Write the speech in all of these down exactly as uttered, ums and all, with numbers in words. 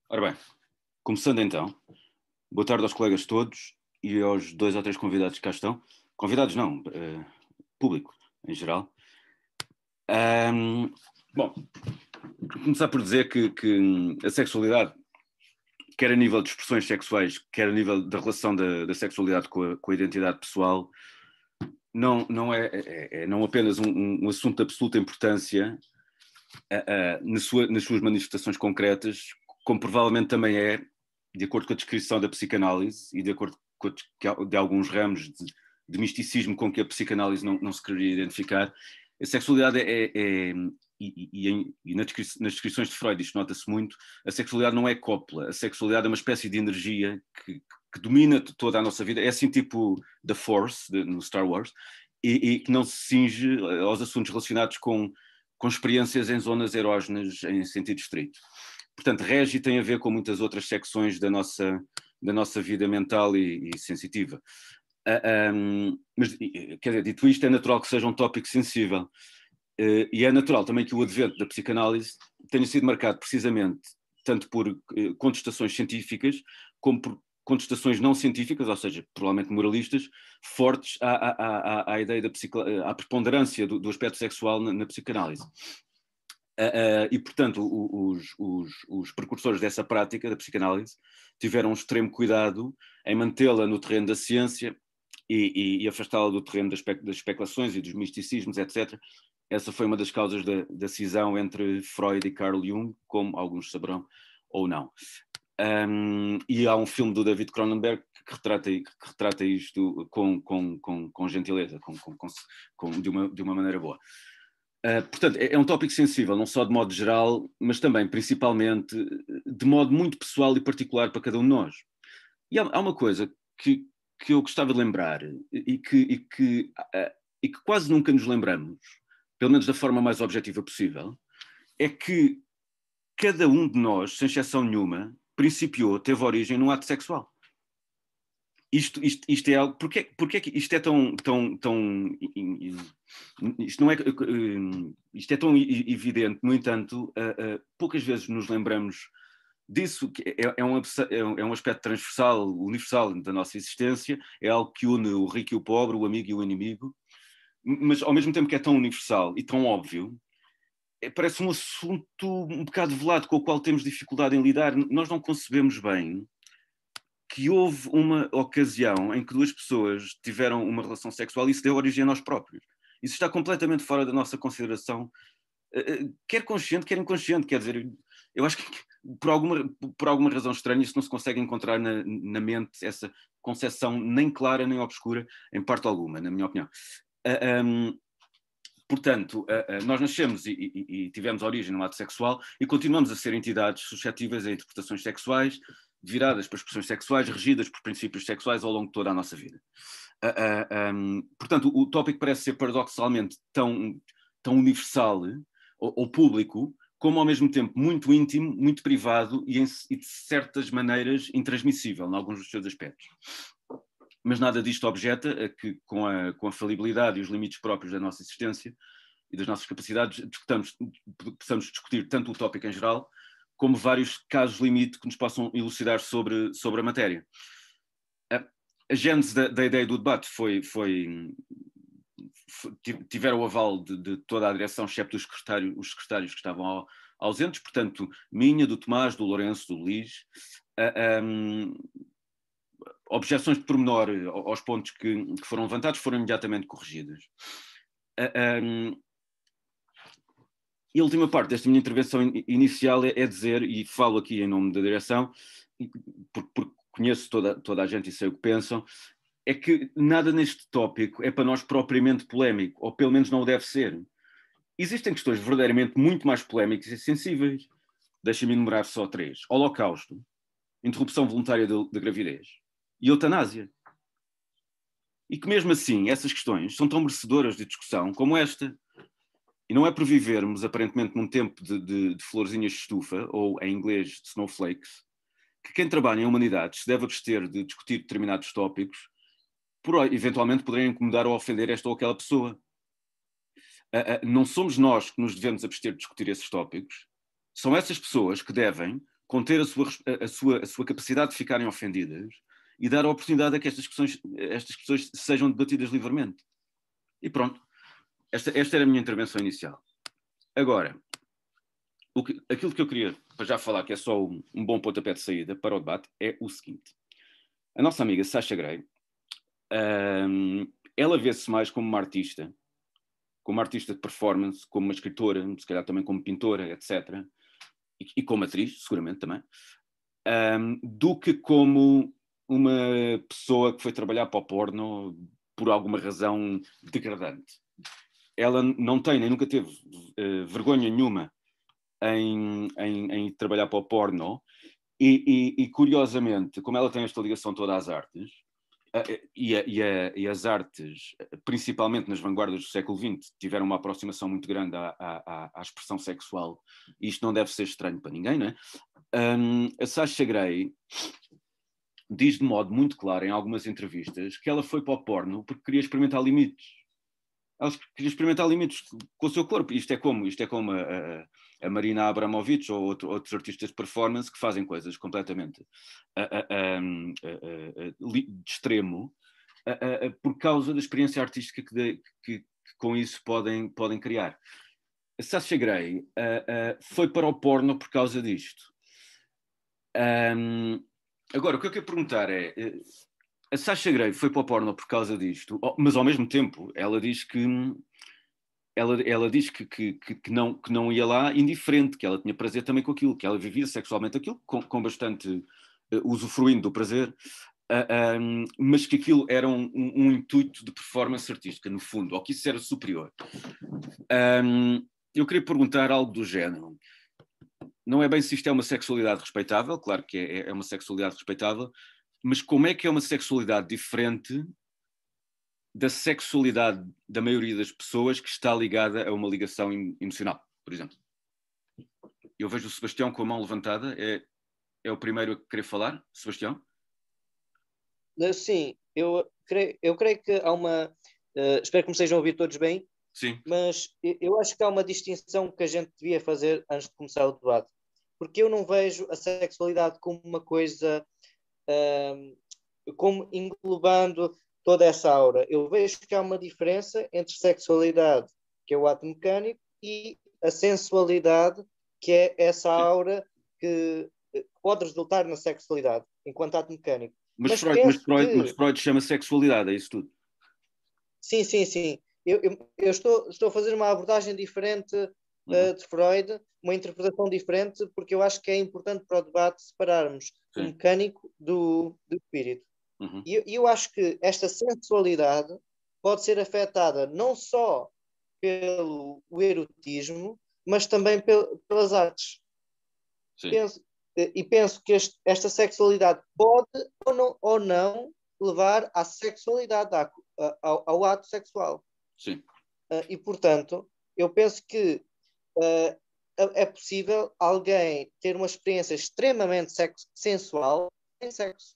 Ora bem, começando então, boa tarde aos colegas todos e aos dois ou três convidados que cá estão. Convidados não, uh, público em geral. Um, bom, vou começar por dizer que, que a sexualidade, quer a nível de expressões sexuais, quer a nível da relação da, da sexualidade com a, com a identidade pessoal, não, não é, é, é não apenas um, um assunto de absoluta importância uh, uh, na sua, nas suas manifestações concretas, como provavelmente também é, de acordo com a descrição da psicanálise e de acordo com a, de alguns ramos de, de misticismo com que a psicanálise não, não se queria identificar, a sexualidade é, é, é e, e, e, e nas descrições de Freud isto nota-se muito, a sexualidade não é cópula, a sexualidade é uma espécie de energia que, que domina toda a nossa vida, é assim tipo The Force, de, no Star Wars, e, e que não se cinge aos assuntos relacionados com, com experiências em zonas erógenas em sentido estrito. Portanto, rege tem a ver com muitas outras secções da nossa, da nossa vida mental e, e sensitiva. Uh, um, mas, quer dizer, dito isto, é natural que seja um tópico sensível. Uh, e é natural também que o advento da psicanálise tenha sido marcado precisamente tanto por uh, contestações científicas como por contestações não científicas, ou seja, provavelmente moralistas, fortes à, à, à, à ideia da psico, à preponderância do, do aspecto sexual na, na psicanálise. Uh, uh, e, portanto, os, os, os precursores dessa prática, da psicanálise, tiveram um extremo cuidado em mantê-la no terreno da ciência e, e, e afastá-la do terreno das, das especulações e dos misticismos, etcétera. Essa foi uma das causas da, da cisão entre Freud e Carl Jung, como alguns saberão, ou não. Um, e há um filme do David Cronenberg que retrata, que retrata isto com, com, com, com gentileza, com, com, com, de, uma, de uma maneira boa. Uh, portanto, é, é um tópico sensível, não só de modo geral, mas também, principalmente, de modo muito pessoal e particular para cada um de nós. E há, há uma coisa que, que eu gostava de lembrar e que, e, que, uh, e que quase nunca nos lembramos, pelo menos da forma mais objetiva possível, é que cada um de nós, sem exceção nenhuma, principiou, teve origem num ato sexual. Isto, isto, isto é algo. Porquê, porquê que isto é tão. tão, tão isto, não é, isto é tão evidente, no entanto, uh, uh, poucas vezes nos lembramos disso, que é, é, um, é um aspecto transversal, universal da nossa existência, é algo que une o rico e o pobre, o amigo e o inimigo, mas ao mesmo tempo que é tão universal e tão óbvio, é, parece um assunto um bocado velado com o qual temos dificuldade em lidar. Nós não concebemos bem que houve uma ocasião em que duas pessoas tiveram uma relação sexual e isso deu origem a nós próprios. Isso está completamente fora da nossa consideração, quer consciente, quer inconsciente. Quer dizer, eu acho que por alguma, por alguma razão estranha isso não se consegue encontrar na, na mente, essa concepção nem clara nem obscura, em parte alguma, na minha opinião. Uh, um, portanto, uh, uh, nós nascemos e, e, e tivemos origem no ato sexual e continuamos a ser entidades suscetíveis a interpretações sexuais, viradas para expressões sexuais, regidas por princípios sexuais ao longo de toda a nossa vida. Uh, uh, um, portanto, o tópico parece ser paradoxalmente tão, tão universal ou, ou público, como ao mesmo tempo muito íntimo, muito privado e, em, e de certas maneiras intransmissível em alguns dos seus aspectos. Mas nada disto objeta a que, com a, com a falibilidade e os limites próprios da nossa existência e das nossas capacidades, discutamos, possamos discutir tanto o tópico em geral, como vários casos limite que nos possam elucidar sobre, sobre a matéria. A, a gênese da, da ideia do debate foi, foi, foi tiveram o aval de, de toda a direção, excepto os secretários, os secretários que estavam ausentes, portanto, minha, do Tomás, do Lourenço, do Luís. Uh, um, objeções de pormenor aos pontos que, que foram levantados foram imediatamente corrigidas. Uh, um, E a última parte desta minha intervenção inicial é, é dizer, e falo aqui em nome da direção, porque, porque conheço toda, toda a gente e sei o que pensam, é que nada neste tópico é para nós propriamente polémico, ou pelo menos não o deve ser. Existem questões verdadeiramente muito mais polémicas e sensíveis. Deixem-me enumerar só três. Holocausto, interrupção voluntária da gravidez e eutanásia. E que mesmo assim essas questões são tão merecedoras de discussão como esta. E não é por vivermos, aparentemente, num tempo de, de, de florzinhas de estufa, ou em inglês, de snowflakes, que quem trabalha em humanidades se deve abster de discutir determinados tópicos, por eventualmente poderem incomodar ou ofender esta ou aquela pessoa. Uh, uh, não somos nós que nos devemos abster de discutir esses tópicos, são essas pessoas que devem, conter a sua, a, sua, a sua capacidade de ficarem ofendidas e dar a oportunidade a que estas questões, estas questões sejam debatidas livremente. E pronto. Esta, esta era a minha intervenção inicial. Agora, o que, aquilo que eu queria para já falar, que é só um, um bom pontapé de saída para o debate, é o seguinte. A nossa amiga Sasha Grey, um, ela vê-se mais como uma artista, como uma artista de performance, como uma escritora, se calhar também como pintora, etcétera, e, e como atriz, seguramente também, um, do que como uma pessoa que foi trabalhar para o porno por alguma razão degradante. Ela não tem, nem nunca teve uh, vergonha nenhuma em, em, em trabalhar para o porno e, e, e, curiosamente, como ela tem esta ligação toda às artes, uh, e, a, e, a, e as artes, principalmente nas vanguardas do século vinte, tiveram uma aproximação muito grande à, à, à expressão sexual, e isto não deve ser estranho para ninguém, não é? Um, a Sasha Grey diz de modo muito claro em algumas entrevistas que ela foi para o porno porque queria experimentar limites. Ela queria experimentar limites com o seu corpo. Isto é como, isto é como a, a, a Marina Abramovic ou outro, outros artistas de performance que fazem coisas completamente a, a, a, de extremo por causa da experiência artística que, de, que, que com isso podem, podem criar. A Sasha Grey foi para o porno por causa disto. Um, agora, o que eu quero perguntar é... A Sasha Grey foi para o porno por causa disto, mas ao mesmo tempo ela diz que ela, ela diz que, que, que, não, que não ia lá indiferente, que ela tinha prazer também com aquilo, que ela vivia sexualmente aquilo com, com bastante uh, usufruindo do prazer, uh, um, mas que aquilo era um, um, um intuito de performance artística, no fundo, ou que isso era superior. Um, eu queria perguntar algo do género. Não é bem se isto é uma sexualidade respeitável, claro que é, é uma sexualidade respeitável, mas como é que é uma sexualidade diferente da sexualidade da maioria das pessoas que está ligada a uma ligação emocional, por exemplo? Eu vejo o Sebastião com a mão levantada. É, é o primeiro a querer falar? Sebastião? Sim, eu creio, eu creio que há uma... Uh, espero que me estejam a ouvir todos bem. Sim. Mas eu acho que há uma distinção que a gente devia fazer antes de começar o debate. Porque eu não vejo a sexualidade como uma coisa... Uh, como englobando toda essa aura. Eu vejo que há uma diferença entre sexualidade, que é o ato mecânico, e a sensualidade, que é essa aura que pode resultar na sexualidade, enquanto ato mecânico. Mas, mas, Freud, mas, Freud, que... mas Freud chama sexualidade, é isso tudo? Sim, sim, sim. Eu, eu, eu estou, estou a fazer uma abordagem diferente uh, de Freud, uma interpretação diferente, porque eu acho que é importante para o debate separarmos Sim. o mecânico do, do espírito. Uhum. E eu, eu acho que esta sensualidade pode ser afetada não só pelo erotismo, mas também pel, pelas artes. Penso, e penso que este, esta sexualidade pode ou não, ou não levar à sexualidade, à, ao, ao ato sexual. Sim. Uh, e, portanto, eu penso que uh, é possível alguém ter uma experiência extremamente sexo, sensual sem sexo.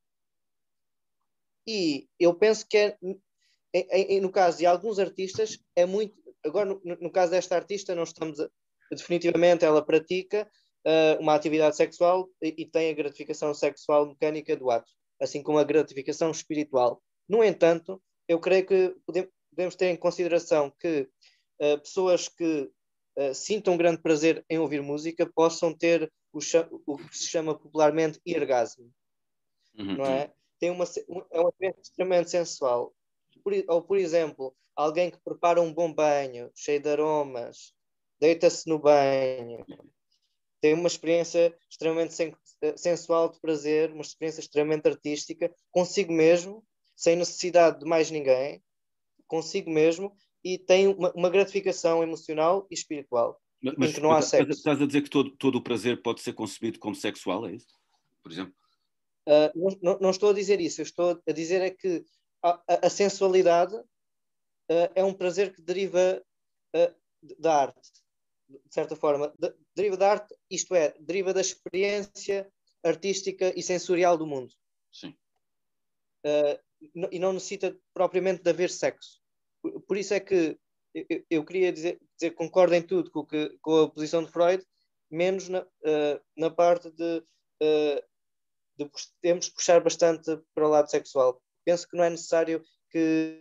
E eu penso que é, em, em, no caso de alguns artistas, é muito... Agora, no, no caso desta artista, não estamos a, definitivamente, ela pratica uh, uma atividade sexual e, e tem a gratificação sexual mecânica do ato, assim como a gratificação espiritual. No entanto, eu creio que podemos, podemos ter em consideração que uh, pessoas que uh, sintam grande prazer em ouvir música possam ter o, o que se chama popularmente orgasmo, uhum. não é? Tem uma, é uma experiência extremamente sensual. Por, ou, por exemplo, alguém que prepara um bom banho, cheio de aromas, deita-se no banho, tem uma experiência extremamente sen, sensual de prazer, uma experiência extremamente artística, consigo mesmo, sem necessidade de mais ninguém, consigo mesmo, e tem uma, uma gratificação emocional e espiritual, mas, em que não há sexo. Estás a dizer que todo, todo o prazer pode ser concebido como sexual, é isso? Por exemplo? Uh, não, não, não estou a dizer isso, eu estou a dizer é que a, a, a sensualidade uh, é um prazer que deriva uh, da arte, de certa forma. De, deriva da arte, isto é, deriva da experiência artística e sensorial do mundo. Sim. Uh, e não necessita propriamente de haver sexo. Por, por isso é que eu, eu queria dizer, dizer concordo em tudo com, que, com a posição de Freud, menos na, uh, na parte de, uh, de temos que puxar bastante para o lado sexual. Penso que não é necessário que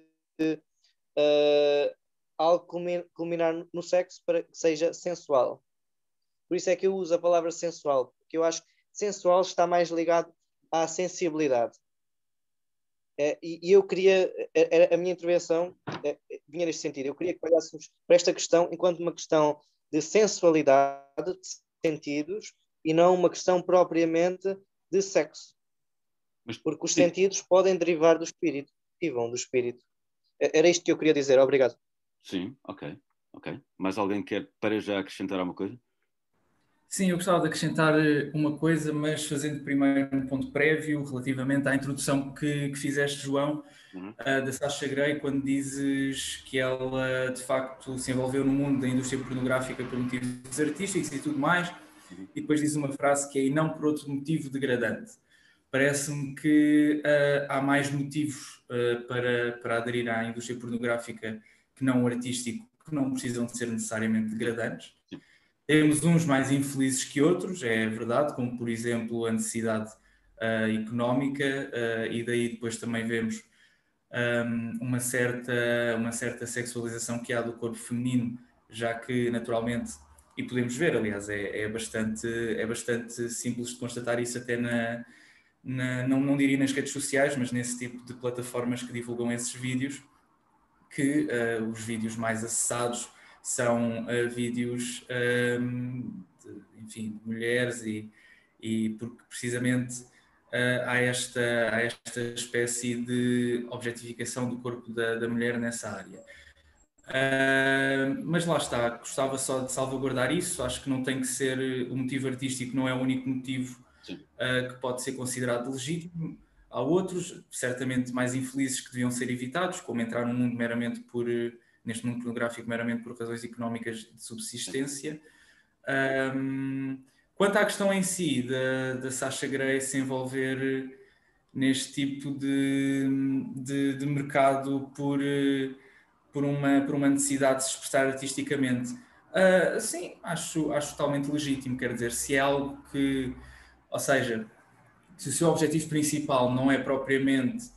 uh, algo culminar no sexo para que seja sensual. Por isso é que eu uso a palavra sensual, porque eu acho que sensual está mais ligado à sensibilidade. É, e, e eu queria, a, a minha intervenção é, vinha neste sentido, eu queria que olhássemos para esta questão enquanto uma questão de sensualidade, de sentidos, e não uma questão propriamente de sexo. Mas, porque os sim. sentidos podem derivar do espírito, derivam do espírito. Era isto que eu queria dizer, obrigado. Sim, ok, ok. Mais alguém quer para já acrescentar alguma coisa? Sim, eu gostava de acrescentar uma coisa, mas fazendo primeiro um ponto prévio relativamente à introdução que, que fizeste, João, uhum. uh, da Sasha Grey, quando dizes que ela de facto se envolveu no mundo da indústria pornográfica por motivos artísticos e tudo mais, uhum. e depois diz uma frase que é "e não por outro motivo degradante". Parece-me que uh, há mais motivos uh, para, para aderir à indústria pornográfica que não o artístico, que não precisam de ser necessariamente degradantes. Sim. Temos uns mais infelizes que outros, é verdade, como por exemplo a necessidade uh, económica, uh, e daí depois também vemos um, uma, certa, uma certa sexualização que há do corpo feminino, já que naturalmente, e podemos ver, aliás, é, é, bastante, é bastante simples de constatar isso até na, na não, não diria nas redes sociais, mas nesse tipo de plataformas que divulgam esses vídeos, que uh, os vídeos mais acessados são uh, vídeos um, de, enfim, de mulheres e, e porque precisamente uh, há, esta, há esta espécie de objetificação do corpo da, da mulher nessa área. Uh, mas lá está, gostava só de salvaguardar isso, acho que não tem que ser, o motivo artístico não é o único motivo uh, que pode ser considerado legítimo. Há outros, certamente mais infelizes, que deviam ser evitados, como entrar num mundo meramente por, neste mundo pornográfico, meramente por razões económicas de subsistência. Um, quanto à questão em si da, da Sasha Grey se envolver neste tipo de, de, de mercado por, por, uma, por uma necessidade de se expressar artisticamente, uh, sim, acho, acho totalmente legítimo. Quer dizer, se é algo que, ou seja, se o seu objetivo principal não é propriamente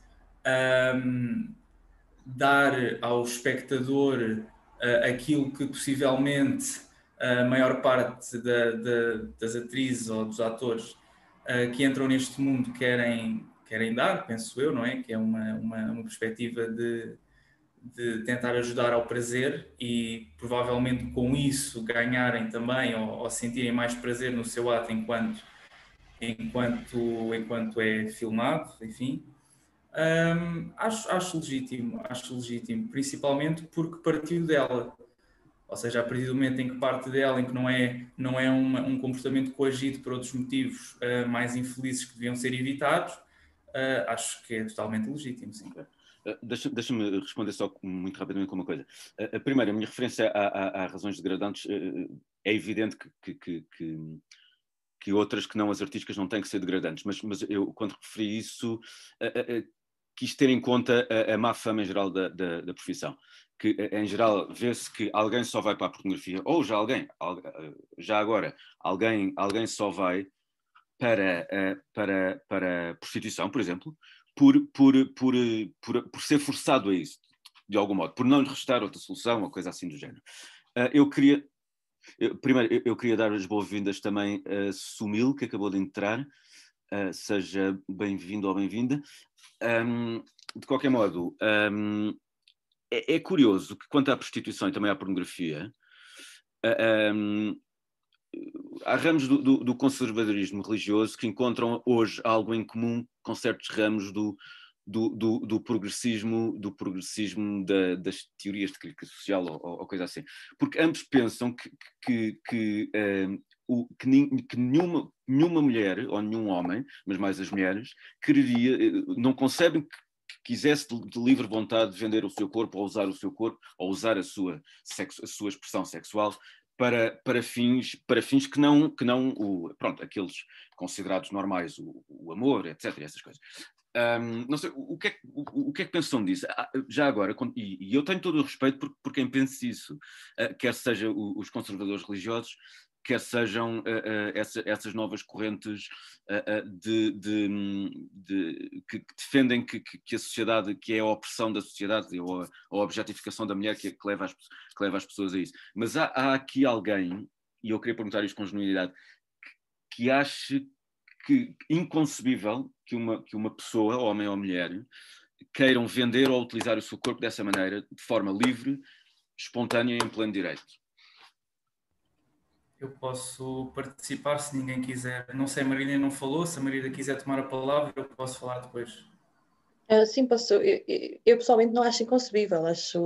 um, dar ao espectador uh, aquilo que possivelmente a maior parte da, da, das atrizes ou dos atores uh, que entram neste mundo querem, querem dar, penso eu, não é? Que é uma, uma, uma perspectiva de, de tentar ajudar ao prazer e provavelmente com isso ganharem também ou, ou sentirem mais prazer no seu ato enquanto enquanto, enquanto é filmado, enfim, um, acho, acho legítimo, acho legítimo, principalmente porque partiu dela, ou seja, a partir do momento em que parte dela, em que não é, não é uma, um comportamento coagido por outros motivos uh, mais infelizes que deviam ser evitados, uh, acho que é totalmente legítimo, sim. Uh, deixa, deixa-me responder só muito rapidamente com uma coisa. Uh, a primeira, a minha referência a, a, a razões degradantes, uh, é evidente que, que, que, que que outras que não as artísticas não têm que ser degradantes, mas, mas eu, quando referi isso, uh, uh, quis ter em conta a, a má fama em geral da, da, da profissão, que em geral vê-se que alguém só vai para a pornografia, ou já alguém, já agora, alguém, alguém só vai para, uh, para, para a prostituição, por exemplo, por, por, por, por, por ser forçado a isso, de algum modo, por não lhe restar outra solução, ou coisa assim do género. Uh, eu queria... Eu, primeiro, eu, eu queria dar as boas-vindas também a Sumil, que acabou de entrar. Uh, seja bem-vindo ou bem-vinda. Um, de qualquer modo, um, é, é curioso que quanto à prostituição e também à pornografia, uh, um, há ramos do, do, do conservadorismo religioso que encontram hoje algo em comum com certos ramos do, do, do, do progressismo, do progressismo da, das teorias de crítica social ou, ou coisa assim. Porque ambos pensam que, que, que, um, o, que, nin, que nenhuma, nenhuma mulher ou nenhum homem, mas mais as mulheres, quereria, não concebem que quisesse de, de livre vontade vender o seu corpo ou usar o seu corpo ou usar a sua, sexo, a sua expressão sexual para, para, fins, para fins que não, que não o, pronto, aqueles considerados normais, o, o amor, etcétera, essas coisas. Um, não sei, o que, é, o, o que é que pensam disso? Já agora, e, e eu tenho todo o respeito por, por quem pensa isso, uh, quer seja o, os conservadores religiosos, quer sejam uh, uh, essa, essas novas correntes uh, uh, de, de, de, que, que defendem que, que a sociedade, que é a opressão da sociedade ou a, a objetificação da mulher que, que, leva as, que leva as pessoas a isso. Mas há, há aqui alguém, e eu queria perguntar isto com genuinidade, que, que ache que inconcebível que uma, que uma pessoa, homem ou mulher, queiram vender ou utilizar o seu corpo dessa maneira, de forma livre, espontânea e em pleno direito. Eu posso participar se ninguém quiser. Não sei, a Marília não falou. Se a Marília quiser tomar a palavra, eu posso falar depois. Uh, sim, posso. Eu, eu, eu pessoalmente não acho inconcebível. Acho.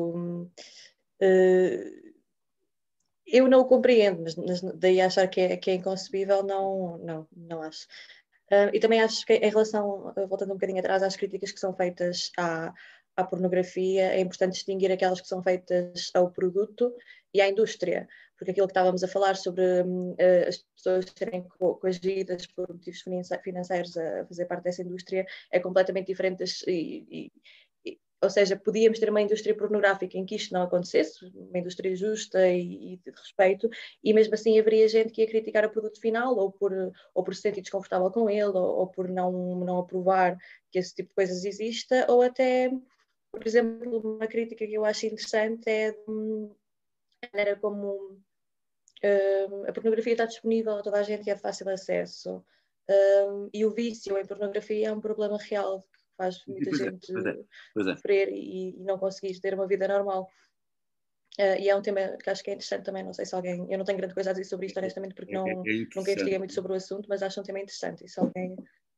Uh, eu não o compreendo, mas, mas daí achar que é, que é inconcebível, não, não, não acho. Uh, e também acho que em relação, voltando um bocadinho atrás, às críticas que são feitas à, à pornografia, é importante distinguir aquelas que são feitas ao produto e à indústria, porque aquilo que estávamos a falar sobre uh, as pessoas serem co coagidas por motivos financeiros a fazer parte dessa indústria é completamente diferente das, e, e, e, ou seja, podíamos ter uma indústria pornográfica em que isto não acontecesse, uma indústria justa e, e de respeito, e mesmo assim haveria gente que ia criticar o produto final, ou por, ou por se sentir desconfortável com ele, ou, ou por não, não aprovar que esse tipo de coisas exista, ou até, por exemplo, uma crítica que eu acho interessante é a maneira como uh, a pornografia está disponível a toda a gente e é de fácil acesso. Uh, e o vício em pornografia é um problema real que faz muita pois gente é, pois é, pois é. sofrer e, e não conseguir ter uma vida normal. Uh, e é um tema que acho que é interessante também. Não sei se alguém. Eu não tenho grande coisa a dizer sobre isto, honestamente, porque não, é, é nunca investiguei muito sobre o assunto, mas acho um tema interessante. E se alguém.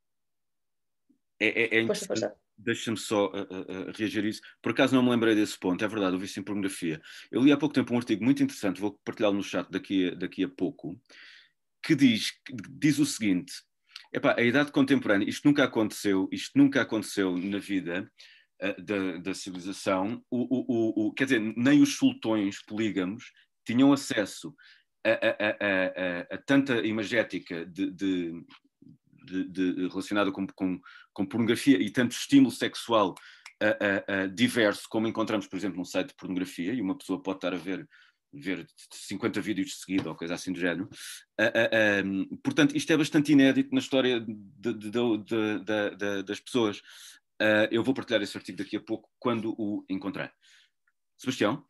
É, é, é interessante. Deixa-me só uh, uh, reagir a isso. Por acaso não me lembrei desse ponto, é verdade, eu vi isso em pornografia. Eu li há pouco tempo um artigo muito interessante, vou partilhá-lo no chat daqui a, daqui a pouco, que diz, que diz o seguinte: epá, a idade contemporânea, isto nunca aconteceu, isto nunca aconteceu na vida uh, da, da civilização, o, o, o, o, quer dizer, nem os sultões polígamos tinham acesso a, a, a, a, a tanta imagética de, de De, de, relacionada com, com, com pornografia e tanto estímulo sexual uh, uh, uh, diverso como encontramos, por exemplo, num site de pornografia, e uma pessoa pode estar a ver, ver cinquenta vídeos de seguida ou coisa assim do género. Uh, uh, um, portanto, isto é bastante inédito na história de, de, de, de, de, das pessoas. Uh, eu vou partilhar esse artigo daqui a pouco, quando o encontrar. Sebastião?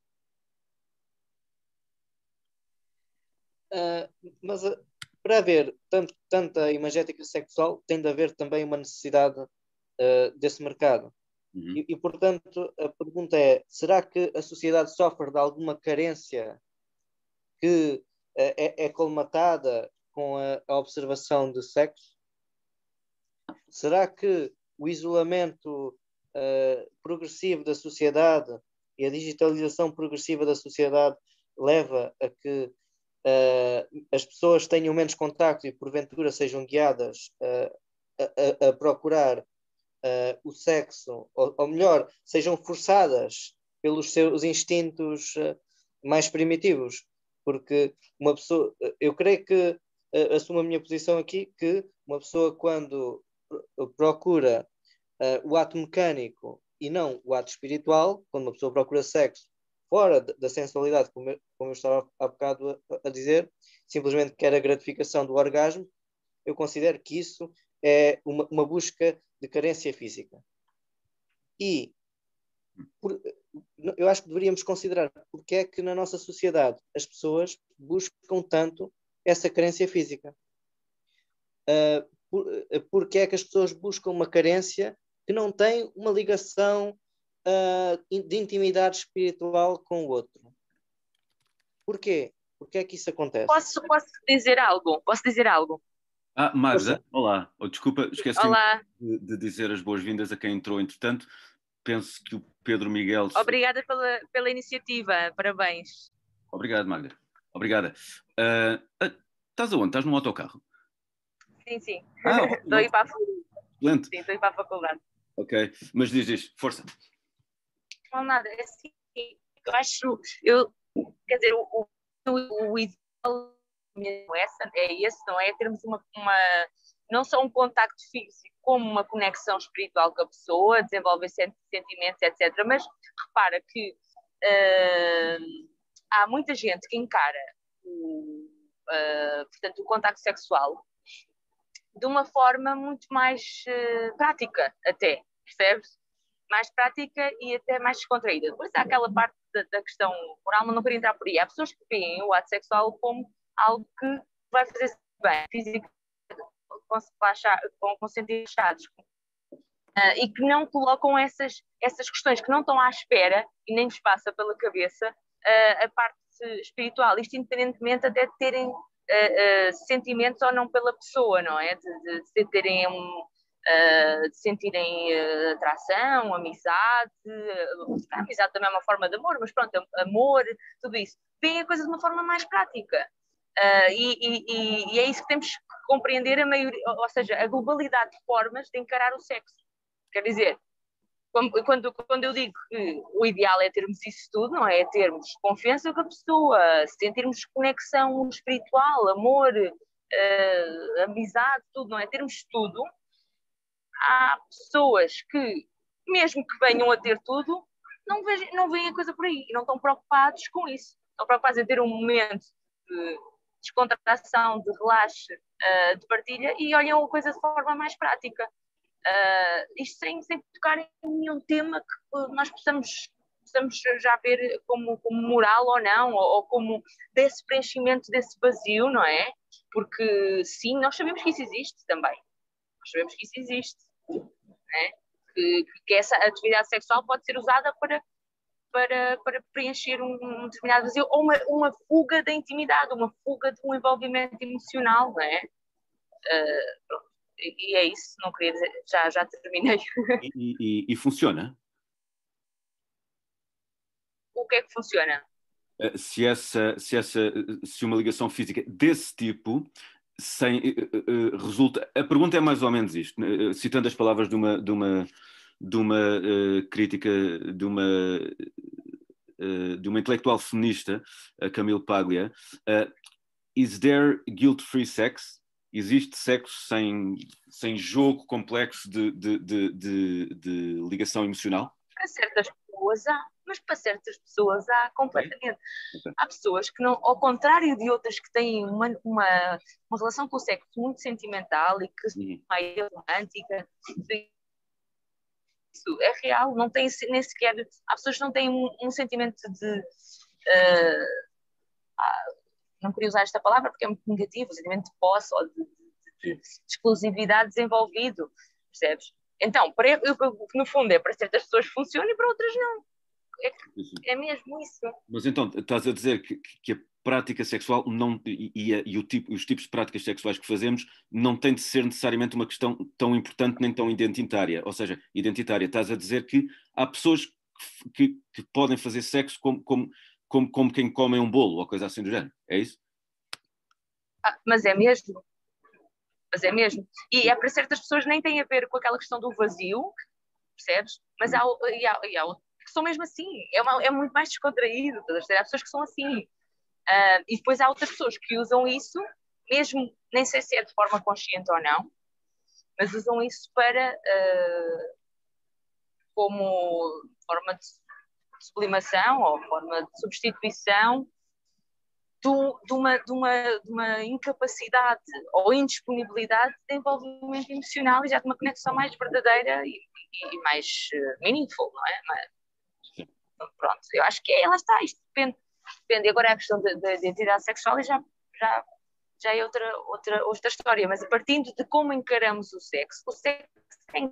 Uh, mas... Uh... Para haver tanto, tanta imagética sexual, tem de haver também uma necessidade uh, desse mercado. Uhum. E, e, portanto, a pergunta é, será que a sociedade sofre de alguma carência que uh, é, é colmatada com a, a observação de sexo? Será que o isolamento uh, progressivo da sociedade e a digitalização progressiva da sociedade leva a que Uh, as pessoas tenham menos contacto e porventura sejam guiadas uh, a, a, a procurar uh, o sexo, ou, ou melhor, sejam forçadas pelos seus instintos uh, mais primitivos, porque uma pessoa, eu creio que uh, assumo a minha posição aqui, que uma pessoa quando procura uh, o ato mecânico e não o ato espiritual, quando uma pessoa procura sexo fora da sensualidade, como eu, como eu estava há bocado a, a dizer, simplesmente quer a gratificação do orgasmo, eu considero que isso é uma, uma busca de carência física. E por, eu acho que deveríamos considerar porque é que na nossa sociedade as pessoas buscam tanto essa carência física. Uh, por, porque é que as pessoas buscam uma carência que não tem uma ligação Uh, de intimidade espiritual com o outro. Porquê? Porquê é que isso acontece? Posso, posso dizer algo? Posso dizer algo? Ah, Magda, olá. Oh, desculpa, esqueci de, de dizer as boas-vindas a quem entrou entretanto. Penso que o Pedro Miguel... Obrigada pela, pela iniciativa, parabéns. Obrigado, Magda. Obrigada. Uh, uh, estás aonde? Estás num autocarro? Sim, sim. Ah, estou a ir para a faculdade. Excelente. Sim, estou a ir para a faculdade. Ok, mas diz, diz, força. Não, nada, é assim, eu acho, eu, quer dizer, o, o, o ideal é esse, não é? Termos uma, uma, não só um contacto físico, como uma conexão espiritual com a pessoa, desenvolver sentimentos, etcétera. Mas repara que uh, há muita gente que encara o, uh, portanto, o contacto sexual de uma forma muito mais uh, prática, até, percebes? Mais prática e até mais descontraída. Depois há aquela parte da, da questão moral, mas não queria entrar por aí. Há pessoas que veem o ato sexual como algo que vai fazer bem, físico, com, com, com sentidos fechados. Uh, e que não colocam essas, essas questões, que não estão à espera e nem lhes passa pela cabeça uh, a parte espiritual, isto independentemente até de terem uh, uh, sentimentos ou não pela pessoa, não é? De, de, de terem um, uh, de sentirem uh, atração, amizade, uh, amizade também é uma forma de amor, mas pronto, amor, tudo isso. Veem a coisa de uma forma mais prática. Uh, e, e, e é isso que temos que compreender, a maioria, ou seja, a globalidade de formas de encarar o sexo. Quer dizer, quando, quando eu digo que o ideal é termos isso tudo, não é? É termos confiança com a pessoa, sentirmos conexão espiritual, amor, uh, amizade, tudo, não é? Termos tudo. Há pessoas que, mesmo que venham a ter tudo, não veem, não veem a coisa por aí e não estão preocupados com isso. Estão preocupados em ter um momento de descontração, de relaxe, uh, de partilha e olham a coisa de forma mais prática. Uh, isto sem, sem tocar em nenhum tema que uh, nós possamos, possamos já ver como, como moral ou não, ou, ou como desse preenchimento desse vazio, não é? Porque sim, nós sabemos que isso existe também. Nós sabemos que isso existe. Não é? que, que essa atividade sexual pode ser usada para, para, para preencher um, um determinado vazio, ou uma, uma fuga da intimidade, uma fuga de um envolvimento emocional, não é? Uh, pronto. E é isso, não queria dizer, já, já terminei. E, e, e funciona? O que é que funciona? Se, essa, se, essa, se uma ligação física desse tipo sem, uh, uh, resulta... A pergunta é mais ou menos isto, uh, citando as palavras de uma, de uma, de uma uh, crítica, de uma, uh, de uma intelectual feminista, a Camille Paglia, uh, is there guilt-free sex? Existe sexo sem, sem jogo complexo de, de, de, de, de ligação emocional? Para certas pessoas há, mas para certas pessoas há completamente. Okay. Há pessoas que, não, ao contrário de outras que têm uma, uma, uma relação com o sexo muito sentimental e que uhum. é romântica, isso é real, não tem nem sequer. Há pessoas que não têm um, um sentimento de. Uh, ah, não queria usar esta palavra porque é muito negativo, um sentimento de posse ou de, de, de exclusividade desenvolvido, percebes? Então, para, eu, no fundo, é para certas pessoas funciona e para outras não. É, é mesmo isso. Mas então, estás a dizer que, que a prática sexual não, e, e, e o tipo, os tipos de práticas sexuais que fazemos não tem de ser necessariamente uma questão tão importante nem tão identitária. Ou seja, identitária. Estás a dizer que há pessoas que, que, que podem fazer sexo como, como, como, como quem come um bolo ou coisa assim do género. É isso? Ah, mas é mesmo. Mas é mesmo. E é para certas pessoas nem tem a ver com aquela questão do vazio, percebes? Mas há, e há, e há que são mesmo assim. É, uma, é muito mais descontraído. Há pessoas que são assim. Uh, e depois há outras pessoas que usam isso, mesmo, nem sei se é de forma consciente ou não, mas usam isso para, uh, como forma de sublimação ou forma de substituição do, de, uma, de, uma, de uma incapacidade ou indisponibilidade de envolvimento emocional e já de uma conexão mais verdadeira e, e, e mais uh, meaningful, não é? Mas, pronto, eu acho que é, lá está, isto depende. Depende. Agora a questão da identidade sexual já, já, já é outra, outra, outra história, mas a partindo de como encaramos o sexo, o sexo tem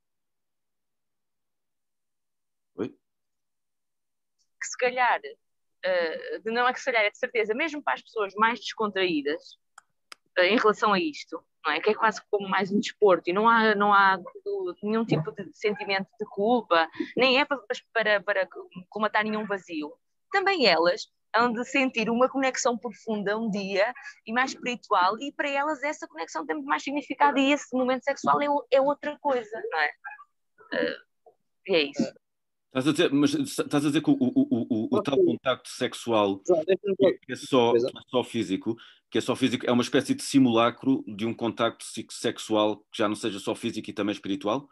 Oi? que se calhar, uh, não é que se calhar, é de certeza, mesmo para as pessoas mais descontraídas uh, em relação a isto, não é? Que é quase como mais um desporto e não há, não há do, nenhum tipo de sentimento de culpa, nem é para, para, para comatar nenhum vazio. Também elas hão de sentir uma conexão profunda um dia e mais espiritual, e para elas essa conexão tem muito mais significado e esse momento sexual é, é outra coisa, não é? Uh, e é isso. Estás a dizer, mas estás a dizer que o, o, o, o, o tal contacto sexual que é, só, que é só físico, que é só físico, é uma espécie de simulacro de um contacto sexual que já não seja só físico e também espiritual?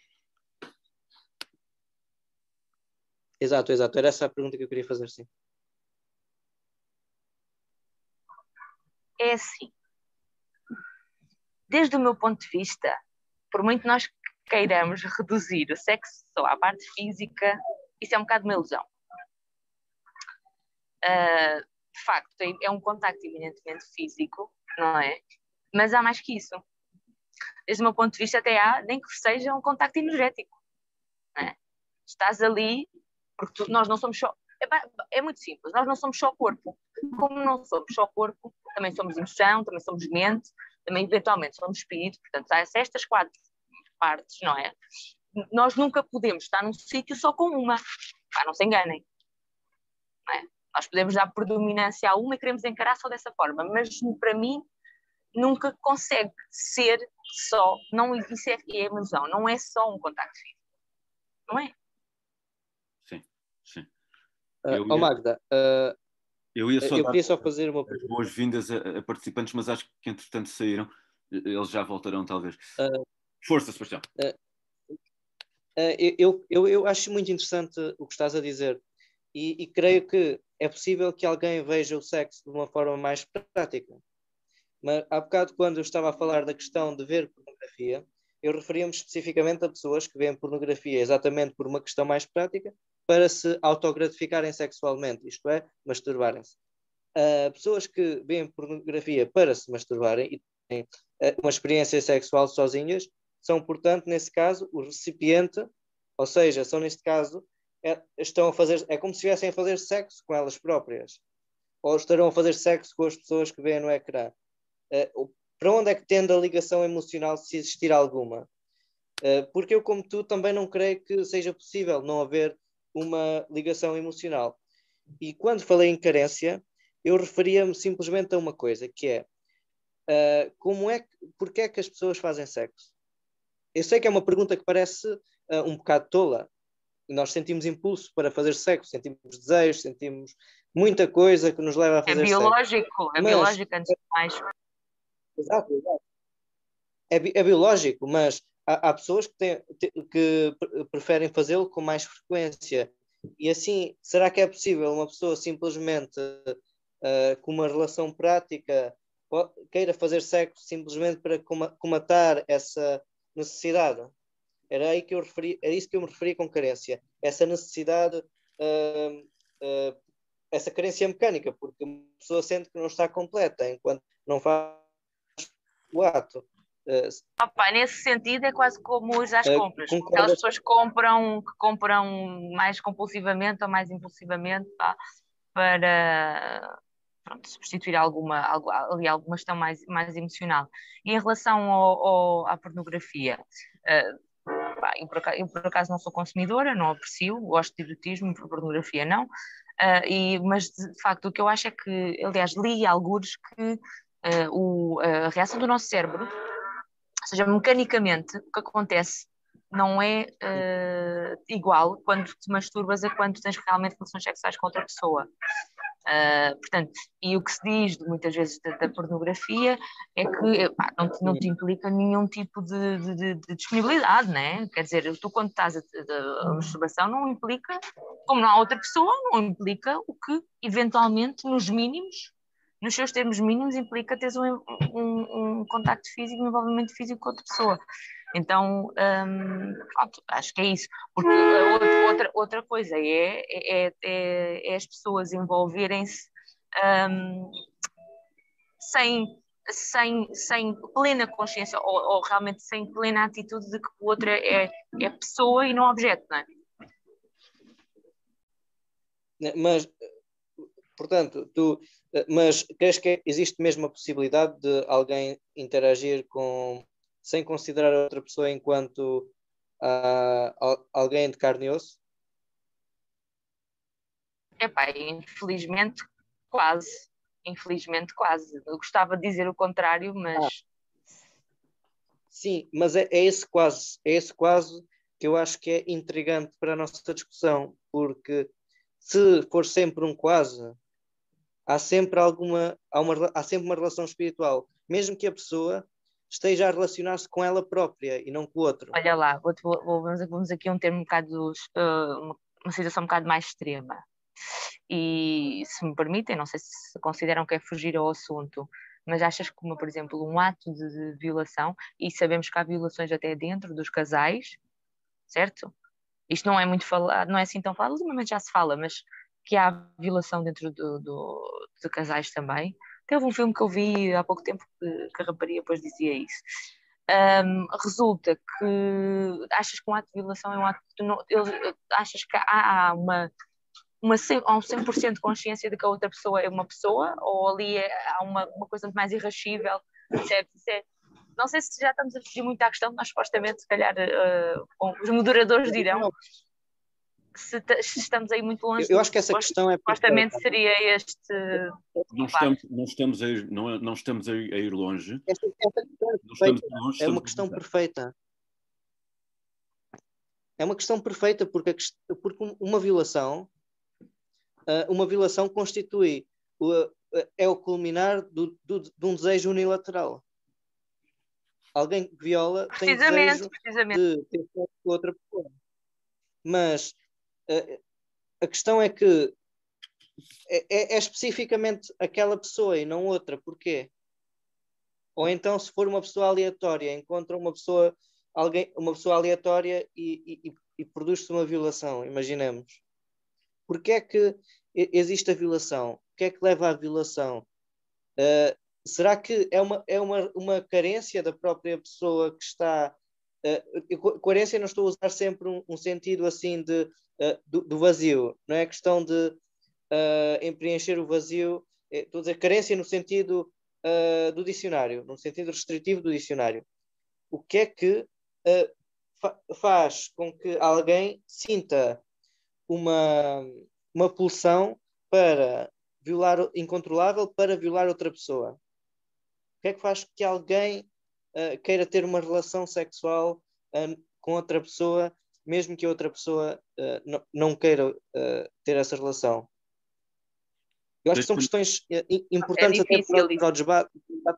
Exato, exato. Era essa a pergunta que eu queria fazer, sim. é assim. Desde o meu ponto de vista, por muito nós queiramos reduzir o sexo só à parte física, isso é um bocado uma ilusão. Uh, de facto, é um contacto eminentemente físico, não é? Mas há mais que isso. Desde o meu ponto de vista, até há, nem que seja um contacto energético. Não é? Estás ali, porque tu, nós não somos só... É, é muito simples, nós não somos só corpo. Como não somos só corpo, também somos emoção, também somos mente, também eventualmente somos espírito. Portanto, há estas quatro partes, não é? Nós nunca podemos estar num sítio só com uma. Pá, não se enganem. Não é? Nós podemos dar predominância a uma e queremos encarar só dessa forma, mas para mim nunca consegue ser só, não, isso é, é ilusão, não é só um contacto físico, não é? Sim, sim. Uh, ia, oh Magda, uh, eu, ia só eu dar queria só fazer uma pergunta. Boas-vindas a, a participantes, mas acho que entretanto saíram, eles já voltarão talvez. Uh, Força, Sebastião. Uh, uh, eu, eu, eu acho muito interessante o que estás a dizer e, e creio que é possível que alguém veja o sexo de uma forma mais prática. Mas há bocado, quando eu estava a falar da questão de ver pornografia, eu referia-me especificamente a pessoas que veem pornografia exatamente por uma questão mais prática para se autogratificarem sexualmente, isto é, masturbarem-se. Uh, pessoas que veem pornografia para se masturbarem e têm uh, uma experiência sexual sozinhas são, portanto, nesse caso, o recipiente, ou seja, são neste caso, é, estão a fazer, é como se estivessem a fazer sexo com elas próprias, ou estarão a fazer sexo com as pessoas que veem no ecrã. Uh, para onde é que tende a ligação emocional, se existir alguma? Uh, porque eu, como tu, também não creio que seja possível não haver uma ligação emocional. E quando falei em carência, eu referia-me simplesmente a uma coisa, que é, uh, como é que, porque é que as pessoas fazem sexo? Eu sei que é uma pergunta que parece uh, um bocado tola. Nós sentimos impulso para fazer sexo, sentimos desejos, sentimos muita coisa que nos leva a fazer sexo. É biológico, sexo. é mas, biológico antes de mais. Exato, exato. É, é biológico, mas há, há pessoas que, têm, que preferem fazê-lo com mais frequência. E assim, será que é possível uma pessoa simplesmente uh, com uma relação prática queira fazer sexo simplesmente para comatar essa necessidade? Era, aí que eu referi, era isso que eu me referi com carência. Essa necessidade, uh, uh, essa carência mecânica, porque a pessoa sente que não está completa enquanto não faz o ato. Uh, Opa, nesse sentido é quase como as uh, compras. Aquelas pessoas que compram, que compram mais compulsivamente ou mais impulsivamente, pá, para pronto, substituir alguma, algo, ali, alguma questão mais, mais emocional. E em relação ao, ao, à pornografia, uh, pá, eu, por acaso, eu por acaso não sou consumidora, não aprecio, gosto de erotismo, pornografia não, uh, e, mas de, de facto o que eu acho é que, aliás, li algures que uh, o, a reação do nosso cérebro, ou seja, mecanicamente, o que acontece não é uh, igual quando te masturbas a quando tens realmente relações sexuais com outra pessoa. Uh, portanto, e o que se diz de, muitas vezes da, da pornografia é que pá, não, te, não te implica nenhum tipo de, de, de disponibilidade, né? Quer dizer, tu quando estás a, a, a masturbação não implica, como não há outra pessoa, não implica o que eventualmente nos mínimos, nos seus termos mínimos, implica teres um, um, um contacto físico, um envolvimento físico com outra pessoa. Então, hum, pronto, acho que é isso. Porque outra, outra coisa é, é, é, é as pessoas envolverem-se hum, sem, sem, sem plena consciência ou, ou realmente sem plena atitude de que o outro é, é pessoa e não objeto, não é? Mas, portanto, tu, mas crees que existe mesmo a possibilidade de alguém interagir com, sem considerar a outra pessoa enquanto uh, alguém de carne e osso? Epá, infelizmente quase, infelizmente quase. Eu gostava de dizer o contrário, mas... Ah. Sim, mas é, é esse quase, é esse quase que eu acho que é intrigante para a nossa discussão, porque se for sempre um quase, há sempre alguma, há, uma, há sempre uma relação espiritual, mesmo que a pessoa esteja a relacionar-se com ela própria e não com o outro. Olha lá, vou, vou, vamos aqui a um termo um bocado, uh, uma, uma situação um bocado mais extrema. E se me permitem, não sei se consideram que é fugir ao assunto, mas achas que, uma, por exemplo, um ato de, de violação, e sabemos que há violações até dentro dos casais, certo? Isto não é muito falado, não é assim tão falado, ultimamente já se fala, mas que há violação dentro do, do, de casais também. Teve um filme que eu vi há pouco tempo que, que a rapariga depois dizia isso. Um, resulta que achas que um ato de violação é um ato de não, eles, achas que há uma, uma há um cem por cento de consciência de que a outra pessoa é uma pessoa, ou ali é, há uma, uma coisa mais irrascível, certo? É, não sei se já estamos a fugir muito à questão, nós supostamente, se calhar, uh, bom, os moderadores dirão se, se estamos aí muito longe. Eu, eu acho que essa questão é supostamente seria este. Não estamos, não estamos, a, ir, não, não estamos a, ir, a ir longe. Esta, esta questão é, não estamos longe, é uma questão perfeita. É uma questão perfeita porque, a, porque uma violação, uma violação constitui é o culminar do, do, de um desejo unilateral. Alguém que viola tem desejo precisamente. de ter sexo com outra pessoa. Mas a, a questão é que é, é especificamente aquela pessoa e não outra. Porquê? Ou então, se for uma pessoa aleatória, encontra uma pessoa, alguém, uma pessoa aleatória e, e, e produz-se uma violação, imaginemos. Porquê é que existe a violação? O que é que leva à violação? Uh, será que é, uma, é uma, uma carência da própria pessoa que está... Uh, carência não estou a usar sempre um, um sentido assim de, uh, do, do vazio. Não é questão de uh, em preencher o vazio. Estou a dizer carência no sentido uh, do dicionário, no sentido restritivo do dicionário. O que é que uh, fa faz com que alguém sinta uma, uma pulsão para violar, incontrolável para violar outra pessoa? O que é que faz que alguém uh, queira ter uma relação sexual uh, com outra pessoa, mesmo que a outra pessoa uh, não, não queira uh, ter essa relação? Eu acho que são questões uh, importantes é até para, para o debate.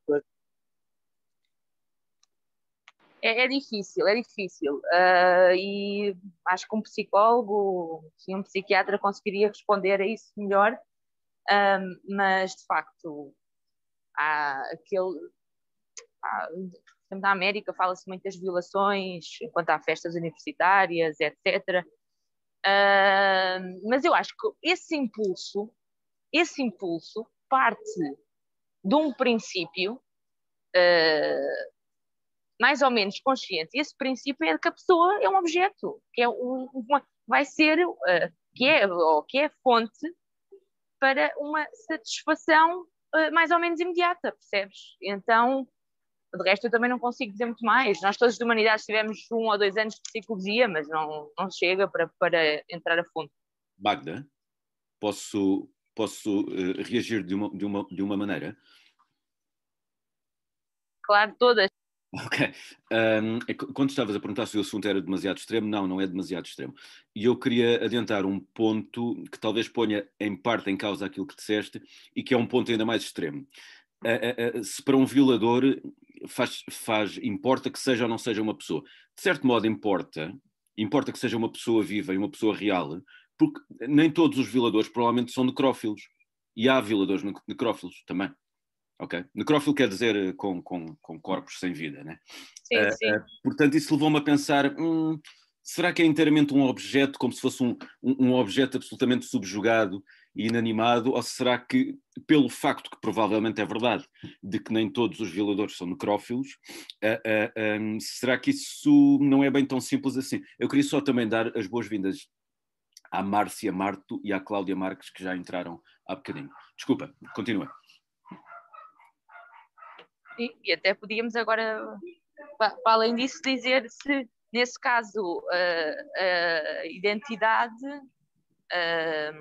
É, é difícil, é difícil. Uh, e acho que um psicólogo, sim, um psiquiatra conseguiria responder a isso melhor. Um, mas, de facto, há aquele... Há, na América fala-se muito das violações enquanto há festas universitárias, etcétera. Uh, mas eu acho que esse impulso, esse impulso parte de um princípio uh, mais ou menos consciente. Esse princípio é de que a pessoa é um objeto, que é um, uma, vai ser, uh, que é, ou que é fonte para uma satisfação uh, mais ou menos imediata, percebes? Então, de resto, eu também não consigo dizer muito mais. Nós todos de humanidades tivemos um ou dois anos de psicologia, mas não, não chega para, para entrar a fundo. Magda, posso, posso uh, reagir de uma, de, uma, de uma maneira? Claro, todas. Ok. Um, quando estavas a perguntar se o assunto era demasiado extremo, não, não é demasiado extremo. E eu queria adiantar um ponto que talvez ponha em parte em causa aquilo que disseste e que é um ponto ainda mais extremo. Uh, uh, uh, se para um violador faz, faz, importa que seja ou não seja uma pessoa. De certo modo importa, importa que seja uma pessoa viva e uma pessoa real, porque nem todos os violadores provavelmente são necrófilos. E há violadores necrófilos também. Ok? Necrófilo quer dizer com, com, com corpos sem vida, né? Sim, uh, sim. Uh, portanto, isso levou-me a pensar, hum, será que é inteiramente um objeto, como se fosse um, um, um objeto absolutamente subjugado e inanimado, ou será que, pelo facto que provavelmente é verdade, de que nem todos os violadores são necrófilos, uh, uh, um, será que isso não é bem tão simples assim? Eu queria só também dar as boas-vindas à Márcia Marto e à Cláudia Marques, que já entraram há bocadinho. Desculpa, continua. Sim, e até podíamos agora, para além disso, dizer se, nesse caso, a, a identidade a,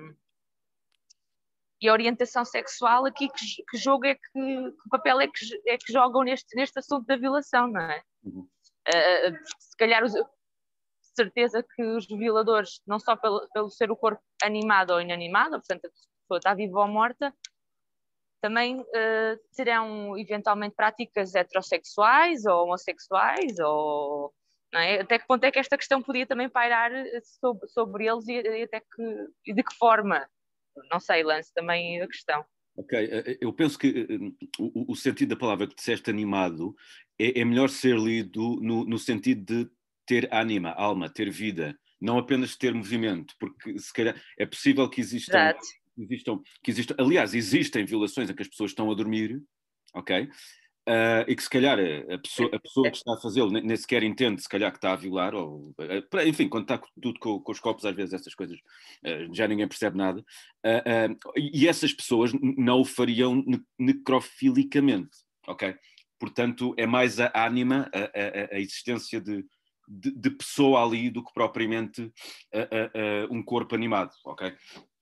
e a orientação sexual, aqui que, que jogo é que, que papel é que, é que jogam neste, neste assunto da violação, não é? Uhum. Uh, se calhar, os, certeza que os violadores, não só pelo, pelo ser o corpo animado ou inanimado, portanto, a pessoa está viva ou morta, também uh, terão eventualmente práticas heterossexuais ou homossexuais, ou, não é? Até que ponto é que esta questão podia também pairar sobre, sobre eles e, e até que, e de que forma? Não sei, lance também a questão. Ok, eu penso que o, o sentido da palavra que disseste, animado, é, é melhor ser lido no, no sentido de ter ânima, alma, ter vida, não apenas ter movimento, porque se calhar é possível que existam, existam, que existam, aliás, existem violações em que as pessoas estão a dormir, ok? Uh, e que se calhar a pessoa, a pessoa que está a fazê-lo nem, nem sequer entende se calhar que está a violar, ou, enfim, quando está tudo com, com os copos, às vezes essas coisas uh, já ninguém percebe nada, uh, uh, e essas pessoas não o fariam ne necrofilicamente, ok? Portanto, é mais a ânima, a, a, a existência de, de, de pessoa ali do que propriamente uh, uh, uh, um corpo animado, ok?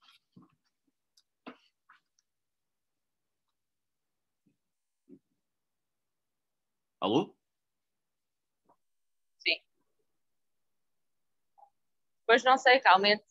Alô? Sim. Pois não sei, realmente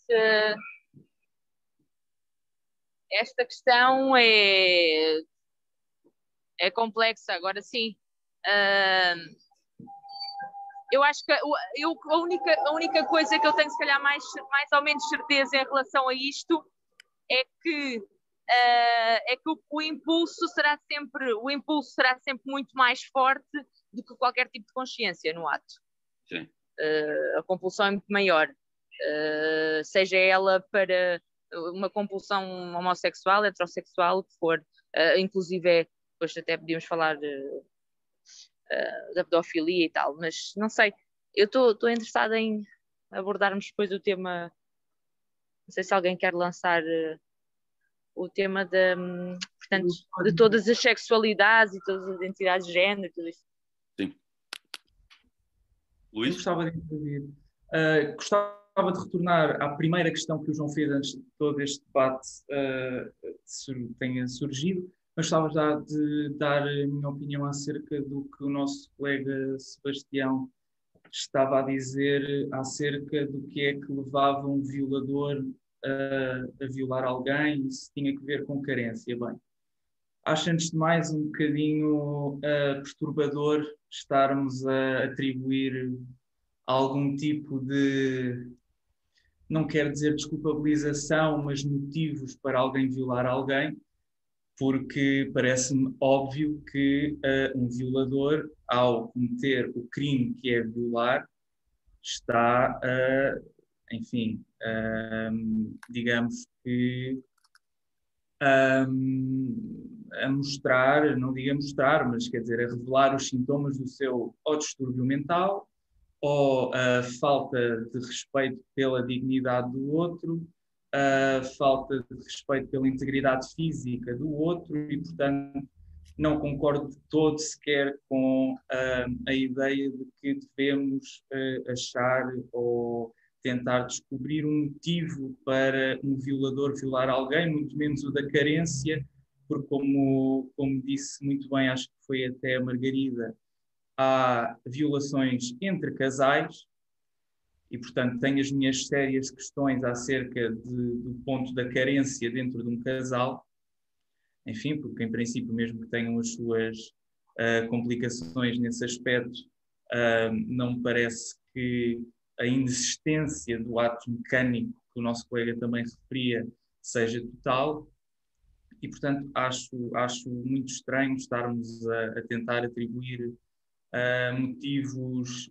esta questão é, é complexa. Agora sim, uh, eu acho que eu, a, única, a única coisa que eu tenho se calhar mais, mais ou menos certeza em relação a isto é que Uh, é que o, o impulso será sempre o impulso será sempre muito mais forte do que qualquer tipo de consciência no ato. Sim. Uh, a compulsão é muito maior, uh, seja ela para uma compulsão homossexual, heterossexual, o que for, uh, inclusive é, depois até podíamos falar uh, uh, da pedofilia e tal, mas não sei, eu estou interessada em abordarmos depois o tema, não sei se alguém quer lançar uh, o tema de, portanto, de todas as sexualidades e todas as identidades de género, tudo isso. Sim. Luís? Eu gostava de intervir. Uh, gostava de retornar à primeira questão que o João fez antes de todo este debate uh, tenha surgido, mas gostava já de dar a minha opinião acerca do que o nosso colega Sebastião estava a dizer acerca do que é que levava um violador a, a violar alguém e se tinha que ver com carência. Bem, acho antes de mais um bocadinho uh, perturbador estarmos a atribuir algum tipo de, não quero dizer desculpabilização, mas motivos para alguém violar alguém, porque parece-me óbvio que uh, um violador, ao cometer o crime que é violar, está a, enfim, um, digamos que um, a mostrar, não digo a mostrar, mas quer dizer, a revelar os sintomas do seu ou distúrbio mental, ou a falta de respeito pela dignidade do outro, a falta de respeito pela integridade física do outro e, portanto, não concordo de todo sequer com uh, a ideia de que devemos uh, achar ou tentar descobrir um motivo para um violador violar alguém, muito menos o da carência, porque como, como disse muito bem, acho que foi até a Margarida, há violações entre casais e, portanto, tenho as minhas sérias questões acerca de, do ponto da carência dentro de um casal. Enfim, porque em princípio, mesmo que tenham as suas uh, complicações nesse aspecto, uh, não me parece que a inexistência do ato mecânico, que o nosso colega também referia, seja total. E, portanto, acho, acho muito estranho estarmos a, a tentar atribuir uh, motivos,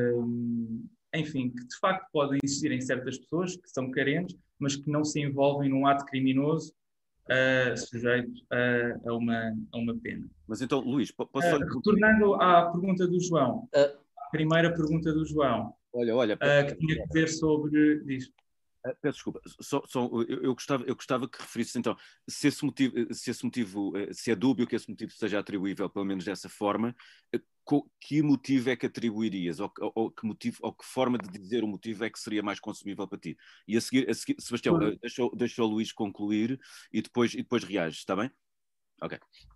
uh, enfim, que de facto podem existir em certas pessoas que são carentes, mas que não se envolvem num ato criminoso, Uh, sujeito uh, a, uma, a uma pena. Mas então, Luís, posso só... Uh, retornando à pergunta do João, uh, a primeira pergunta do João, olha, olha, uh, que tinha que ver sobre... Diz. Uh, peço desculpa, só, só, eu, eu, gostava, eu gostava que referisse então, se esse motivo, se, esse motivo, se é dúbio que esse motivo seja atribuível, pelo menos dessa forma, que motivo é que atribuirias, ou, ou, ou, que motivo, ou que forma de dizer o motivo é que seria mais consumível para ti? E a seguir, a seguir Sebastião, uh, deixa, deixa o Luís concluir e depois, e depois reages, está bem? Ok.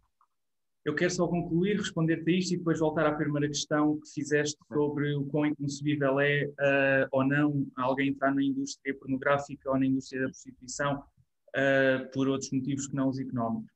Eu quero só concluir, responder-te a isto e depois voltar à primeira questão que fizeste sobre o quão inconcebível é uh, ou não alguém entrar na indústria pornográfica ou na indústria da prostituição uh, por outros motivos que não os económicos.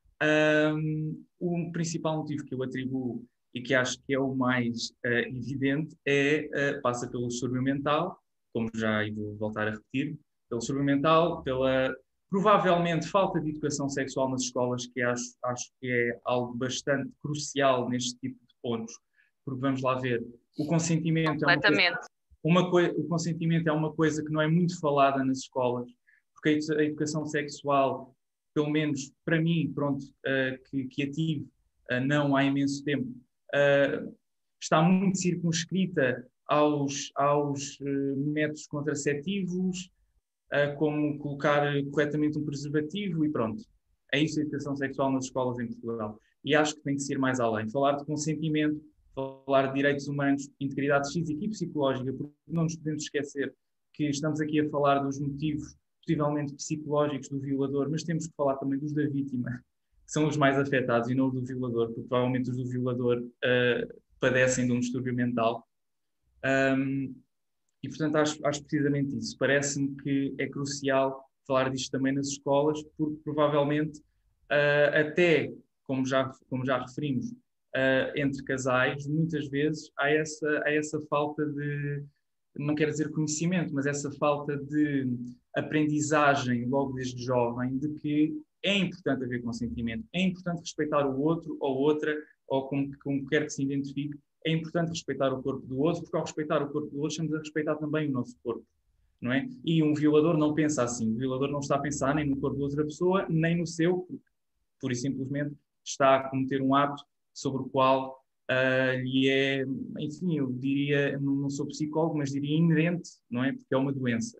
Um, o principal motivo que eu atribuo e que acho que é o mais uh, evidente é, uh, passa pelo distúrbio mental, como já vou voltar a repetir, pelo distúrbio mental, pela Provavelmente falta de educação sexual nas escolas, que acho, acho que é algo bastante crucial neste tipo de pontos, porque vamos lá ver, o consentimento é uma coisa, uma coi- o consentimento é uma coisa que não é muito falada nas escolas, porque a educação sexual, pelo menos para mim, pronto, uh, que, que a tive uh, não há imenso tempo, uh, está muito circunscrita aos, aos uh, métodos contraceptivos, uh, como colocar corretamente um preservativo e pronto. É isso a educação sexual nas escolas em Portugal. E acho que tem que ser mais além. Falar de consentimento, falar de direitos humanos, integridade física e psicológica, porque não nos podemos esquecer que estamos aqui a falar dos motivos possivelmente psicológicos do violador, mas temos que falar também dos da vítima, que são os mais afetados, e não os do violador, porque provavelmente os do violador uh, padecem de um distúrbio mental. Um, e, portanto, acho, acho precisamente isso. Parece-me que é crucial falar disto também nas escolas, porque provavelmente, uh, até, como já, como já referimos, uh, entre casais, muitas vezes há essa, há essa falta de, não quero dizer conhecimento, mas essa falta de aprendizagem logo desde jovem de que é importante haver consentimento, é importante respeitar o outro ou outra, ou como, como quer que se identifique, é importante respeitar o corpo do outro, porque ao respeitar o corpo do outro estamos a respeitar também o nosso corpo, não é? E um violador não pensa assim, o violador não está a pensar nem no corpo de outra pessoa, nem no seu, porque pura e simplesmente está a cometer um ato sobre o qual Uh, lhe é, enfim, eu diria, não sou psicólogo, mas diria inerente, não é? Porque é uma doença.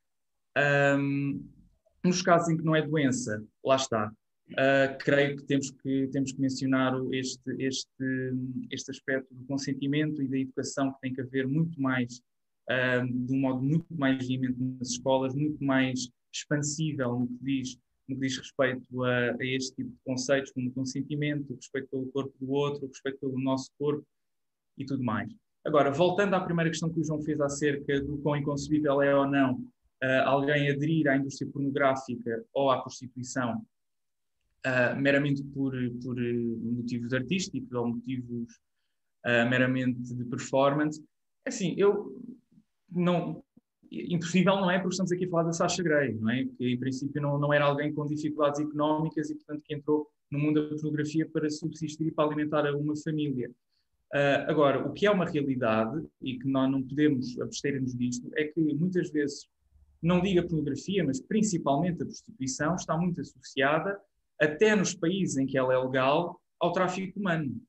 Um, nos casos em que não é doença, lá está. Uh, creio que temos que, temos que mencionar este, este, este aspecto do consentimento e da educação, que tem que haver muito mais, uh, de um modo muito mais veemente nas escolas, muito mais expansível no que diz no que diz respeito a, a este tipo de conceitos, como o consentimento, o respeito pelo corpo do outro, o respeito pelo nosso corpo e tudo mais. Agora, voltando à primeira questão que o João fez acerca do quão inconcebível é ou não uh, alguém aderir à indústria pornográfica ou à prostituição uh, meramente por, por motivos artísticos ou motivos uh, meramente de performance, assim, eu não... Impossível não é, porque estamos aqui a falar da Sasha Grey, não é? Que em princípio não, não era alguém com dificuldades económicas e, portanto, que entrou no mundo da pornografia para subsistir e para alimentar uma família. Uh, agora, o que é uma realidade, e que nós não podemos abster-nos disto, é que muitas vezes, não digo a pornografia, mas principalmente a prostituição, está muito associada, até nos países em que ela é legal, ao tráfico humano.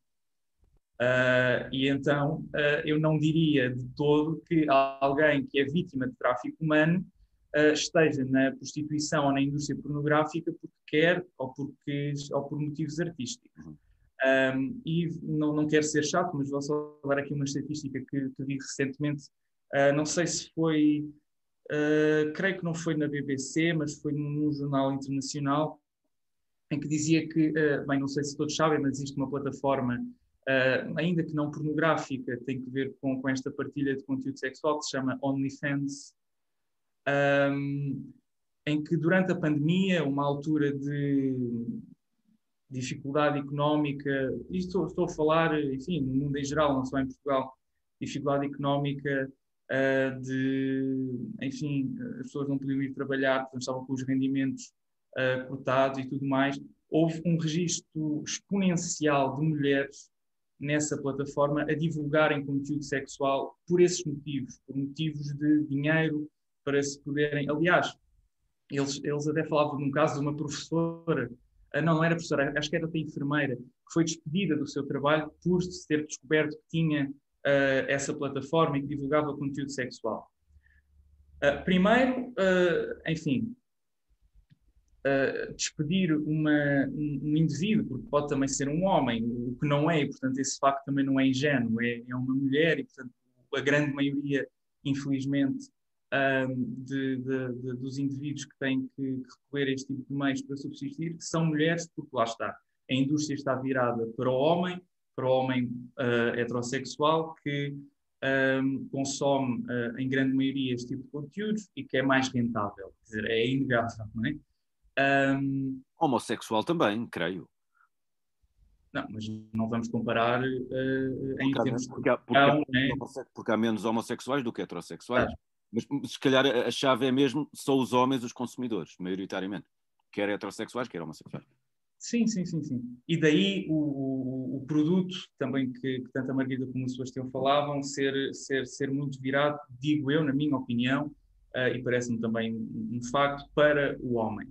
Uh, e então uh, eu não diria de todo que alguém que é vítima de tráfico humano uh, esteja na prostituição ou na indústria pornográfica porque quer ou, porque, ou por motivos artísticos. Um, e não, não quero ser chato, mas vou só dar aqui uma estatística que, que vi recentemente, uh, não sei se foi, uh, creio que não foi na B B C, mas foi num jornal internacional, em que dizia que, uh, bem, não sei se todos sabem, mas existe uma plataforma Uh, ainda que não pornográfica, tem que ver com, com esta partilha de conteúdo sexual, que se chama OnlyFans, um, em que durante a pandemia, uma altura de dificuldade económica, e estou, estou a falar, enfim, no mundo em geral, não só em Portugal, dificuldade económica uh, de, enfim, as pessoas não podiam ir trabalhar, portanto estavam com os rendimentos uh, cortados e tudo mais, houve um registro exponencial de mulheres nessa plataforma a divulgarem conteúdo sexual por esses motivos, por motivos de dinheiro, para se poderem... Aliás, eles, eles até falavam de um caso de uma professora, não, não era professora, acho que era até enfermeira, que foi despedida do seu trabalho por se ter descoberto que tinha uh, essa plataforma e que divulgava conteúdo sexual. Uh, primeiro, uh, enfim... Uh, despedir uma, um, um indivíduo, porque pode também ser um homem, o que não é, e portanto esse facto também não é ingênuo, é, é uma mulher, e portanto a grande maioria, infelizmente, um, de, de, de, dos indivíduos que têm que, que recorrer a este tipo de meios para subsistir, são mulheres, porque lá está, a indústria está virada para o homem, para o homem uh, heterossexual, que um, consome uh, em grande maioria este tipo de conteúdos e que é mais rentável, quer dizer, é inegável, não é? Um, Homossexual também, creio. Não, mas não vamos comparar uh, em porque termos há, porque, há, porque, há, né? porque há menos homossexuais do que heterossexuais. Mas se calhar a, a chave é mesmo, só os homens os consumidores, maioritariamente. Quer heterossexuais, quer homossexuais. Sim, sim, sim, sim. E daí o, o, o produto também que, que tanto a Margarida como o Sebastião falavam ser, ser, ser muito virado, digo eu, na minha opinião, uh, e parece-me também um, um facto, para o homem.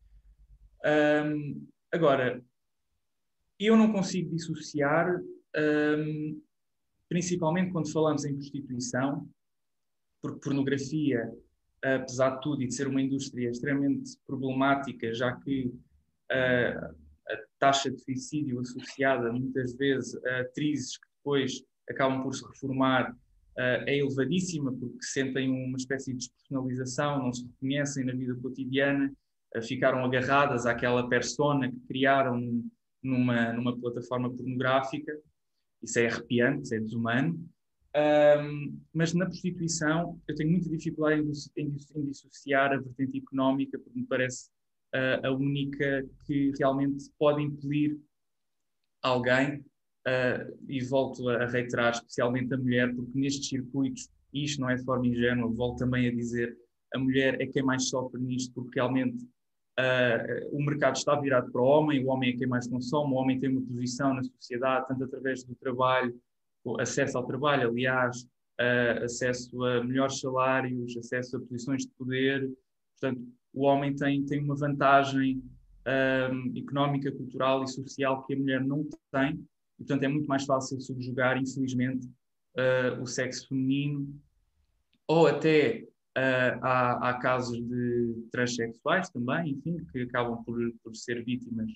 Um, agora, eu não consigo dissociar, um, principalmente quando falamos em prostituição, porque pornografia, apesar de tudo, e de ser uma indústria extremamente problemática, já que uh, a taxa de suicídio associada muitas vezes a atrizes que depois acabam por se reformar uh, é elevadíssima, porque sentem uma espécie de despersonalização, não se reconhecem na vida cotidiana, uh, ficaram agarradas àquela persona que criaram numa, numa plataforma pornográfica. Isso é arrepiante, isso é desumano. Um, mas na prostituição eu tenho muita dificuldade em, em, em dissociar a vertente económica, porque me parece uh, a única que realmente pode impelir alguém, uh, e volto a reiterar, especialmente a mulher, porque nestes circuitos, e isto não é de forma ingênua, volto também a dizer, a mulher é quem mais sofre nisto, porque realmente uh, o mercado está virado para o homem, o homem é quem mais consome, o homem tem uma posição na sociedade, tanto através do trabalho, acesso ao trabalho, aliás, uh, acesso a melhores salários, acesso a posições de poder. Portanto, o homem tem, tem uma vantagem um, económica, cultural e social que a mulher não tem. E, portanto, é muito mais fácil subjugar, infelizmente, uh, o sexo feminino. Ou até uh, há, há casos de transexuais também, enfim, que acabam por, por ser vítimas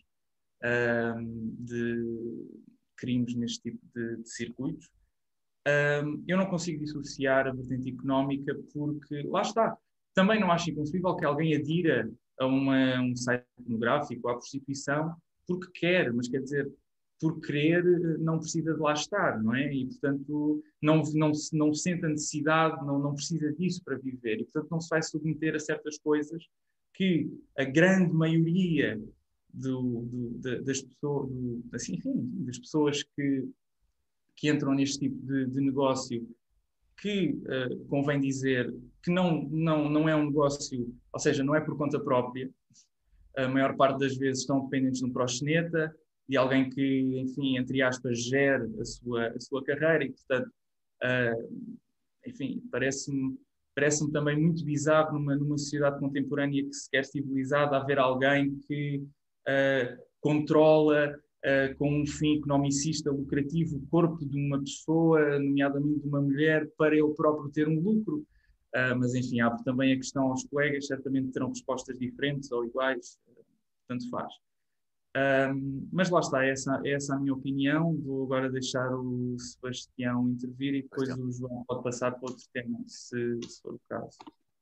um, de crimes neste tipo de, de circuitos. Um, eu não consigo dissociar a vertente económica porque, lá está, também não acho inconcebível que alguém adira a uma, um site pornográfico, à prostituição, porque quer, mas quer dizer, por querer não precisa de lá estar, não é? E, portanto, não, não, não sente a necessidade, não, não precisa disso para viver. E, portanto, não se vai submeter a certas coisas que a grande maioria Do, do, das, pessoas, do, assim, enfim, das pessoas que, que entram neste tipo de, de negócio, que uh, convém dizer que não, não, não é um negócio, ou seja, não é por conta própria. A maior parte das vezes estão dependentes de um proxeneta, de alguém que, enfim, entre aspas, gere a sua, a sua carreira e, portanto, uh, enfim, parece-me parece-me também muito bizarro numa, numa sociedade contemporânea que se quer civilizada haver alguém que Uh, controla uh, com um fim economicista lucrativo o corpo de uma pessoa, nomeadamente de uma mulher, para ele próprio ter um lucro. Uh, mas, enfim, abre também a questão aos colegas, certamente terão respostas diferentes ou iguais, uh, tanto faz. Um, mas lá está, essa, essa é a minha opinião. Vou agora deixar o Sebastião intervir e depois o João pode passar para outro tema, se, se for o caso.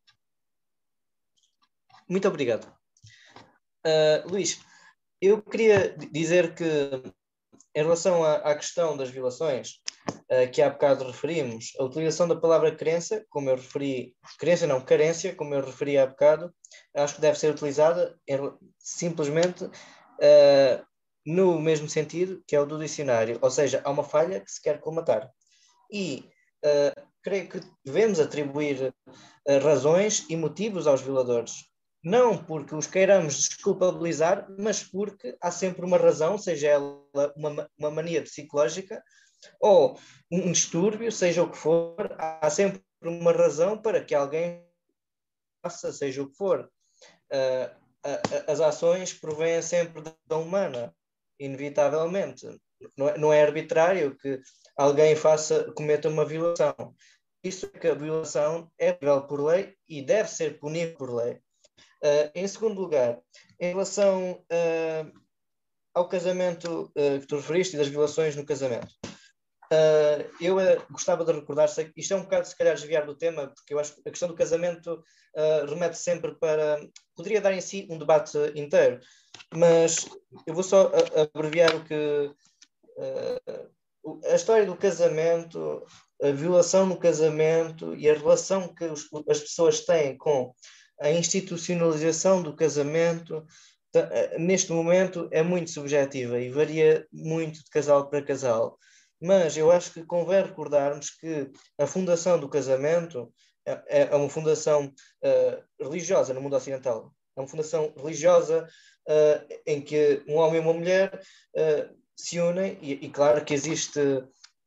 Muito obrigado. Uh, Luís, eu queria dizer que, em relação à, à questão das violações, uh, que há bocado referimos, a utilização da palavra crença, como eu referi, crença não, carência, como eu referi há bocado, acho que deve ser utilizada em, simplesmente uh, no mesmo sentido que é o do dicionário, ou seja, há uma falha que se quer colmatar. E uh, creio que devemos atribuir uh, razões e motivos aos violadores. Não porque os queiramos desculpabilizar, mas porque há sempre uma razão, seja ela uma, uma mania psicológica ou um distúrbio, seja o que for, há sempre uma razão para que alguém faça, seja o que for. Uh, a, a, as ações provêm sempre da humana, inevitavelmente. Não é, não é arbitrário que alguém faça, cometa uma violação. Isso é que a violação é punível por lei e deve ser punível por lei. Uh, em segundo lugar, em relação uh, ao casamento uh, que tu referiste e das violações no casamento, uh, eu uh, gostava de recordar, isto é um bocado se calhar desviar do tema, porque eu acho que a questão do casamento uh, remete sempre para, poderia dar em si um debate inteiro, mas eu vou só uh, abreviar o que, uh, a história do casamento, a violação no casamento e a relação que os, as pessoas têm com a institucionalização do casamento, neste momento, é muito subjetiva e varia muito de casal para casal. Mas eu acho que convém recordarmos que a fundação do casamento é, é uma fundação uh, religiosa no mundo ocidental. É uma fundação religiosa uh, em que um homem e uma mulher uh, se unem, e, e claro que existe, uh,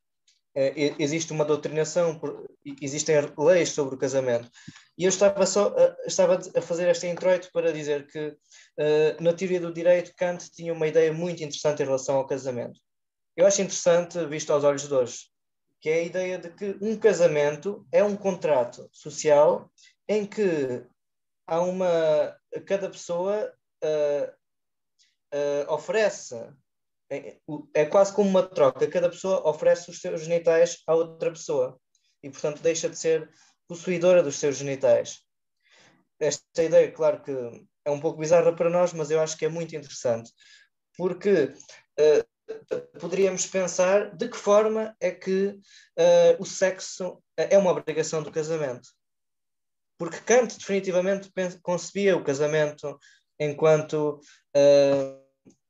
existe uma doutrinação, existem leis sobre o casamento. E eu estava, só, uh, estava a fazer este introito para dizer que, uh, na teoria do direito, Kant tinha uma ideia muito interessante em relação ao casamento. Eu acho interessante, visto aos olhos de hoje, que é a ideia de que um casamento é um contrato social em que há uma, cada pessoa uh, uh, oferece, é, é quase como uma troca, cada pessoa oferece os seus genitais à outra pessoa e, portanto, deixa de ser possuidora dos seus genitais. Esta ideia, claro que é um pouco bizarra para nós, mas eu acho que é muito interessante, porque uh, poderíamos pensar de que forma é que uh, o sexo é uma obrigação do casamento. Porque Kant definitivamente concebia o casamento enquanto uh,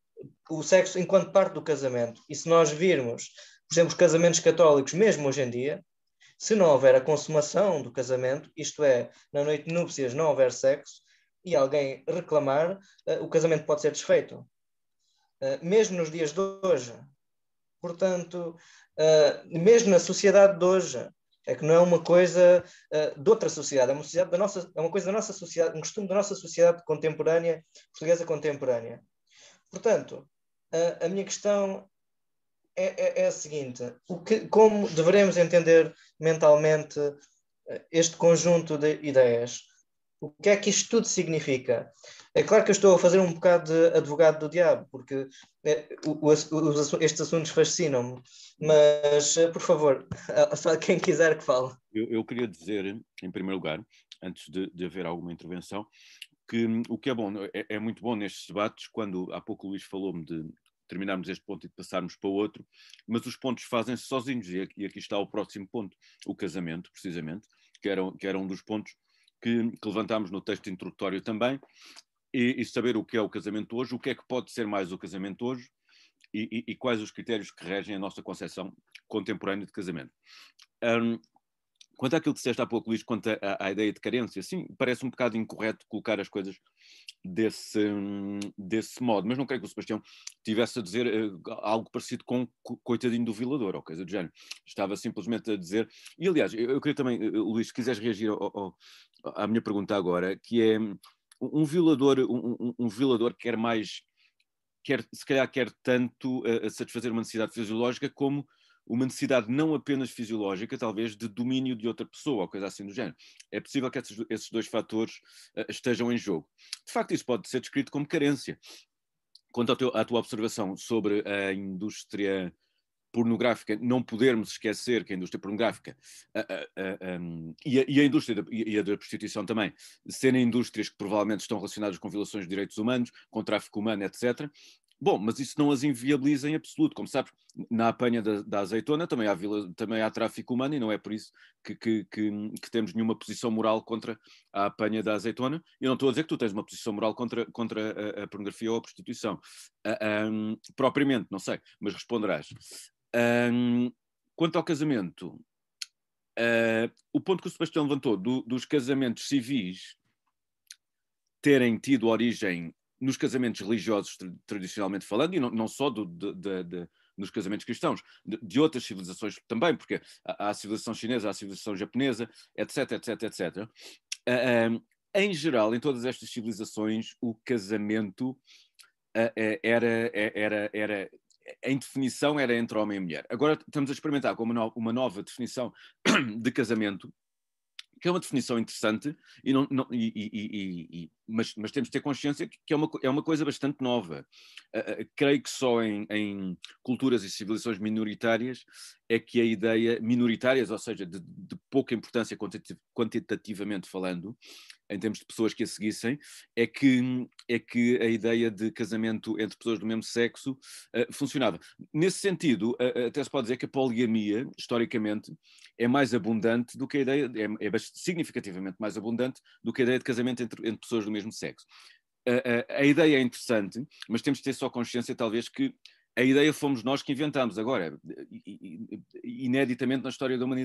o sexo enquanto parte do casamento. E se nós virmos, por exemplo, os casamentos católicos, mesmo hoje em dia, se não houver a consumação do casamento, isto é, na noite de núpcias não houver sexo, e alguém reclamar, uh, o casamento pode ser desfeito. Uh, mesmo nos dias de hoje. Portanto, uh, mesmo na sociedade de hoje, é que não é uma coisa uh, de outra sociedade, é uma, sociedade da nossa, é uma coisa da nossa sociedade, um costume da nossa sociedade contemporânea, portuguesa contemporânea. Portanto, uh, a minha questão é, é, é a seguinte: o que, como devemos entender mentalmente uh, este conjunto de ideias? O que é que isto tudo significa? É claro que eu estou a fazer um bocado de advogado do diabo, porque é, os, os, estes assuntos fascinam-me, mas, por favor, só quem quiser que fale. Eu, eu queria dizer, em primeiro lugar, antes de, de haver alguma intervenção, que o que é bom, é, é muito bom nestes debates, quando há pouco o Luís falou-me de terminarmos este ponto e de passarmos para o outro, mas os pontos fazem-se sozinhos, e aqui, e aqui está o próximo ponto, o casamento, precisamente, que era, que era um dos pontos que, que levantámos no texto introdutório também, e, e saber o que é o casamento hoje, o que é que pode ser mais o casamento hoje, e, e, e quais os critérios que regem a nossa concepção contemporânea de casamento. Um, quanto àquilo que disseste há pouco, Luís, quanto à, à ideia de carência, sim, parece um bocado incorreto colocar as coisas desse, desse modo, mas não creio que o Sebastião tivesse a dizer uh, algo parecido com co coitadinho do violador, ou coisa do género. Estava simplesmente a dizer... E, aliás, eu, eu queria também, uh, Luís, se quiseres reagir ao, ao, à minha pergunta agora, que é... Um violador, um, um, um violador quer mais, quer, se calhar quer tanto uh, satisfazer uma necessidade fisiológica como uma necessidade não apenas fisiológica, talvez de domínio de outra pessoa, ou coisa assim do género. É possível que esses, esses dois fatores uh, estejam em jogo. De facto, isso pode ser descrito como carência. Quanto ao teu, à tua observação sobre a indústria pornográfica, não podermos esquecer que a indústria pornográfica uh, uh, uh, um, e, a, e a indústria da, e a da prostituição também, serem indústrias que provavelmente estão relacionadas com violações de direitos humanos, com tráfico humano, etcétera. Bom, mas isso não as inviabiliza em absoluto. Como sabes, na apanha da, da azeitona também há, viola, também há tráfico humano, e não é por isso que, que, que, que temos nenhuma posição moral contra a apanha da azeitona. E não estou a dizer que tu tens uma posição moral contra, contra a, a pornografia ou a prostituição. Uh, um, propriamente, não sei, mas responderás. Um, quanto ao casamento, uh, o ponto que o Sebastião levantou do, dos casamentos civis terem tido origem nos casamentos religiosos, tradicionalmente falando, e não, não só do, de, de, de, nos casamentos cristãos, de, de outras civilizações também, porque há a civilização chinesa, há a civilização japonesa, etc, etc, etcétera. Uh, um, em geral, em todas estas civilizações, o casamento uh, era, era, era em definição era entre homem e mulher. Agora estamos a experimentar com uma, no, uma nova definição de casamento, que é uma definição interessante, e não, não, e, e, e, e, mas, mas temos de ter consciência que é uma, é uma coisa bastante nova. Uh, uh, creio que só em, em culturas e civilizações minoritárias é que a ideia, minoritárias, ou seja, de, de pouca importância quantitativamente falando, em termos de pessoas que a seguissem, é que, é que a ideia de casamento entre pessoas do mesmo sexo uh, funcionava. Nesse sentido, uh, até se pode dizer que a poligamia, historicamente, é mais abundante do que a ideia, é, é significativamente mais abundante do que a ideia de casamento entre, entre pessoas do mesmo sexo. Uh, uh, a ideia é interessante, mas temos de ter só consciência, talvez, que a ideia fomos nós que inventamos. Agora, ineditamente na história da humanidade,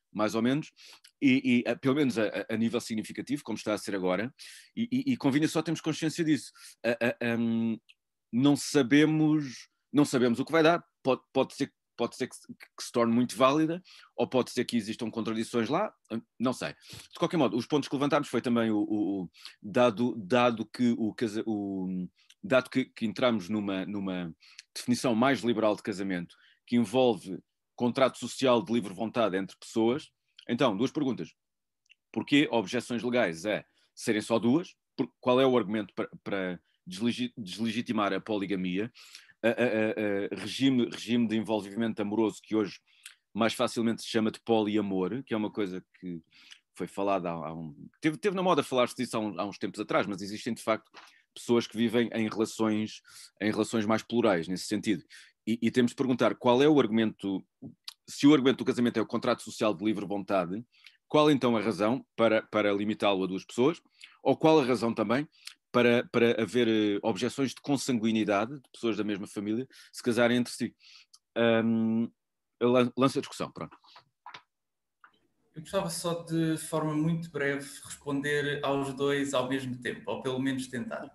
mais ou menos, e, e pelo menos a, a nível significativo, como está a ser agora, e, e, e convinha só termos consciência disso. A, a, um, não sabemos, não sabemos o que vai dar, pode, pode ser, pode ser que, que se torne muito válida, ou pode ser que existam contradições lá, não sei. De qualquer modo, os pontos que levantámos foi também o, o, o dado, dado que o, o dado que, que entramos numa, numa definição mais liberal de casamento, que envolve contrato social de livre vontade entre pessoas. Então, duas perguntas. Porquê objeções legais a serem só duas? Por, qual é o argumento para, para deslegitimar a poligamia? A, a, a, a regime, regime de envolvimento amoroso que hoje mais facilmente se chama de poliamor, que é uma coisa que foi falada há, há um... Teve, teve na moda falar-se disso há, um, há uns tempos atrás, mas existem de facto pessoas que vivem em relações, em relações mais plurais, nesse sentido. E, e temos de perguntar qual é o argumento, se o argumento do casamento é o contrato social de livre vontade, qual então a razão para, para limitá-lo a duas pessoas, ou qual a razão também para, para haver uh, objeções de consanguinidade de pessoas da mesma família se casarem entre si. Um, lança a discussão, pronto. Eu gostava só de forma muito breve responder aos dois ao mesmo tempo, ou pelo menos tentar.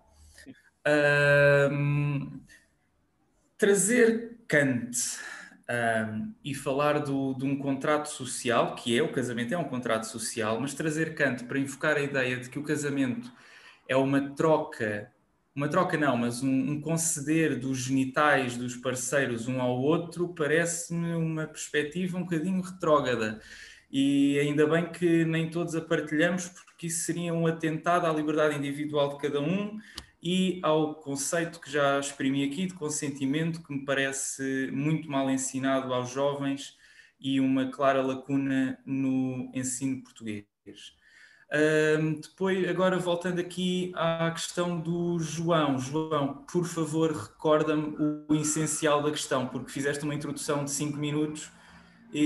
Um, trazer Kant um, e falar do, de um contrato social, que é o casamento é um contrato social, mas trazer Kant para invocar a ideia de que o casamento é uma troca, uma troca não, mas um, um conceder dos genitais dos parceiros um ao outro, parece-me uma perspectiva um bocadinho retrógrada. E ainda bem que nem todos a partilhamos, porque isso seria um atentado à liberdade individual de cada um e ao conceito que já exprimi aqui de consentimento, que me parece muito mal ensinado aos jovens e uma clara lacuna no ensino português. Uh, depois, agora voltando aqui à questão do João. João, por favor, recorda-me o essencial da questão, porque fizeste uma introdução de cinco minutos e...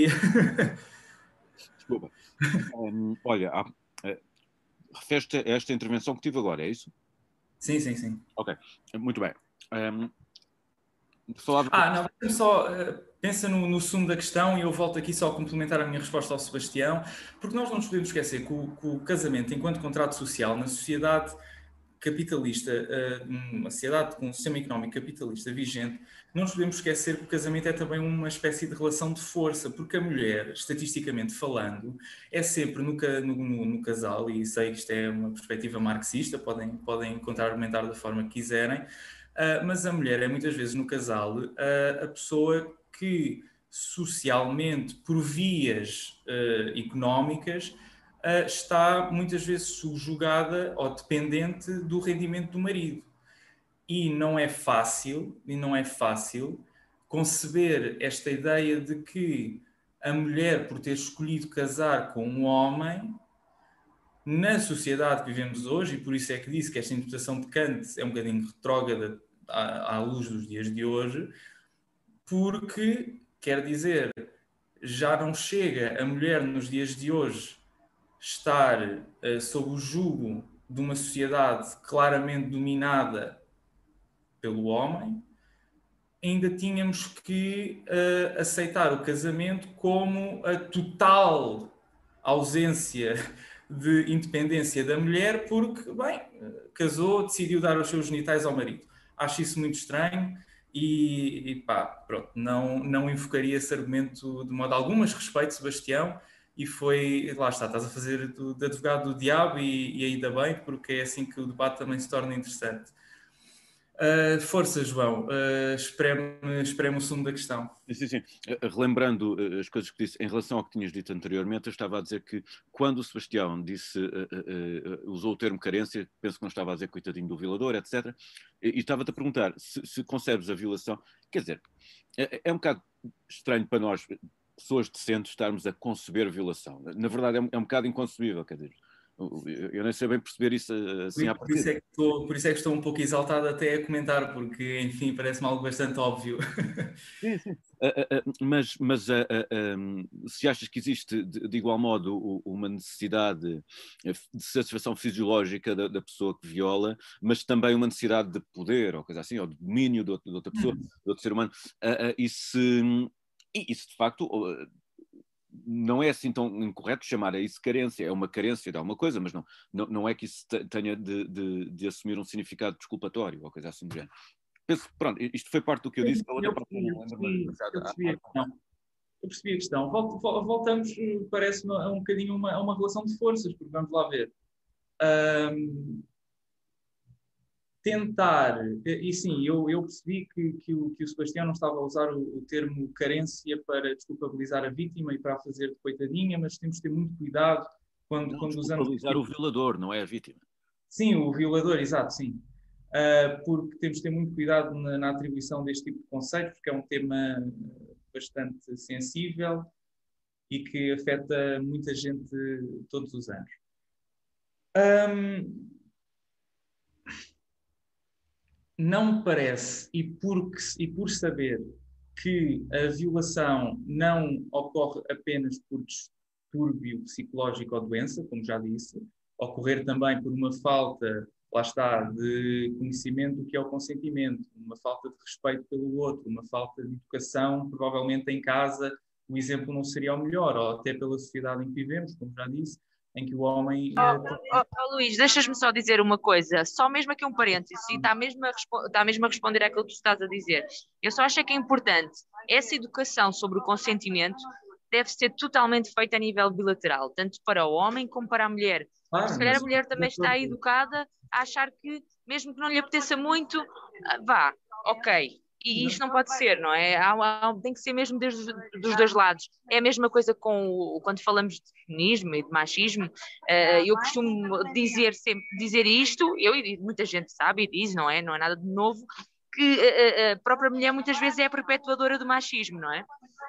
Desculpa. Um, olha, há, uh, refere-te a esta intervenção que tive agora, é isso? Sim, sim, sim. Ok, muito bem. Um, falava... Ah, não, deixa-me só... Uh, pensa no, no sumo da questão e eu volto aqui só a complementar a minha resposta ao Sebastião, porque nós não nos podemos esquecer que o, que o casamento, enquanto contrato social, na sociedade capitalista, uma sociedade com um sistema económico capitalista vigente, não nos podemos esquecer que o casamento é também uma espécie de relação de força, porque a mulher, estatisticamente falando, é sempre no, no, no casal, e sei que isto é uma perspectiva marxista, podem, podem contra-argumentar da forma que quiserem, mas a mulher é muitas vezes no casal a pessoa que socialmente, por vias económicas, Uh, está muitas vezes subjugada ou dependente do rendimento do marido. E não é fácil, e não é fácil conceber esta ideia de que a mulher, por ter escolhido casar com um homem, na sociedade que vivemos hoje, e por isso é que disse que esta interpretação de Kant é um bocadinho retrógrada à, à luz dos dias de hoje, porque, quer dizer, já não chega a mulher nos dias de hoje estar uh, sob o jugo de uma sociedade claramente dominada pelo homem, ainda tínhamos que uh, aceitar o casamento como a total ausência de independência da mulher, porque, bem, casou, decidiu dar os seus genitais ao marido. Acho isso muito estranho e, e pá, pronto, não, não invocaria esse argumento de modo algum, mas respeito, Sebastião. E foi, lá está, estás a fazer do, de advogado do diabo e, e ainda bem, porque é assim que o debate também se torna interessante. Uh, força, João, uh, espreme, espreme o sumo da questão. Sim, sim. Relembrando as coisas que disse, em relação ao que tinhas dito anteriormente, eu estava a dizer que quando o Sebastião disse, uh, uh, uh, usou o termo carência, penso que não estava a dizer coitadinho do violador, etcétera, e, e estava-te a perguntar se, se concebes a violação, quer dizer, é, é um bocado estranho para nós, pessoas decentes, estarmos a conceber violação. Na verdade, é um, é um bocado inconcebível, quer dizer, eu, eu nem sei bem perceber isso assim à partida. Por isso, é que estou, por isso é que estou um pouco exaltado até a comentar, porque, enfim, parece-me algo bastante óbvio. Sim, sim. Uh, uh, mas mas uh, uh, um, se achas que existe, de, de igual modo, uma necessidade de satisfação fisiológica da, da pessoa que viola, mas também uma necessidade de poder, ou coisa assim, ou de domínio de outra, de outra pessoa, hum. de outro ser humano, uh, uh, e se... E isso, de facto, não é assim tão incorreto chamar a isso carência, é uma carência de alguma coisa, mas não, não, não é que isso tenha de, de, de assumir um significado desculpatório ou coisa assim do género. Penso, pronto, isto foi parte do que eu disse. Eu, eu, percebi, eu, percebi, eu, percebi a questão. eu percebi a questão. Voltamos, parece-me, a um bocadinho uma, a uma relação de forças, porque vamos lá ver. Um, tentar, e sim, eu, eu percebi que, que, o, que o Sebastião não estava a usar o, o termo carência para desculpabilizar a vítima e para a fazer de coitadinha, mas temos de ter muito cuidado quando, não, quando usamos... Desculpabilizar o violador, não é a vítima. Sim, o violador, exato, sim. Uh, porque temos de ter muito cuidado na, na atribuição deste tipo de conceitos, porque é um tema bastante sensível e que afeta muita gente todos os anos. Um, não me parece, e, porque, e por saber que a violação não ocorre apenas por distúrbio psicológico ou doença, como já disse, ocorrer também por uma falta, lá está, de conhecimento do que é o consentimento, uma falta de respeito pelo outro, uma falta de educação, provavelmente em casa o exemplo não seria o melhor, ou até pela sociedade em que vivemos, como já disse, em que o homem... Oh, oh, oh, Luís, deixas-me só dizer uma coisa, só mesmo aqui um parênteses, e está mesmo, a está mesmo a responder àquilo que tu estás a dizer. Eu só acho que é importante, essa educação sobre o consentimento deve ser totalmente feita a nível bilateral, tanto para o homem como para a mulher. Claro, se calhar mas... a mulher também está educada a achar que, mesmo que não lhe apeteça muito, vá, ok. E isto não pode ser, não é? Há, há, tem que ser mesmo desde, dos dois lados. É a mesma coisa com o, quando falamos de feminismo e de machismo. Uh, eu costumo dizer sempre dizer isto, eu e muita gente sabe e diz, não é? Não é nada de novo, que a, a própria mulher muitas vezes é a perpetuadora do machismo, não é?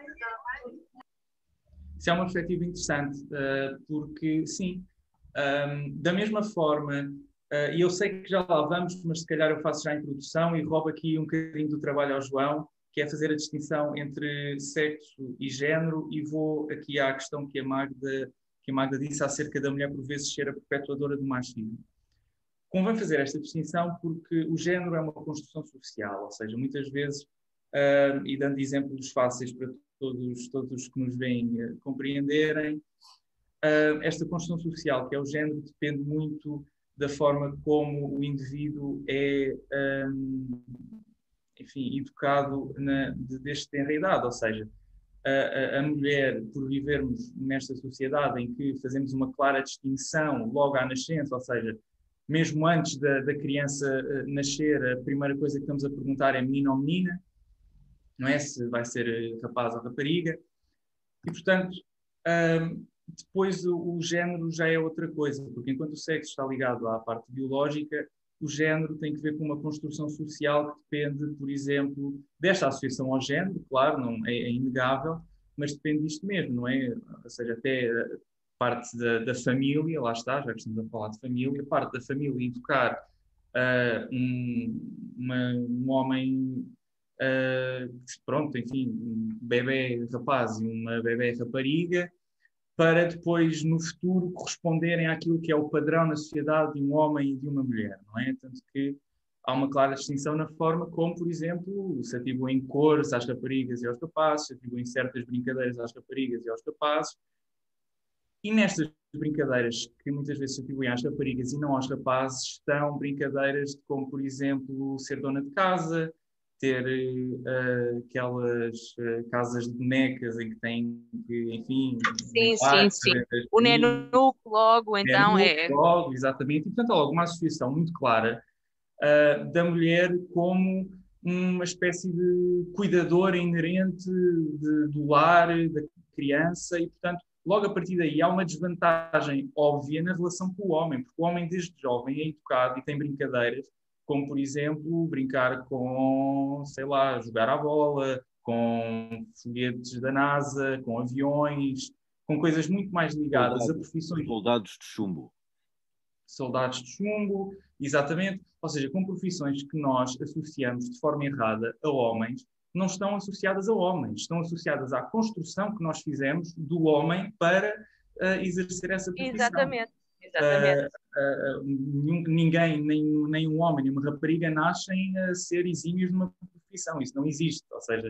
Isso é uma perspectiva interessante, uh, porque, sim, um, da mesma forma, uh, e eu sei que já lá vamos, mas se calhar eu faço já a introdução e roubo aqui um bocadinho do trabalho ao João, que é fazer a distinção entre sexo e género, e vou aqui à questão que a Magda, que a Magda disse acerca da mulher por vezes ser a perpetuadora do machismo. Convém fazer esta distinção porque o género é uma construção social, ou seja, muitas vezes, uh, e dando exemplos fáceis para todos, todos que nos veem uh, compreenderem, uh, esta construção social, que é o género, depende muito da forma como o indivíduo é, um, enfim, educado na, de, desde tenra idade, ou seja, a, a, a mulher, por vivermos nesta sociedade em que fazemos uma clara distinção logo à nascença, ou seja, mesmo antes da, da criança uh, nascer, a primeira coisa que estamos a perguntar é menino ou menina, não é? Se vai ser rapaz ou rapariga. E, portanto, um, depois o, o género já é outra coisa, porque enquanto o sexo está ligado à parte biológica, o género tem que ver com uma construção social que depende, por exemplo, desta associação ao género, claro, não é, é inegável, mas depende disto mesmo, não é? Ou seja, até parte da, da família, lá está, já que estamos a falar de família, parte da família educar uh, um, uma, um homem... Uh, pronto, enfim, um bebê rapaz e uma bebê rapariga, para depois, no futuro, corresponderem àquilo que é o padrão na sociedade de um homem e de uma mulher, não é? Tanto que há uma clara distinção na forma como, por exemplo, se atribuem cores às raparigas e aos rapazes, se atribuem certas brincadeiras às raparigas e aos rapazes, e nestas brincadeiras que muitas vezes se atribuem às raparigas e não aos rapazes, estão brincadeiras como, por exemplo, ser dona de casa, ter uh, aquelas uh, casas de bonecas em que tem que, enfim... Sim, sim, sim. O Nenuco logo, então, Nenuco, é... logo, exatamente. E, portanto, há logo uma associação muito clara uh, da mulher como uma espécie de cuidadora inerente de, do lar, da criança, e, portanto, logo a partir daí há uma desvantagem óbvia na relação com o homem, porque o homem desde jovem é educado e tem brincadeiras, como, por exemplo, brincar com, sei lá, jogar à bola, com foguetes da NASA, com aviões, com coisas muito mais ligadas soldados, a profissões... Soldados de chumbo. Soldados de chumbo, exatamente. Ou seja, com profissões que nós associamos de forma errada a homens, não estão associadas a homens, estão associadas à construção que nós fizemos do homem para uh, exercer essa profissão. Exatamente. Exatamente. Uh, uh, ninguém, nem, nem um homem, nem uma rapariga nascem a ser exímios numa profissão. Isso não existe. Ou seja,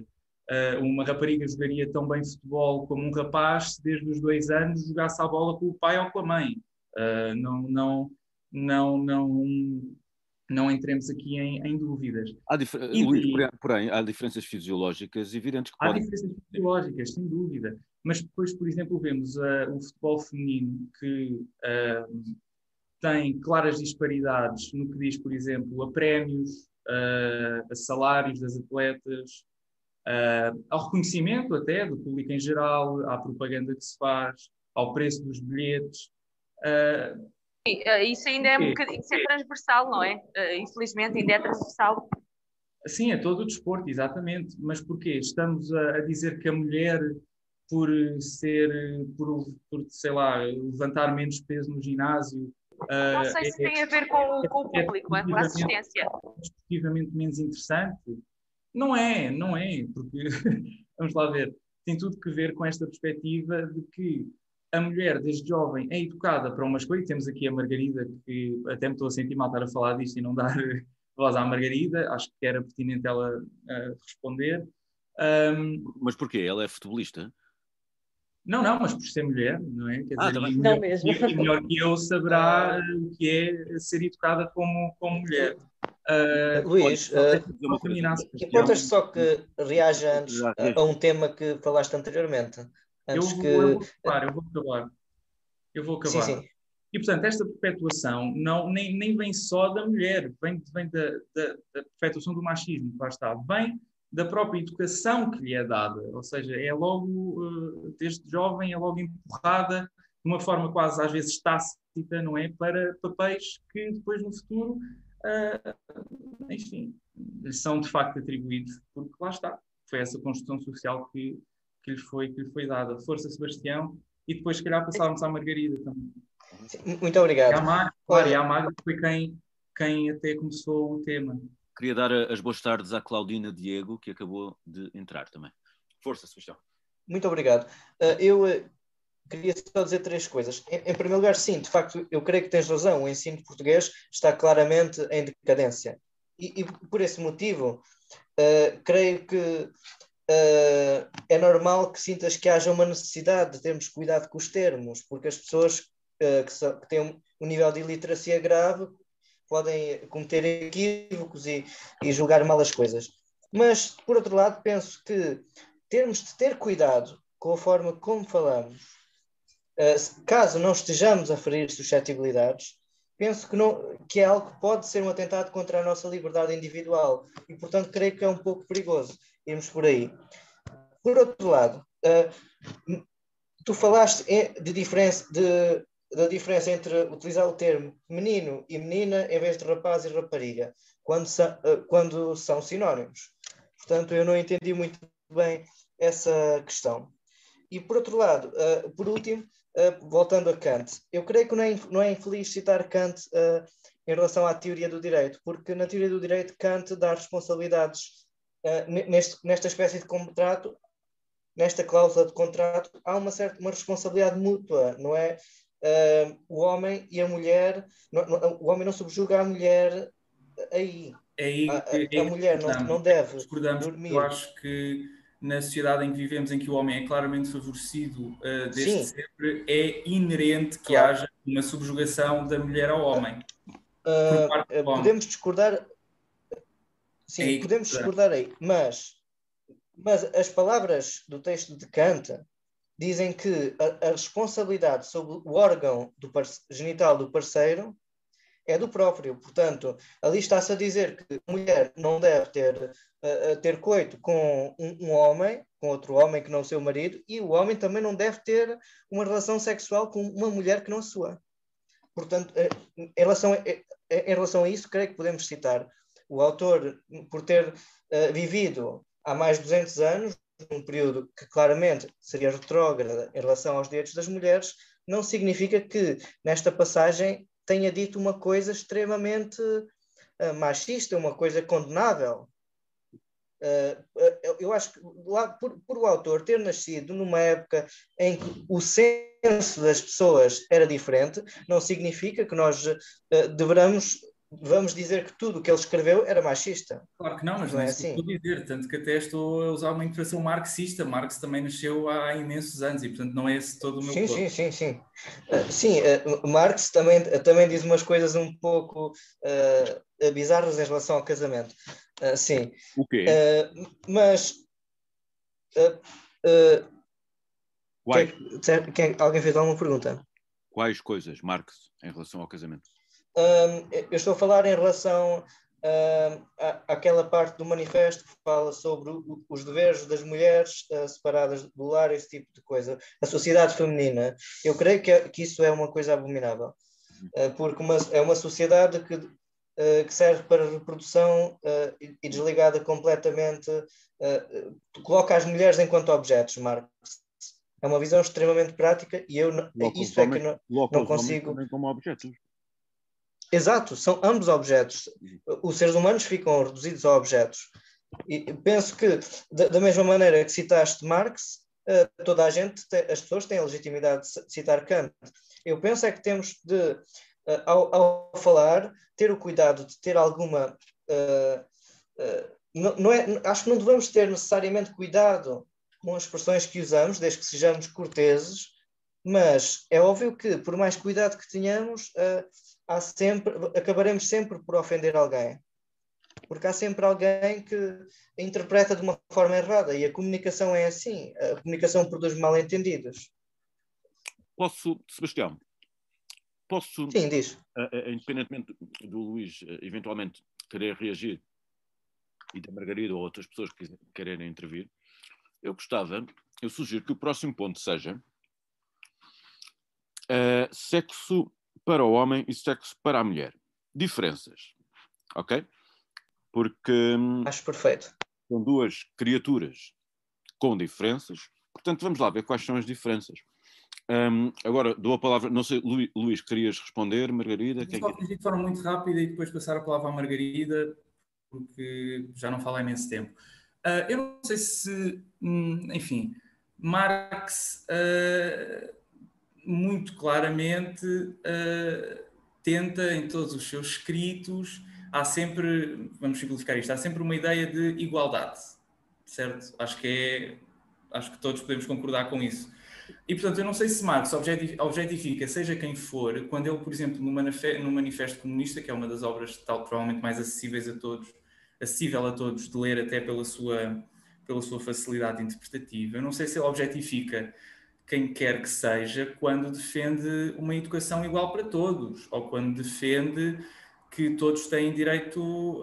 uh, uma rapariga jogaria tão bem futebol como um rapaz se desde os dois anos jogasse a bola com o pai ou com a mãe. Uh, não, não, não, não, não entremos aqui em, em dúvidas. Há dif... e, Luís, e, porém, há diferenças fisiológicas evidentes que há podem... diferenças fisiológicas, sem dúvida. Mas depois, por exemplo, vemos uh, o futebol feminino que uh, tem claras disparidades no que diz, por exemplo, a prémios, uh, a salários das atletas, uh, ao reconhecimento até do público em geral, à propaganda que se faz, ao preço dos bilhetes. Uh, isso ainda é, um bocadinho, isso é transversal, não é? Uh, infelizmente ainda é transversal. Sim, é todo o desporto, exatamente. Mas porquê? Estamos a, a dizer que a mulher, por ser, por, por, sei lá, levantar menos peso no ginásio... Uh, não sei se é, tem a ver com, com o público, é, é, com a assistência. É esportivamente menos interessante. Não é, não é, porque, vamos lá ver, tem tudo que ver com esta perspectiva de que a mulher, desde jovem, é educada para umas coisas. Temos aqui a Margarida, que até me estou a sentir mal estar a falar disto e não dar voz à Margarida, acho que era pertinente ela uh, responder. Um, Mas porquê? Ela é futebolista? Não, não, mas por ser mulher, não é? Quer ah, dizer, tá e melhor, não mesmo. E melhor que eu saberá o que é ser educada como, como mulher. Uh, Luís, uh, importas só que reaja antes a, a um tema que falaste anteriormente? Antes eu, vou, que... eu vou acabar, eu vou acabar. Eu vou acabar. Sim, sim. E, portanto, esta perpetuação não, nem, nem vem só da mulher, vem, vem da, da, da perpetuação do machismo, que lá está, vem da própria educação que lhe é dada, ou seja, é logo, desde jovem, é logo empurrada de uma forma quase às vezes tácita, não é? Para papéis que depois no futuro, uh, enfim, são de facto atribuídos, porque lá está, foi essa construção social que, que, lhe, foi, que lhe foi dada. Força, Sebastião, e depois se calhar passávamos à Margarida também. Muito obrigado. E à Magda, claro, e à Magda foi quem, quem até começou o tema. Queria dar as boas tardes à Claudina Diego, que acabou de entrar também. Força, Sebastião. Muito obrigado. Uh, eu uh, queria só dizer três coisas. Em, em primeiro lugar, sim, de facto, eu creio que tens razão. O ensino português está claramente em decadência. E, e por esse motivo, uh, creio que uh, é normal que sintas que haja uma necessidade de termos cuidado com os termos, porque as pessoas uh, que, são, que têm um, um nível de iliteracia grave podem cometer equívocos e, e julgar mal as coisas. Mas, por outro lado, penso que termos de ter cuidado com a forma como falamos, uh, caso não estejamos a ferir suscetibilidades, penso que, não, que é algo que pode ser um atentado contra a nossa liberdade individual e, portanto, creio que é um pouco perigoso irmos por aí. Por outro lado, uh, tu falaste de diferença de da diferença entre utilizar o termo menino e menina em vez de rapaz e rapariga, quando são, quando são sinónimos. Portanto, eu não entendi muito bem essa questão. E, por outro lado, uh, por último, uh, voltando a Kant, eu creio que não é, não é infeliz citar Kant uh, em relação à teoria do direito, porque na teoria do direito Kant dá responsabilidades uh, neste, nesta espécie de contrato, nesta cláusula de contrato, há uma certa uma responsabilidade mútua, não é? Uh, o homem e a mulher, não, não, o homem não subjuga a mulher aí. É aí a, que, a, a mulher não, não deve discordamos. dormir. Eu acho que na sociedade em que vivemos, em que o homem é claramente favorecido uh, desde Sim. sempre, é inerente que claro. haja uma subjugação da mulher ao homem. Uh, uh, podemos discordar. Sim, é podemos discordar aí, mas, mas as palavras do texto de Kant dizem que a, a responsabilidade sobre o órgão do genital do parceiro é do próprio. Portanto, ali está-se a dizer que a mulher não deve ter, uh, ter coito com um, um homem, com outro homem que não o seu marido, e o homem também não deve ter uma relação sexual com uma mulher que não a sua. Portanto, uh, em, relação a, em relação a isso, creio que podemos citar o autor por ter uh, vivido há mais de duzentos anos, um período que claramente seria retrógrado em relação aos direitos das mulheres, não significa que nesta passagem tenha dito uma coisa extremamente uh, machista, uma coisa condenável. Uh, uh, eu acho que lá, por, por o autor ter nascido numa época em que o senso das pessoas era diferente, não significa que nós uh, devamos vamos dizer que tudo o que ele escreveu era machista. Claro que não, mas não não é é isso que assim. estou a dizer, tanto que até estou a usar uma interpretação marxista. Marx também nasceu há imensos anos e, portanto, não é esse todo o meu Sim, ponto. sim, sim, sim. Uh, sim, uh, Marx também, uh, também diz umas coisas um pouco uh, bizarras em relação ao casamento. Uh, sim. O quê? Uh, mas... Uh, uh, Quais, quem, quem, alguém fez alguma pergunta? quais coisas, Marx, em relação ao casamento? Um, eu estou a falar em relação um, à, àquela parte do manifesto que fala sobre o, os deveres das mulheres uh, separadas do lar, esse tipo de coisa. A sociedade feminina. Eu creio que, é, que isso é uma coisa abominável. Uh, porque uma, é uma sociedade que, uh, que serve para reprodução uh, e, e desligada completamente, uh, coloca as mulheres enquanto objetos, Marx. É uma visão extremamente prática e eu Coloca isso os é homens, que não, coloca não os homens consigo... também como objetos. Exato, são ambos objetos. Os seres humanos ficam reduzidos a objetos. E penso que, da, da mesma maneira que citaste Marx, uh, toda a gente, tem, as pessoas têm a legitimidade de citar Kant. Eu penso é que temos de, uh, ao, ao falar, ter o cuidado de ter alguma... Uh, uh, não, não é, acho que não devemos ter necessariamente cuidado com as expressões que usamos, desde que sejamos corteses, mas é óbvio que, por mais cuidado que tenhamos, uh, há sempre, acabaremos sempre por ofender alguém. Porque há sempre alguém que interpreta de uma forma errada e a comunicação é assim. A comunicação produz mal-entendidos. Posso, Sebastião, posso, Sim, diz. Uh, uh, independentemente do Luís uh, eventualmente querer reagir e da Margarida ou outras pessoas que quererem intervir, eu gostava, eu sugiro que o próximo ponto seja uh, sexo para o homem e sexo para a mulher. Diferenças, ok? Porque acho perfeito. São duas criaturas com diferenças, portanto vamos lá ver quais são as diferenças. Um, agora dou a palavra, não sei, Lu, Luís, querias responder, Margarida? Quem só de forma muito rápida e depois passar a palavra à Margarida, porque já não falo há imenso tempo. Uh, eu não sei se, hum, enfim, Marx uh, muito claramente uh, tenta em todos os seus escritos, há sempre, vamos simplificar isto, há sempre uma ideia de igualdade, certo? Acho que é, acho que todos podemos concordar com isso. E, portanto, eu não sei se Marx objetifica, seja quem for, quando ele, por exemplo, no Manifesto, no Manifesto Comunista, que é uma das obras tal, provavelmente mais acessíveis a todos, acessível a todos de ler até pela sua, pela sua facilidade interpretativa, eu não sei se ele objetifica quem quer que seja quando defende uma educação igual para todos, ou quando defende que todos têm direito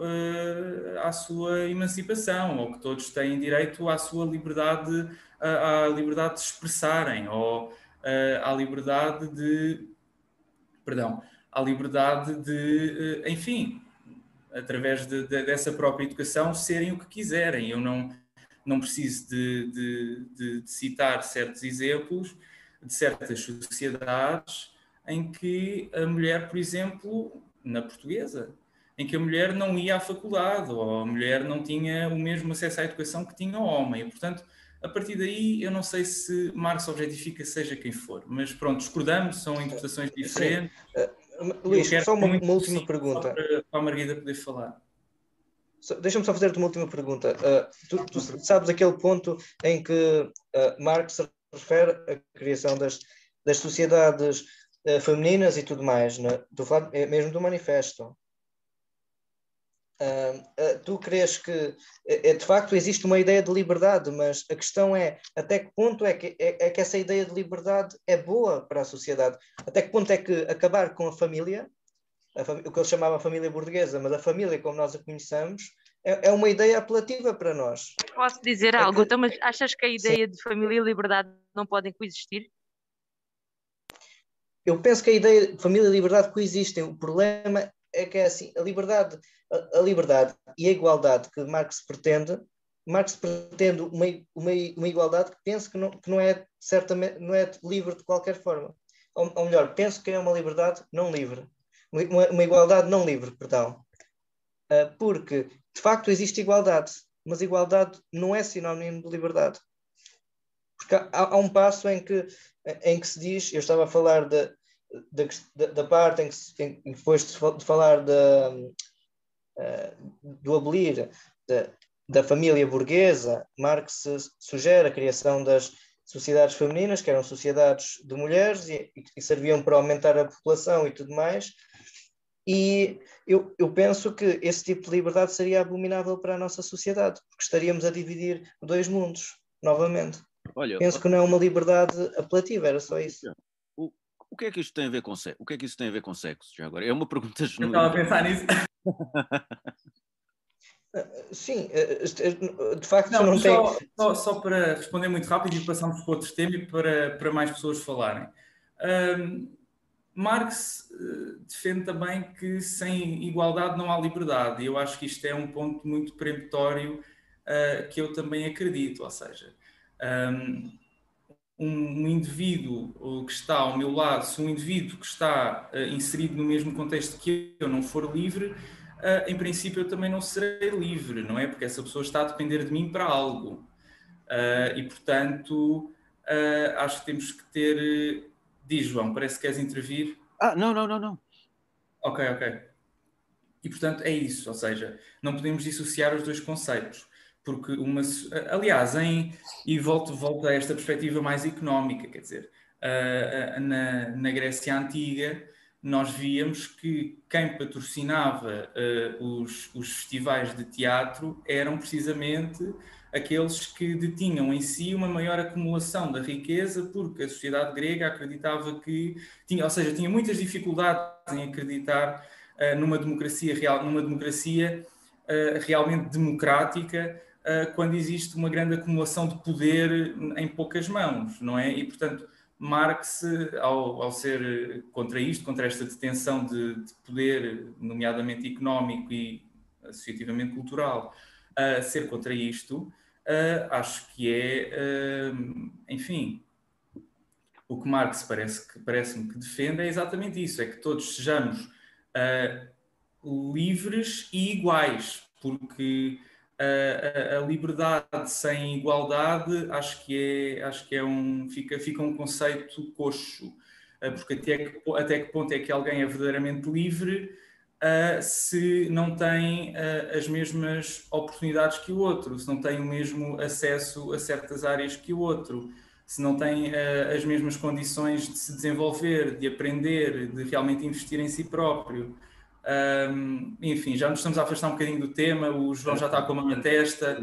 uh, à sua emancipação, ou que todos têm direito à sua liberdade, uh, à liberdade de se expressarem, ou uh, à liberdade de, perdão, à liberdade de, uh, enfim, através de, de, dessa própria educação, serem o que quiserem. Eu não, não preciso de, de, de, de citar certos exemplos de certas sociedades em que a mulher, por exemplo, na portuguesa, em que a mulher não ia à faculdade ou a mulher não tinha o mesmo acesso à educação que tinha o homem. E, portanto, a partir daí, eu não sei se Marx objetifica seja quem for, mas pronto, discordamos, são interpretações diferentes. Uh, Luís, só uma, uma última pergunta. Para, para a Margarida poder falar. Deixa-me só fazer-te uma última pergunta. Uh, tu, tu sabes aquele ponto em que uh, Marx se refere à criação das, das sociedades uh, femininas e tudo mais, né? Do, mesmo do manifesto. Uh, uh, tu crees que uh, de facto existe uma ideia de liberdade, mas a questão é até que ponto é que, é, é que essa ideia de liberdade é boa para a sociedade? Até que ponto é que acabar com a família, a fam o que ele chamava a família burguesa, mas a família como nós a conhecemos, é, é uma ideia apelativa para nós. Posso dizer é algo? que... Então, mas achas que a ideia Sim. de família e liberdade não podem coexistir? Eu penso que a ideia de família e liberdade coexistem. O problema é que é assim, a liberdade, a, a liberdade e a igualdade que Marx pretende, Marx pretende uma, uma, uma igualdade que penso que não, que não é certamente não é livre de qualquer forma. Ou, ou melhor, penso que é uma liberdade não livre. Uma, uma igualdade não livre, perdão. Uh, porque, de facto, existe igualdade, mas igualdade não é sinónimo de liberdade. Porque há, há um passo em que, em que se diz, eu estava a falar de, da, da parte em que, em que depois de falar da, uh, do abolir da, da família burguesa, Marx sugere a criação das sociedades femininas, que eram sociedades de mulheres e, e serviam para aumentar a população e tudo mais. E eu, eu penso que esse tipo de liberdade seria abominável para a nossa sociedade, porque estaríamos a dividir dois mundos, novamente. Olha, penso que não é uma liberdade apelativa, era só isso. O, o que é que isto tem a ver com sexo? O que é que isso tem a ver com sexo? Já agora? É uma pergunta genuína. Eu estava a pensar nisso. Sim, de facto não, não só, tem... Só, só para responder muito rápido e passarmos para outros temas e para, para mais pessoas falarem. Um, Marx uh, defende também que sem igualdade não há liberdade, e eu acho que isto é um ponto muito peremptório uh, que eu também acredito, ou seja, um, um indivíduo que está ao meu lado, se um indivíduo que está uh, inserido no mesmo contexto que eu não for livre, uh, em princípio eu também não serei livre, não é? Porque essa pessoa está a depender de mim para algo, uh, e portanto uh, acho que temos que ter... Diz, João, parece que queres intervir. Ah, não, não, não, não. Ok, ok. E, portanto, é isso. Ou seja, não podemos dissociar os dois conceitos. Porque, uma, aliás, em, e volto, volto a esta perspectiva mais económica, quer dizer, uh, uh, na, na Grécia Antiga, nós víamos que quem patrocinava uh, os, os festivais de teatro eram precisamente aqueles que detinham em si uma maior acumulação da riqueza, porque a sociedade grega acreditava que tinha, ou seja, tinha muitas dificuldades em acreditar uh, numa democracia real, numa democracia uh, realmente democrática, uh, quando existe uma grande acumulação de poder em poucas mãos, não é? E, portanto, Marx, ao, ao ser contra isto, contra esta detenção de, de poder, nomeadamente económico e associativamente cultural, a uh, ser contra isto, Uh, acho que é, uh, enfim, o que Marx parece que, parece-me que defende é exatamente isso, é que todos sejamos uh, livres e iguais, porque uh, a, a liberdade sem igualdade acho que é, acho que é um, fica, fica um conceito coxo, uh, porque até que, até que ponto é que alguém é verdadeiramente livre Uh, se não tem uh, as mesmas oportunidades que o outro, se não tem o mesmo acesso a certas áreas que o outro, se não tem uh, as mesmas condições de se desenvolver, de aprender, de realmente investir em si próprio. Um, enfim, já nos estamos a afastar um bocadinho do tema, o João já está com a mão na testa.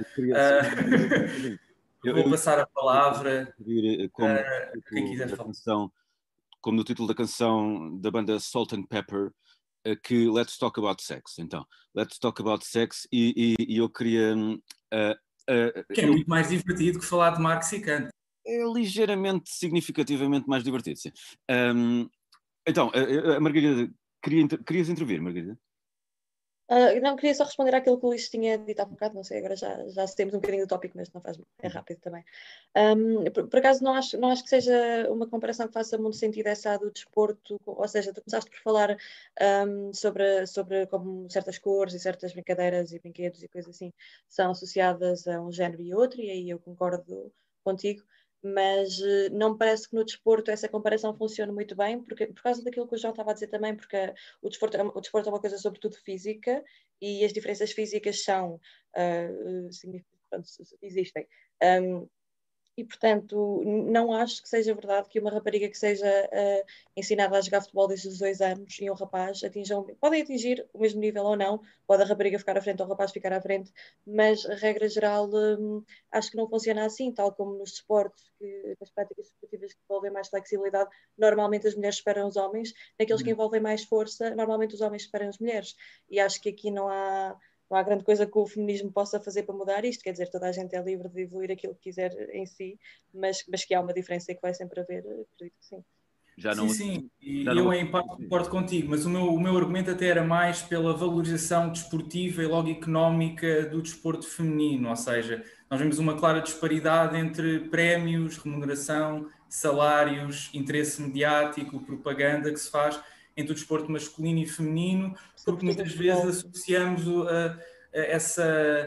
Uh, eu vou passar a palavra como, uh, quem quiser falar. Canção, como no título da canção da banda Salt and Pepper, que Let's Talk About Sex. Então, Let's Talk About Sex e, e, e eu queria... Uh, uh, que é muito mais divertido que falar de Marx e Kant. É ligeiramente, significativamente mais divertido, sim. Um, então, a, a Margarida, queria, querias intervir, Margarida? Uh, não, queria só responder àquilo que o Luís tinha dito há um bocado, não sei, agora já, já temos um bocadinho do tópico, mas não faz mal, é rápido também. Um, por, por acaso não acho, não acho que seja uma comparação que faça muito sentido essa do desporto, ou seja, tu começaste por falar um, sobre, sobre como certas cores e certas brincadeiras e brinquedos e coisas assim são associadas a um género e outro, e aí eu concordo contigo. Mas uh, não me parece que no desporto essa comparação funcione muito bem, porque, por causa daquilo que o João estava a dizer também, porque o desporto, o desporto é uma coisa sobretudo física e as diferenças físicas são, uh, uh, existem. Um, e, portanto, não acho que seja verdade que uma rapariga que seja uh, ensinada a jogar futebol desde os dois anos e um rapaz atinjam, podem atingir o mesmo nível ou não, pode a rapariga ficar à frente ou o rapaz ficar à frente, mas a regra geral um, acho que não funciona assim, tal como nos desportos, que, nas práticas esportivas que envolvem mais flexibilidade, normalmente as mulheres esperam os homens, naqueles que envolvem mais força, normalmente os homens esperam as mulheres, e acho que aqui não há... Não há grande coisa que o feminismo possa fazer para mudar isto, quer dizer, toda a gente é livre de evoluir aquilo que quiser em si, mas, mas que há uma diferença e que vai sempre haver, acredito que sim. Já não, sim, sim, e já eu não... em parte concordo contigo, mas o meu, o meu argumento até era mais pela valorização desportiva e logo económica do desporto feminino, ou seja, nós vemos uma clara disparidade entre prémios, remuneração, salários, interesse mediático, propaganda que se faz entre o desporto masculino e feminino, porque muitas vezes associamos a, a essa,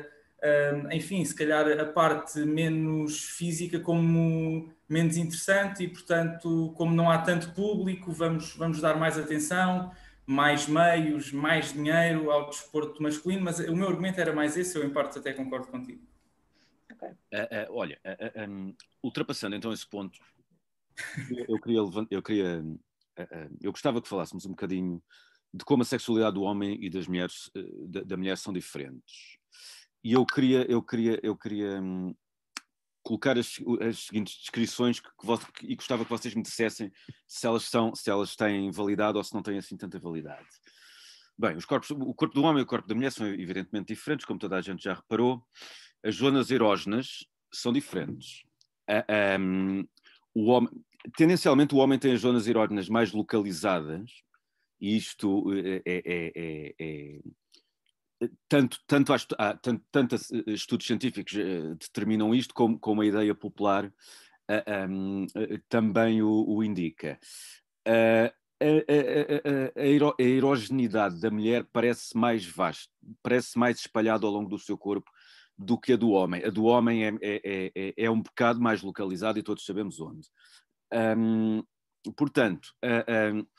uh, enfim, se calhar a parte menos física como menos interessante e, portanto, como não há tanto público, vamos, vamos dar mais atenção, mais meios, mais dinheiro ao desporto masculino, mas o meu argumento era mais esse, eu em parte até concordo contigo. Okay. Uh, uh, olha, uh, uh, um, ultrapassando então esse ponto, eu queria, eu queria, uh, uh, eu gostava que falássemos um bocadinho de como a sexualidade do homem e das mulheres, uh, da, da mulher são diferentes. E eu queria, eu queria, eu queria um, colocar as, as seguintes descrições que, que, que, e gostava que vocês me dissessem se elas são, se elas têm validade ou se não têm assim tanta validade. Bem, os corpos, o corpo do homem e o corpo da mulher são evidentemente diferentes, como toda a gente já reparou. As zonas erógenas são diferentes. Uh, um, o homem, tendencialmente o homem tem as zonas erógenas mais localizadas, e isto é, é, é, é tanto, tanto, há, há, tanto, tanto estudos científicos uh, determinam isto, como, como a ideia popular uh, um, uh, também o, o indica. Uh, a, a, a, a, ero, a erogenidade da mulher parece mais vasta, parece mais espalhada ao longo do seu corpo do que a do homem. A do homem é, é, é, é um bocado mais localizada e todos sabemos onde. Um, portanto, uh, um,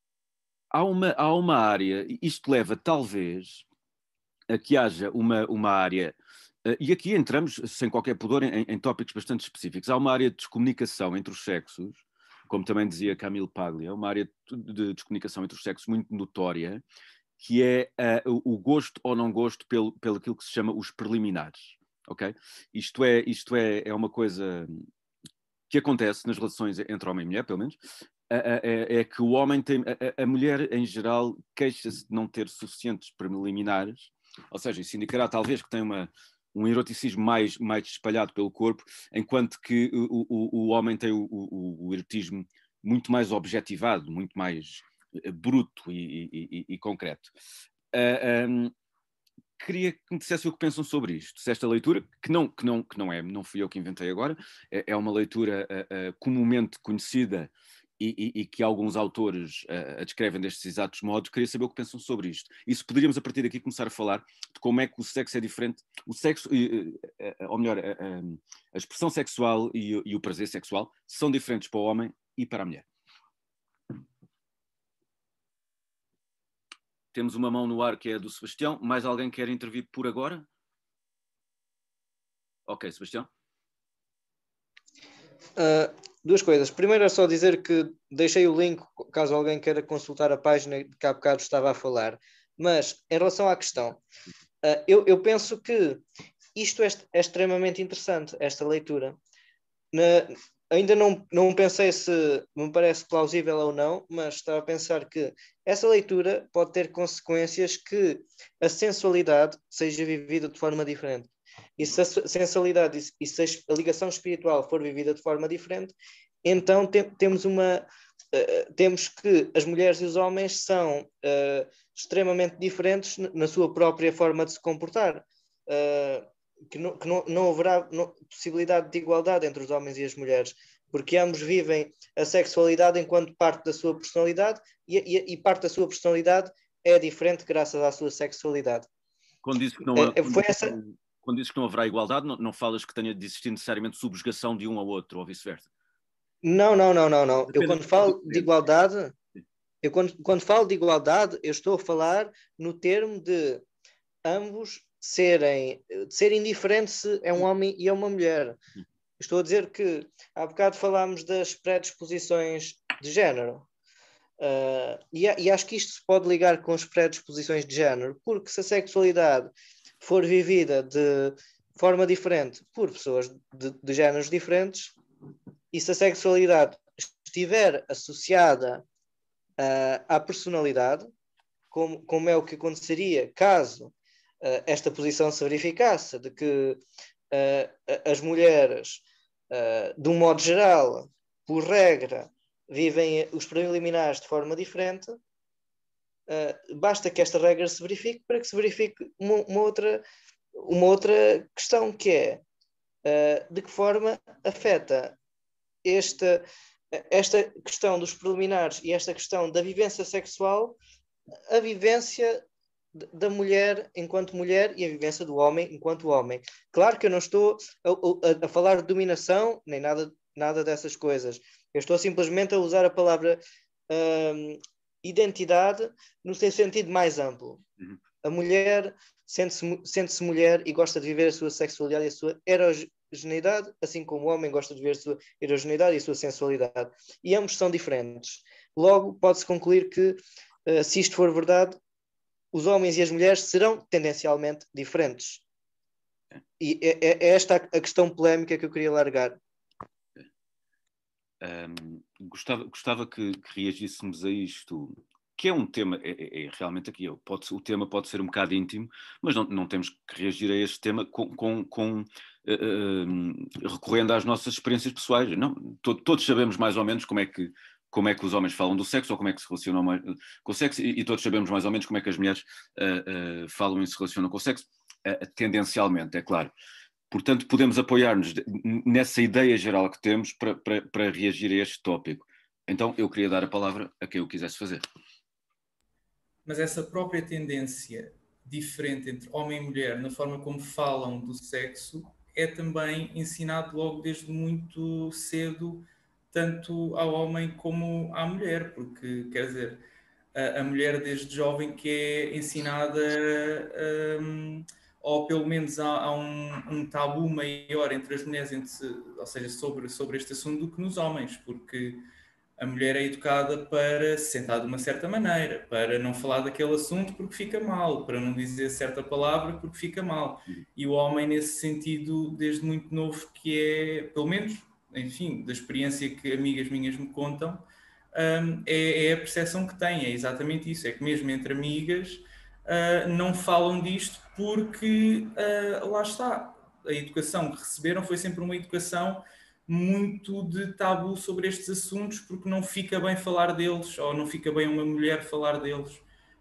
há, uma, há uma área, isto leva talvez a que haja uma, uma área, uh, e aqui entramos sem qualquer pudor em, em tópicos bastante específicos, há uma área de descomunicação entre os sexos, como também dizia Camille Paglia, uma área de, de descomunicação entre os sexos muito notória, que é uh, o gosto ou não gosto pelo, pelo aquilo que se chama os preliminares, ok? Isto é, isto é, é uma coisa que acontece nas relações entre homem e mulher, pelo menos, uh, é, é que o homem tem, a, a mulher em geral queixa-se de não ter suficientes preliminares, ou seja, isso indicará talvez que tem uma, um eroticismo mais, mais espalhado pelo corpo, enquanto que o, o, o homem tem o, o, o erotismo muito mais objetivado, muito mais bruto e, e, e, e concreto. Uh, um, queria que me dissessem o que pensam sobre isto, se esta leitura, que não, que não, que não é, não fui eu que inventei agora, é, é uma leitura uh, uh, comumente conhecida e, e, e que alguns autores uh, a descrevem destes exatos modos. Queria saber o que pensam sobre isto. E se poderíamos a partir daqui começar a falar de como é que o sexo é diferente, o sexo, uh, uh, ou melhor, uh, uh, a expressão sexual e, e o prazer sexual são diferentes para o homem e para a mulher. Temos uma mão no ar que é a do Sebastião. Mais alguém quer intervir por agora? Ok, Sebastião. Uh, duas coisas. Primeiro é só dizer que deixei o link, caso alguém queira consultar a página que há bocado estava a falar. Mas, em relação à questão, uh, eu, eu penso que isto é, é extremamente interessante, esta leitura. Na, ainda não, não pensei se me parece plausível ou não, mas estava a pensar que essa leitura pode ter consequências que a sensualidade seja vivida de forma diferente. E se a sensualidade e se a ligação espiritual for vivida de forma diferente, então te, temos uma... Uh, temos que as mulheres e os homens são uh, extremamente diferentes na sua própria forma de se comportar. Uh, que, não, que não, não haverá não, possibilidade de igualdade entre os homens e as mulheres, porque ambos vivem a sexualidade enquanto parte da sua personalidade e, e, e parte da sua personalidade é diferente graças à sua sexualidade. Quando dizes que não, há, é, foi quando, essa... quando dizes que não haverá igualdade, não, não falas que tenha de existir necessariamente subjugação de um ao outro ou vice-versa? Não, não, não, não, não. Eu quando falo de igualdade, eu quando, quando falo de igualdade, eu estou a falar no termo de ambos serem, de serem diferentes se é um homem e é uma mulher. Estou a dizer que há bocado falámos das predisposições de género. Uh, e, e acho que isto se pode ligar com as predisposições de género, porque se a sexualidade for vivida de forma diferente por pessoas de, de géneros diferentes, e se a sexualidade estiver associada uh, à personalidade, como, como é o que aconteceria caso uh, esta posição se verificasse, de que uh, as mulheres, uh, de um modo geral, por regra, vivem os preliminares de forma diferente, uh, basta que esta regra se verifique para que se verifique uma, uma, outra, uma outra questão, que é uh, de que forma afeta esta, esta questão dos preliminares e esta questão da vivência sexual a vivência da mulher enquanto mulher e a vivência do homem enquanto homem. Claro que eu não estou a, a, a falar de dominação, nem nada, nada dessas coisas. Eu estou simplesmente a usar a palavra hum, identidade no seu sentido mais amplo. Uhum. A mulher sente-se, sente-se mulher e gosta de viver a sua sexualidade e a sua erogeneidade, assim como o homem gosta de viver a sua erogeneidade e a sua sensualidade. E ambos são diferentes. Logo, pode-se concluir que, uh, se isto for verdade, os homens e as mulheres serão tendencialmente diferentes. E é, é esta a questão polémica que eu queria largar. Um, gostava, gostava que, que reagíssemos a isto, que é um tema, é, é, é realmente aqui, pode, o tema pode ser um bocado íntimo, mas não, não temos que reagir a este tema com, com, com uh, uh, recorrendo às nossas experiências pessoais. Não, to, todos sabemos mais ou menos como é que como é que os homens falam do sexo ou como é que se relacionam mais com o sexo e, e todos sabemos mais ou menos como é que as mulheres uh, uh, falam e se relacionam com o sexo, uh, tendencialmente, é claro. Portanto, podemos apoiar-nos nessa ideia geral que temos para, para, para reagir a este tópico. Então, eu queria dar a palavra a quem o quisesse fazer. Mas essa própria tendência diferente entre homem e mulher na forma como falam do sexo é também ensinado logo desde muito cedo, tanto ao homem como à mulher, porque, quer dizer, a, a mulher desde jovem que é ensinada, um, ou pelo menos há, há um, um tabu maior entre as mulheres, entre, ou seja, sobre, sobre este assunto, do que nos homens, porque a mulher é educada para se sentar de uma certa maneira, para não falar daquele assunto porque fica mal, para não dizer certa palavra porque fica mal. E o homem, nesse sentido, desde muito novo, que é, pelo menos, enfim, da experiência que amigas minhas me contam, um, é, é a percepção que tem, é exatamente isso, é que mesmo entre amigas uh, não falam disto porque, uh, lá está, a educação que receberam foi sempre uma educação muito de tabu sobre estes assuntos, porque não fica bem falar deles, ou não fica bem uma mulher falar deles.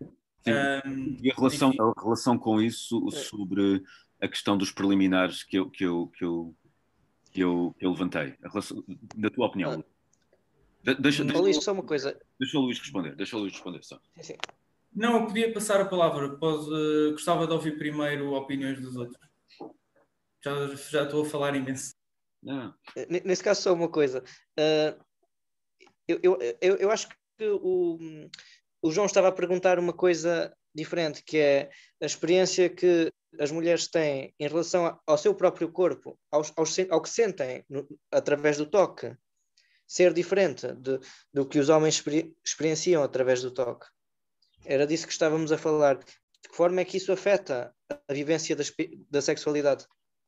Um, e a relação, a relação com isso, sobre a questão dos preliminares que eu, que eu, que eu, que eu, que eu levantei, a relação, na tua opinião? Ah, deixa, deixa, Luís, só uma coisa. Deixa o Luís responder, deixa o Luís responder só. Sim, sim. Não, eu podia passar a palavra, Pode, uh, gostava de ouvir primeiro opiniões dos outros. Já, já estou a falar imenso. Não. Nesse caso, só uma coisa. Uh, eu, eu, eu, eu acho que o, o João estava a perguntar uma coisa diferente, que é a experiência que as mulheres têm em relação ao seu próprio corpo, aos, aos, ao que sentem no, através do toque, ser diferente de, do que os homens experi, experienciam através do toque. Era disso que estávamos a falar. De que forma é que isso afeta a vivência da, da sexualidade?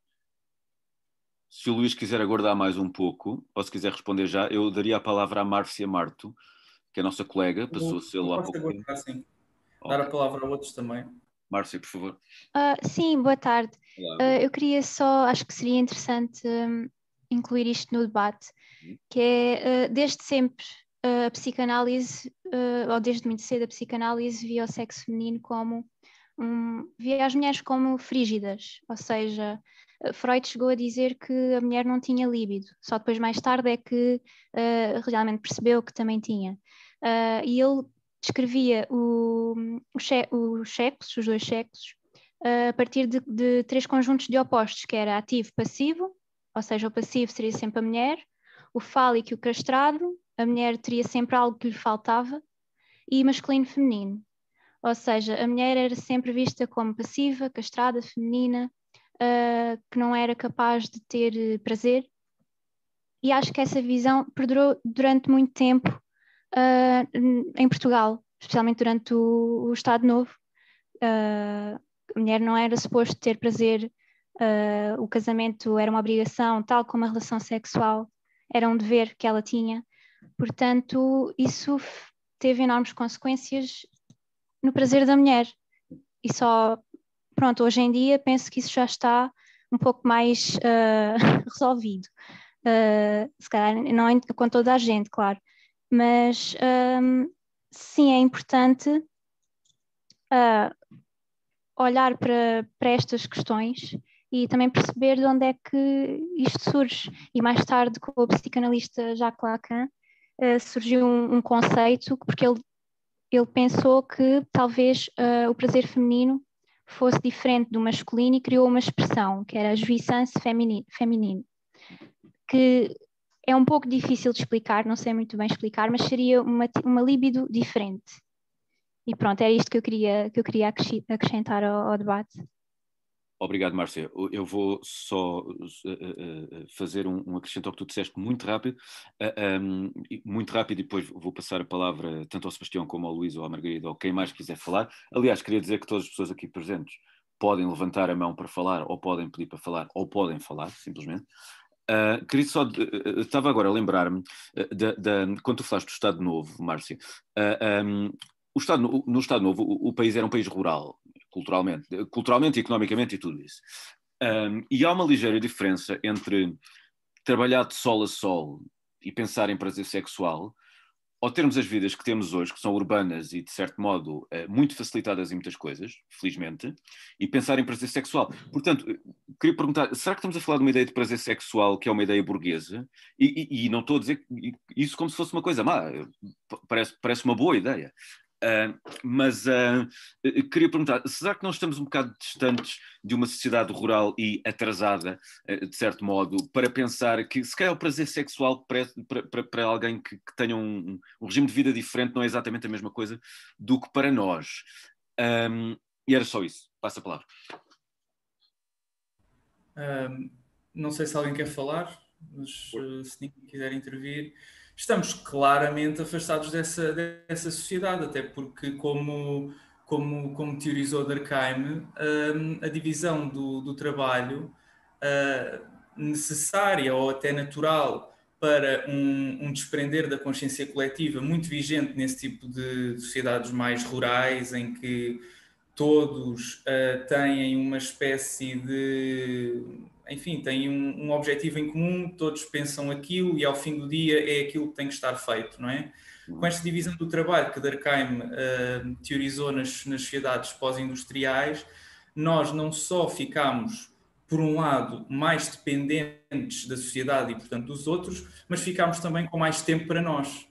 Se o Luís quiser aguardar mais um pouco, ou se quiser responder já, eu daria a palavra à Márcia Marto, que é a nossa colega, passou a ser lá há pouco tempo. Sim. Okay. Dar a palavra a outros também. Márcia, por favor. Uh, sim, boa tarde. Olá, boa. Uh, eu queria só, acho que seria interessante um, incluir isto no debate, hum. que é, uh, desde sempre, uh, a psicanálise, uh, ou desde muito cedo a psicanálise via o sexo feminino como, um, via as mulheres como frígidas, ou seja, Freud chegou a dizer que a mulher não tinha líbido, só depois mais tarde é que uh, realmente percebeu que também tinha. Uh, e ele descrevia o, os sexos, os dois sexos, uh, a partir de, de três conjuntos de opostos, que era ativo e passivo, ou seja, o passivo seria sempre a mulher, o fálico e o castrado, a mulher teria sempre algo que lhe faltava, e masculino e feminino. Ou seja, a mulher era sempre vista como passiva, castrada, feminina, Uh, que não era capaz de ter uh, prazer, e acho que essa visão perdurou durante muito tempo uh, em Portugal, especialmente durante o, o Estado Novo. Uh, a mulher não era suposto ter prazer, uh, o casamento era uma obrigação, tal como a relação sexual era um dever que ela tinha, portanto isso teve enormes consequências no prazer da mulher, e só Pronto, hoje em dia penso que isso já está um pouco mais uh, resolvido. Uh, se calhar não é com toda a gente, claro. Mas um, sim, é importante uh, olhar para, para estas questões e também perceber de onde é que isto surge. E mais tarde, com o psicanalista Jacques Lacan, uh, surgiu um, um conceito, porque ele ele pensou que talvez uh, o prazer feminino fosse diferente do masculino e criou uma expressão, que era jouissance feminino, que é um pouco difícil de explicar, não sei muito bem explicar, mas seria uma, uma libido diferente. E pronto, era isto que eu queria, que eu queria acrescentar ao, ao debate. Obrigado, Márcia. Eu vou só uh, uh, fazer um, um acrescento ao que tu disseste muito rápido, uh, um, muito rápido, e depois vou passar a palavra tanto ao Sebastião como ao Luís ou à Margarida ou quem mais quiser falar. Aliás, queria dizer que todas as pessoas aqui presentes podem levantar a mão para falar, ou podem pedir para falar, ou podem falar, simplesmente. Uh, queria só, uh, estava agora a lembrar-me, uh, da, da, quando tu falaste do Estado Novo, Márcia, uh, um, o Estado, no Estado Novo o, o país era um país rural, culturalmente, culturalmente e economicamente e tudo isso. Um, e há uma ligeira diferença entre trabalhar de sol a sol e pensar em prazer sexual, ou termos as vidas que temos hoje, que são urbanas e, de certo modo, muito facilitadas em muitas coisas, felizmente, e pensar em prazer sexual. Portanto, queria perguntar, será que estamos a falar de uma ideia de prazer sexual que é uma ideia burguesa? E, e, e não estou a dizer isso como se fosse uma coisa má, parece, parece uma boa ideia. Uh, mas uh, queria perguntar, será que nós estamos um bocado distantes de uma sociedade rural e atrasada, uh, de certo modo, para pensar que se calhar o prazer sexual para, para, para alguém que, que tenha um, um regime de vida diferente não é exatamente a mesma coisa do que para nós? Um, e era só isso. Passa a palavra. Um, não sei se alguém quer falar, mas uh, se ninguém quiser intervir... Estamos claramente afastados dessa, dessa sociedade, até porque, como, como, como teorizou Durkheim, a, a divisão do, do trabalho a, necessária ou até natural para um, um desprender da consciência coletiva, muito vigente nesse tipo de sociedades mais rurais, em que todos uh, têm uma espécie de... Enfim, têm um, um objetivo em comum, todos pensam aquilo e ao fim do dia é aquilo que tem que estar feito, não é? Com esta divisão do trabalho que Durkheim uh, teorizou nas, nas sociedades pós-industriais, nós não só ficamos, por um lado, mais dependentes da sociedade e, portanto, dos outros, mas ficamos também com mais tempo para nós.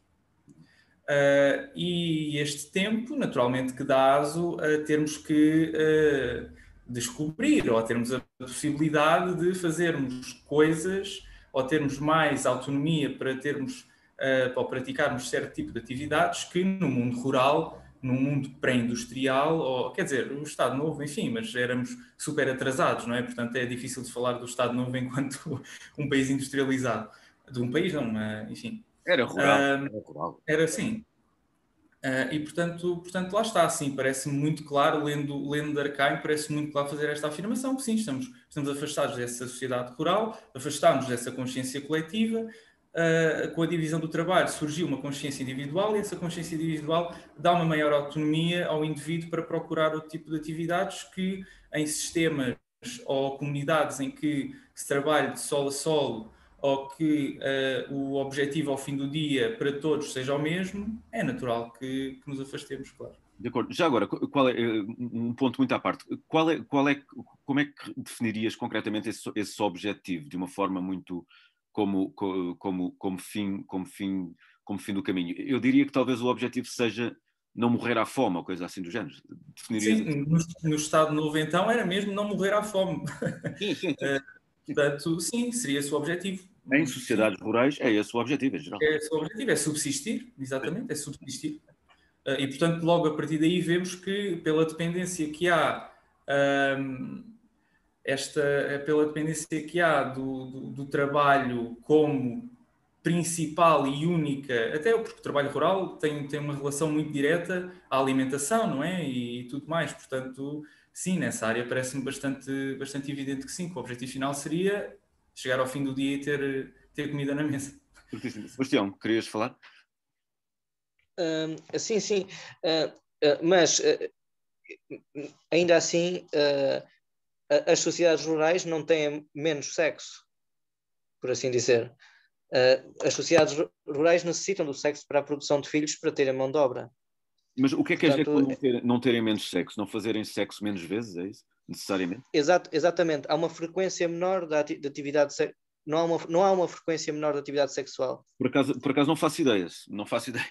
Uh, e este tempo, naturalmente, que dá aso a termos que uh, descobrir, ou a termos a possibilidade de fazermos coisas, ou termos mais autonomia para termos, uh, para praticarmos certo tipo de atividades que no mundo rural, no mundo pré-industrial, ou quer dizer, o Estado Novo, enfim, mas éramos super atrasados, não é? Portanto, é difícil de falar do Estado Novo enquanto um país industrializado. De um país, não, uh, enfim. Era rural, uh, era rural. Era assim. Uh, e, portanto, portanto, lá está, assim, parece muito claro, lendo, lendo Durkheim, parece muito claro fazer esta afirmação, que sim, estamos, estamos afastados dessa sociedade rural, afastados dessa consciência coletiva, uh, com a divisão do trabalho surgiu uma consciência individual e essa consciência individual dá uma maior autonomia ao indivíduo para procurar outro tipo de atividades que em sistemas ou comunidades em que se trabalha de sol a sol, ou que uh, o objetivo ao fim do dia para todos seja o mesmo, é natural que, que nos afastemos, claro. De acordo. Já agora, qual é, um ponto muito à parte, qual é, qual é, como é que definirias concretamente esse, esse objetivo de uma forma muito como, como, como, fim, como, fim, como fim do caminho? Eu diria que talvez o objetivo seja não morrer à fome, ou coisa assim do género. Definirias sim, no, no Estado Novo então era mesmo não morrer à fome. Sim, sim, sim. uh, Portanto, sim, seria esse o objetivo. Em sociedades rurais é esse o objetivo, em geral. É esse o objetivo, é subsistir, exatamente, é subsistir. E, portanto, logo a partir daí vemos que, pela dependência que há, um, esta, pela dependência que há do, do, do trabalho como principal e única, até porque o trabalho rural tem, tem uma relação muito direta à alimentação, não é? E, e tudo mais, portanto... Sim, nessa área parece-me bastante, bastante evidente que sim, que o objetivo final seria chegar ao fim do dia e ter, ter comida na mesa. Sebastião, querias falar? Uh, sim, sim, uh, uh, mas uh, ainda assim uh, as sociedades rurais não têm menos sexo, por assim dizer. Uh, as sociedades rurais necessitam do sexo para a produção de filhos para terem mão de obra. Mas o que é que quer dizer com não, ter, não terem menos sexo? Não fazerem sexo menos vezes, é isso? Necessariamente? Exato, exatamente. Há uma frequência menor de atividade sexual. Não há, uma, não há uma frequência menor de atividade sexual. Por acaso, por acaso não faço ideias. Não faço ideia.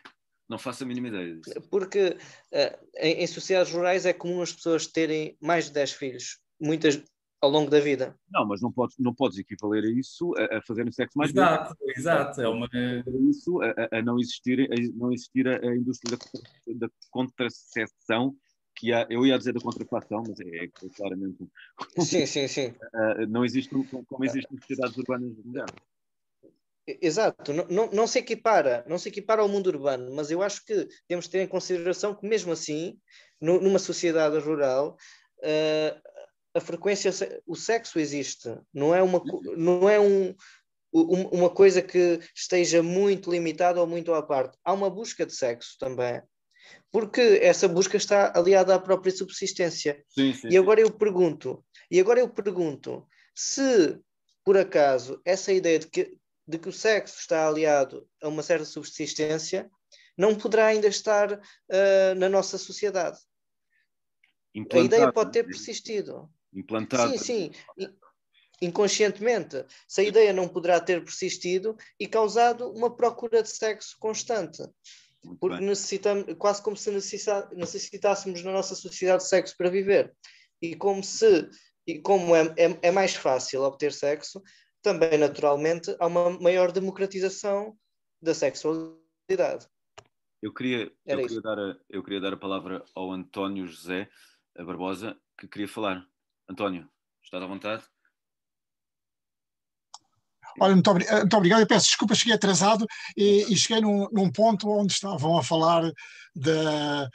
Não faço a mínima ideia disso. Porque uh, em, em sociedades rurais é comum as pessoas terem mais de dez filhos, muitas ao longo da vida. Não, mas não podes, não podes equivaler a isso a, a fazerem sexo mais Exato, vezes. exato. É uma... Isso a, a não existir, a não existir a, a indústria da, da contracepção, que há, eu ia dizer da contrafação, mas é, é claramente... Sim, sim, sim. Uh, não existe como existe nas sociedades urbanas modernas. Exato, não, não, não se equipara, não se equipara ao mundo urbano, mas eu acho que temos de ter em consideração que mesmo assim, no, numa sociedade rural, uh, a frequência, o sexo existe, não é uma, não é um, um, uma coisa que esteja muito limitada ou muito à parte. Há uma busca de sexo também, porque essa busca está aliada à própria subsistência. Sim, sim, e agora eu pergunto, e agora eu pergunto, se por acaso essa ideia de que de que o sexo está aliado a uma certa subsistência, não poderá ainda estar uh, na nossa sociedade. Implantado, a ideia pode ter persistido. Implantado. Sim, sim. Inconscientemente. Se a ideia não poderá ter persistido e causado uma procura de sexo constante. Muito porque bem. necessitamos, quase como se necessitássemos na nossa sociedade de sexo para viver. E como, se, e como é, é, é mais fácil obter sexo, também, naturalmente, há uma maior democratização da sexualidade. Eu queria, eu queria, dar, a, eu queria dar a palavra ao António José Barbosa, que queria falar. António, estás à vontade? Olha, muito, obri muito obrigado. Eu peço desculpa, cheguei atrasado e, e cheguei num, num ponto onde estavam a falar da...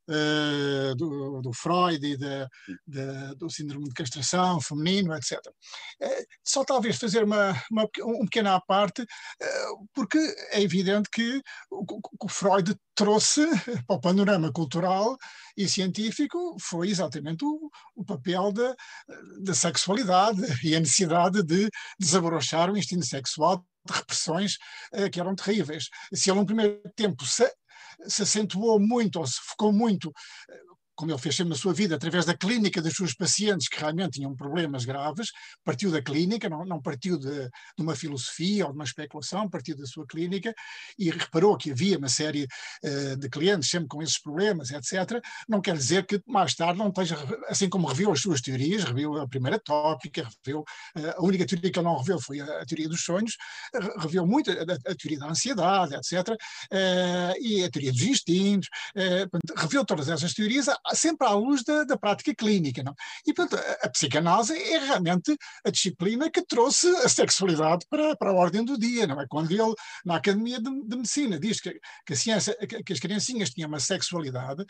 Uh, do, do Freud e de, de, do síndrome de castração feminino, etcétera. Uh, só talvez fazer uma, uma, um pequeno à parte, uh, porque é evidente que o, o Freud trouxe para o panorama cultural e científico foi exatamente o, o papel da, da sexualidade e a necessidade de desabrochar o instinto sexual de repressões uh, que eram terríveis. Se ele, num primeiro tempo, se, se acentuou muito, ou se focou muito, como ele fez sempre na sua vida, através da clínica das suas pacientes que realmente tinham problemas graves, partiu da clínica, não, não partiu de, de uma filosofia ou de uma especulação, partiu da sua clínica e reparou que havia uma série uh, de clientes sempre com esses problemas, etcétera. Não quer dizer que mais tarde não esteja, assim como reviu as suas teorias, reviu a primeira tópica, reviu, uh, a única teoria que ele não reviu foi a, a teoria dos sonhos, uh, reviu muito a, a, a teoria da ansiedade, etcétera, uh, e a teoria dos instintos, uh, reviu todas essas teorias, sempre à luz da, da prática clínica. Não? E, portanto, a, a psicanálise é realmente a disciplina que trouxe a sexualidade para, para a ordem do dia. Não é? Quando ele, na Academia de, de Medicina, diz que, que, a ciência, que, que as criancinhas tinham uma sexualidade,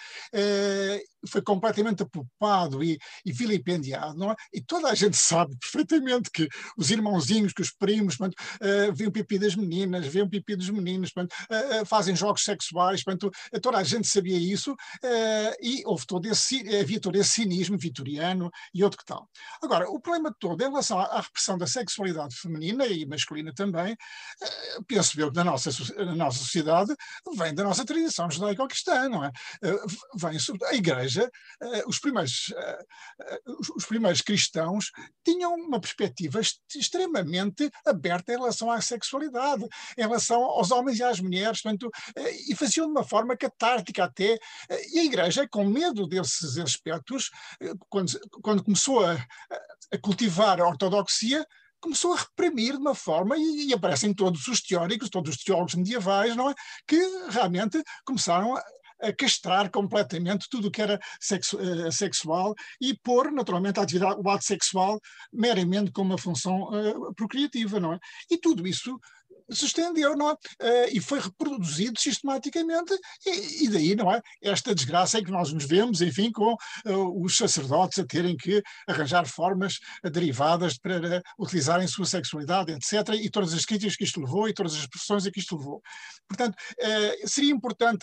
eh, foi completamente apupado e, e vilipendiado. Não é? E toda a gente sabe perfeitamente que os irmãozinhos, que os primos, portanto, eh, veem o pipi das meninas, veem o pipi dos meninos, portanto, eh, fazem jogos sexuais, portanto, toda a gente sabia isso eh, e houve todo esse, havia todo esse cinismo vitoriano e outro que tal. Agora, o problema todo em relação à, à repressão da sexualidade feminina e masculina também, eh, penso eu que na nossa, na nossa sociedade vem da nossa tradição judaico-cristã, não é? Eh, vem a Igreja, eh, os, primeiros, eh, os, os primeiros cristãos tinham uma perspectiva extremamente aberta em relação à sexualidade, em relação aos homens e às mulheres, portanto, eh, e faziam de uma forma catártica até, eh, e a Igreja, com medo desses aspectos, quando, quando começou a, a cultivar a ortodoxia, começou a reprimir de uma forma, e, e aparecem todos os teóricos, todos os teólogos medievais, não é? Que realmente começaram a, a castrar completamente tudo o que era sexu, uh, sexual e pôr, naturalmente, a atividade, o ato sexual meramente como uma função uh, procriativa, não é? E tudo isso se estendeu, não é? Uh, e foi reproduzido sistematicamente e, e daí, não é? Esta desgraça em que nós nos vemos, enfim, com uh, os sacerdotes a terem que arranjar formas uh, derivadas para uh, utilizarem sua sexualidade, etcétera, e todas as críticas que isto levou e todas as expressões a que isto levou. Portanto, uh, seria importante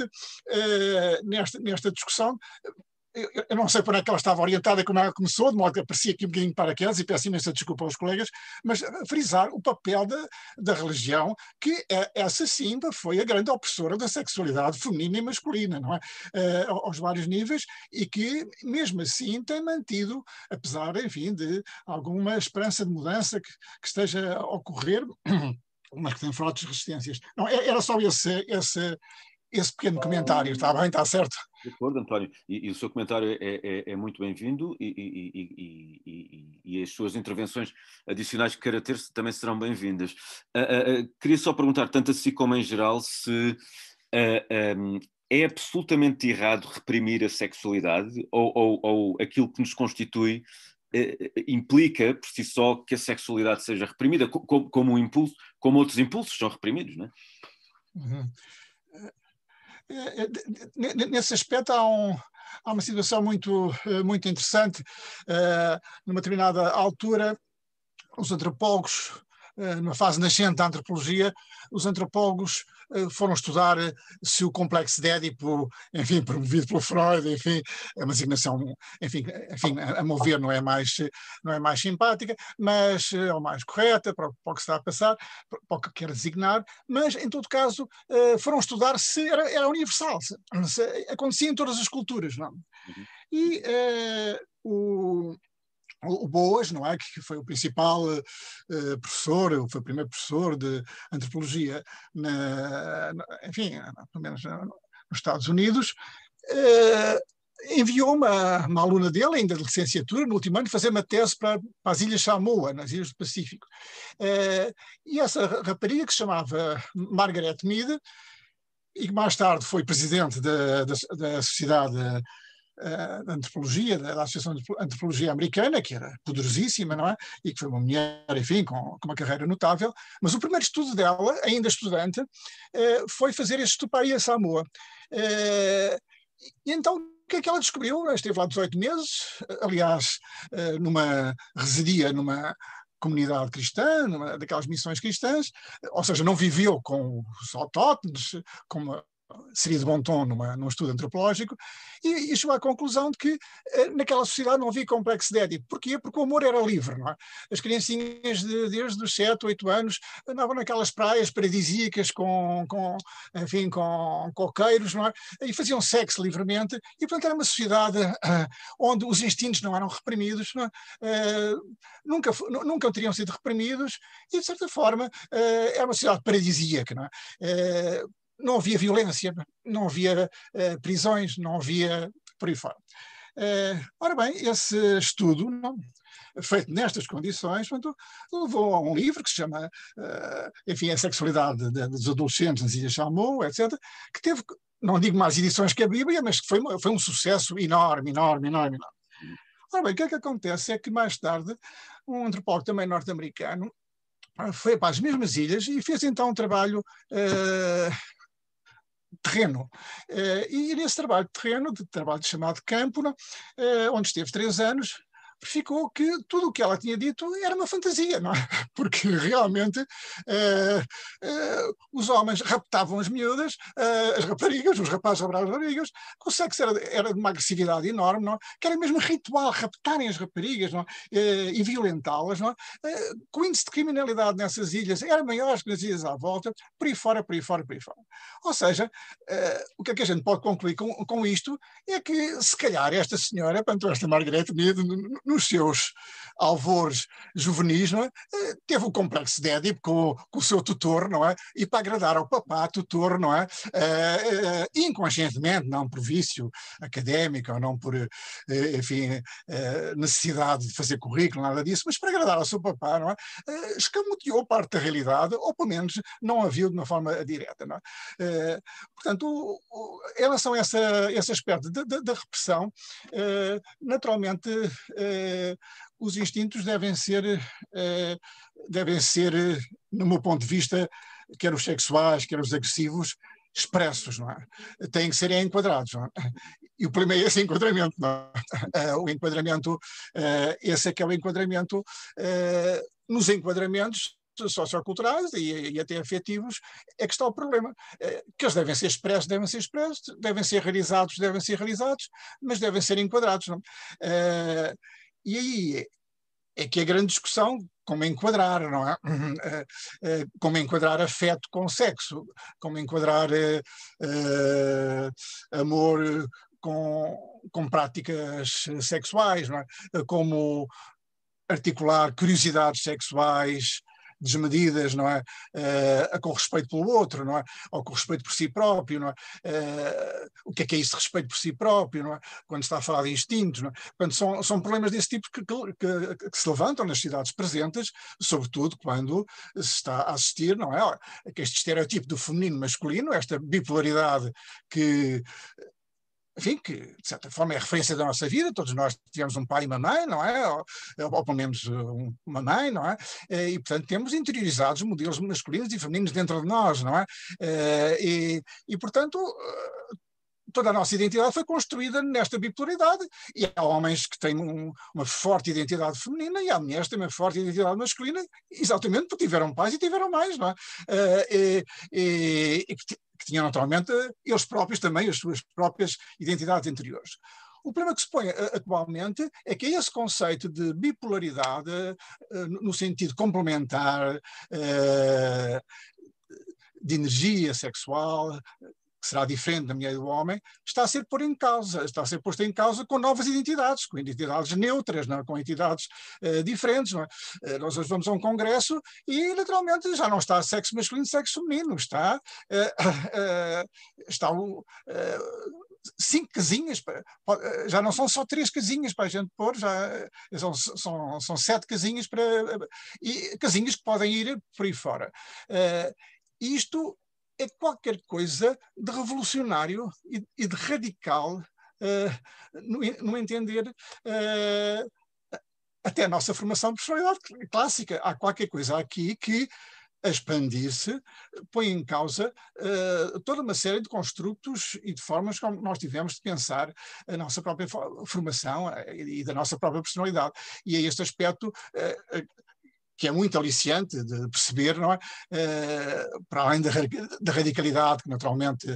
uh, nesta, nesta discussão. Eu, eu não sei para onde é que ela estava orientada quando ela começou, de modo que aparecia aqui um bocadinho de paraquedas, e peço imensa desculpa aos colegas, mas frisar o papel da, da religião, que é, essa sim foi a grande opressora da sexualidade feminina e masculina, não é? Uh, aos vários níveis, e que mesmo assim tem mantido, apesar, enfim, de alguma esperança de mudança que, que esteja a ocorrer, mas que tem fortes resistências. Não, era só esse... esse esse pequeno comentário, está bem, está certo? De acordo, António, e, e o seu comentário é, é, é muito bem-vindo e, e, e, e, e as suas intervenções adicionais que queira ter também serão bem-vindas. Uh, uh, uh, queria só perguntar, tanto a si como em geral, se uh, um, é absolutamente errado reprimir a sexualidade ou, ou, ou aquilo que nos constitui uh, implica, por si só, que a sexualidade seja reprimida, como, como um impulso, como outros impulsos são reprimidos, não é? Uhum. Nesse aspecto há, um, há uma situação muito, muito interessante. Uh, numa determinada altura, os antropólogos, uh, numa fase nascente da antropologia, os antropólogos uh, foram estudar se o complexo de Édipo, enfim, promovido pelo Freud, enfim, é uma designação, enfim, enfim a, a meu ver não é mais, não é mais simpática, mas é uh, mais correta para, para o que se está a passar, para, para o que quer designar, mas em todo caso uh, foram estudar se era, era universal, se, se acontecia em todas as culturas, não? Uhum. E uh, o O Boas, não é, que foi o principal uh, professor, foi o primeiro professor de antropologia, na, na, enfim, pelo menos nos Estados Unidos, uh, enviou uma, uma aluna dele, ainda de licenciatura, no último ano, fazer uma tese para, para as Ilhas Samoa, nas Ilhas do Pacífico. Uh, e essa rapariga, que se chamava Margaret Mead, e que mais tarde foi presidente da, da, da Sociedade da Antropologia, da Associação de Antropologia Americana, que era poderosíssima, não é? E que foi uma mulher, enfim, com, com uma carreira notável, mas o primeiro estudo dela, ainda estudante, foi fazer este estudo para a Ilha Samoa. E então, o que é que ela descobriu? Ela esteve lá dezoito meses, aliás, numa, residia numa comunidade cristã, numa daquelas missões cristãs, ou seja, não viveu com os autóctones, como seria de bom tom numa, num estudo antropológico, e, e chegou à conclusão de que eh, naquela sociedade não havia complexo de Édipo. Porquê? Porque o amor era livre, não é? As criancinhas de, desde os sete, oito anos andavam naquelas praias paradisíacas com, com, enfim, com coqueiros, não é? E faziam sexo livremente, e portanto era uma sociedade uh, onde os instintos não eram reprimidos, não é? uh, nunca, nunca teriam sido reprimidos, e de certa forma uh, era uma sociedade paradisíaca, não é? Uh, Não havia violência, não havia uh, prisões, não havia por aí fora. Uh, ora bem, esse estudo, não, feito nestas condições, portanto, levou a um livro que se chama, uh, enfim, A Sexualidade de, de, dos Adolescentes nas Ilhas Samoa, etcétera, que teve, não digo mais edições que a Bíblia, mas que foi, foi um sucesso enorme, enorme, enorme, enorme. Ora bem, o que é que acontece é que mais tarde um antropólogo também norte-americano foi para as mesmas ilhas e fez então um trabalho uh, terreno. E nesse trabalho de terreno, de trabalho chamado campo, onde esteve três anos, ficou que tudo o que ela tinha dito era uma fantasia, não é? Porque realmente uh, uh, os homens raptavam as miúdas, uh, as raparigas, os rapazes raptavam as raparigas, o sexo era, era de uma agressividade enorme, não é? Que era mesmo ritual, raptarem as raparigas, não é? uh, e violentá-las, não é? Uh, o índice de criminalidade nessas ilhas era maior que nas ilhas à volta, por aí fora, por aí fora, por aí fora. Ou seja, uh, o que é que a gente pode concluir com, com isto é que se calhar esta senhora, portanto esta Margaret Mead, nos seus alvores juvenis, não é? Teve o complexo de Édipo com, com o seu tutor, não é? E para agradar ao papá, tutor, não é? Uh, uh, inconscientemente, não por vício académico, ou não por, uh, enfim, uh, necessidade de fazer currículo, nada disso, mas para agradar ao seu papá, não é? Uh, escamoteou parte da realidade, ou pelo menos não a viu de uma forma direta, não é? Uh, portanto, o, o, em relação a essa, esse aspecto da repressão, uh, naturalmente, uh, os instintos devem ser, uh, devem ser, no meu ponto de vista, quer os sexuais, quer os agressivos, expressos, não é? Têm que ser enquadrados, não é? E o primeiro é esse enquadramento, não é? Uh, o enquadramento, uh, esse é que é o enquadramento, uh, nos enquadramentos socioculturais e, e até afetivos, é que está o problema. Que eles devem ser expressos, devem ser expressos, devem ser realizados, devem ser realizados, mas devem ser enquadrados. Não? Uh, e aí é que a grande discussão, como enquadrar, não é? Uh, uh, como enquadrar afeto com sexo, como enquadrar uh, uh, amor com, com práticas sexuais, não é? Uh, como articular curiosidades sexuais desmedidas, não é? Uh, com respeito pelo outro, não é? Ou com respeito por si próprio, não é? Uh, o que é que é isso de respeito por si próprio, não é? Quando está a falar de instintos, não é? Quando são, são problemas desse tipo que, que, que, que se levantam nas cidades presentes, sobretudo quando se está a assistir, não é? Que este estereotipo do feminino masculino, esta bipolaridade que, enfim, que de certa forma é a referência da nossa vida, todos nós tivemos um pai e uma mãe, não é? Ou, ou pelo menos uma mãe, não é? E, portanto, temos interiorizados modelos masculinos e femininos dentro de nós, não é? E, e portanto, toda a nossa identidade foi construída nesta bipolaridade, e há homens que têm um, uma forte identidade feminina e há mulheres que têm uma forte identidade masculina, exatamente porque tiveram pais e tiveram mães, não é? E, e, e que tinham naturalmente eles próprios também as suas próprias identidades interiores. O problema que se põe atualmente é que esse conceito de bipolaridade, no sentido complementar, de energia sexual, que será diferente da mulher e do homem, está a ser posto em causa, está a ser posto em causa com novas identidades, com identidades neutras, não é? Com entidades uh, diferentes. Não é? Uh, nós hoje vamos a um congresso e, naturalmente, já não está sexo masculino e sexo feminino, está, uh, uh, está uh, cinco casinhas, já não são só três casinhas para a gente pôr, já são, são, são sete casinhas, para, e casinhas que podem ir por aí fora. Uh, isto é qualquer coisa de revolucionário e, e de radical uh, no, no entender uh, até a nossa formação de personalidade clássica. Há qualquer coisa aqui que, a expandir-se, põe em causa uh, toda uma série de construtos e de formas como nós tivemos de pensar a nossa própria formação uh, e, e da nossa própria personalidade. E é este aspecto uh, uh, que é muito aliciante de perceber, não é? Uh, para além da, da radicalidade, que naturalmente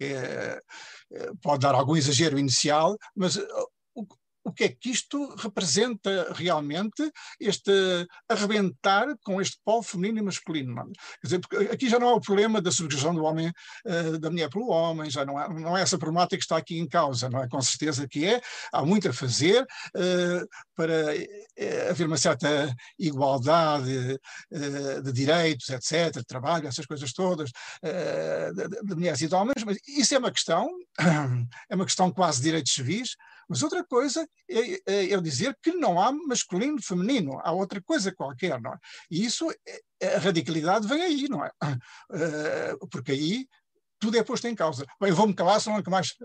uh, pode dar algum exagero inicial, mas uh, o, o que é que isto representa realmente, este arrebentar com este polo feminino e masculino? Não é? Quer dizer, porque aqui já não é o problema da subjugação do homem, uh, da mulher pelo homem, já não é, não é essa problemática que está aqui em causa, não é? Com certeza que é, há muito a fazer uh, para uh, haver uma certa igualdade uh, de direitos, etcétera, de trabalho, essas coisas todas, uh, de, de mulheres e de homens, mas isso é uma questão, é uma questão quase de direitos civis. Mas outra coisa é, é, é dizer que não há masculino e feminino, há outra coisa qualquer, não é? E isso, a radicalidade vem aí, não é? Uh, porque aí tudo é posto em causa. Bem, eu vou-me calar, senão nunca mais...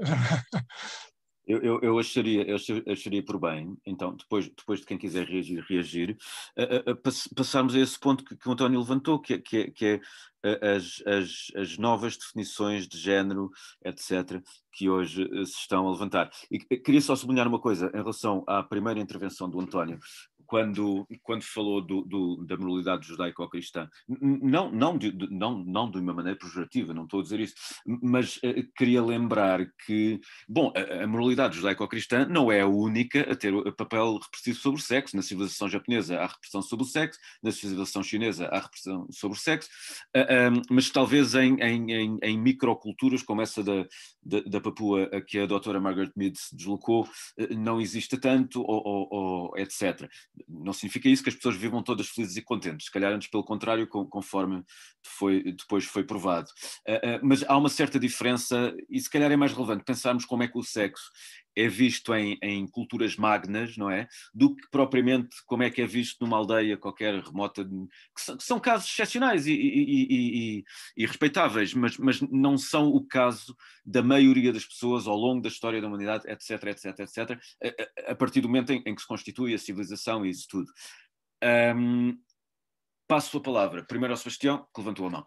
Eu, eu, eu, acharia, eu acharia por bem, então, depois, depois de quem quiser reagir, reagir a, a, a passarmos a esse ponto que, que o António levantou, que é, que é, que é as, as, as novas definições de género, etcétera, que hoje se estão a levantar. E queria só sublinhar uma coisa em relação à primeira intervenção do António, quando, quando falou do, do, da moralidade judaico-cristã, não, não, de, não, não de uma maneira pejorativa, não estou a dizer isso, mas uh, queria lembrar que, bom, a, a moralidade judaico-cristã não é a única a ter o papel repressivo sobre o sexo. Na civilização japonesa há repressão sobre o sexo, na civilização chinesa há repressão sobre o sexo, uh, um, mas talvez em, em, em, em microculturas como essa da, da, da Papua a que a doutora Margaret Mead se deslocou, uh, não existe tanto, ou, ou, ou etcétera. Não significa isso que as pessoas vivam todas felizes e contentes, se calhar antes pelo contrário, conforme foi, depois foi provado. Uh, uh, mas há uma certa diferença, e se calhar é mais relevante pensarmos como é que o sexo é visto em, em culturas magnas, não é? Do que propriamente como é que é visto numa aldeia qualquer remota, que são, que são casos excepcionais e, e, e, e, e respeitáveis, mas, mas não são o caso da maioria das pessoas ao longo da história da humanidade, etc, etc, etcétera, a, a partir do momento em, em que se constitui a civilização e isso tudo. Um, passo a palavra primeiro ao Sebastião, que levantou a mão.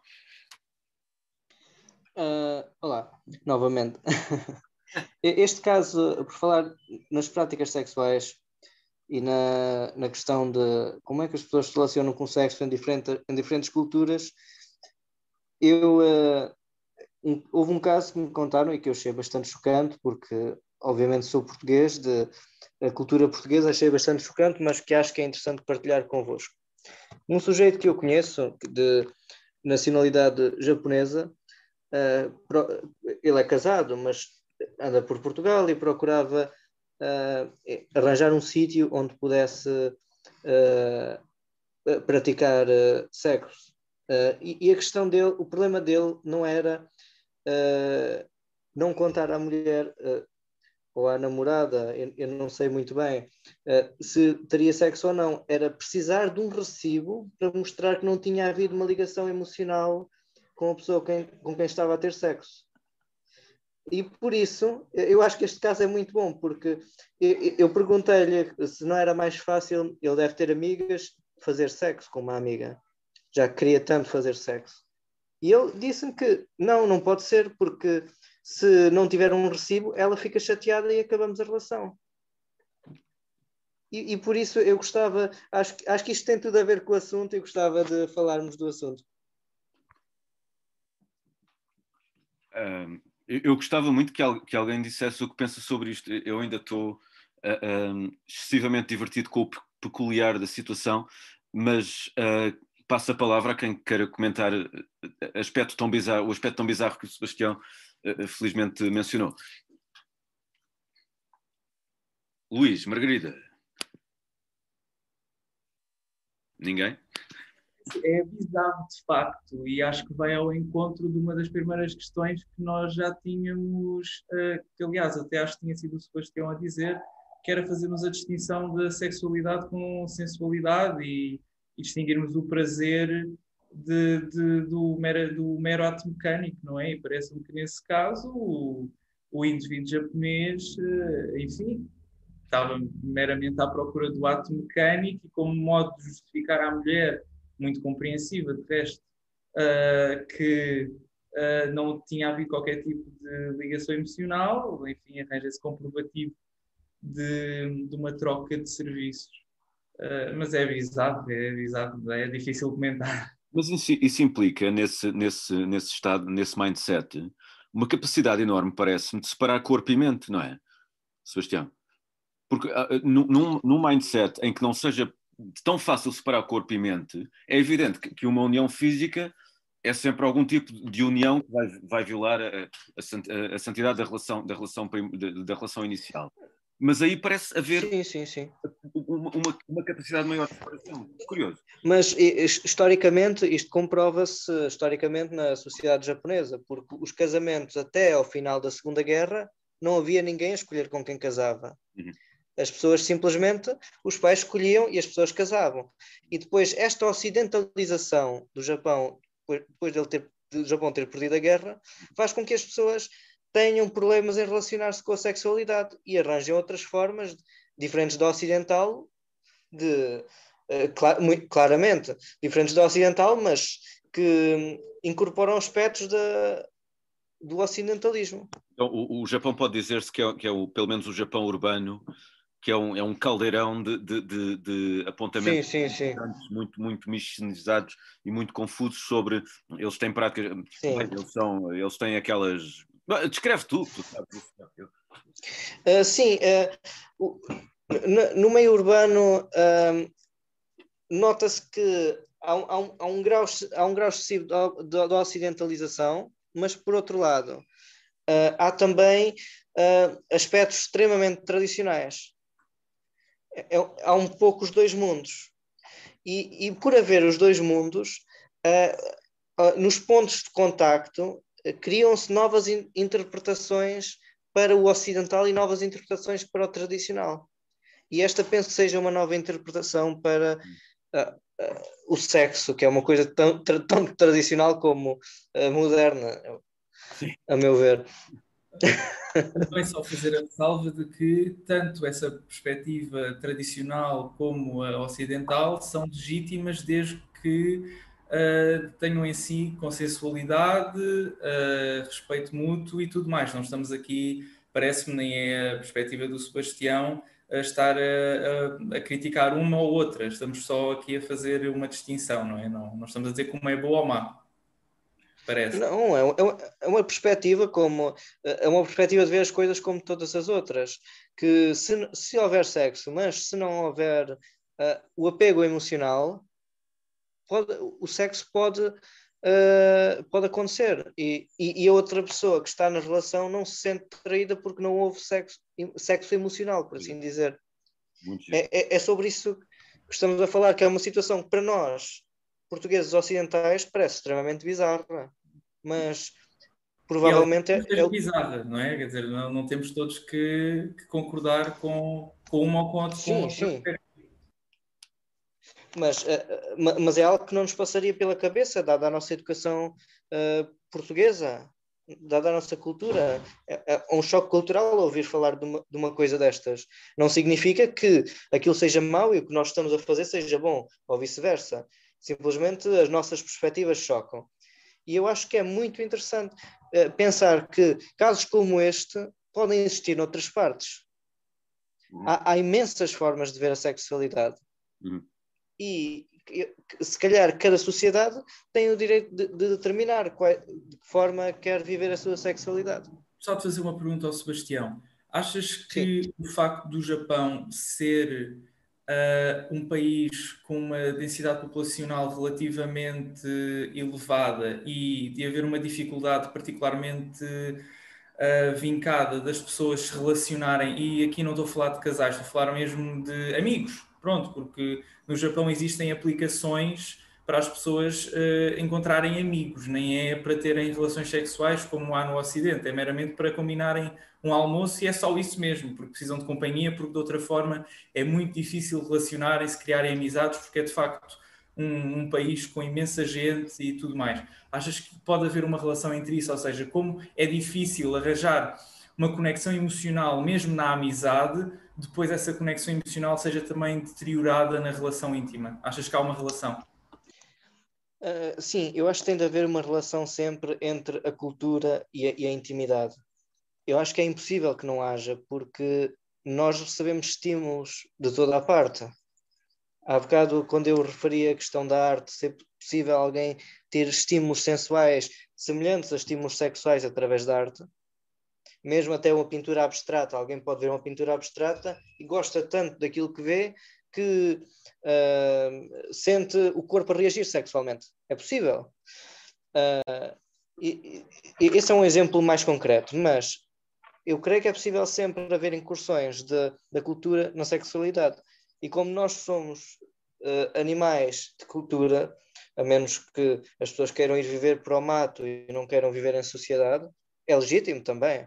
Uh, olá, novamente. Este caso, por falar nas práticas sexuais e na, na questão de como é que as pessoas se relacionam com o sexo em, diferente, em diferentes culturas, eu, uh, um, houve um caso que me contaram e que eu achei bastante chocante, porque obviamente sou português, de, a cultura portuguesa achei bastante chocante, mas que acho que é interessante partilhar convosco. Um sujeito que eu conheço, de nacionalidade japonesa, uh, pro, ele é casado, mas anda por Portugal e procurava uh, arranjar um sítio onde pudesse uh, uh, praticar uh, sexo. Uh, e, e a questão dele, o problema dele não era uh, não contar à mulher uh, ou à namorada, eu, eu não sei muito bem, uh, se teria sexo ou não, era precisar de um recibo para mostrar que não tinha havido uma ligação emocional com a pessoa com quem, com quem estava a ter sexo. E por isso, eu acho que este caso é muito bom, porque eu, eu perguntei-lhe se não era mais fácil, ele deve ter amigas, fazer sexo com uma amiga, já queria tanto fazer sexo. E ele disse-me que não, não pode ser, porque se não tiver um recibo, ela fica chateada e acabamos a relação. E, e por isso eu gostava, acho, acho que isto tem tudo a ver com o assunto e gostava de falarmos do assunto. Um... Eu gostava muito que, que alguém dissesse o que pensa sobre isto. Eu ainda estou uh, um, excessivamente divertido com o peculiar da situação, mas uh, passo a palavra a quem queira comentar aspecto tão bizarro, o aspecto tão bizarro que o Sebastião uh, felizmente mencionou. Luís, Margarida. Ninguém? É bizarro, de facto, e acho que vai ao encontro de uma das primeiras questões que nós já tínhamos, uh, que aliás até acho que tinha sido o Sebastião a dizer, que era fazermos a distinção da sexualidade com sensualidade e, e distinguirmos o prazer de, de, do, mero, do mero ato mecânico, não é? E parece-me que nesse caso o, o indivíduo japonês, uh, enfim, estava meramente à procura do ato mecânico e como modo de justificar à mulher, muito compreensiva, de resto, uh, que uh, não tinha havido qualquer tipo de ligação emocional, enfim, arranja-se comprovativo de, de uma troca de serviços. Uh, mas é bizarro, é bizarro, é difícil comentar. Mas isso, isso implica, nesse, nesse, nesse estado, nesse mindset, uma capacidade enorme, parece-me, de separar corpo e mente, não é, Sebastião? Porque uh, num, num mindset em que não seja tão fácil separar corpo e mente, é evidente que, que uma união física é sempre algum tipo de união que vai, vai violar a, a, a santidade da relação, da, relação, da, da relação inicial. Mas aí parece haver sim, sim, sim. Uma, uma, uma capacidade maior de separação. Curioso. Mas historicamente, isto comprova-se historicamente na sociedade japonesa, porque os casamentos até ao final da Segunda Guerra não havia ninguém a escolher com quem casava. Uhum. As pessoas simplesmente, os pais escolhiam e as pessoas casavam. E depois esta ocidentalização do Japão, depois dele ter, do Japão ter perdido a guerra, faz com que as pessoas tenham problemas em relacionar-se com a sexualidade e arranjem outras formas diferentes da ocidental, de, uh, cl- muito claramente diferentes da ocidental, mas que incorporam aspectos da, do ocidentalismo. Então, o, o Japão pode dizer-se que é, que é o, pelo menos o Japão urbano, que é um, é um caldeirão de, de, de, de apontamentos sim, sim, sim. muito, muito miscigenados e muito confusos sobre... Eles têm práticas... Bem, eles, são, eles têm aquelas... Descreve tudo. Tu sabes isso. Uh, sim, uh, no, no meio urbano uh, nota-se que há um, há, um, há, um grau, há um grau excessivo da ocidentalização, mas por outro lado uh, há também uh, aspectos extremamente tradicionais. É, há um pouco os dois mundos. E, e por haver os dois mundos, uh, uh, nos pontos de contacto, uh, criam-se novas in- interpretações para o ocidental e novas interpretações para o tradicional. E esta penso que seja uma nova interpretação para uh, uh, o sexo, que é uma coisa tão, tra- tão tradicional como uh, moderna, Sim. A meu ver. Também só fazer a ressalva de que tanto essa perspectiva tradicional como a ocidental são legítimas desde que uh, tenham em si consensualidade, uh, respeito mútuo e tudo mais. Não estamos aqui, parece-me, nem é a perspectiva do Sebastião, a estar a, a, a criticar uma ou outra. Estamos só aqui a fazer uma distinção, não é? Não, não estamos a dizer como é boa ou má. Parece. Não, é, uma, é uma perspectiva como é uma perspectiva de ver as coisas como todas as outras, que se, se houver sexo, mas se não houver uh, o apego emocional, pode, o sexo pode, uh, pode acontecer e, e, e a outra pessoa que está na relação não se sente traída porque não houve sexo, sexo emocional, por assim dizer. É, é, é sobre isso estamos a falar que é uma situação que para nós, portugueses ocidentais, parece extremamente bizarra, mas provavelmente é, é, é bizarra, não é? Quer dizer, não, não temos todos que, que concordar com, com uma ou com outra. Sim, com sim. Mas, uh, mas é algo que não nos passaria pela cabeça, dada a nossa educação uh, portuguesa, dada a nossa cultura. É, é um choque cultural ouvir falar de uma, de uma coisa destas. Não significa que aquilo seja mau e o que nós estamos a fazer seja bom, ou vice-versa. Simplesmente as nossas perspectivas chocam. E eu acho que é muito interessante uh, pensar que casos como este podem existir noutras partes. Uhum. Há, há imensas formas de ver a sexualidade. Uhum. E se calhar cada sociedade tem o direito de, de determinar qual, de que forma quer viver a sua sexualidade. Gostava de fazer uma pergunta ao Sebastião. Achas que Sim. o facto do Japão ser uh, um país com uma densidade populacional relativamente elevada e de haver uma dificuldade particularmente uh, vincada das pessoas se relacionarem, e aqui não estou a falar de casais, estou a falar mesmo de amigos, pronto, porque no Japão existem aplicações para as pessoas uh, encontrarem amigos, nem é para terem relações sexuais como há no Ocidente, é meramente para combinarem um almoço e é só isso mesmo, porque precisam de companhia, porque de outra forma é muito difícil relacionarem-se, criarem amizades, porque é de facto um, um país com imensa gente e tudo mais. Achas que pode haver uma relação entre isso? Ou seja, como é difícil arranjar uma conexão emocional mesmo na amizade, depois essa conexão emocional seja também deteriorada na relação íntima? Achas que há uma relação? Uh, sim, eu acho que tem de haver uma relação sempre entre a cultura e a, e a intimidade. Eu acho que é impossível que não haja, porque nós recebemos estímulos de toda a parte. Há bocado, quando eu referi a questão da arte, ser possível alguém ter estímulos sensuais semelhantes a estímulos sexuais através da arte, mesmo até uma pintura abstrata, alguém pode ver uma pintura abstrata e gosta tanto daquilo que vê que uh, sente o corpo a reagir sexualmente. É possível. Uh, e, e, esse é um exemplo mais concreto, mas eu creio que é possível sempre haver incursões de, da cultura na sexualidade. E como nós somos uh, animais de cultura, a menos que as pessoas queiram ir viver para o mato e não queiram viver em sociedade, é legítimo também.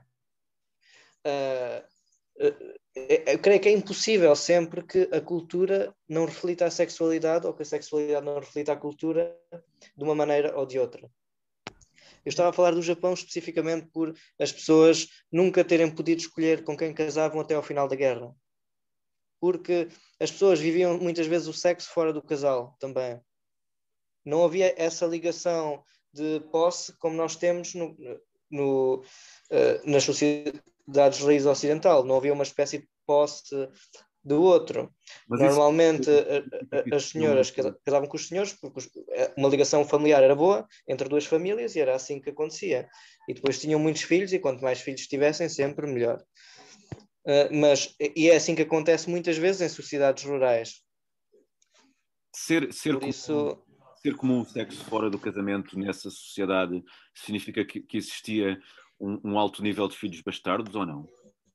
Uh, uh, eu creio que é impossível sempre que a cultura não reflita a sexualidade ou que a sexualidade não reflita a cultura de uma maneira ou de outra. Eu estava a falar do Japão especificamente por as pessoas nunca terem podido escolher com quem casavam até ao final da guerra. Porque as pessoas viviam muitas vezes o sexo fora do casal também. Não havia essa ligação de posse como nós temos no, no, uh, nas sociedades de raiz ocidental. Não havia uma espécie de posse do outro. Mas normalmente isso... a, a, as senhoras casavam com os senhores porque uma ligação familiar era boa entre duas famílias e era assim que acontecia. E depois tinham muitos filhos e quanto mais filhos tivessem, sempre melhor. Uh, mas, e é assim que acontece muitas vezes em sociedades rurais. Ser, ser, Por comum, isso... ser comum o sexo fora do casamento nessa sociedade significa que, que existia um, um alto nível de filhos bastardos ou não?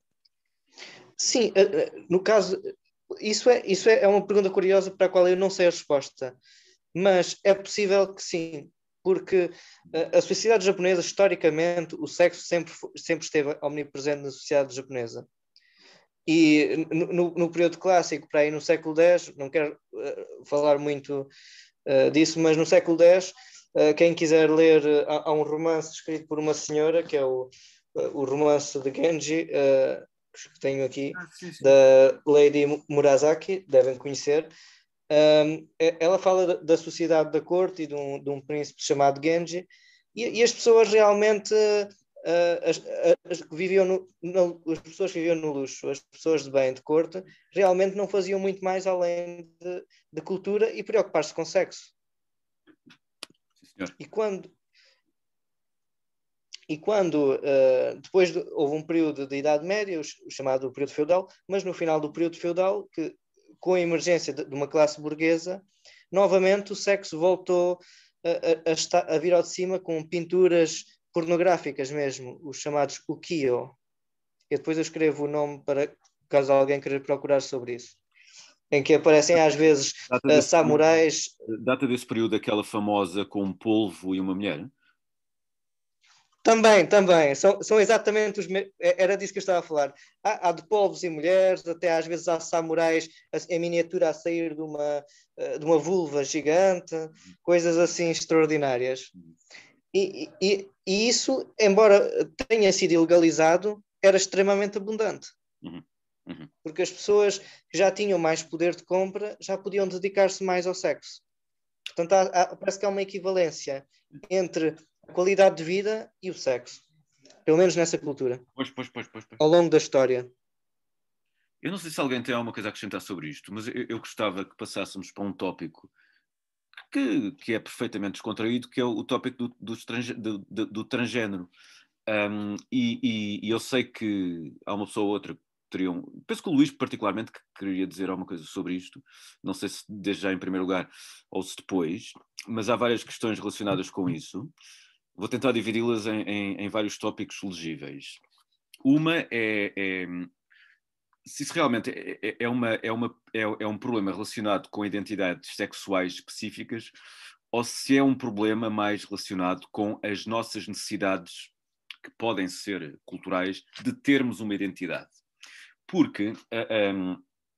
Sim, no caso, isso, é, isso é uma pergunta curiosa para a qual eu não sei a resposta, mas é possível que sim, porque a sociedade japonesa, historicamente, o sexo sempre, sempre esteve omnipresente na sociedade japonesa. E no, no período clássico, para aí no século dez, não quero uh, falar muito uh, disso, mas no século dez, uh, quem quiser ler, uh, há, há um romance escrito por uma senhora, que é o, uh, o romance de Genji, uh, que tenho aqui, ah, sim, sim. Da Lady Murasaki, devem conhecer. Um, ela fala da, da sociedade da corte e de um, de um príncipe chamado Genji, e, e as pessoas realmente... Uh, as, as, que viviam no, no, as pessoas que viviam no luxo, as pessoas de bem, de corte, realmente não faziam muito mais além de, de cultura e preocupar-se com sexo. Sim, e quando, e quando uh, depois de, houve um período de Idade Média, o chamado período feudal, mas no final do período feudal, que, com a emergência de, de uma classe burguesa, novamente o sexo voltou a, a, a, estar, a vir ao de cima com pinturas pornográficas mesmo, os chamados ukiyo. E depois eu escrevo o nome para caso alguém queira procurar sobre isso. em que aparecem às vezes uh, samurais. Período, data desse período aquela famosa com um polvo e uma mulher? Também, também. São, são exatamente os... Me... Era disso que eu estava a falar. Há, há de polvos e mulheres, até às vezes há samurais em miniatura a sair de uma, de uma vulva gigante, coisas assim extraordinárias. E, e, e isso, embora tenha sido ilegalizado, era extremamente abundante. Uhum. Uhum. Porque as pessoas que já tinham mais poder de compra já podiam dedicar-se mais ao sexo. Portanto, há, há, parece que há uma equivalência entre a qualidade de vida e o sexo. Pelo menos nessa cultura. Pois, pois, pois, pois, pois. Ao longo da história. Eu não sei se alguém tem alguma coisa a acrescentar sobre isto, mas eu, eu gostava que passássemos para um tópico que, que é perfeitamente descontraído, que é o, o tópico do, do, estrange, do, do, do transgénero. Um, e, e, e eu sei que há uma pessoa ou outra que teriam... Penso que o Luís particularmente que queria dizer alguma coisa sobre isto. Não sei se desde já em primeiro lugar ou se depois, mas há várias questões relacionadas com isso. Vou tentar dividi-las em, em, em vários tópicos legíveis. Uma é, é se isso realmente é, é, uma, é, uma, é, é um problema relacionado com identidades sexuais específicas ou se é um problema mais relacionado com as nossas necessidades, que podem ser culturais, de termos uma identidade. Porque uh, um,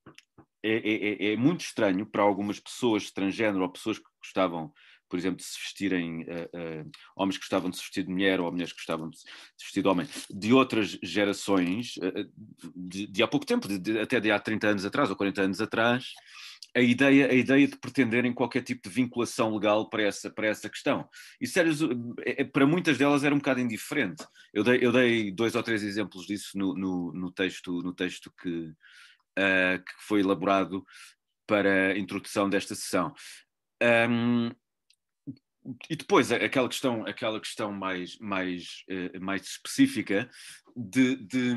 é, é, é muito estranho para algumas pessoas transgênero ou pessoas que gostavam, por exemplo, de se vestirem, uh, uh, homens que gostavam de se vestir de mulher ou mulheres que gostavam de se vestir de homem, de outras gerações, uh, de, de há pouco tempo, de, de, até de há trinta anos atrás ou quarenta anos atrás, a ideia, a ideia de pretenderem qualquer tipo de vinculação legal para essa, para essa questão. E sério, para muitas delas era um bocado indiferente. Eu dei, eu dei dois ou três exemplos disso no, no, no texto, no texto que, uh, que foi elaborado para a introdução desta sessão. Um, E depois aquela questão, aquela questão mais, mais, uh, mais específica de, de,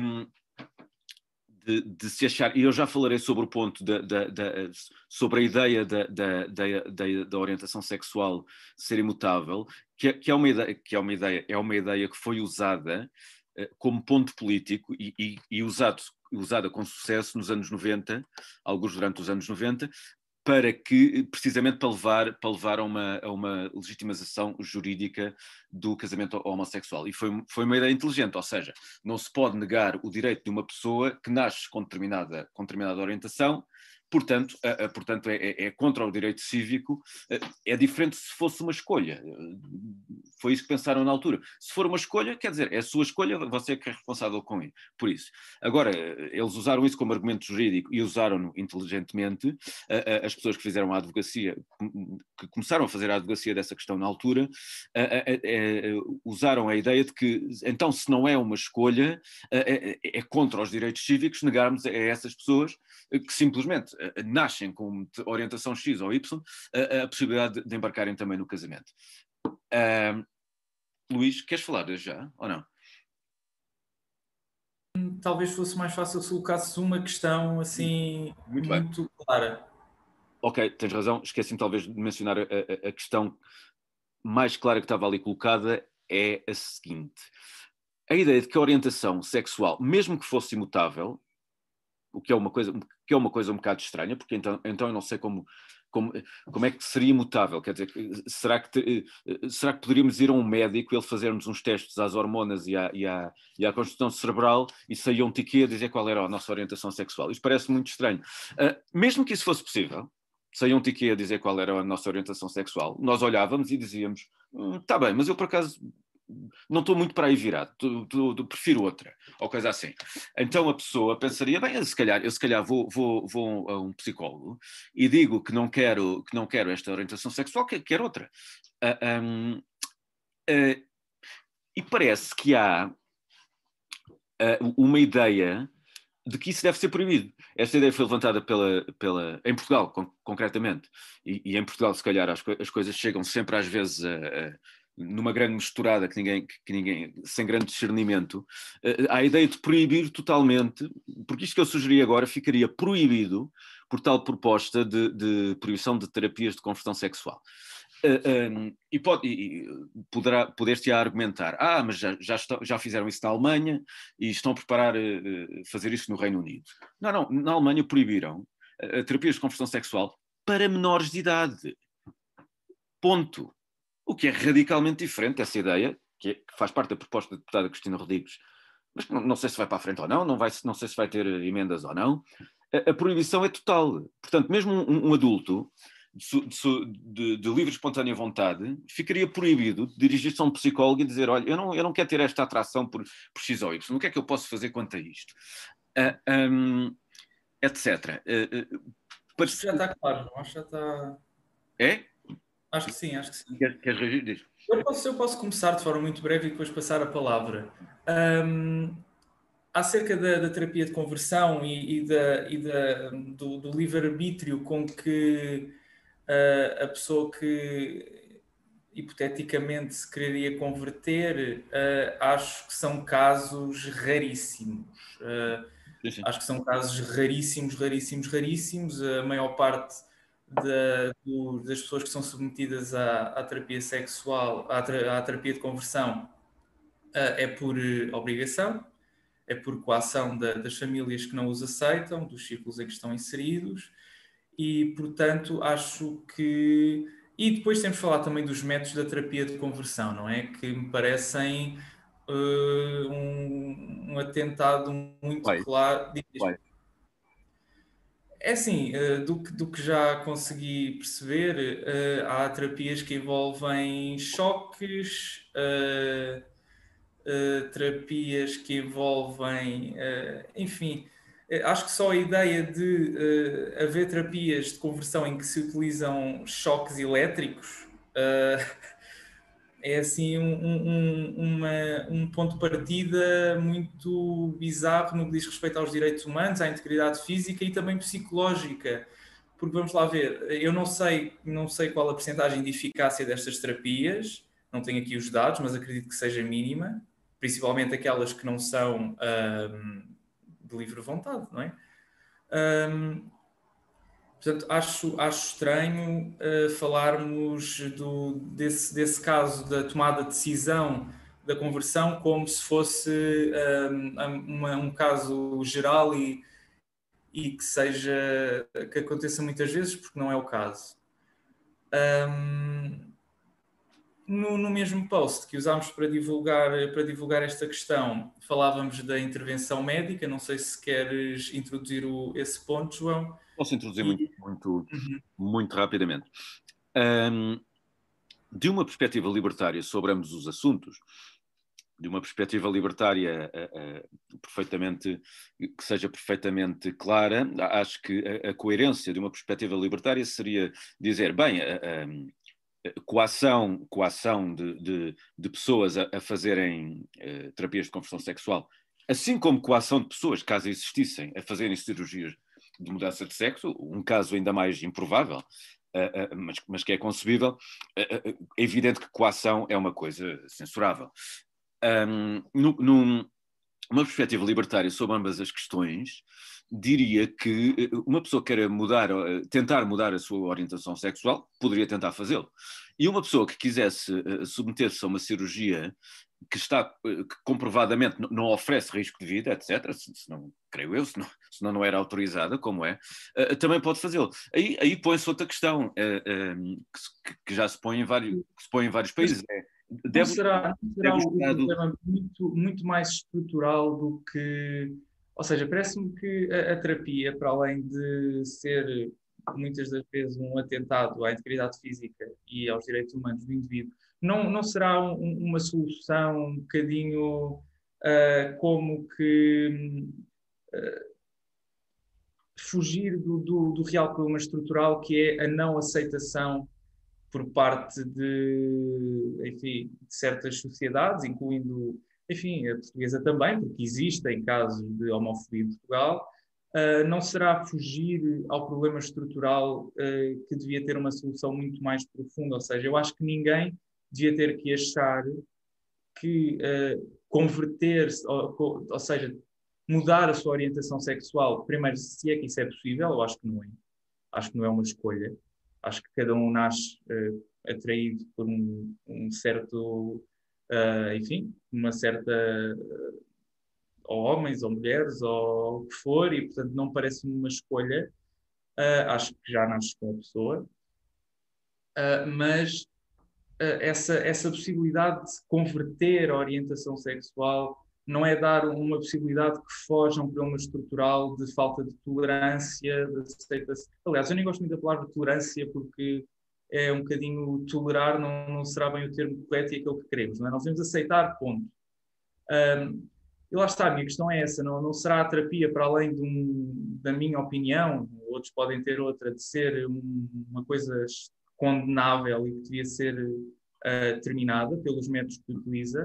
de, de se achar, e eu já falarei sobre o ponto, da, da, da, sobre a ideia da, da, da, da, da orientação sexual ser imutável, que é, que é, uma, ideia, que é, uma, ideia, é uma ideia que foi usada uh, como ponto político e, e, e usado, usada com sucesso nos anos noventa, alguns durante os anos noventa, para que, precisamente para levar, para levar a, uma, a uma legitimização jurídica do casamento homossexual. E foi, foi uma ideia inteligente, ou seja, não se pode negar o direito de uma pessoa que nasce com determinada, com determinada orientação, portanto, a, a, portanto é, é, é contra o direito cívico, é diferente se fosse uma escolha. Foi isso que pensaram na altura. Se for uma escolha, quer dizer, é a sua escolha, você é que é responsável com isso, por isso. Agora, eles usaram isso como argumento jurídico e usaram-no inteligentemente. As pessoas que fizeram a advocacia, que começaram a fazer a advocacia dessa questão na altura, usaram a ideia de que, então, se não é uma escolha, é contra os direitos cívicos negarmos a essas pessoas que simplesmente nascem com orientação X ou Y a, a possibilidade de embarcarem também no casamento. Uh, Luís, queres falar desde já ou não? Talvez fosse mais fácil se colocasses uma questão assim muito, muito clara. Ok, tens razão. Esqueci-me talvez de mencionar a, a, a questão mais clara que estava ali colocada, é a seguinte. A ideia de que a orientação sexual, mesmo que fosse imutável, o que é uma coisa, que é uma coisa um bocado estranha, porque então, então eu não sei como, como, como é que seria imutável, quer dizer, será que, será que poderíamos ir a um médico e ele fazer-nos uns testes às hormonas e à, e à, e à construção cerebral e sair um tiquê a dizer qual era a nossa orientação sexual? Isto parece muito estranho. Uh, mesmo que isso fosse possível, sair um tiquê a dizer qual era a nossa orientação sexual, nós olhávamos e dizíamos, está hum, bem, mas eu por acaso não estou muito para aí virado, tu, tu, tu, prefiro outra, ou coisa assim. Então a pessoa pensaria, bem, eu se calhar, eu se calhar vou, vou, vou a um psicólogo e digo que não quero, que não quero esta orientação sexual, que quero outra. Uh, um, uh, e parece que há uh, uma ideia de que isso deve ser proibido. Esta ideia foi levantada pela, pela, em Portugal, con concretamente, e, e em Portugal se calhar as, co as coisas chegam sempre às vezes a, a numa grande misturada que ninguém, que ninguém, sem grande discernimento, uh, há a ideia de proibir totalmente, porque isto que eu sugeri agora ficaria proibido por tal proposta de, de proibição de terapias de conversão sexual. Uh, um, e pode, e, poderá, poder-se argumentar, ah, mas já, já, estão, já fizeram isso na Alemanha e estão a preparar uh, fazer isso no Reino Unido. Não, não, na Alemanha proibiram uh, terapias de conversão sexual para menores de idade. Ponto. O que é radicalmente diferente dessa ideia, que, é, que faz parte da proposta da deputada Cristina Rodrigues, mas não, não sei se vai para a frente ou não, não, vai, não sei se vai ter emendas ou não. A, a proibição é total. Portanto, mesmo um, um adulto de, de, de, de livre e espontânea vontade ficaria proibido de dirigir-se a um psicólogo e dizer, olha, eu não, eu não quero ter esta atração por, por X ou Y, o que é que eu posso fazer quanto a isto? Uh, um, etcétera. Uh, uh, Acho que já está claro, acho que já está... É? Acho que sim, acho que sim. Queres quer reagir? Diz. Eu posso, eu posso começar de forma muito breve e depois passar a palavra. Um, acerca da, da terapia de conversão e, e, da, e da, do, do livre-arbítrio com que uh, a pessoa que hipoteticamente se quereria converter, uh, acho que são casos raríssimos. Uh, sim, sim. Acho que são casos raríssimos, raríssimos, raríssimos. A maior parte da, do, das pessoas que são submetidas à, à terapia sexual, à, à terapia de conversão, uh, é por uh, obrigação, é por coação da, das famílias que não os aceitam, dos círculos em que estão inseridos, e, portanto, acho que... E depois temos de falar também dos métodos da terapia de conversão, não é? Que me parecem uh, um, um atentado muito Vai. claro... Vai. É assim, do que, do que já consegui perceber, há terapias que envolvem choques, terapias que envolvem, enfim, acho que só a ideia de haver terapias de conversão em que se utilizam choques elétricos é assim um, um, uma, um ponto de partida muito bizarro no que diz respeito aos direitos humanos, à integridade física e também psicológica. Porque vamos lá ver, eu não sei, não sei qual a percentagem de eficácia destas terapias, não tenho aqui os dados, mas acredito que seja mínima, principalmente aquelas que não são um, de livre vontade, não é? Um, Portanto, acho, acho estranho uh, falarmos do, desse, desse caso da tomada de decisão da conversão como se fosse um, uma, um caso geral e, e que seja que aconteça muitas vezes, porque não é o caso. Um, no, no mesmo post que usámos para divulgar, para divulgar esta questão, falávamos da intervenção médica. Não sei se queres introduzir o, esse ponto, João. Posso introduzir e... muito, muito, uhum. muito rapidamente. Um, de uma perspectiva libertária sobre ambos os assuntos, de uma perspectiva libertária uh, uh, perfeitamente, que seja perfeitamente clara, acho que a, a coerência de uma perspectiva libertária seria dizer, bem, uh, uh, coação, coação de, de, de pessoas a, a fazerem uh, terapias de conversão sexual, assim como coação de pessoas, caso existissem, a fazerem cirurgias de mudança de sexo, um caso ainda mais improvável, uh, uh, mas, mas que é concebível, uh, uh, é evidente que coação é uma coisa censurável. Um, num, numa perspectiva libertária sobre ambas as questões, diria que uma pessoa que queira mudar, tentar mudar a sua orientação sexual, poderia tentar fazê-lo. E uma pessoa que quisesse uh, submeter-se a uma cirurgia que está, que comprovadamente não oferece risco de vida, etcétera, se, se não, creio eu, se não, se não, não era autorizada, como é, uh, também pode fazê-lo. Aí, aí põe-se outra questão, uh, uh, que, que já se põe em vários, que se põe em vários países. É, deve, não será, não será um problema muito, muito mais estrutural do que... Ou seja, parece-me que a, a terapia, para além de ser muitas das vezes um atentado à integridade física e aos direitos humanos do indivíduo, Não, não será um, uma solução um bocadinho uh, como que uh, fugir do, do, do real problema estrutural, que é a não aceitação por parte de, enfim, de certas sociedades, incluindo, enfim, a portuguesa também, porque existem casos de homofobia em Portugal. Uh, não será fugir ao problema estrutural uh, que devia ter uma solução muito mais profunda? Ou seja, eu acho que ninguém devia ter que achar que uh, converter-se, ou, ou seja, mudar a sua orientação sexual, primeiro, se é que isso é possível, eu acho que não é. Acho que não é uma escolha. Acho que cada um nasce uh, atraído por um, um certo, uh, enfim, uma certa, uh, ou homens, ou mulheres, ou o que for, e portanto não parece-me uma escolha. uh, acho que já nasces com a pessoa, uh, mas uh, essa, essa possibilidade de converter a orientação sexual não é dar uma possibilidade que foge a um problema estrutural de falta de tolerância, de aceitação. Aliás, eu nem gosto muito da palavra tolerância porque é um bocadinho tolerar, não, não será bem o termo correto e aquilo que queremos, não é? Nós devemos aceitar, ponto. Um, e lá está, a minha questão é essa, não, não será a terapia para além de um, da minha opinião, outros podem ter outra, de ser um, uma coisa condenável e que devia ser uh, terminada pelos métodos que utiliza.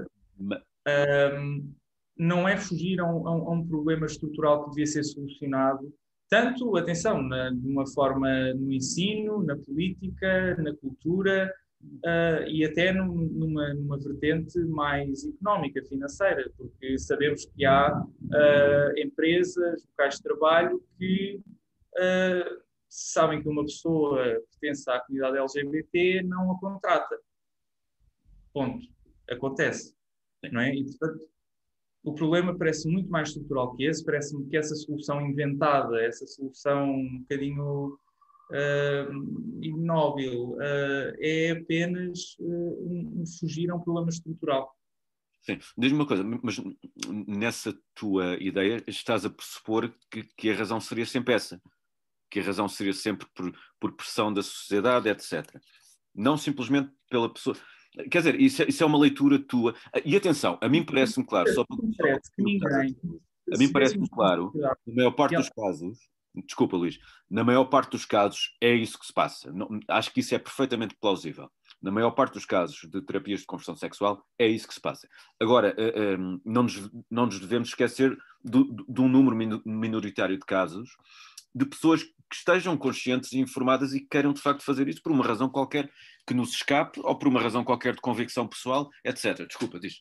Um, não é fugir a um, a um problema estrutural que devia ser solucionado, tanto, atenção, na, de uma forma no ensino, na política, na cultura uh, e até num, numa, numa vertente mais económica, financeira, porque sabemos que há uh, empresas, locais de trabalho que uh, sabem que uma pessoa pertence à comunidade L G B T, não a contrata. Ponto. Acontece. Não é? E, portanto, o problema parece muito mais estrutural que esse, parece-me que essa solução inventada, essa solução um bocadinho uh, ignóbil, uh, é apenas uh, um, um fugir a um problema estrutural. Sim, diz-me uma coisa, mas nessa tua ideia estás a pressupor que, que a razão seria sempre essa, que a razão seria sempre por, por pressão da sociedade, etcétera. Não simplesmente pela pessoa... Quer dizer, isso é, isso é uma leitura tua. E atenção, a mim parece-me claro, só para, só para que ninguém, a mim parece-me claro, na maior parte dos casos, desculpa Luís, na maior parte dos casos é isso que se passa. Não, acho que isso é perfeitamente plausível. Na maior parte dos casos de terapias de conversão sexual é isso que se passa. Agora, não nos, não nos devemos esquecer de, de um número minoritário de casos de pessoas que estejam conscientes e informadas e que queiram de facto fazer isso por uma razão qualquer que nos escape ou por uma razão qualquer de convicção pessoal, etcétera. Desculpa, diz.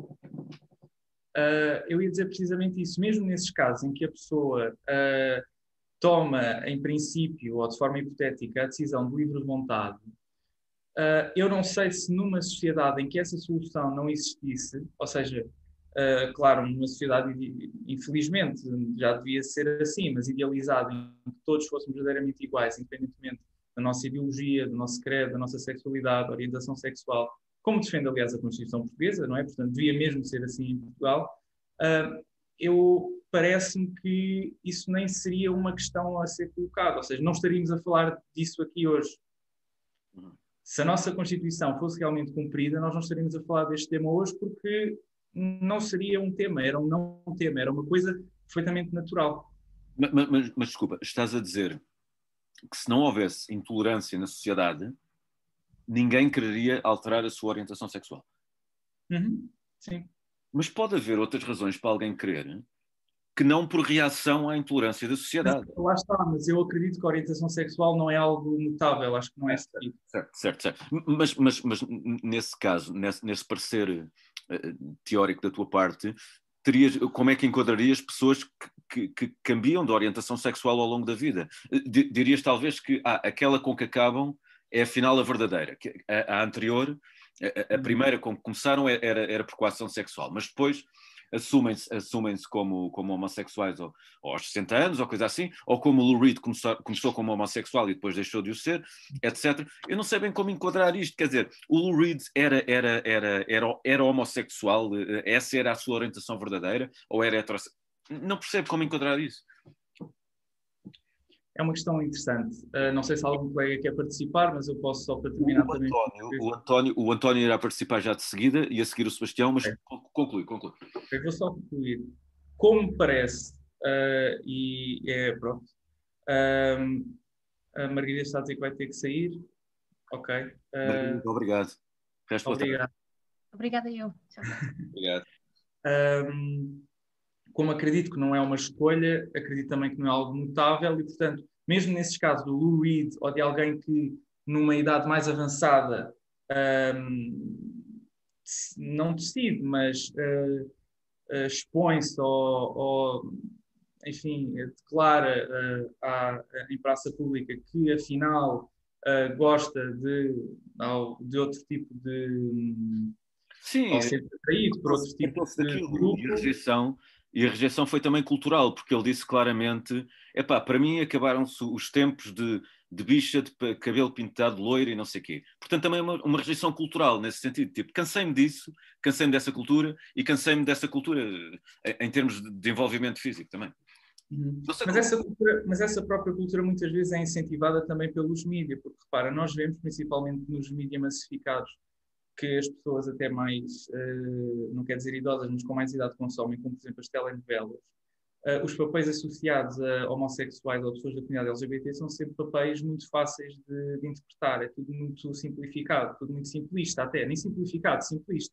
Uh, eu ia dizer precisamente isso. Mesmo nesses casos em que a pessoa uh, toma, em princípio, ou de forma hipotética, a decisão de livre vontade, uh, eu não sei se numa sociedade em que essa solução não existisse, ou seja, uh, claro, numa sociedade, infelizmente, já devia ser assim, mas idealizada, em que todos fôssemos verdadeiramente iguais, independentemente da nossa ideologia, do nosso credo, da nossa sexualidade, orientação sexual, como defende, aliás, a Constituição Portuguesa, não é? Portanto, devia mesmo ser assim em Portugal. Uh, eu parece-me que isso nem seria uma questão a ser colocada, ou seja, não estaríamos a falar disso aqui hoje. Se a nossa Constituição fosse realmente cumprida, nós não estaríamos a falar deste tema hoje porque não seria um tema, era um não tema, era uma coisa perfeitamente natural. Mas, mas, mas desculpa, estás a dizer que se não houvesse intolerância na sociedade, ninguém quereria alterar a sua orientação sexual. Uhum, sim. Mas pode haver outras razões para alguém querer que não por reação à intolerância da sociedade. Mas, lá está, mas eu acredito que a orientação sexual não é algo mutável, acho que não é esse tipo. Certo, certo, certo. Mas, mas, mas nesse caso, nesse, nesse parecer uh, teórico da tua parte, terias, como é que enquadrarias pessoas que, que, que cambiam de orientação sexual ao longo da vida? D- dirias talvez que ah, aquela com que acabam é afinal a verdadeira, que a, a anterior, a, a primeira com que começaram era, era por coação sexual, mas depois assumem-se, assumem-se como, como homossexuais ou, ou aos sessenta anos, ou coisa assim, ou como o Lou Reed começou, começou como homossexual e depois deixou de o ser, etcétera. Eu não sei bem como enquadrar isto, quer dizer, o Lou Reed era, era, era, era, era homossexual, essa era a sua orientação verdadeira, ou era heterossexual? Não percebo como enquadrar isso. É uma questão interessante. Uh, não sei se algum colega quer participar, mas eu posso só para terminar o também. António, o, António, o António irá participar já de seguida e a seguir o Sebastião, mas okay. conclui, conclui. Eu vou só concluir. Como me parece, uh, e é pronto, uh, a Margarida está a dizer que vai ter que sair. Ok. Uh, Margarida, obrigado. Resto obrigado. Obrigada eu. Obrigado. Um, como acredito que não é uma escolha, acredito também que não é algo mutável e, portanto, mesmo nesses casos do Lou Reed ou de alguém que numa idade mais avançada um, não decide, mas uh, uh, expõe-se ou, ou, enfim, declara uh, à, em praça pública que afinal uh, gosta de, de outro tipo de... Sim, ou ser atraído por outro tipo de grupo. E a rejeição E a rejeição foi também cultural, porque ele disse claramente, epá, para mim acabaram-se os tempos de, de bicha, de cabelo pintado, loiro e não sei o quê. Portanto, também é uma, uma rejeição cultural, nesse sentido. Tipo, cansei-me disso, cansei-me dessa cultura e cansei-me dessa cultura em termos de desenvolvimento físico também. Uhum. Mas, essa cultura, mas essa própria cultura muitas vezes é incentivada também pelos mídias, porque, repara, nós vemos principalmente nos mídias massificados que as pessoas até mais, uh, não quer dizer idosas, mas com mais idade consomem, como por exemplo as telenovelas, uh, os papéis associados a homossexuais ou pessoas da comunidade L G B T são sempre papéis muito fáceis de, de interpretar, é tudo muito simplificado, tudo muito simplista até, nem simplificado, simplista,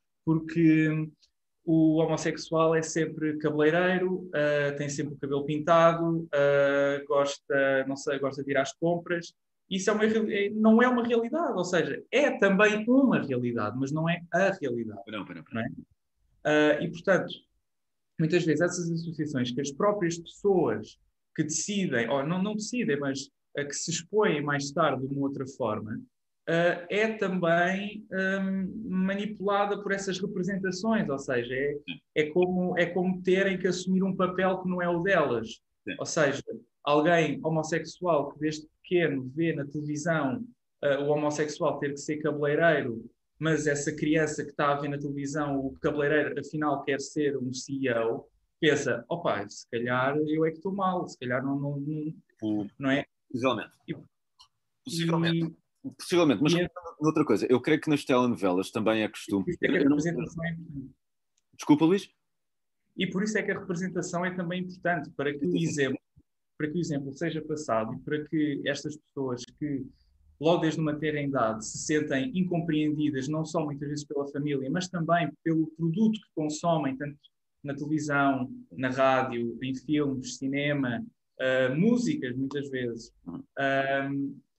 porque o homossexual é sempre cabeleireiro, uh, tem sempre o cabelo pintado, uh, gosta, não sei, gosta de ir às compras. Isso é uma, não é uma realidade, ou seja, é também uma realidade, mas não é a realidade. Não, não, não. Não é? Uh, e, portanto, muitas vezes essas associações que as próprias pessoas que decidem, ou não, não decidem, mas uh, que se expõem mais tarde de uma outra forma, uh, é também um, manipulada por essas representações, ou seja, é, é, como, é como terem que assumir um papel que não é o delas. Sim. Ou seja, alguém homossexual que desde pequeno vê na televisão uh, o homossexual ter que ser cabeleireiro, mas essa criança que está a ver na televisão o cabeleireiro afinal quer ser um C E O, pensa, opa, se calhar eu é que estou mal, se calhar não, não, não, não é? Possivelmente. E, Possivelmente. E, Possivelmente, mas é, outra coisa, eu creio que nas telenovelas também é costume... É que a representação é importante. Desculpa, Luís? E por isso é que a representação é também importante, para que o exemplo para que o exemplo seja passado e para que estas pessoas que, logo desde uma terra idade, se sentem incompreendidas, não só muitas vezes pela família, mas também pelo produto que consomem, tanto na televisão, na rádio, em filmes, cinema, uh, músicas, muitas vezes. Uh,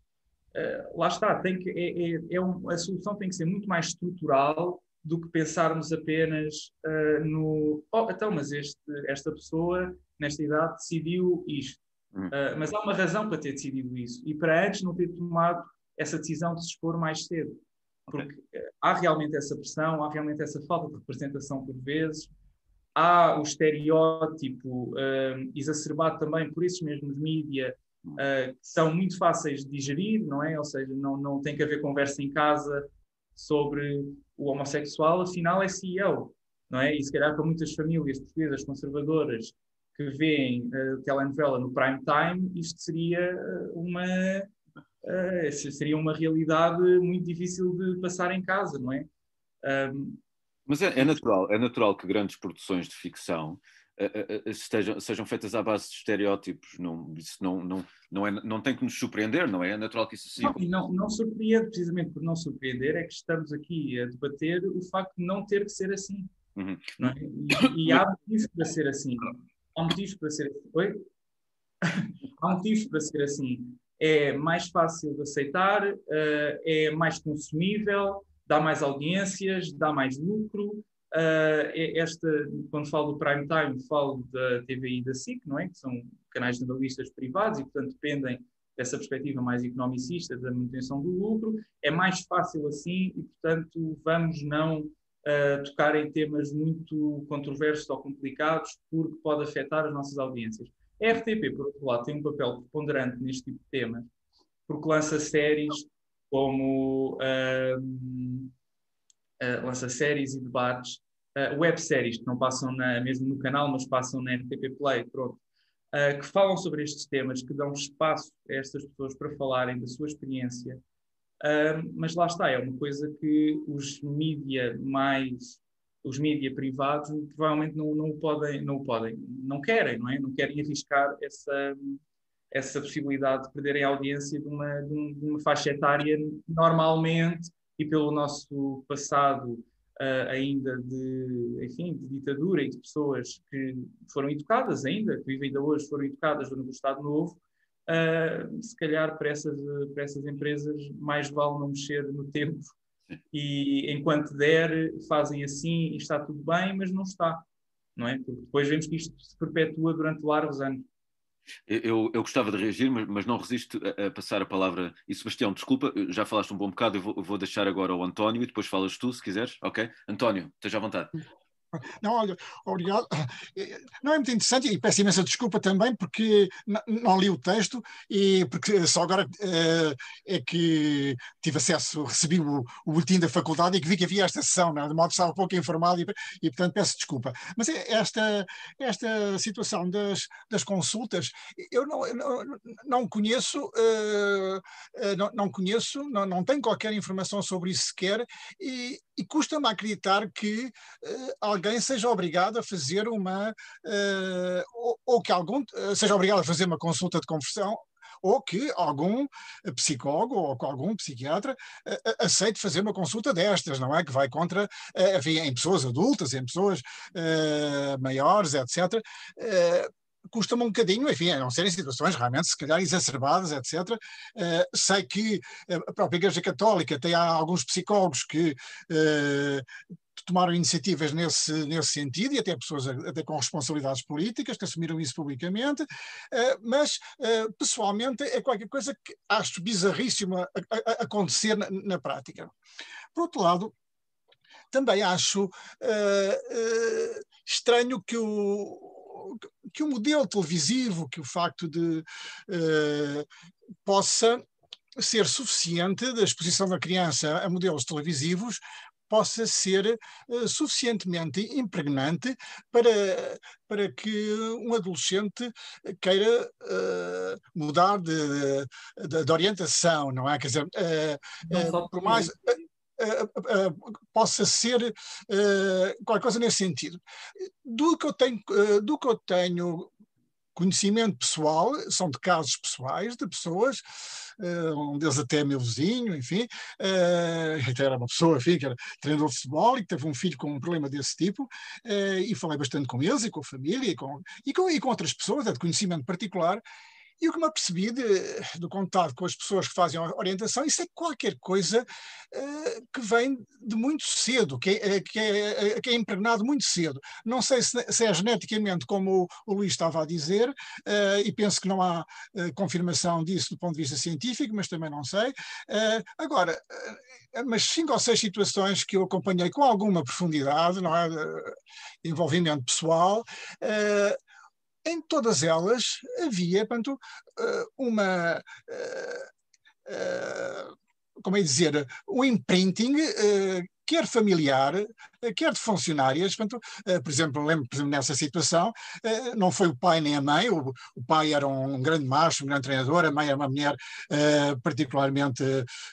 uh, lá está, tem que, é, é, é um, a solução tem que ser muito mais estrutural do que pensarmos apenas uh, no... Oh, então, mas este, esta pessoa, nesta idade, decidiu isto. Uh, mas há uma razão para ter decidido isso e para antes não ter tomado essa decisão de se expor mais cedo, porque okay. há realmente essa pressão, há realmente essa falta de representação por vezes, há o estereótipo uh, exacerbado também por esses mesmos mídia uh, que são muito fáceis de digerir, não é? Ou seja, não, não tem que haver conversa em casa sobre o homossexual, afinal é C E O, não é? E se calhar para muitas famílias portuguesas conservadoras que veem a uh, telenovela no prime time, isto seria uma, uh, seria uma realidade muito difícil de passar em casa, não é? Um, Mas é, é, natural, é natural que grandes produções de ficção uh, uh, estejam, sejam feitas à base de estereótipos. Não, isso não, não, não, é, não tem que nos surpreender, não é? É natural que isso seja. Não, e não, não surpreende, precisamente por não surpreender, é que estamos aqui a debater o facto de não ter que ser assim. Uhum. Não é? E, e há motivos para ser assim. Há motivos para ser assim. Oi? Há motivos para ser assim. É mais fácil de aceitar, uh, é mais consumível, dá mais audiências, dá mais lucro. Uh, esta, quando falo do prime time, falo da T V I e da S I C, não é? Que são canais generalistas privados e, portanto, dependem dessa perspectiva mais economicista da manutenção do lucro. É mais fácil assim e, portanto, vamos não Uh, tocar em temas muito controversos ou complicados porque pode afetar as nossas audiências. A R T P, por outro lado, tem um papel preponderante neste tipo de temas porque lança séries como uh, uh, lança séries e debates, uh, web-séries que não passam na, mesmo no canal, mas passam na R T P Play, pronto, uh, que falam sobre estes temas, que dão espaço a estas pessoas para falarem da sua experiência. Uh, mas lá está, é uma coisa que os mídia mais, os mídia privados provavelmente não, não, o podem, não o podem, não querem, não é? Não querem arriscar essa, essa possibilidade de perderem a audiência de uma, de, um, de uma faixa etária normalmente e pelo nosso passado uh, ainda de, enfim, de ditadura e de pessoas que foram educadas ainda, que vivem ainda hoje, foram educadas durante o Estado Novo. Uh, se calhar para essas, para essas empresas mais vale não mexer no tempo e enquanto der fazem assim e está tudo bem, mas não está, não é? Porque depois vemos que isto se perpetua durante largos anos. Eu, eu gostava de reagir, mas, mas não resisto a, a passar a palavra. E Sebastião, desculpa, já falaste um bom bocado, eu vou, eu vou deixar agora ao António e depois falas tu, se quiseres, ok? António, esteja à vontade. Não, olha, obrigado. Não é muito interessante e peço imensa desculpa também porque não li o texto e porque só agora uh, é que tive acesso, recebi o, o boletim da faculdade e que vi que havia esta sessão, não é? De modo que estava pouco informado e, e portanto peço desculpa. Mas esta, esta situação das, das consultas, eu não, não, não conheço, uh, não, não conheço, não, não tenho qualquer informação sobre isso sequer e, e custa-me acreditar que uh, alguém seja obrigado a fazer uma, uh, ou, ou que algum uh, seja obrigado a fazer uma consulta de conversão, ou que algum psicólogo ou algum psiquiatra uh, aceite fazer uma consulta destas, não é? Que vai contra, uh, enfim, em pessoas adultas, em pessoas uh, maiores, etcétera. Uh, custa-me um bocadinho, enfim, a não serem situações realmente, se calhar, exacerbadas, etcétera. Uh, sei que a própria Igreja Católica tem alguns psicólogos que uh, tomaram iniciativas nesse, nesse sentido, e até pessoas até com responsabilidades políticas que assumiram isso publicamente, uh, mas uh, pessoalmente é qualquer coisa que acho bizarríssimo a, a, a acontecer na, na prática. Por outro lado, também acho uh, uh, estranho que o que o modelo televisivo, que o facto de uh, possa ser suficiente, da exposição da criança a modelos televisivos, possa ser uh, suficientemente impregnante para, para que um adolescente queira uh, mudar de, de, de orientação, não é? Quer dizer, uh, uh, por mais... Uh, uh, uh, possa ser uh, qualquer coisa nesse sentido. Do que eu tenho, uh, do que eu tenho conhecimento pessoal, são de casos pessoais, de pessoas, uh, um deles até é meu vizinho, enfim, uh, era uma pessoa, enfim, que era treinador de futebol e que teve um filho com um problema desse tipo, uh, e falei bastante com eles e com a família e com, e com, e com outras pessoas, é de conhecimento particular. E o que me apercebi de, do contato com as pessoas que fazem a orientação, isso é qualquer coisa uh, que vem de muito cedo, que é, que, é, que é impregnado muito cedo. Não sei se, se é geneticamente, como o, o Luís estava a dizer, uh, e penso que não há uh, confirmação disso do ponto de vista científico, mas também não sei. Uh, agora, uh, mas cinco ou seis situações que eu acompanhei com alguma profundidade, não é, uh, envolvimento pessoal, uh, em todas elas havia, portanto, uma, como é dizer, um imprinting, quer familiar, quer de funcionárias. Portanto, por exemplo, lembro, por exemplo, nessa situação, não foi o pai nem a mãe, o, o pai era um grande macho, um grande treinador, a mãe era uma mulher particularmente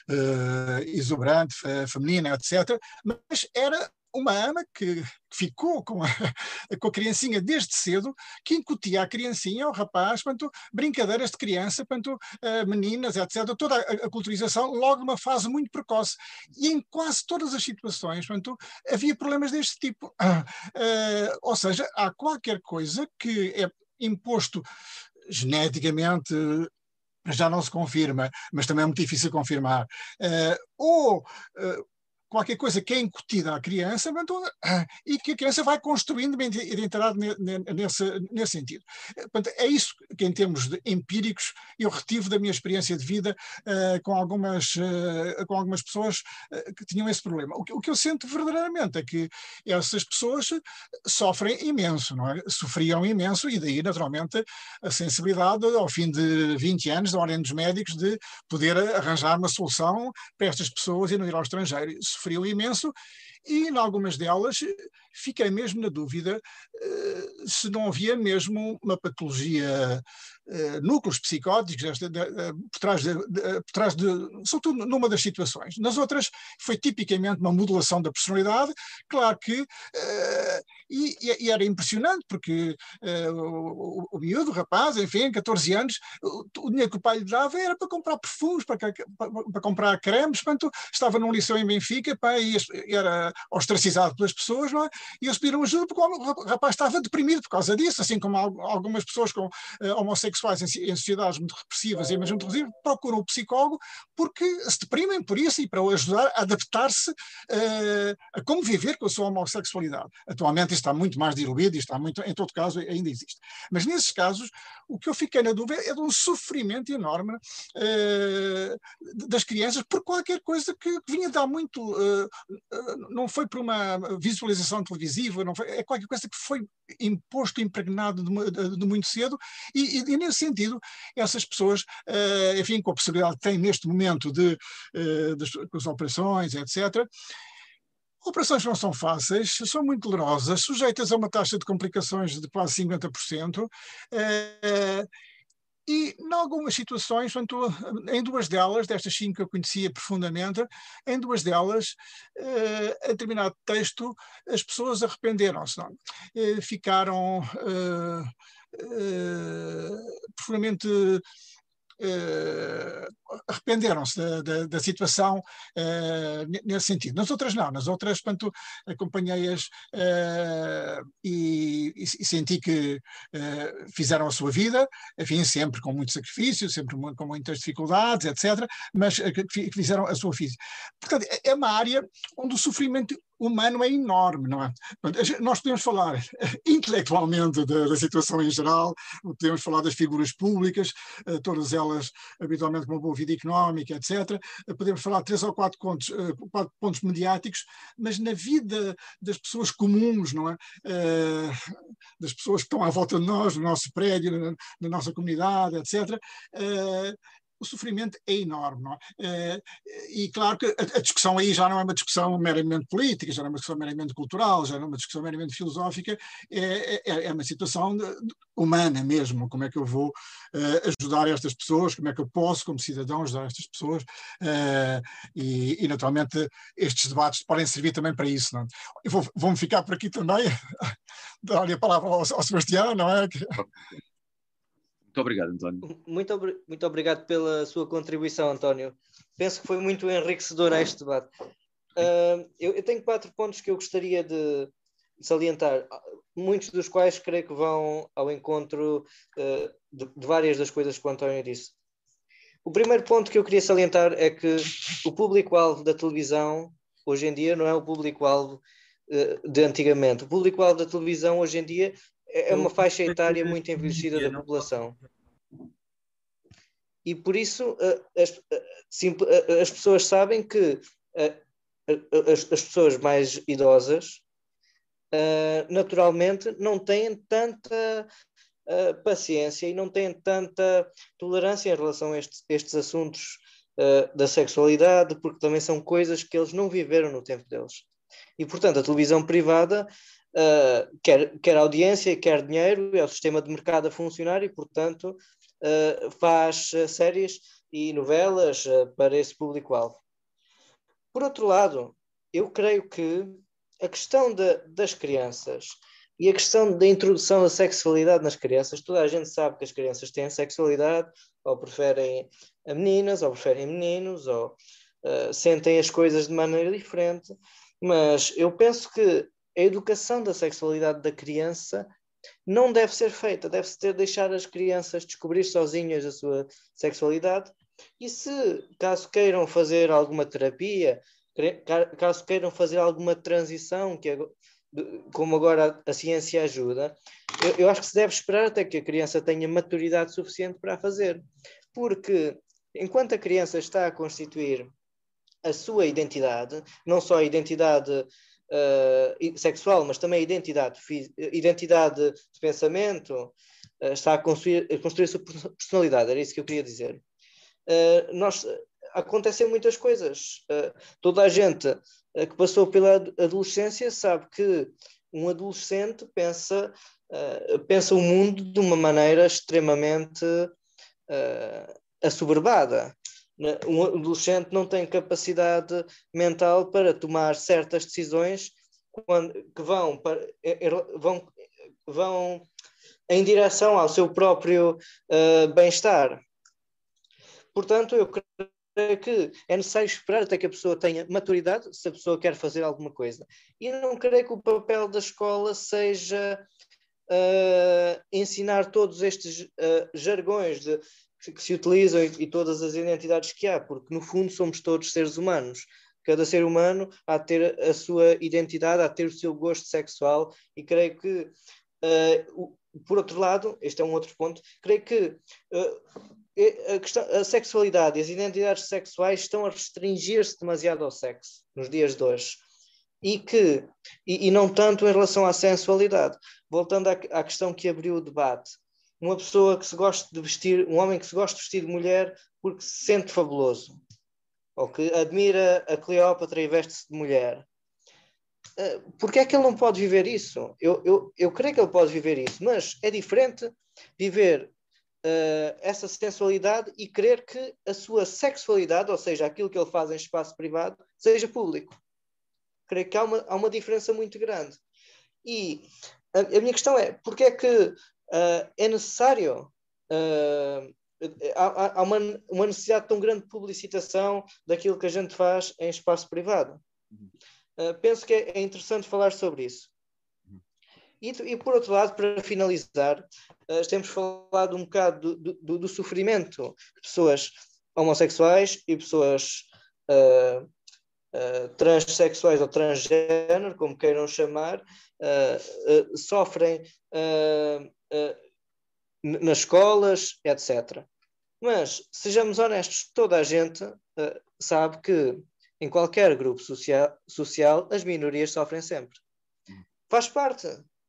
exuberante, feminina, etcétera, mas era uma ama que ficou com a, com a criancinha desde cedo, que incutia à criancinha, ao rapaz, portanto, brincadeiras de criança, portanto, uh, meninas, etcétera, toda a, a culturização logo numa fase muito precoce. E em quase todas as situações, portanto, havia problemas deste tipo. Uh, uh, ou seja, há qualquer coisa que é imposto geneticamente, já não se confirma, mas também é muito difícil confirmar, uh, ou uh, qualquer coisa que é incutida à criança, então, e que a criança vai construindo uma identidade nesse, nesse sentido. Portanto, é isso que, em termos de empíricos, eu retive da minha experiência de vida uh, com, algumas, uh, com algumas pessoas uh, que tinham esse problema. O que, o que eu sinto verdadeiramente é que essas pessoas sofrem imenso, não é? Sofriam imenso, e daí, naturalmente, a sensibilidade, ao fim de vinte anos, da ordem dos médicos, de poder arranjar uma solução para estas pessoas e não ir ao estrangeiro. Sofreu imenso, e em algumas delas fiquei mesmo na dúvida uh, se não havia mesmo uma patologia, uh, núcleos psicóticos de, de, de, por trás de, de, por trás de, sobretudo numa das situações. Nas outras foi tipicamente uma modulação da personalidade, claro que, uh, e, e era impressionante, porque uh, o, o miúdo, o rapaz, enfim, catorze anos, o, o dinheiro que o pai lhe dava era para comprar perfumes, para, para, para comprar cremes, portanto, estava num liceu em Benfica, pá, e era ostracizado pelas pessoas, não é? E eles pediram ajuda porque o rapaz estava deprimido por causa disso, assim como algumas pessoas com, uh, homossexuais em, em sociedades muito repressivas e mesmo muito repressivas procuram o psicólogo porque se deprimem por isso e para o ajudar a adaptar-se uh, a como viver com a sua homossexualidade. Atualmente isto está muito mais diluído e está muito, em todo caso ainda existe. Mas nesses casos, o que eu fiquei na dúvida é de um sofrimento enorme uh, das crianças por qualquer coisa que, que vinha de há muito, uh, uh, não foi por uma visualização televisiva, não foi, é qualquer coisa que foi imposto, impregnado de, de, de muito cedo, e, e, e nesse sentido, essas pessoas, uh, enfim, com a possibilidade que têm neste momento de, uh, das, das operações, etcétera, operações não são fáceis, são muito dolorosas, sujeitas a uma taxa de complicações de quase cinquenta por cento, uh, e, em algumas situações, em duas delas, destas cinco que eu conhecia profundamente, em duas delas, eh, a determinado texto, as pessoas arrependeram-se, não? Eh, ficaram eh, eh, profundamente Uh, arrependeram-se da, da, da situação uh, nesse sentido. Nas outras não, nas outras, portanto, acompanhei-as uh, e, e, e senti que uh, fizeram a sua vida, enfim, sempre com muito sacrifício, sempre com muitas dificuldades, etcétera, mas uh, que fizeram a sua vida. Portanto, é uma área onde o sofrimento humano é enorme, não é? Nós podemos falar intelectualmente da, da situação em geral, podemos falar das figuras públicas, todas elas habitualmente com uma boa vida económica, etcétera. Podemos falar de três ou quatro pontos, quatro pontos mediáticos, mas na vida das pessoas comuns, não é? Das pessoas que estão à volta de nós, no nosso prédio, na nossa comunidade, etcétera, o sofrimento é enorme, não é? E claro que a discussão aí já não é uma discussão meramente política, já não é uma discussão meramente cultural, já não é uma discussão meramente filosófica, é, é, é uma situação de, de, humana mesmo. Como é que eu vou uh, ajudar estas pessoas, como é que eu posso, como cidadão, ajudar estas pessoas, uh, e, e naturalmente estes debates podem servir também para isso, não é? Eu vou, vou-me ficar por aqui também, dar-lhe a palavra ao, ao Sebastião, não é? Muito obrigado, António. Muito, muito obrigado pela sua contribuição, António. Penso que foi muito enriquecedor este debate. Uh, eu, eu tenho quatro pontos que eu gostaria de salientar, muitos dos quais creio que vão ao encontro uh, de, de várias das coisas que o António disse. O primeiro ponto que eu queria salientar é que o público-alvo da televisão hoje em dia não é o público-alvo uh, de antigamente. O público-alvo da televisão hoje em dia é uma faixa etária muito envelhecida da população. E por isso as, as pessoas sabem que as pessoas mais idosas naturalmente não têm tanta paciência e não têm tanta tolerância em relação a estes, estes assuntos da sexualidade, porque também são coisas que eles não viveram no tempo deles. E portanto a televisão privada Uh, quer, quer audiência, quer dinheiro, é o sistema de mercado a funcionar e, portanto, uh, faz uh, séries e novelas uh, para esse público-alvo. Por outro lado, eu creio que a questão de, das crianças e a questão da introdução da sexualidade nas crianças, toda a gente sabe que as crianças têm sexualidade, ou preferem a meninas, ou preferem meninos, ou uh, sentem as coisas de maneira diferente, mas eu penso que a educação da sexualidade da criança não deve ser feita, deve-se ter deixar as crianças descobrir sozinhas a sua sexualidade e se, caso queiram fazer alguma terapia, caso queiram fazer alguma transição, que como agora a ciência ajuda, eu, eu acho que se deve esperar até que a criança tenha maturidade suficiente para a fazer, porque enquanto a criança está a constituir a sua identidade, não só a identidade Uh, sexual, mas também a identidade, identidade de pensamento, uh, está a construir, a construir a sua personalidade, era isso que eu queria dizer. Uh, nós, acontecem muitas coisas. Uh, toda a gente uh, que passou pela adolescência sabe que um adolescente pensa, uh, pensa o mundo de uma maneira extremamente uh, assoberbada. Um adolescente não tem capacidade mental para tomar certas decisões quando, que vão, para, vão, vão em direção ao seu próprio uh, bem-estar. Portanto, eu creio que é necessário esperar até que a pessoa tenha maturidade, se a pessoa quer fazer alguma coisa. E não creio que o papel da escola seja uh, ensinar todos estes uh, jargões de que se utilizam e, e todas as identidades que há, porque no fundo somos todos seres humanos. Cada ser humano há de ter a sua identidade, há de ter o seu gosto sexual e creio que, uh, por outro lado, este é um outro ponto, creio que uh, a, questão, a sexualidade e as identidades sexuais estão a restringir-se demasiado ao sexo nos dias de hoje. e que e, e não tanto em relação à sensualidade. Voltando à, à questão que abriu o debate, uma pessoa que se gosta de vestir, um homem que se gosta de vestir de mulher porque se sente fabuloso, ou que admira a Cleópatra e veste-se de mulher. Uh, porque é que ele não pode viver isso? Eu, eu, eu creio que ele pode viver isso, mas é diferente viver uh, essa sensualidade e querer que a sua sexualidade, ou seja, aquilo que ele faz em espaço privado, seja público. Creio que há uma, há uma diferença muito grande. E a, a minha questão é, porque é que uh, é necessário... Uh, há, há uma, uma necessidade tão grande de publicitação daquilo que a gente faz em espaço privado? Uh, penso que é, é interessante falar sobre isso. E, e por outro lado, para finalizar, uh, temos falado um bocado do, do, do sofrimento de pessoas homossexuais e pessoas uh, uh, transexuais ou transgênero, como queiram chamar, uh, uh, sofrem uh, uh, nas escolas, etcétera. Mas, sejamos honestos, toda a gente uh, sabe que em qualquer grupo social, social as minorias sofrem sempre. Faz parte.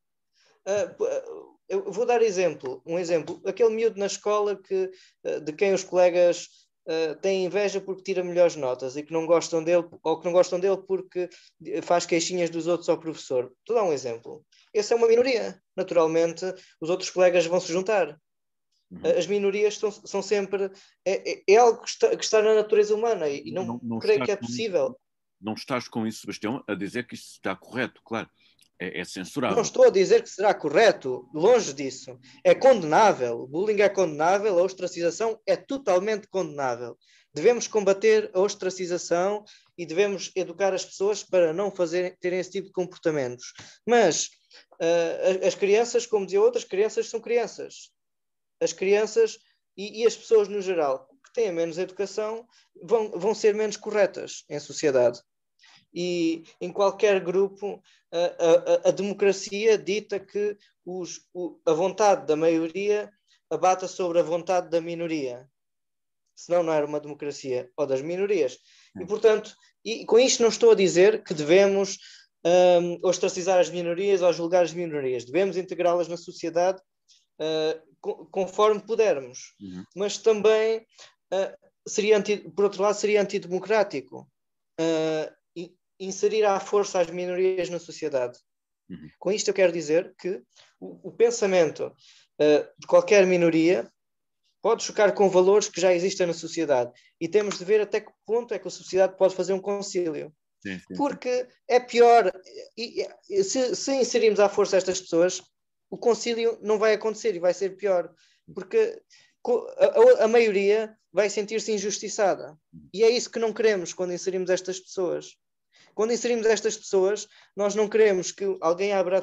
Uh, eu vou dar exemplo, um exemplo. Aquele miúdo na escola que, uh, de quem os colegas uh, têm inveja porque tira melhores notas e que não gostam dele, ou que não gostam dele porque faz queixinhas dos outros ao professor. Estou a dar um exemplo. Essa é uma minoria. Naturalmente, os outros colegas vão se juntar. Uhum. As minorias são, são sempre... É, é, é algo que está, que está na natureza humana e não, não, não creio que é possível. Com, não estás com isso, Sebastião, a dizer que isso está correto, claro. É, é censurável. Não estou a dizer que será correto, longe disso. É condenável. O bullying é condenável, a ostracização é totalmente condenável. Devemos combater a ostracização e devemos educar as pessoas para não fazerem, terem esse tipo de comportamentos. Mas uh, as crianças, como dizia outras, crianças são crianças. As crianças e, e as pessoas no geral que têm menos educação vão, vão ser menos corretas em sociedade. E em qualquer grupo a, a, a democracia dita que os, o, a vontade da maioria abata sobre a vontade da minoria. Senão não era uma democracia, ou das minorias. E portanto, e, com isto não estou a dizer que devemos um, ostracizar as minorias ou julgar as minorias. Devemos integrá-las na sociedade uh, conforme pudermos. Uhum. Mas também uh, seria anti, por outro lado seria antidemocrático uh, inserir à força as minorias na sociedade. Uhum. Com isto eu quero dizer que o, o pensamento uh, de qualquer minoria pode chocar com valores que já existem na sociedade e temos de ver até que ponto é que a sociedade pode fazer um concílio. Sim, sim. Porque é pior, e, e, se, se inserirmos à força estas pessoas, o concílio não vai acontecer e vai ser pior, porque a, a, a maioria vai sentir-se injustiçada. E é isso que não queremos quando inserimos estas pessoas. Quando inserimos estas pessoas, nós não queremos que alguém abra,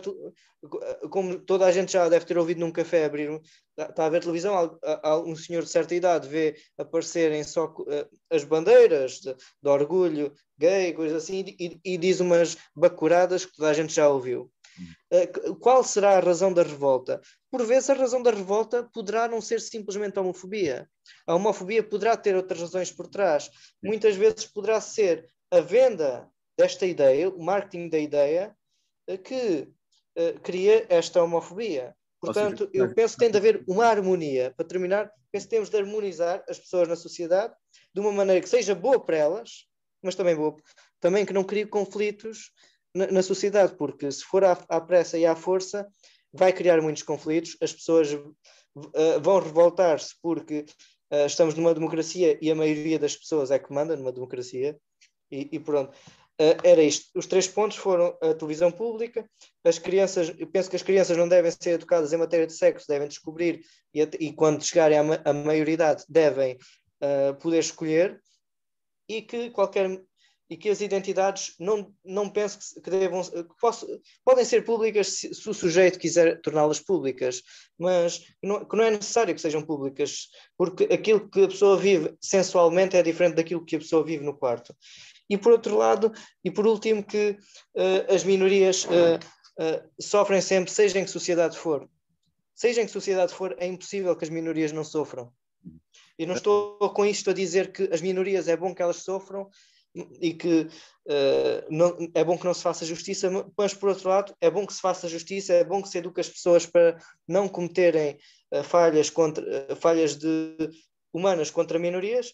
como toda a gente já deve ter ouvido num café, abrir, está a ver televisão, um senhor de certa idade vê aparecerem só as bandeiras de, de orgulho gay, coisas assim, e, e diz umas bacuradas que toda a gente já ouviu. Qual será a razão da revolta? Por vezes a razão da revolta poderá não ser simplesmente a homofobia. A homofobia poderá ter outras razões por trás. Muitas vezes poderá ser a venda desta ideia, o marketing da ideia, que uh, cria esta homofobia. Portanto, seja, eu penso que tem de haver uma harmonia. Para terminar, penso que temos de harmonizar as pessoas na sociedade de uma maneira que seja boa para elas, mas também boa, também que não crie conflitos na, na sociedade, porque se for à, à pressa e à força, vai criar muitos conflitos, as pessoas uh, vão revoltar-se porque uh, estamos numa democracia e a maioria das pessoas é que manda numa democracia, e, e pronto. Uh, era isto. Os três pontos foram a televisão pública, as crianças, eu penso que as crianças não devem ser educadas em matéria de sexo, devem descobrir e, e quando chegarem à, ma à maioridade devem uh, poder escolher, e que qualquer e que as identidades não, não penso que, que devam que posso, podem ser públicas se, se o sujeito quiser torná-las públicas, mas que não, que não é necessário que sejam públicas, porque aquilo que a pessoa vive sensualmente é diferente daquilo que a pessoa vive no quarto. E por outro lado, e por último, que uh, as minorias uh, uh, sofrem sempre, seja em que sociedade for. Seja em que sociedade for, é impossível que as minorias não sofram. E não estou com isto a dizer que as minorias é bom que elas sofram e que uh, não, é bom que não se faça justiça, mas por outro lado é bom que se faça justiça, é bom que se eduque as pessoas para não cometerem uh, falhas, contra, uh, falhas de, humanas contra minorias,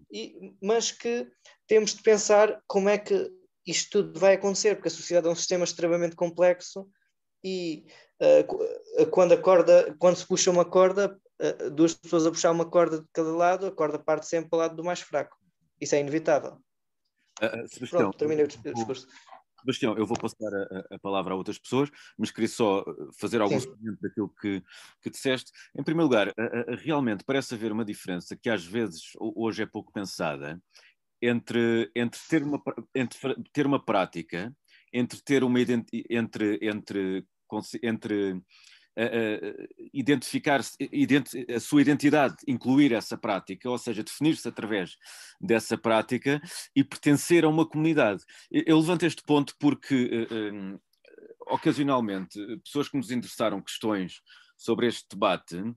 e, mas que temos de pensar como é que isto tudo vai acontecer, porque a sociedade é um sistema extremamente complexo e uh, quando, a corda, quando se puxa uma corda, uh, duas pessoas a puxar uma corda de cada lado, a corda parte sempre para o lado do mais fraco. Isso é inevitável. Uh, Sebastião, Pronto, terminei o discurso. Sebastião, eu vou passar a, a palavra a outras pessoas, mas queria só fazer algum seguimento daquilo que, que disseste. Em primeiro lugar, a, a, realmente parece haver uma diferença que às vezes hoje é pouco pensada entre, entre, ter, uma, entre ter uma prática, entre ter uma entre, entre, entre, entre Uh, identificar identi a sua identidade, incluir essa prática, ou seja, definir-se através dessa prática e pertencer a uma comunidade. Eu levanto este ponto porque, uh, uh, ocasionalmente, pessoas que nos interessaram questões sobre este debate uh,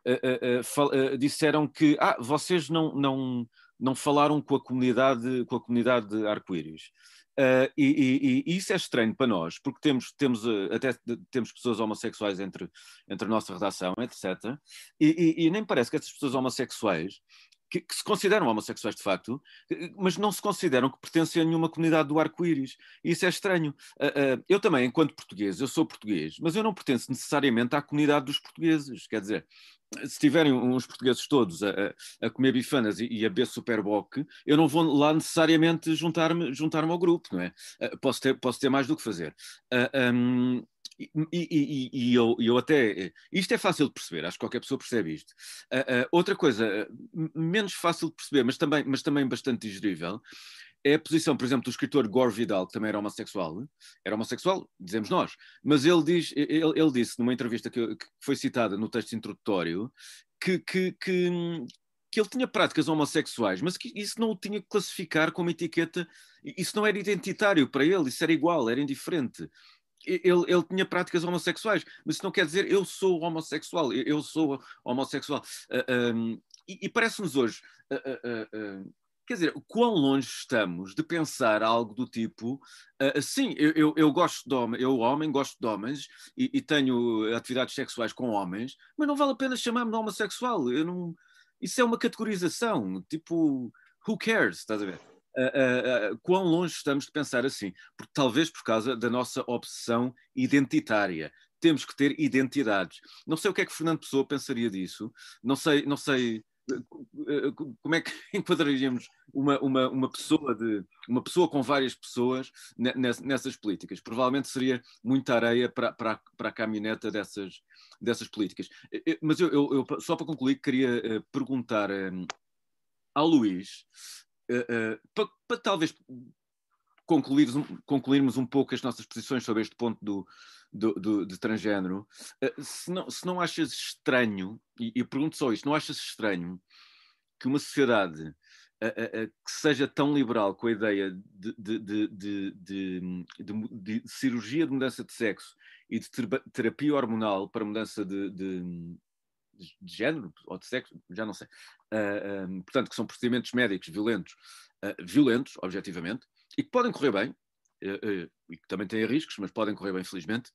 uh, uh, disseram que ah, vocês não, não, não falaram com a comunidade, com a comunidade de arco-íris. Uh, e, e, e isso é estranho para nós, porque temos, temos uh, até temos pessoas homossexuais entre, entre a nossa redação, etcétera. E, e, e nem parece que essas pessoas homossexuais, que, que se consideram homossexuais de facto, mas não se consideram que pertencem a nenhuma comunidade do arco-íris. E isso é estranho. Uh, uh, eu também, enquanto português, eu sou português, mas eu não pertenço necessariamente à comunidade dos portugueses. Quer dizer, se tiverem uns portugueses todos a, a comer bifanas e, e a beber Superboc, eu não vou lá necessariamente juntar-me juntar-me ao grupo, não é? Uh, posso, ter, posso ter mais do que fazer. Uh, um, e, e, e, e eu, eu até... Isto é fácil de perceber, acho que qualquer pessoa percebe isto. Uh, uh, outra coisa, uh, menos fácil de perceber, mas também, mas também bastante digerível, é a posição, por exemplo, do escritor Gore Vidal, que também era homossexual. Era homossexual, dizemos nós. Mas ele, diz, ele, ele disse, numa entrevista que, que foi citada no texto introdutório, que, que, que, que ele tinha práticas homossexuais, mas que isso não o tinha que classificar como etiqueta. Isso não era identitário para ele, isso era igual, era indiferente. Ele, ele tinha práticas homossexuais, mas isso não quer dizer eu sou homossexual, eu sou homossexual. Uh, um, e e parece-nos hoje... Uh, uh, uh, Quer dizer, quão longe estamos de pensar algo do tipo, uh, sim, eu, eu, eu gosto de homens, eu homem gosto de homens e, e tenho atividades sexuais com homens, mas não vale a pena chamar-me de homossexual. Eu não, isso é uma categorização, tipo, who cares, estás a ver? Uh, uh, uh, quão longe estamos de pensar assim? Porque talvez por causa da nossa obsessão identitária. Temos que ter identidades. Não sei o que é que Fernando Pessoa pensaria disso, não sei, não sei... Como é que enquadraríamos uma, uma, uma, pessoa de, uma pessoa com várias pessoas nessas políticas? Provavelmente seria muita areia para, para, para a caminhoneta dessas, dessas políticas. Mas eu, eu, eu só para concluir, queria perguntar ao Luís, para, para talvez concluir, concluirmos um pouco as nossas posições sobre este ponto do, do, do, de transgénero, se não, se não achas estranho, e eu pergunto só isto, não achas estranho que uma sociedade a, a, a, que seja tão liberal com a ideia de, de, de, de, de, de, de cirurgia de mudança de sexo e de terapia hormonal para mudança de, de, de género ou de sexo, já não sei, uh, um, portanto que são procedimentos médicos violentos, uh, violentos, objetivamente, e que podem correr bem, uh, uh, e que também têm riscos, mas podem correr bem, felizmente.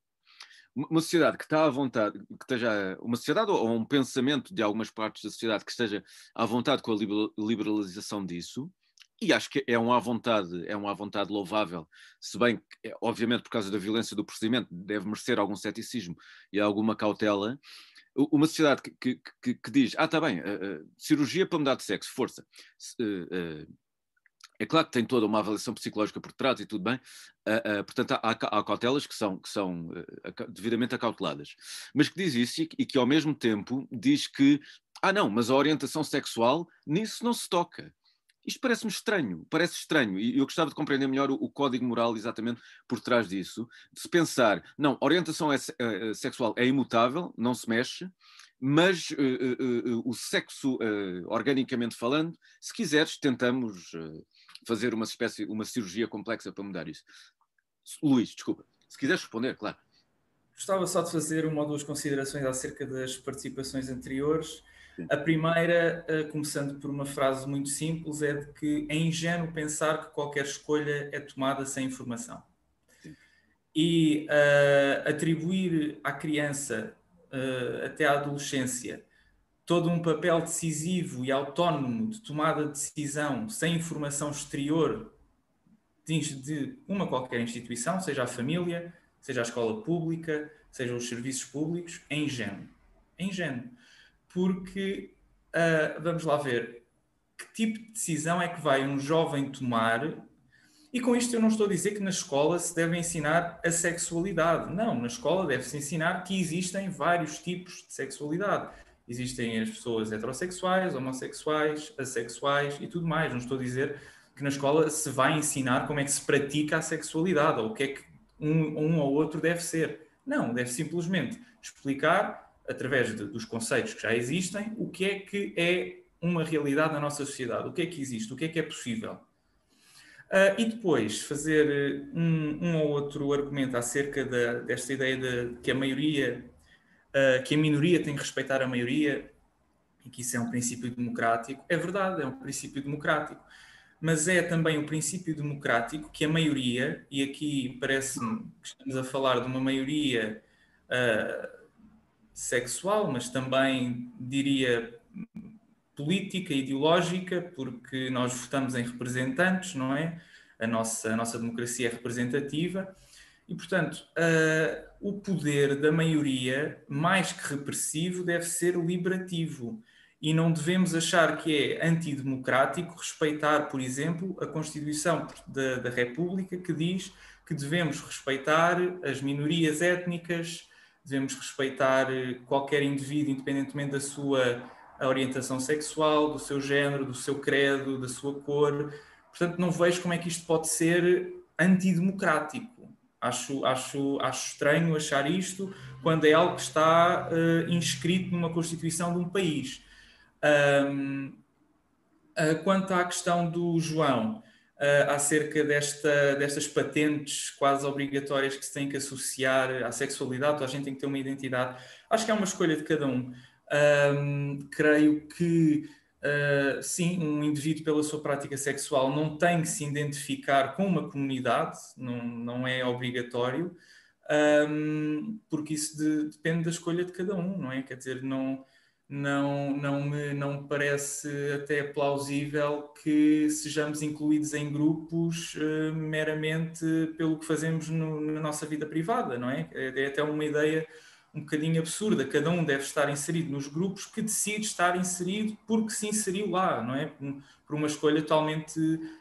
Uma sociedade que está à vontade, que esteja, uma sociedade ou um pensamento de algumas partes da sociedade que esteja à vontade com a liberalização disso, e acho que é um à vontade, é um à vontade louvável, se bem que, obviamente, por causa da violência do procedimento, deve merecer algum ceticismo e alguma cautela. Uma sociedade que, que, que, que diz, ah, está bem, uh, uh, cirurgia para mudar de sexo, força. Uh, uh, É claro que tem toda uma avaliação psicológica por trás e tudo bem, uh, uh, portanto há, há cautelas que são, que são uh, devidamente acauteladas, mas que diz isso e, e que ao mesmo tempo diz que, ah não, mas a orientação sexual, nisso não se toca. Isto parece-me estranho, parece estranho, e eu gostava de compreender melhor o, o código moral exatamente por trás disso, de se pensar, não, a orientação é, uh, sexual é imutável, não se mexe, mas uh, uh, uh, o sexo, uh, organicamente falando, se quiseres, tentamos... Uh, fazer uma espécie, uma cirurgia complexa para mudar isso. Luís, desculpa, se quiseres responder, claro. Gostava só de fazer uma ou duas considerações acerca das participações anteriores. A primeira, começando por uma frase muito simples, é de que é ingênuo pensar que qualquer escolha é tomada sem informação. Sim. E uh, atribuir à criança, uh, até à adolescência, todo um papel decisivo e autónomo de tomada de decisão sem informação exterior de uma qualquer instituição, seja a família, seja a escola pública, seja os serviços públicos, é ingênuo. É ingênuo. Porque, uh, vamos lá ver, que tipo de decisão é que vai um jovem tomar? E com isto eu não estou a dizer que na escola se deve ensinar a sexualidade. Não, na escola deve-se ensinar que existem vários tipos de sexualidade. Existem as pessoas heterossexuais, homossexuais, assexuais e tudo mais. Não estou a dizer que na escola se vai ensinar como é que se pratica a sexualidade ou o que é que um, um ou outro deve ser. Não, deve simplesmente explicar, através de, dos conceitos que já existem, o que é que é uma realidade na nossa sociedade, o que é que existe, o que é que é possível. Uh, e depois fazer um, um ou outro argumento acerca da, desta ideia de que a maioria, uh, que a minoria tem que respeitar a maioria e que isso é um princípio democrático. É verdade, é um princípio democrático, mas é também um princípio democrático que a maioria, e aqui parece-me que estamos a falar de uma maioria uh, sexual, mas também diria política, ideológica, porque nós votamos em representantes, não é? A nossa, a nossa democracia é representativa e, portanto, uh, o poder da maioria, mais que repressivo, deve ser liberativo. E não devemos achar que é antidemocrático respeitar, por exemplo, a Constituição da, da República, que diz que devemos respeitar as minorias étnicas, devemos respeitar qualquer indivíduo, independentemente da sua a orientação sexual, do seu género, do seu credo, da sua cor. Portanto, não vejo como é que isto pode ser antidemocrático. Acho, acho, acho estranho achar isto quando é algo que está uh, inscrito numa Constituição de um país. Um, uh, quanto à questão do João, uh, acerca desta, destas patentes quase obrigatórias que se têm que associar à sexualidade, toda a gente tem que ter uma identidade. Acho que é uma escolha de cada um. Um, creio que, uh, sim, um indivíduo pela sua prática sexual não tem que se identificar com uma comunidade, não, não é obrigatório, um, porque isso de, depende da escolha de cada um, não é? Quer dizer, não, não, não, me, não me parece até plausível que sejamos incluídos em grupos uh, meramente pelo que fazemos no, na nossa vida privada, não é? É, é até uma ideia um bocadinho absurda. Cada um deve estar inserido nos grupos que decide estar inserido porque se inseriu lá, não é? Por uma escolha totalmente,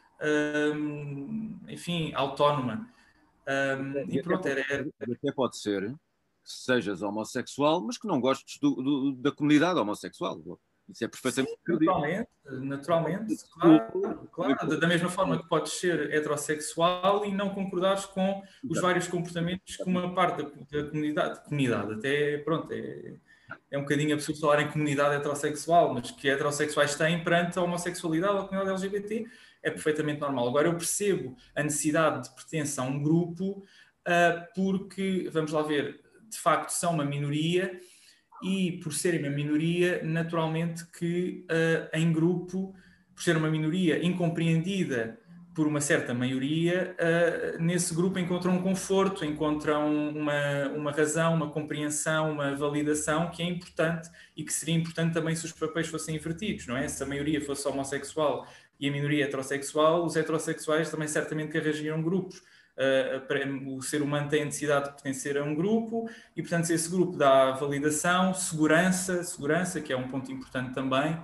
hum, enfim, autónoma. Um, e, e pronto, até era... Pode, até pode ser que sejas homossexual, mas que não gostes do, do, da comunidade homossexual. Isso é perfeitamente... Sim, naturalmente, naturalmente, claro, claro. Da mesma forma que podes ser heterossexual e não concordares com os vários comportamentos que uma parte da comunidade, comunidade até, pronto, é, é um bocadinho absurdo falar em comunidade heterossexual, mas que heterossexuais têm perante a homossexualidade ou a comunidade L G B T é perfeitamente normal. Agora, eu percebo a necessidade de pertença a um grupo uh, porque, vamos lá ver, de facto são uma minoria. E por serem uma minoria, naturalmente que uh, em grupo, por ser uma minoria incompreendida por uma certa maioria, uh, nesse grupo encontram um conforto, encontram uma, uma razão, uma compreensão, uma validação que é importante e que seria importante também se os papéis fossem invertidos, não é? Se a maioria fosse homossexual e a minoria heterossexual, os heterossexuais também certamente que arranjariam grupos. Uh, o ser humano tem a necessidade de pertencer a um grupo e, portanto, se esse grupo dá validação, segurança, segurança, que é um ponto importante também,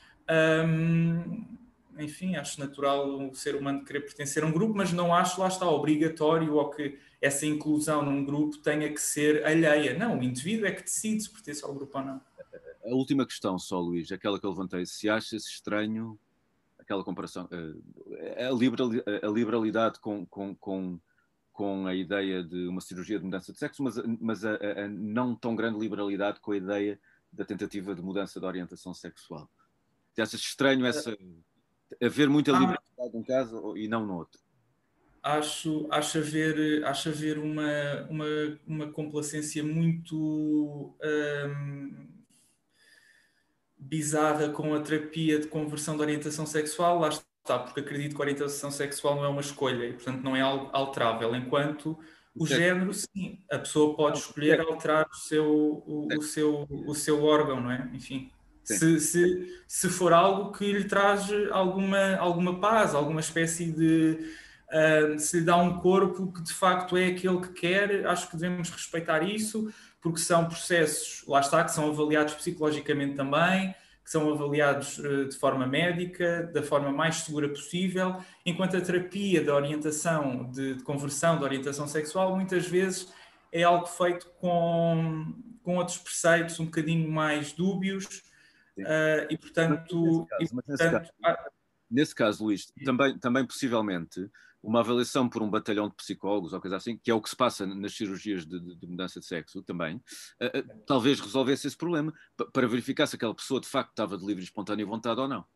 um, enfim, acho natural o ser humano querer pertencer a um grupo, mas não acho, lá está, obrigatório ou que essa inclusão num grupo tenha que ser alheia. Não, o indivíduo é que decide se pertence ao grupo ou não. A última questão só, Luís, aquela que eu levantei, se achas estranho aquela comparação, a, liberal, a liberalidade com, com, com, com a ideia de uma cirurgia de mudança de sexo, mas, mas a, a não tão grande liberalidade com a ideia da tentativa de mudança de orientação sexual. Te achas estranho essa, haver muita liberalidade ah, num caso e não no outro? Acho, acho haver, acho haver uma, uma, uma complacência muito... Hum, bizarra com a terapia de conversão de orientação sexual, lá está, porque acredito que a orientação sexual não é uma escolha e, portanto, não é algo alterável, enquanto o género, sim, a pessoa pode escolher alterar o seu, o, o seu, o seu órgão, não é? Enfim, se, se, se for algo que lhe traz alguma, alguma paz, alguma espécie de... Uh, se lhe dá um corpo que de facto é aquele que quer, acho que devemos respeitar isso, porque são processos, lá está, que são avaliados psicologicamente também, que são avaliados uh, de forma médica, da forma mais segura possível, enquanto a terapia de orientação, de, de conversão de orientação sexual, muitas vezes é algo feito com, com outros preceitos um bocadinho mais dúbios, uh, e portanto... Mas nesse caso, e, mas nesse portanto caso, ah, nesse caso, Luís, também, também possivelmente uma avaliação por um batalhão de psicólogos ou coisa assim, que é o que se passa nas cirurgias de, de, de mudança de sexo também, uh, uh, talvez resolvesse esse problema, para verificar se aquela pessoa de facto estava de livre e espontânea vontade ou não.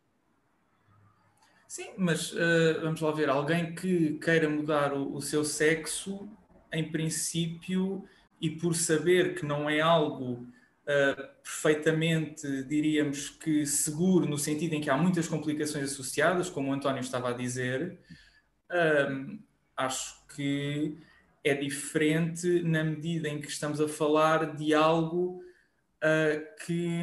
Sim, mas uh, vamos lá ver, alguém que queira mudar o, o seu sexo, em princípio, e por saber que não é algo uh, perfeitamente, diríamos que seguro, no sentido em que há muitas complicações associadas, como o António estava a dizer, uh, acho que é diferente na medida em que estamos a falar de algo uh, que...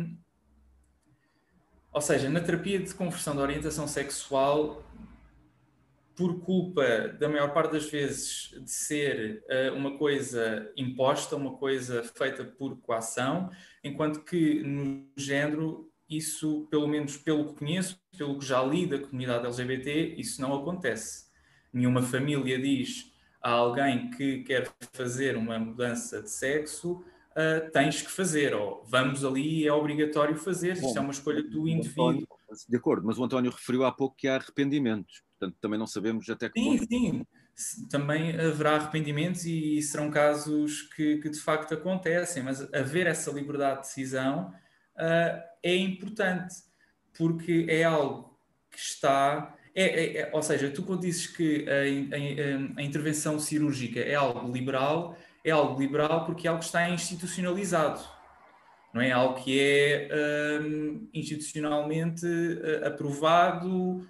Ou seja, na terapia de conversão da orientação sexual, por culpa da maior parte das vezes de ser uh, uma coisa imposta, uma coisa feita por coação, enquanto que no género, isso, pelo menos pelo que conheço, pelo que já li da comunidade L G B T, isso não acontece. Nenhuma família diz a alguém que quer fazer uma mudança de sexo: Uh, tens que fazer, ou vamos ali, é obrigatório fazer, isto é uma escolha do indivíduo. António, de acordo, mas o António referiu há pouco que há arrependimentos, portanto também não sabemos até que Sim, ponto... sim, também haverá arrependimentos e serão casos que, que de facto acontecem, mas haver essa liberdade de decisão uh, é importante, porque é algo que está... É, é, é, ou seja, tu quando dizes que a, a, a intervenção cirúrgica é algo liberal, é algo liberal porque é algo que está institucionalizado, não é algo que é um, institucionalmente uh, aprovado uh,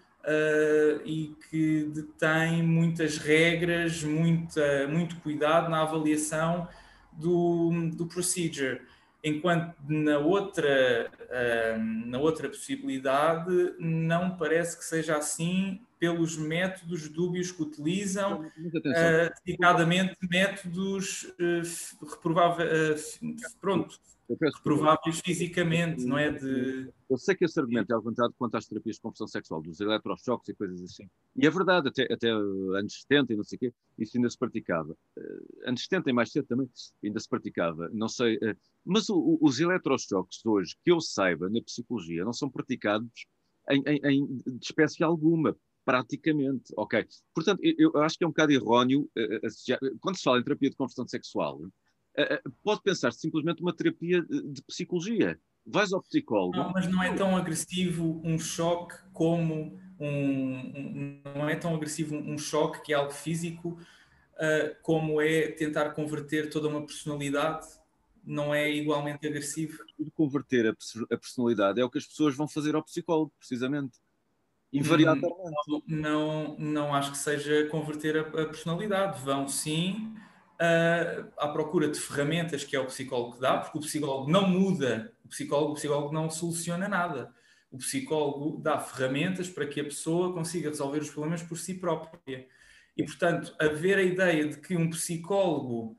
e que detém muitas regras, muita, muito cuidado na avaliação do, do procedure. Enquanto na outra, uh, na outra possibilidade não parece que seja assim, pelos métodos dúbios que utilizam, uh, dedicadamente métodos uh, reprováveis, uh, pronto, reprováveis fisicamente, não é? De... Eu sei que esse argumento é levantado quanto às terapias de conversão sexual, dos eletrochoques e coisas assim. E é verdade, até, até anos setenta e não sei o quê, isso ainda se praticava. Uh, anos setenta e mais cedo também ainda se praticava. Não sei, uh, mas o, o, os eletrochoques hoje, que eu saiba, na psicologia, não são praticados em, em, em, de espécie alguma, praticamente, ok? Portanto, eu, eu acho que é um bocado erróneo, uh, associar, quando se fala em terapia de conversão sexual, uh, pode pensar simplesmente uma terapia de psicologia. Vais ao psicólogo... Não, mas não é tão agressivo um choque como um... um não é tão agressivo um choque que é algo físico, uh, como é tentar converter toda uma personalidade. Não é igualmente agressivo. Converter a, a personalidade é o que as pessoas vão fazer ao psicólogo, precisamente. Invariavelmente. Não, não, não acho que seja converter a, a personalidade. Vão sim uh, à procura de ferramentas que é o psicólogo que dá, porque o psicólogo não muda, o psicólogo, o psicólogo não soluciona nada. O psicólogo dá ferramentas para que a pessoa consiga resolver os problemas por si própria. E, portanto, haver a ideia de que um psicólogo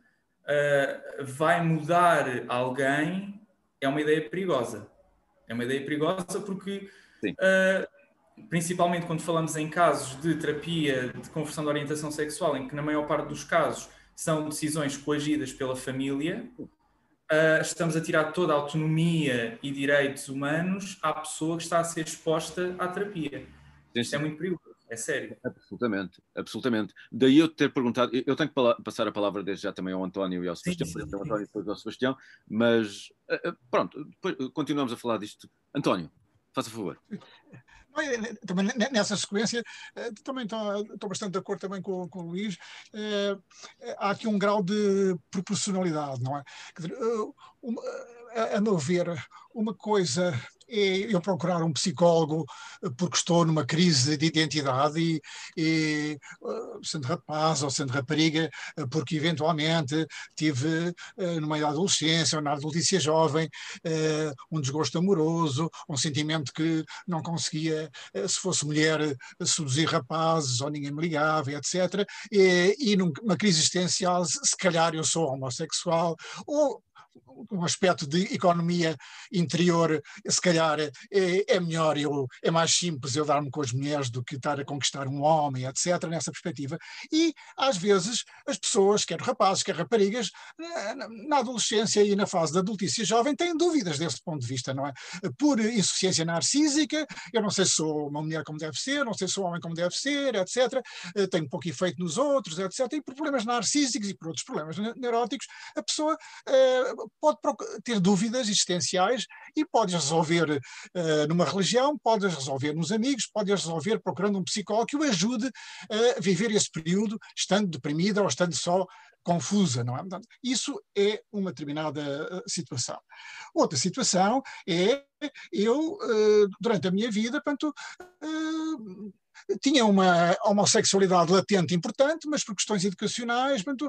uh, vai mudar alguém é uma ideia perigosa. É uma ideia perigosa porque... Uh, principalmente quando falamos em casos de terapia de conversão de orientação sexual, em que na maior parte dos casos são decisões coagidas pela família, uh, estamos a tirar toda a autonomia e direitos humanos à pessoa que está a ser exposta à terapia. Sim. Isto é muito perigoso, é sério. Absolutamente, absolutamente. Daí eu ter perguntado, eu tenho que passar a palavra desde já também ao António e ao Sebastião, sim, sim, sim. Ao António e depois ao Sebastião, mas uh, pronto, depois continuamos a falar disto. António, faça favor. Também nessa sequência, também estou, estou bastante de acordo também com, com o Luís, é, há aqui um grau de proporcionalidade, não é? Quer dizer, a, a meu ver, uma coisa é eu procurar um psicólogo porque estou numa crise de identidade e, e sendo rapaz ou sendo rapariga, porque eventualmente tive no meio da adolescência ou na adolescência jovem um desgosto amoroso, um sentimento que não conseguia, se fosse mulher, seduzir rapazes ou ninguém me ligava, etcétera. E, e numa crise existencial, se calhar eu sou homossexual, ou um aspecto de economia interior, se calhar é, é melhor, eu, é mais simples eu dar-me com as mulheres do que estar a conquistar um homem, etcétera, nessa perspectiva. E, às vezes, as pessoas, quer rapazes, quer raparigas, na, na adolescência e na fase da adultícia jovem, têm dúvidas desse ponto de vista, não é? Por insuficiência narcísica, eu não sei se sou uma mulher como deve ser, não sei se sou um homem como deve ser, etcétera. Tenho pouco efeito nos outros, etcétera. E por problemas narcísicos e por outros problemas neuróticos, a pessoa uh, pode ter dúvidas existenciais e pode resolver uh, numa religião, pode resolver nos amigos, pode resolver procurando um psicólogo que o ajude a viver esse período estando deprimida ou estando só confusa, não é? Portanto, isso é uma determinada uh, situação. Outra situação é eu, uh, durante a minha vida, portanto, uh, tinha uma homossexualidade latente importante, mas por questões educacionais, portanto,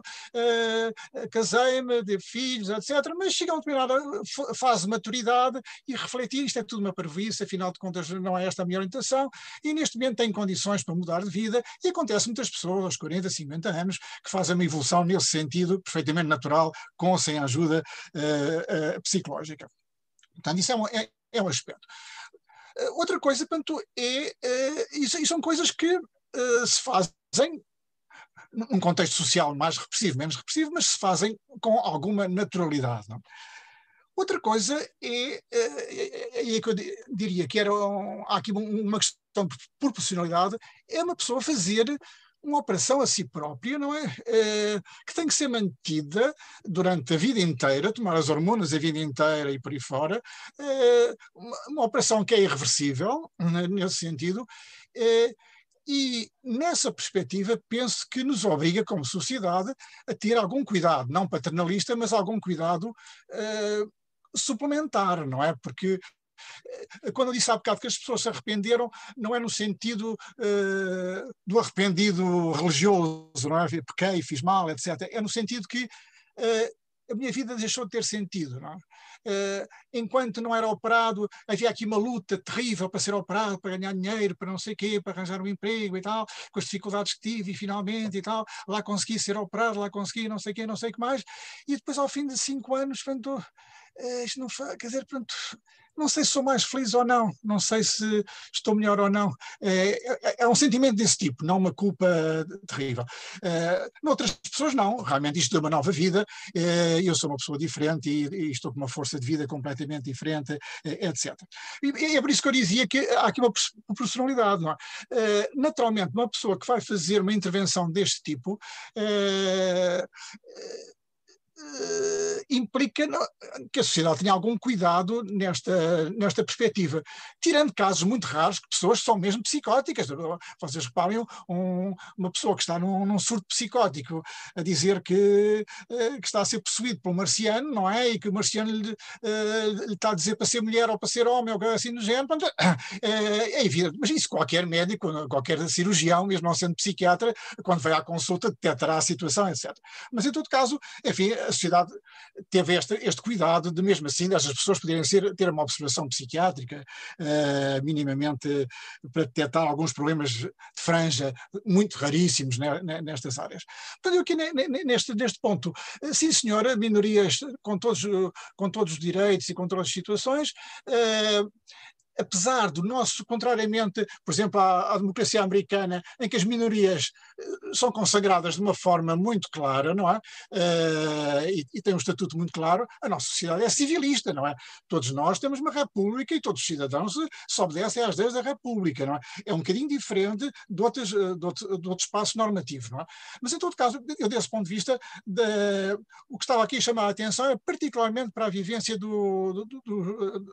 uh, casei-me, tive filhos, etcétera. Mas chega a uma determinada fase de maturidade e refletir, isto é tudo uma parvoíce, afinal de contas não é esta a minha orientação, e neste momento tenho condições para mudar de vida, e acontece muitas pessoas aos quarenta, cinquenta anos que fazem uma evolução nesse sentido, perfeitamente natural, com ou sem ajuda uh, uh, psicológica. Portanto, isso é um, é, é um aspecto. Outra coisa, portanto, é, é e são coisas que uh, se fazem num contexto social mais repressivo, menos repressivo, mas se fazem com alguma naturalidade. Não? Outra coisa é, é, é que eu diria que era um, há aqui uma questão de proporcionalidade, é uma pessoa fazer uma operação a si própria, não é? é? Que tem que ser mantida durante a vida inteira, tomar as hormonas a vida inteira e por aí fora, é, uma, uma operação que é irreversível, né, nesse sentido, é, e nessa perspectiva penso que nos obriga como sociedade a ter algum cuidado, não paternalista, mas algum cuidado é, suplementar, não é? Porque quando eu disse há bocado que as pessoas se arrependeram, não é no sentido uh, do arrependido religioso, não é? Pequei, fiz mal, etcétera. É no sentido que uh, a minha vida deixou de ter sentido. Não é? Uh, enquanto não era operado, havia aqui uma luta terrível para ser operado, para ganhar dinheiro, para não sei o quê, para arranjar um emprego e tal, com as dificuldades que tive e finalmente e tal, lá consegui ser operado, lá consegui não sei o quê, não sei o que mais, e depois ao fim de cinco anos, portanto, uh, isto não faz, quer dizer, portanto, não sei se sou mais feliz ou não, não sei se estou melhor ou não. É, é, é um sentimento desse tipo, não uma culpa terrível. É, noutras pessoas não, realmente isto deu uma nova vida, é, eu sou uma pessoa diferente e, e estou com uma força de vida completamente diferente, é, etcétera. E é por isso que eu dizia que há aqui uma proporcionalidade. Não é? É, naturalmente, uma pessoa que vai fazer uma intervenção deste tipo é, Uh, implica no, que a sociedade tenha algum cuidado nesta, nesta perspectiva, tirando casos muito raros que pessoas são mesmo psicóticas. Vocês reparem um, uma pessoa que está num, num surto psicótico a dizer que, uh, que está a ser possuído por um marciano, não é? E que o marciano lhe, uh, lhe está a dizer para ser mulher ou para ser homem ou assim do género. Portanto, é evidente, mas isso qualquer médico, qualquer cirurgião, mesmo não sendo psiquiatra, quando vai à consulta detectará a situação, etcétera. Mas em todo caso, enfim, a sociedade teve este, este cuidado de, mesmo assim, estas pessoas poderem ser, ter uma observação psiquiátrica uh, minimamente para detectar alguns problemas de franja muito raríssimos, né, nestas áreas. Portanto, eu aqui neste, neste ponto, sim senhora, minorias com todos, com todos os direitos e com todas as situações, uh, apesar do nosso, contrariamente, por exemplo, à, à democracia americana, em que as minorias uh, são consagradas de uma forma muito clara, não é? Uh, e, e têm um estatuto muito claro, a nossa sociedade é civilista, não é? Todos nós temos uma república e todos os cidadãos só obedecem às leis da república, não é? É um bocadinho diferente de outros, de outro, de outro espaço normativo, não é? Mas, em todo caso, eu, desse ponto de vista, de, o que estava aqui a chamar a atenção é particularmente para a vivência do, do, do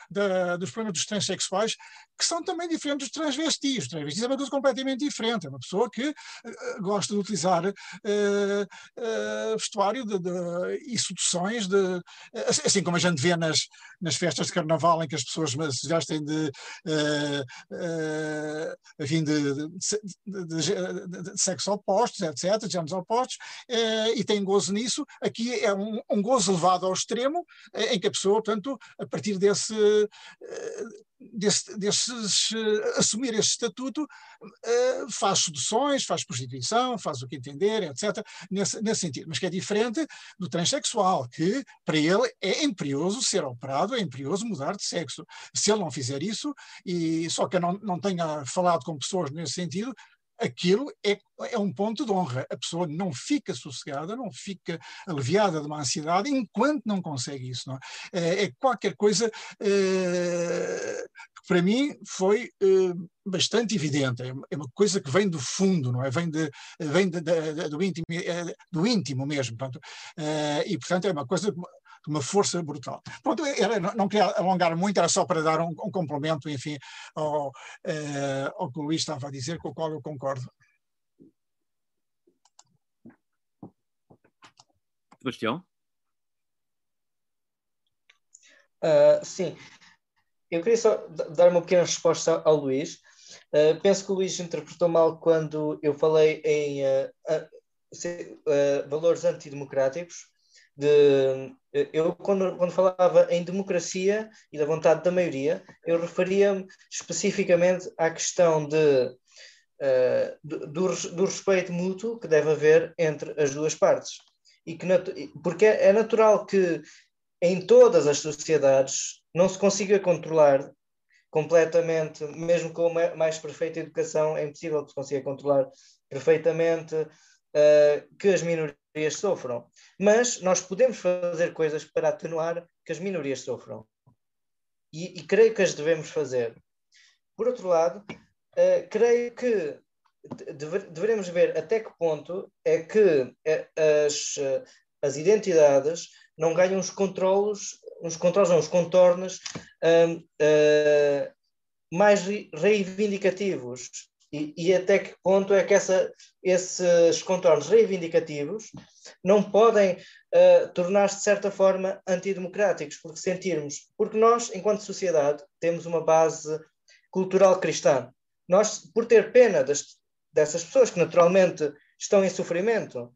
da, dos problemas dos transexuais, que são também diferentes dos transvestis. Os transvestis é uma coisa completamente diferente. É uma pessoa que uh, gosta de utilizar uh, uh, vestuário de, de, e seduções, de, assim como a gente vê nas, nas festas de carnaval, em que as pessoas se vestem de, uh, uh, enfim, de, de, de, de, de sexo opostos, etcétera, de géneros opostos, uh, e tem gozo nisso. Aqui é um, um gozo levado ao extremo, uh, em que a pessoa, portanto, a partir desse... Uh, Desse, desses, uh, assumir esse estatuto, uh, faz seduções, faz prostituição, faz o que entender, etcétera, nesse, nesse sentido. Mas que é diferente do transexual, que para ele é imperioso ser operado, é imperioso mudar de sexo. Se ele não fizer isso, e só que eu não, não tenha falado com pessoas nesse sentido, aquilo é, é um ponto de honra. A pessoa não fica sossegada, não fica aliviada de uma ansiedade enquanto não consegue isso. Não é? É, é qualquer coisa é, que para mim foi é, bastante evidente. É uma coisa que vem do fundo, não é? Vem, de, vem de, de, de, do, íntimo, do íntimo mesmo. Portanto, é, e, portanto, é uma coisa... uma força brutal. Pronto, era, não queria alongar muito, era só para dar um, um complemento, enfim, ao, eh, ao que o Luís estava a dizer, com o qual eu concordo. Sebastião? Uh, sim, eu queria só dar uma pequena resposta ao Luís. Uh, penso que o Luís interpretou mal quando eu falei em uh, uh, uh, valores antidemocráticos. De, eu, quando, quando falava em democracia e da vontade da maioria, eu referia-me especificamente à questão de, uh, do, do, do respeito mútuo que deve haver entre as duas partes. E que, porque é natural que em todas as sociedades não se consiga controlar completamente, mesmo com a mais perfeita educação, é impossível que se consiga controlar perfeitamente uh, que as minorias sofram. Mas nós podemos fazer coisas para atenuar que as minorias sofram. E, e creio que as devemos fazer. Por outro lado, uh, creio que deve, devemos ver até que ponto é que as, as identidades não ganham os controlos, os controlos não, os contornos uh, uh, mais reivindicativos. E, e até que ponto é que essa, esses contornos reivindicativos não podem uh, tornar-se de certa forma antidemocráticos, porque sentirmos, porque nós, enquanto sociedade, temos uma base cultural cristã. Nós, por ter pena das, dessas pessoas que naturalmente estão em sofrimento,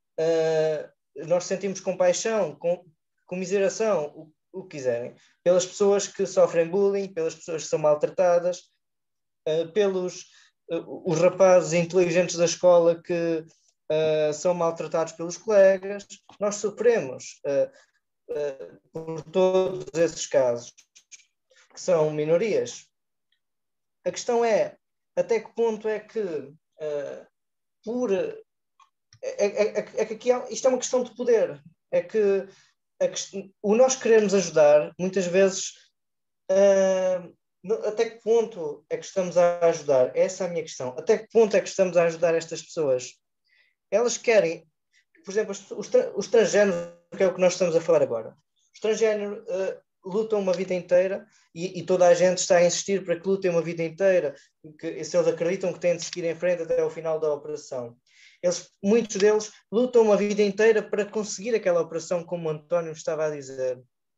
uh, nós sentimos compaixão, com, comiseração, o, o que quiserem, pelas pessoas que sofrem bullying, pelas pessoas que são maltratadas, uh, pelos os rapazes inteligentes da escola que uh, são maltratados pelos colegas. Nós sofremos uh, uh, por todos esses casos, que são minorias. A questão é, até que ponto é que, uh, por... É, é, é, é que aqui há, isto é uma questão de poder. É que a questão, o nós queremos ajudar, muitas vezes... Uh, até que ponto é que estamos a ajudar? Essa é a minha questão. Até que ponto é que estamos a ajudar estas pessoas? Elas querem, por exemplo, os, os transgêneros, que é o que nós estamos a falar agora. Os transgêneros uh, lutam uma vida inteira e, e toda a gente está a insistir para que lutem uma vida inteira, que, se eles acreditam que têm de seguir em frente até ao final da operação. Eles, muitos deles lutam uma vida inteira para conseguir aquela operação, como o António estava a dizer.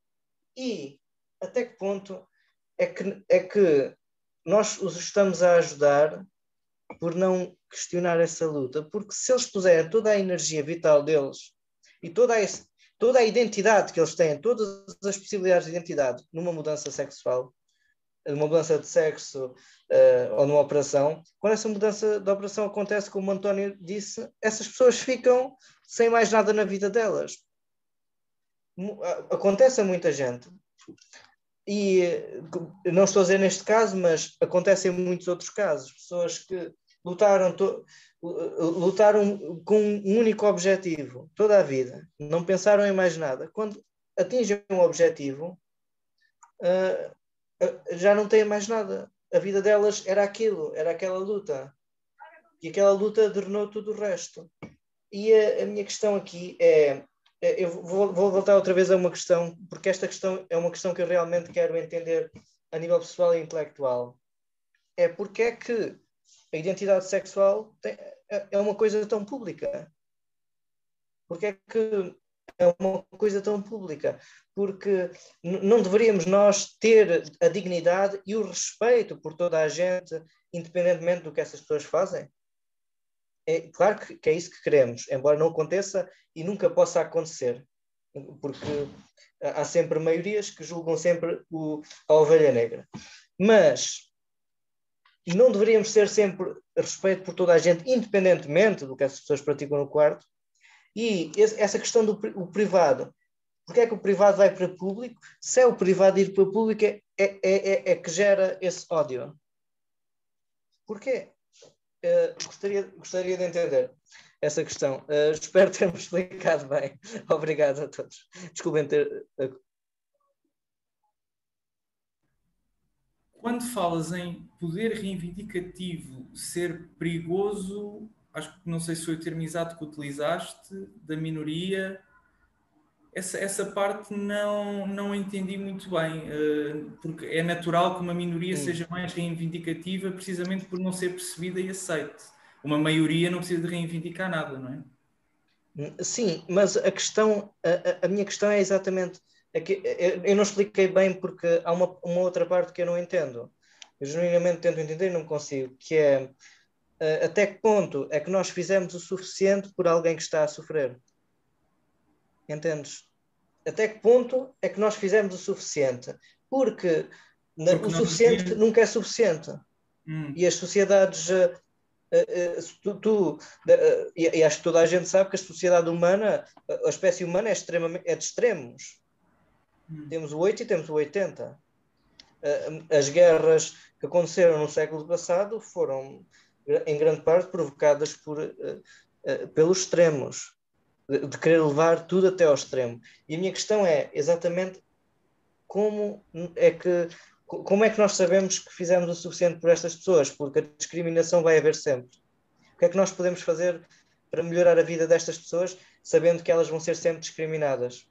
E até que ponto É que, é que nós os estamos a ajudar por não questionar essa luta? Porque se eles puserem toda a energia vital deles e toda a, toda a identidade que eles têm, todas as possibilidades de identidade numa mudança sexual, numa mudança de sexo uh, ou numa operação, quando essa mudança de operação acontece, como o António disse, essas pessoas ficam sem mais nada na vida delas. Acontece a muita gente. E não estou a dizer neste caso, mas acontece em muitos outros casos. Pessoas que lutaram, to, lutaram com um único objetivo toda a vida, não pensaram em mais nada. Quando atingem um objetivo, uh, já não têm mais nada. A vida delas era aquilo, era aquela luta. E aquela luta drenou tudo o resto. E a, a minha questão aqui é, eu vou, vou voltar outra vez a uma questão, porque esta questão é uma questão que eu realmente quero entender a nível pessoal e intelectual. É porque é que a identidade sexual tem, é uma coisa tão pública? Porque é que é uma coisa tão pública? Porque não deveríamos nós ter a dignidade e o respeito por toda a gente, independentemente do que essas pessoas fazem? É claro que, que é isso que queremos, embora não aconteça e nunca possa acontecer, porque há sempre maiorias que julgam sempre o, a ovelha negra. Mas não deveríamos ter sempre respeito por toda a gente, independentemente do que essas pessoas praticam no quarto. E essa questão do o privado, porque é que o privado vai para público? Se é o privado ir para público, é, é, é, é que gera esse ódio. Porquê? Uh, gostaria, gostaria de entender essa questão. Uh, espero ter-me explicado bem. Obrigado a todos. Desculpem ter... Uh... Quando falas em poder reivindicativo ser perigoso, acho que não sei se foi o termo exato que utilizaste, da minoria, essa, essa parte não, não entendi muito bem, uh, porque é natural que uma minoria hum. seja mais reivindicativa precisamente por não ser percebida e aceite. Uma maioria não precisa de reivindicar nada, não é? Sim, mas a questão, a, a minha questão é exatamente... É que eu não expliquei bem porque há uma, uma outra parte que eu não entendo. Eu genuinamente tento entender e não consigo, que é uh, até que ponto é que nós fizemos o suficiente por alguém que está a sofrer? Entendes? Até que ponto é que nós fizemos o suficiente? Porque, na, Porque o suficiente temos... nunca é suficiente. Hum. E as sociedades... Uh, uh, tu, tu, uh, e, e acho que toda a gente sabe que a sociedade humana, a espécie humana é, extremamente, é de extremos. Hum. Temos o oito e temos o oitenta. Uh, as guerras que aconteceram no século passado foram, em grande parte, provocadas por, uh, uh, pelos extremos. De querer levar tudo até ao extremo. E a minha questão é exatamente como é que, como é que nós sabemos que fizemos o suficiente por estas pessoas, porque a discriminação vai haver sempre. O que é que nós podemos fazer para melhorar a vida destas pessoas, sabendo que elas vão ser sempre discriminadas?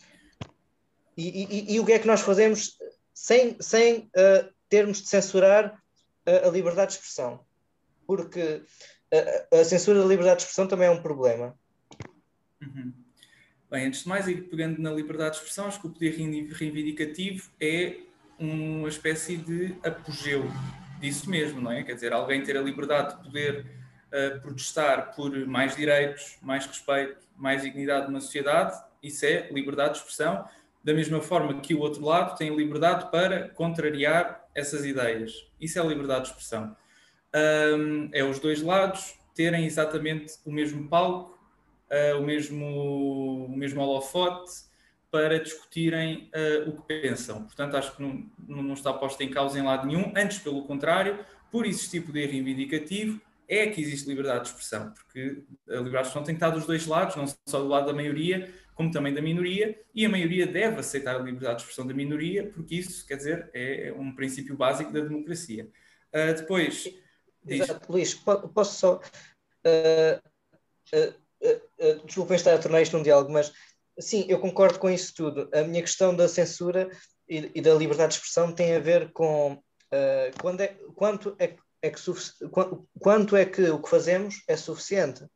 E, e, e o que é que nós fazemos sem, sem uh, termos de censurar a, a liberdade de expressão? Porque a, a censura da liberdade de expressão também é um problema. Uhum. Bem, antes de mais, ir pegando na liberdade de expressão, acho que o poder reivindicativo é uma espécie de apogeu disso mesmo, não é? Quer dizer, alguém ter a liberdade de poder uh, protestar por mais direitos, mais respeito, mais dignidade numa sociedade, isso é liberdade de expressão, da mesma forma que o outro lado tem liberdade para contrariar essas ideias. Isso é liberdade de expressão. Um, é os dois lados terem exatamente o mesmo palco, Uh, o, mesmo, o mesmo holofote para discutirem uh, o que pensam. Portanto, acho que não, não está posto em causa em lado nenhum. Antes, pelo contrário, por existir poder reivindicativo, é que existe liberdade de expressão, porque a liberdade de expressão tem que estar dos dois lados, não só do lado da maioria, como também da minoria, e a maioria deve aceitar a liberdade de expressão da minoria, porque isso, quer dizer, é um princípio básico da democracia. Uh, depois... Exato, Luís, posso só... Uh, uh... Uh, uh, desculpem estar a tornar isto um diálogo, mas sim, eu concordo com isso tudo. A minha questão da censura e, e da liberdade de expressão tem a ver com uh, quando é, quanto, é, é que quanto, quanto é que o que fazemos é suficiente.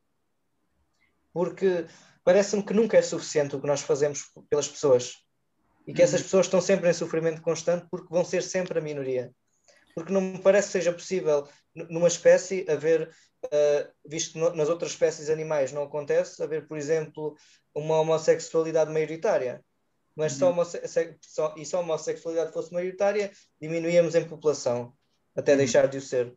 Porque parece-me que nunca é suficiente o que nós fazemos pelas pessoas e que essas pessoas estão sempre em sofrimento constante porque vão ser sempre a minoria. Porque não me parece que seja possível numa espécie haver, uh, visto que no, nas outras espécies animais não acontece, haver, por exemplo, uma homossexualidade maioritária. Mas uhum. se, se, só, e se a homossexualidade fosse maioritária, diminuíamos em população, até uhum. deixar de o ser.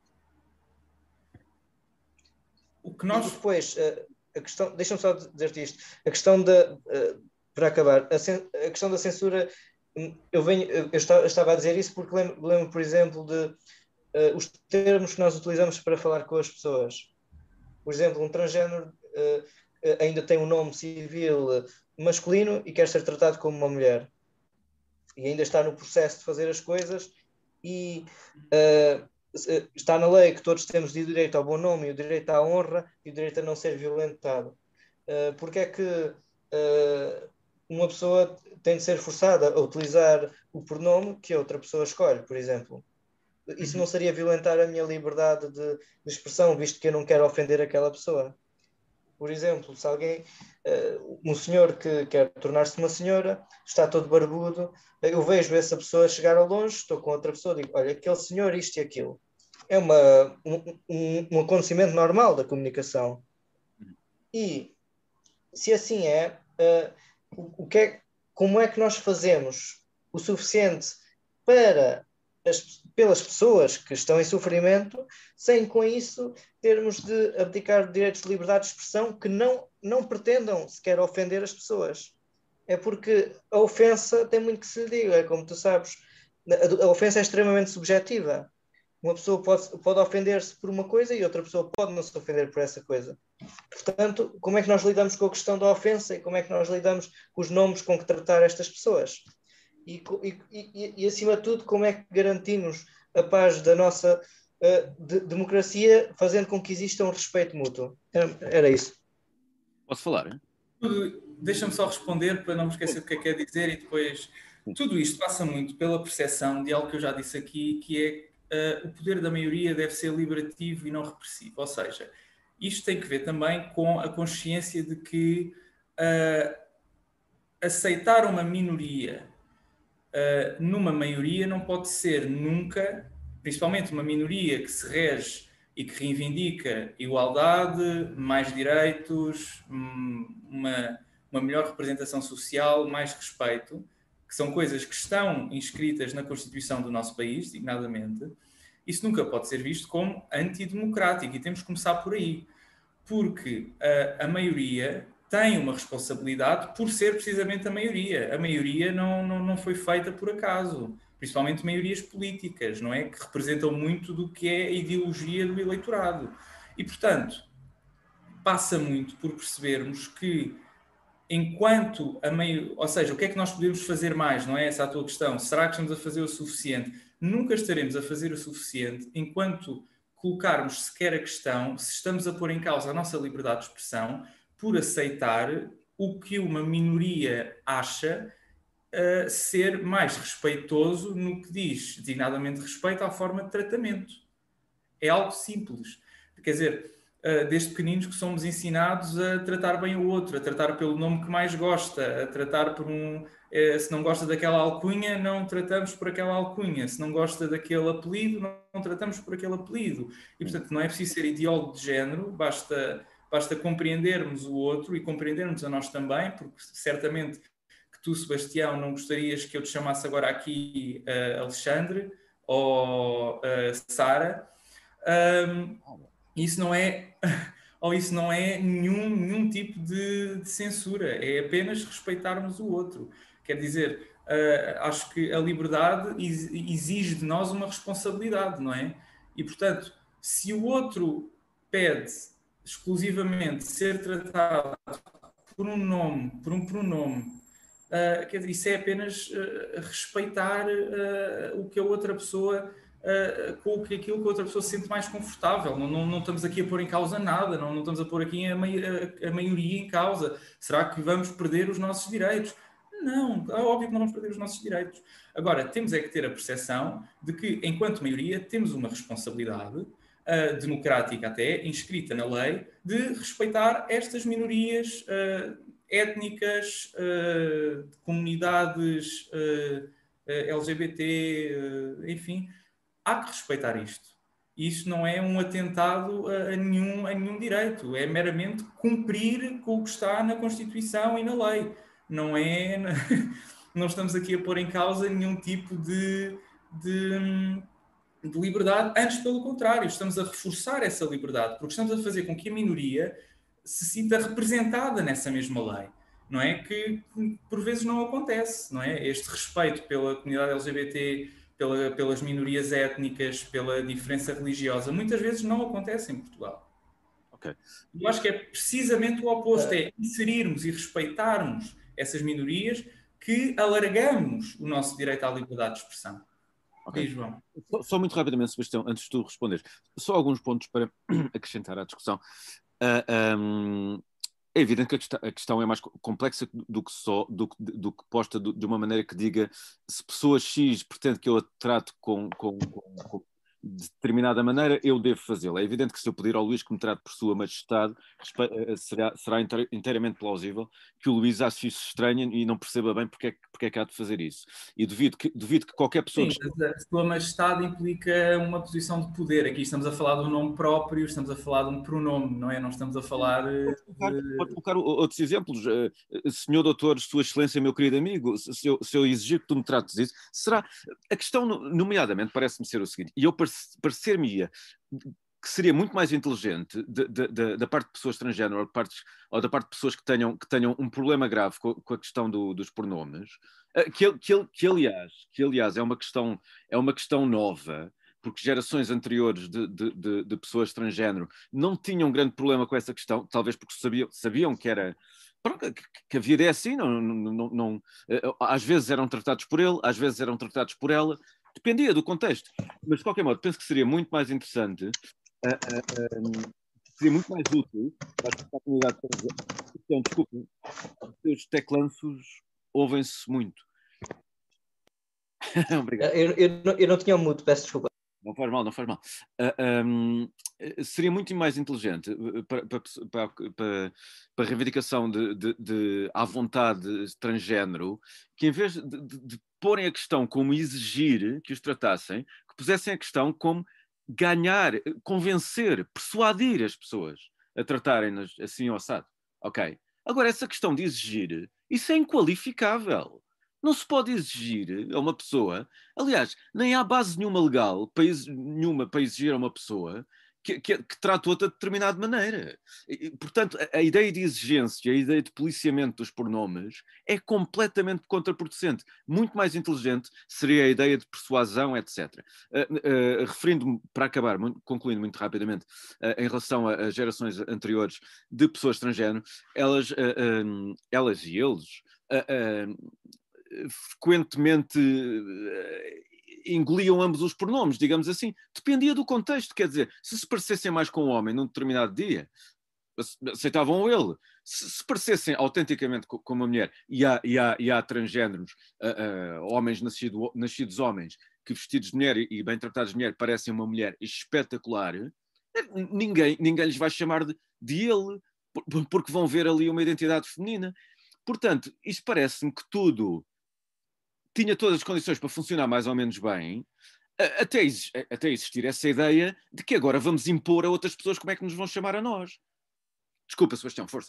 O que nós... E depois, uh, a questão, deixa-me só dizer-te isto, a questão da, uh, para acabar, a, cen, a questão da censura, eu, venho, eu, estava, eu estava a dizer isso porque lembro, lembro por exemplo, de uh, os termos que nós utilizamos para falar com as pessoas. Por exemplo, um transgénero uh, ainda tem um nome civil masculino e quer ser tratado como uma mulher. E ainda está no processo de fazer as coisas e uh, está na lei que todos temos de direito ao bom nome, o direito à honra e o direito a não ser violentado. Uh, porque é que uh, uma pessoa tem de ser forçada a utilizar o pronome que a outra pessoa escolhe, por exemplo. Isso não seria violentar a minha liberdade de, de expressão, visto que eu não quero ofender aquela pessoa. Por exemplo, se alguém, uh, um senhor que quer tornar-se uma senhora, está todo barbudo, eu vejo essa pessoa chegar ao longe, estou com outra pessoa, digo, olha, aquele senhor, isto e aquilo. É uma, um, um, um acontecimento normal da comunicação. E, se assim é, uh, o, o que é, como é que nós fazemos o suficiente para... As, pelas pessoas que estão em sofrimento, sem com isso termos de abdicar de direitos de liberdade de expressão que não, não pretendam sequer ofender as pessoas. É porque a ofensa tem muito que se lhe diga, é como tu sabes, a, a ofensa é extremamente subjetiva. Uma pessoa pode, pode ofender-se por uma coisa e outra pessoa pode não se ofender por essa coisa. Portanto, como é que nós lidamos com a questão da ofensa e como é que nós lidamos com os nomes com que tratar estas pessoas? E, e, e, e, acima de tudo, como é que garantimos a paz da nossa uh, de, democracia, fazendo com que exista um respeito mútuo? Era isso. Posso falar? Hein? Deixa-me só responder para não me esquecer do que é que quer dizer e depois... Tudo isto passa muito pela percepção de algo que eu já disse aqui, que é uh, o poder da maioria deve ser liberativo e não repressivo. Ou seja, isto tem que ver também com a consciência de que uh, aceitar uma minoria Uh, numa maioria não pode ser nunca, principalmente uma minoria que se rege e que reivindica igualdade, mais direitos, uma, uma melhor representação social, mais respeito, que são coisas que estão inscritas na Constituição do nosso país, designadamente. Isso nunca pode ser visto como antidemocrático e temos que começar por aí, porque uh, a maioria tem uma responsabilidade por ser precisamente a maioria. A maioria não, não, não foi feita por acaso, principalmente maiorias políticas, não é? Que representam muito do que é a ideologia do eleitorado. E, portanto, passa muito por percebermos que, enquanto a maioria... Ou seja, o que é que nós podemos fazer mais, não é essa a tua questão? Será que estamos a fazer o suficiente? Nunca estaremos a fazer o suficiente enquanto colocarmos sequer a questão se estamos a pôr em causa a nossa liberdade de expressão por aceitar o que uma minoria acha uh, ser mais respeitoso no que diz, designadamente respeito à forma de tratamento. É algo simples. Quer dizer, uh, desde pequeninos que somos ensinados a tratar bem o outro, a tratar pelo nome que mais gosta, a tratar por um... Uh, se não gosta daquela alcunha, não tratamos por aquela alcunha. Se não gosta daquele apelido, não, não tratamos por aquele apelido. E, portanto, não é preciso ser ideólogo de género, basta... Basta compreendermos o outro e compreendermos a nós também, porque certamente que tu, Sebastião, não gostarias que eu te chamasse agora aqui uh, Alexandre ou uh, Sara. Um, isso não é, ou isso não é nenhum, nenhum tipo de, de censura, é apenas respeitarmos o outro. Quer dizer, uh, acho que a liberdade exige de nós uma responsabilidade, não é? E, portanto, se o outro pede exclusivamente ser tratado por um nome, por um pronome, uh, quer dizer, isso é apenas uh, respeitar uh, o que a outra pessoa, uh, com o que aquilo que a outra pessoa se sente mais confortável. Não, não, não estamos aqui a pôr em causa nada, não, não estamos a pôr aqui a, mai a, a maioria em causa. Será que vamos perder os nossos direitos? Não, é óbvio que não vamos perder os nossos direitos. Agora, temos é que ter a percepção de que, enquanto maioria, temos uma responsabilidade Uh, democrática até, inscrita na lei, de respeitar estas minorias uh, étnicas, uh, de comunidades uh, uh, L G B T, uh, enfim, há que respeitar isto. Isto não é um atentado a, a, nenhum, a nenhum direito, é meramente cumprir com o que está na Constituição e na lei. Não é... não estamos aqui a pôr em causa nenhum tipo de... de de liberdade, antes pelo contrário, estamos a reforçar essa liberdade, porque estamos a fazer com que a minoria se sinta representada nessa mesma lei, não é? Que por vezes não acontece, não é? Este respeito pela comunidade L G B T, pela, pelas minorias étnicas, pela diferença religiosa, muitas vezes não acontece em Portugal. Okay. Eu acho que é precisamente o oposto, é inserirmos e respeitarmos essas minorias que alargamos o nosso direito à liberdade de expressão. Okay. Sim, João. Só, só muito rapidamente, Sebastião, antes de tu responderes, só alguns pontos para acrescentar à discussão. Uh, um, É evidente que a questão, a questão é mais complexa do que só, do, do que posta do, de uma maneira que diga se pessoa X pretende que eu a trate com, com, com, com de determinada maneira, eu devo fazê-lo. É evidente que se eu pedir ao Luís que me trate por sua majestade, será, será inteiramente plausível que o Luís ache isso estranho e não perceba bem porque é, porque é que há de fazer isso. E duvido que, duvido que qualquer pessoa... Sim, mas a sua majestade implica uma posição de poder. Aqui estamos a falar de um nome próprio, estamos a falar de um pronome, não é? Não estamos a falar... Pode colocar, de... pode colocar outros exemplos. Senhor doutor, sua excelência, meu querido amigo, se eu, se eu exigir que tu me trates isso, será... A questão, nomeadamente, parece-me ser o seguinte, e eu parecer-me-ia que seria muito mais inteligente de, de, de, da parte de pessoas transgênero ou, de partes, ou da parte de pessoas que tenham, que tenham um problema grave com, com a questão do, dos pronomes, que, que, que, aliás, que aliás é uma questão, é uma questão nova, porque gerações anteriores de, de, de, de pessoas transgênero não tinham grande problema com essa questão, talvez porque sabiam, sabiam que era... Que, que a vida é assim, não, não, não, não, às vezes eram tratados por ele, às vezes eram tratados por ela, dependia do contexto, mas de qualquer modo penso que seria muito mais interessante, uh, uh, um, seria muito mais útil para a comunidade. Então, desculpem, os teclanços ouvem-se muito. Obrigado. Eu, eu, eu não tinha um mudo, peço desculpa. Não faz mal, não faz mal. Uh, um, seria muito mais inteligente para, para, para, para, para a reivindicação de, de, de à vontade transgénero, que em vez de, de, de porem a questão como exigir que os tratassem, que pusessem a questão como ganhar, convencer, persuadir as pessoas a tratarem-nos assim ou assado. Ok. Agora, essa questão de exigir, isso é inqualificável. Não se pode exigir a uma pessoa, aliás, nem há base nenhuma legal para, nenhuma para exigir a uma pessoa que, que, que trate outra de determinada maneira. E, portanto, a, a ideia de exigência, a ideia de policiamento dos pronomes é completamente contraproducente. Muito mais inteligente seria a ideia de persuasão, etcétera. Uh, uh, referindo-me, para acabar, muito, concluindo muito rapidamente, uh, em relação a, a gerações anteriores de pessoas transgênero, elas, uh, uh, elas e eles... Uh, uh, frequentemente engoliam ambos os pronomes, digamos assim. Dependia do contexto, quer dizer, se se parecessem mais com um homem num determinado dia, aceitavam ele. Se se parecessem autenticamente com uma mulher, e há, e há, e há transgêneros, uh, uh, homens nascido, nascidos homens, que vestidos de mulher e bem tratados de mulher parecem uma mulher espetacular, ninguém, ninguém lhes vai chamar de, de ele, porque vão ver ali uma identidade feminina. Portanto, isto parece-me que tudo tinha todas as condições para funcionar mais ou menos bem, até, até existir essa ideia de que agora vamos impor a outras pessoas como é que nos vão chamar a nós. Desculpa, Sebastião, força.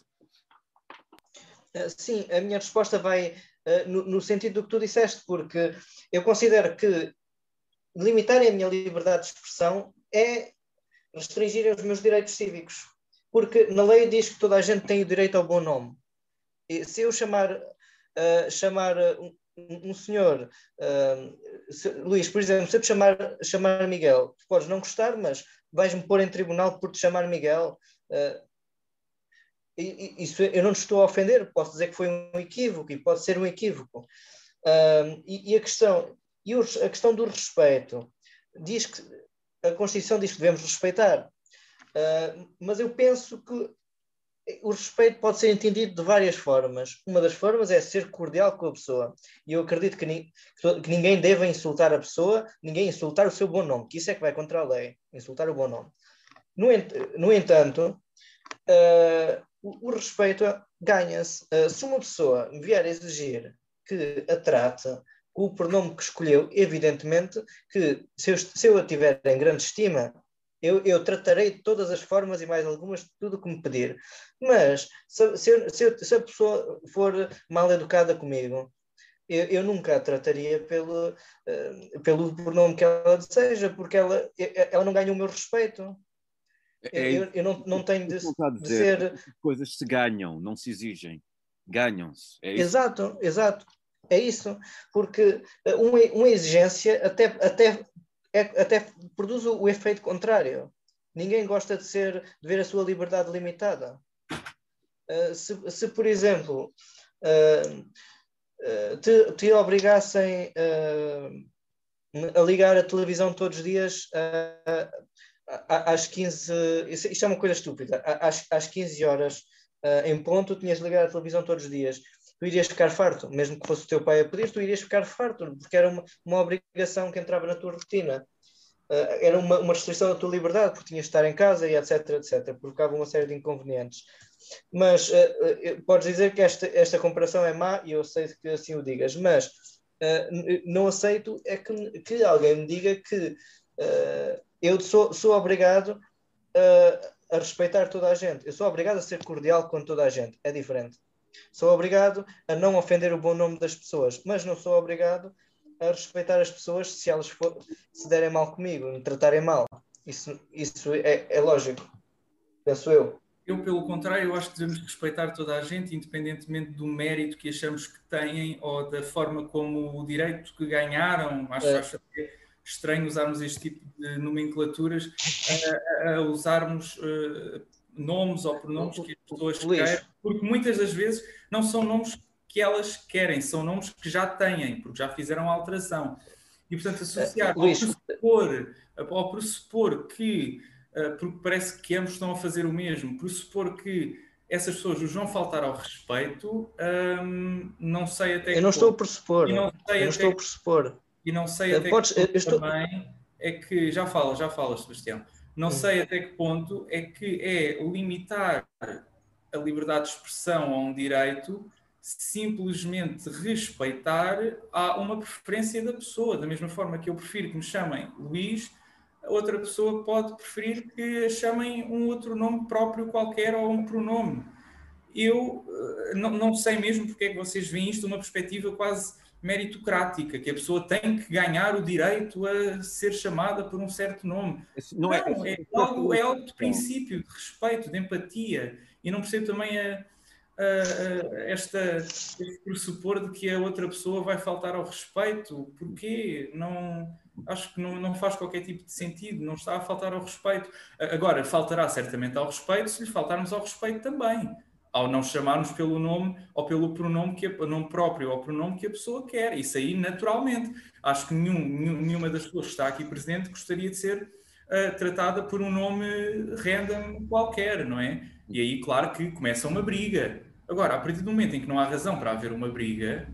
Sim, a minha resposta vai uh, no, no sentido do que tu disseste, porque eu considero que limitar a minha liberdade de expressão é restringir os meus direitos cívicos, porque na lei diz que toda a gente tem o direito ao bom nome. E se eu chamar, uh, chamar um, um senhor, uh, se, Luís, por exemplo, se eu te chamar, chamar Miguel, tu podes não gostar, mas vais-me pôr em tribunal por te chamar Miguel. Uh, isso eu não te estou a ofender, posso dizer que foi um equívoco e pode ser um equívoco. Uh, e, e a questão, e o, a questão do respeito, diz que a Constituição diz que devemos respeitar, uh, mas eu penso que o respeito pode ser entendido de várias formas. Uma das formas é ser cordial com a pessoa. E eu acredito que, ni que ninguém deva insultar a pessoa, ninguém insultar o seu bom nome, que isso é que vai contra a lei, insultar o bom nome. No, ent no entanto, uh, o, o respeito ganha-se. Uh, se uma pessoa me vier a exigir que a trate com o pronome que escolheu, evidentemente que se eu, se eu a tiver em grande estima, Eu, eu tratarei de todas as formas e mais algumas de tudo que me pedir. Mas se, se, eu, se, eu, se a pessoa for mal educada comigo, eu, eu nunca a trataria pelo, uh, pelo pronome que ela deseja, porque ela, ela não ganha o meu respeito. É, eu, eu não, não tenho de, de ser... As coisas se ganham, não se exigem. Ganham-se. É isso? Exato, exato. É isso. Porque uma, uma exigência até... até É, até produz o, o efeito contrário. Ninguém gosta de, ser, de ver a sua liberdade limitada. Uh, se, se, por exemplo, uh, uh, te, te obrigassem uh, a ligar a televisão todos os dias uh, às quinze... Isto é uma coisa estúpida. Às, às quinze horas uh, em ponto, tinhas de ligar a televisão todos os dias. Tu irias ficar farto, mesmo que fosse o teu pai a pedir, tu irias ficar farto, porque era uma, uma obrigação que entrava na tua rotina. Uh, era uma, uma restrição da tua liberdade, porque tinhas de estar em casa e etc, etc, provocava uma série de inconvenientes. Mas uh, uh, podes dizer que esta, esta comparação é má, e eu sei que assim o digas, mas uh, não aceito é que, que alguém me diga que uh, eu sou, sou obrigado uh, a respeitar toda a gente. Eu sou obrigado a ser cordial com toda a gente, é diferente. Sou obrigado a não ofender o bom nome das pessoas, mas não sou obrigado a respeitar as pessoas se elas for, se derem mal comigo, me tratarem mal. Isso, isso é, é lógico, penso eu. Eu, pelo contrário, eu acho que devemos respeitar toda a gente, independentemente do mérito que achamos que têm ou da forma como o direito que ganharam. Acho, é. acho que é estranho usarmos este tipo de nomenclaturas, a, a usarmos uh, nomes ou pronomes que as pessoas querem, porque muitas das vezes não são nomes que elas querem, são nomes que já têm, porque já fizeram a alteração. E, portanto, associar uh, ao, pressupor, ao pressupor que, uh, porque parece que ambos estão a fazer o mesmo, pressupor que essas pessoas os vão faltar ao respeito, um, não sei até que Eu não estou a pressupor, não eu não estou a pressupor. E não sei até Podes, que ponto estou... também é que, já fala, já fala, Sebastião, não hum. sei até que ponto é que é limitar a liberdade de expressão a um direito simplesmente respeitar a uma preferência da pessoa. Da mesma forma que eu prefiro que me chamem Luís, a outra pessoa pode preferir que a chamem um outro nome próprio qualquer ou um pronome. Eu não, não sei mesmo porque é que vocês veem isto de uma perspectiva quase meritocrática, que a pessoa tem que ganhar o direito a ser chamada por um certo nome. Não, não é, é, algo, é algo de princípio, de respeito, de empatia. E não percebo também a, a, a esta, este pressupor de que a outra pessoa vai faltar ao respeito. Porquê? Não, acho que não, não faz qualquer tipo de sentido, não está a faltar ao respeito. Agora, faltará certamente ao respeito se lhe faltarmos ao respeito também, ao não chamarmos pelo nome ou pelo pronome, que a, nome próprio ou pronome que a pessoa quer. Isso aí, naturalmente. Acho que nenhum, nenhuma das pessoas que está aqui presente gostaria de ser uh, tratada por um nome random qualquer, não é? E aí, claro que começa uma briga. Agora, a partir do momento em que não há razão para haver uma briga,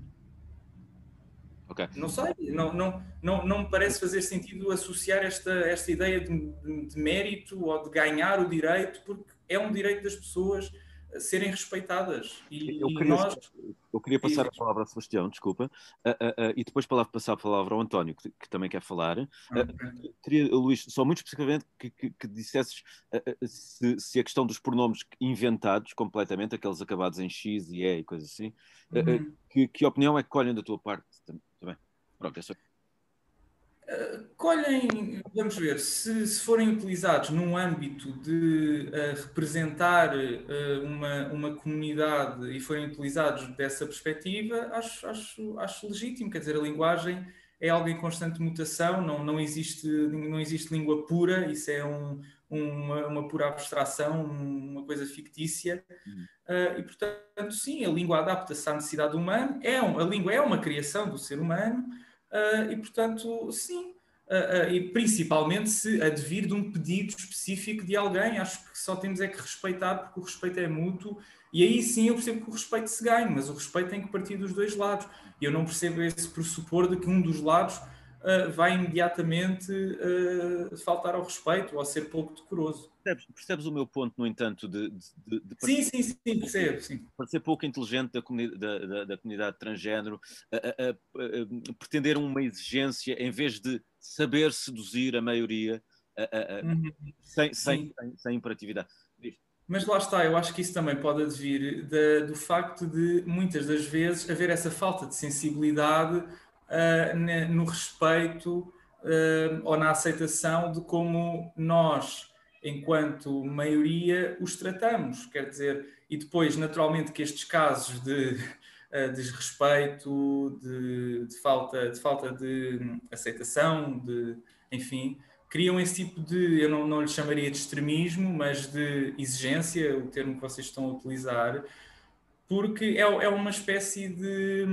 okay. não sei, não, não, não, não me parece fazer sentido associar esta, esta ideia de, de, de mérito ou de ganhar o direito, porque é um direito das pessoas serem respeitadas. E, eu, queria, e nós... eu queria passar a palavra ao Sebastião, desculpa, uh, uh, uh, e depois passar a palavra ao António, que, que também quer falar. Uh, okay. Queria, Luís, só muito especificamente que, que, que dissesses uh, uh, se, se a questão dos pronomes inventados completamente, aqueles acabados em X e E e coisas assim, uh, uhum. uh, que, que opinião é que colhem da tua parte também? Pronto, é só... Uh, colhem, vamos ver, se, se forem utilizados num âmbito de uh, representar uh, uma, uma comunidade e forem utilizados dessa perspectiva, acho, acho, acho legítimo. Quer dizer, a linguagem é algo em constante mutação, não, não, existe, não existe língua pura, isso é um, uma, uma pura abstração, uma coisa fictícia. Uh, e, portanto, sim, a língua adapta-se à necessidade humana, é um, a língua é uma criação do ser humano. Uh, e, portanto, sim, uh, uh, e principalmente se advir de um pedido específico de alguém, acho que só temos é que respeitar, porque o respeito é mútuo, e aí sim eu percebo que o respeito se ganha, mas o respeito tem que partir dos dois lados, e eu não percebo esse pressupor de que um dos lados uh, vai imediatamente uh, faltar ao respeito ou a ser pouco decoroso. Percebes, percebes o meu ponto, no entanto, de, de, de sim, sim, sim, percebo, sim. Parecer pouco inteligente da comunidade, da, da, da comunidade transgénero, a, a, a, a pretender uma exigência em vez de saber seduzir a maioria a, a, a, uhum. sem, sem, sem, sem imperatividade. Mas lá está, eu acho que isso também pode advir de, do facto de muitas das vezes haver essa falta de sensibilidade uh, no respeito uh, ou na aceitação de como nós, enquanto maioria, os tratamos. Quer dizer, e depois, naturalmente, que estes casos de uh, desrespeito, de, de, falta, de falta de aceitação, de, enfim, criam esse tipo de, eu não, não lhe chamaria de extremismo, mas de exigência, o termo que vocês estão a utilizar, porque é, é uma espécie de,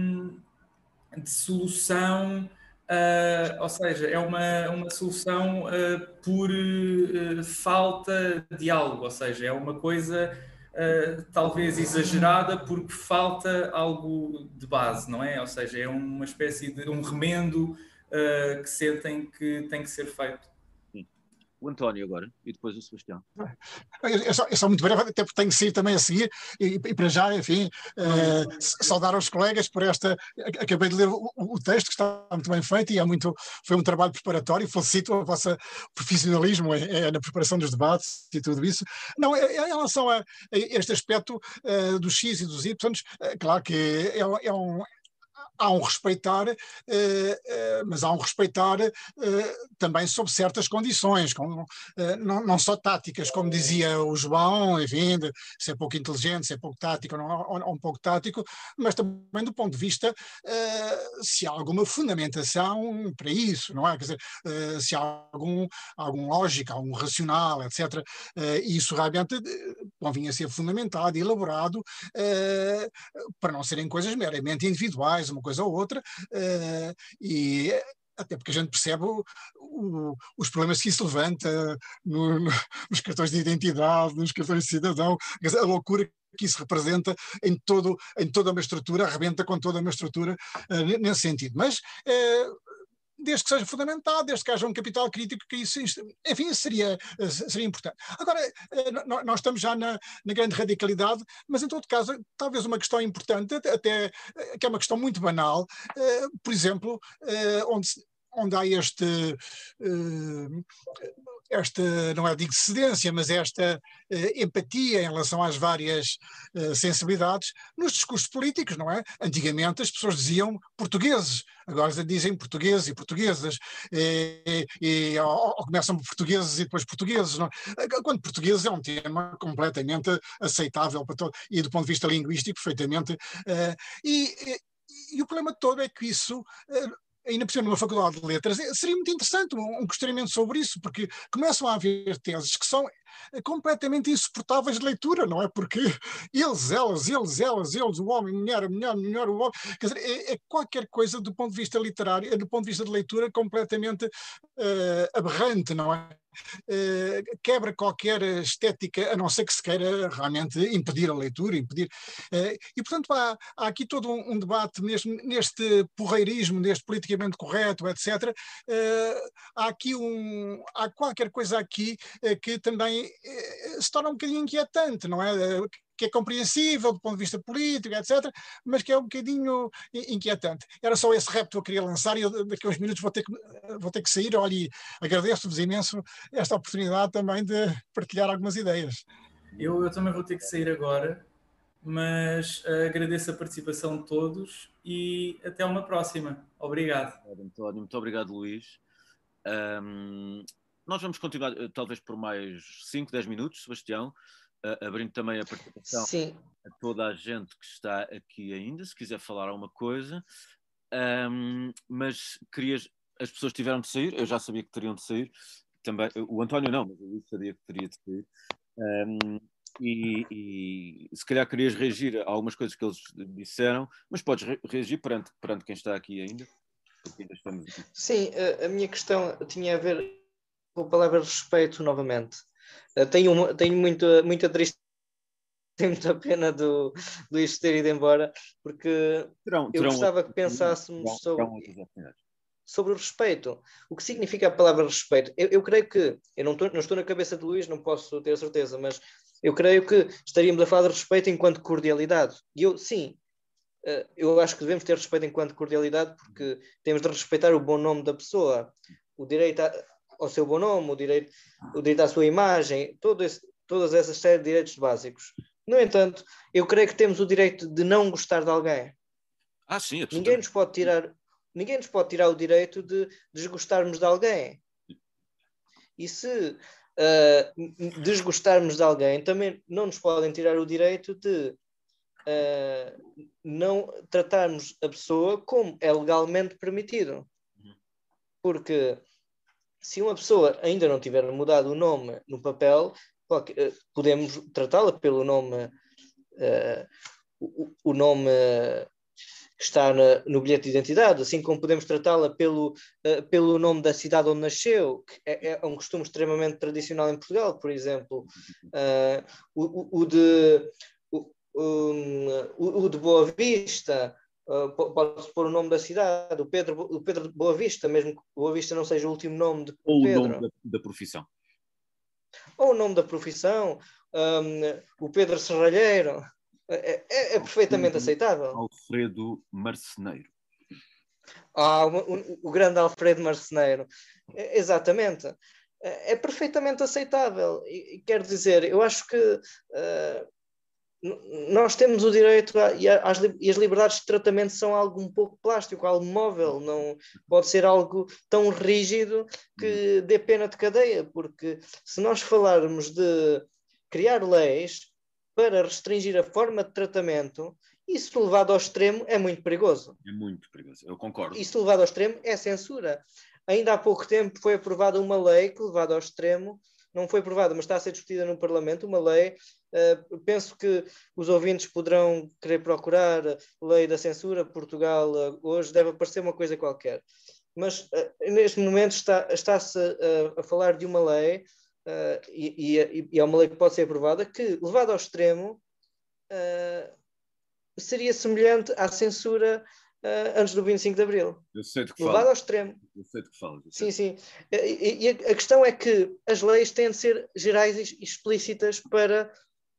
de solução... Uh, ou seja, é uma, uma solução uh, por uh, falta de algo, ou seja, é uma coisa uh, talvez exagerada porque falta algo de base, não é? Ou seja, é uma espécie de um remendo uh, que sentem que tem que ser feito. O António agora, e depois o Sebastião. Eu sou, eu sou muito breve, até porque tenho que sair também a seguir, e, e para já, enfim, uh, saudar aos colegas por esta. Acabei de ler o, o texto, que está muito bem feito, e é muito, foi um trabalho preparatório. Felicito o vosso profissionalismo é, é, na preparação dos debates e tudo isso. Não, é, é em relação a, a este aspecto uh, dos X e dos Y, uh, claro que é, é um. Há um respeitar, eh, eh, mas há um respeitar eh, também sob certas condições, com, eh, não, não só táticas, como dizia o João, enfim, de ser pouco inteligente, ser pouco tático, não, ou, ou um pouco tático, mas também do ponto de vista eh, se há alguma fundamentação para isso, não é? Quer dizer, eh, se há algum, algum lógica, algum racional, etcétera. Eh, e isso realmente convinha ser fundamentado e elaborado eh, para não serem coisas meramente individuais, uma coisa ou outra, uh, e até porque a gente percebe o, o, os problemas que isso levanta no, no, nos cartões de identidade, nos cartões de cidadão, a loucura que isso representa em, todo, em toda uma estrutura, arrebenta com toda uma estrutura uh, nesse sentido. Mas uh, desde que seja fundamentado, desde que haja um capital crítico, que isso, enfim, seria, seria importante. Agora, nós estamos já na, na grande radicalidade, mas em todo caso, talvez uma questão importante, até que é uma questão muito banal, por exemplo, onde, onde há este... esta, não é digo cedência, mas esta uh, empatia em relação às várias uh, sensibilidades nos discursos políticos, não é? Antigamente as pessoas diziam portugueses, agora dizem portugueses e portuguesas, e, e, e ou, ou começam por portugueses e depois portugueses, não é? Quando português é um tema completamente aceitável para todo, e do ponto de vista linguístico perfeitamente, uh, e, e, e o problema todo é que isso... Uh, ainda por cima numa faculdade de letras, seria muito interessante um, um questionamento sobre isso, porque começam a haver teses que são completamente insuportáveis de leitura, não é? Porque eles, elas, eles, elas, eles, o homem, a mulher, a mulher, a mulher, o homem, quer dizer, é, é qualquer coisa do ponto de vista literário, do ponto de vista de leitura, completamente uh, aberrante, não é? Uh, quebra qualquer estética, a não ser que se queira realmente impedir a leitura, impedir. Uh, e, portanto, há, há aqui todo um, um debate mesmo neste porreirismo, neste politicamente correto, etcétera. Uh, há aqui um, há qualquer coisa aqui uh, que também uh, se torna um bocadinho inquietante, não é? Uh, que é compreensível do ponto de vista político, etcétera, mas que é um bocadinho inquietante. Era só esse repto que eu queria lançar e eu daqui a uns minutos vou ter que, vou ter que sair. Olha, e agradeço-vos imenso esta oportunidade também de partilhar algumas ideias. Eu, eu também vou ter que sair agora, mas uh, agradeço a participação de todos e até uma próxima. Obrigado. António, muito obrigado, Luís. Um, nós vamos continuar, talvez por mais cinco, dez minutos, Sebastião, uh, abrindo também a participação Sim. a toda a gente que está aqui ainda, se quiser falar alguma coisa. Um, mas querias, as pessoas tiveram de sair, eu já sabia que teriam de sair, também, o António não, mas eu sabia que teria de sair. Um, e, e se calhar querias reagir a algumas coisas que eles disseram, mas podes re reagir perante, perante quem está aqui ainda. Ainda estamos aqui. Sim, a, a minha questão tinha a ver com a palavra respeito novamente. Uh, tenho, tenho muita, muita tristeza, tenho muita pena do Luís ter ido embora, porque terão, eu terão gostava que pensássemos terão, sobre, terão sobre o respeito. O que significa a palavra respeito? Eu, eu creio que, eu não, tô, não estou na cabeça de Luís, não posso ter a certeza, mas eu creio que estaríamos a falar de respeito enquanto cordialidade. E eu, sim, uh, eu acho que devemos ter respeito enquanto cordialidade, porque temos de respeitar o bom nome da pessoa, o direito a, ao seu bom nome, o direito, o direito à sua imagem, todo esse, todas essas séries de direitos básicos. No entanto, eu creio que temos o direito de não gostar de alguém. Ah, sim, ninguém nos pode tirar, ninguém nos pode tirar o direito de desgostarmos de alguém. E se uh, desgostarmos de alguém, também não nos podem tirar o direito de uh, não tratarmos a pessoa como é legalmente permitido. Porque se uma pessoa ainda não tiver mudado o nome no papel, podemos tratá-la pelo nome, uh, o, o nome que está na, no bilhete de identidade, assim como podemos tratá-la pelo, uh, pelo nome da cidade onde nasceu, que é, é um costume extremamente tradicional em Portugal, por exemplo, uh, o, o, de, o, um, o de Boa Vista, uh, pode-se pôr o nome da cidade, o Pedro, o Pedro de Boa Vista, mesmo que Boa Vista não seja o último nome de Ou Pedro. o nome da, da profissão. Ou o nome da profissão, um, o Pedro Serralheiro, é, é, é perfeitamente aceitável. Alfredo Marceneiro. Ah, o, o, o grande Alfredo Marceneiro. É, exatamente. É, é perfeitamente aceitável. E, e quero dizer, eu acho que uh, nós temos o direito a, e, as, e as liberdades de tratamento são algo um pouco plástico, algo móvel, não pode ser algo tão rígido que dê pena de cadeia, porque se nós falarmos de criar leis para restringir a forma de tratamento, isso levado ao extremo é muito perigoso. É muito perigoso, eu concordo. Isso levado ao extremo é censura. Ainda há pouco tempo foi aprovada uma lei que, levado ao extremo, não foi aprovada, mas está a ser discutida no Parlamento, uma lei, uh, penso que os ouvintes poderão querer procurar lei da censura, Portugal uh, hoje deve aparecer uma coisa qualquer. Mas uh, neste momento está, está-se uh, a falar de uma lei, uh, e, e, e é uma lei que pode ser aprovada, que, levado ao extremo, uh, seria semelhante à censura uh, antes do vinte e cinco de Abril. Eu sei de que levado falo. ao extremo. Eu sei de que falo. Sim, sim. E, e a questão é que as leis têm de ser gerais e explícitas para...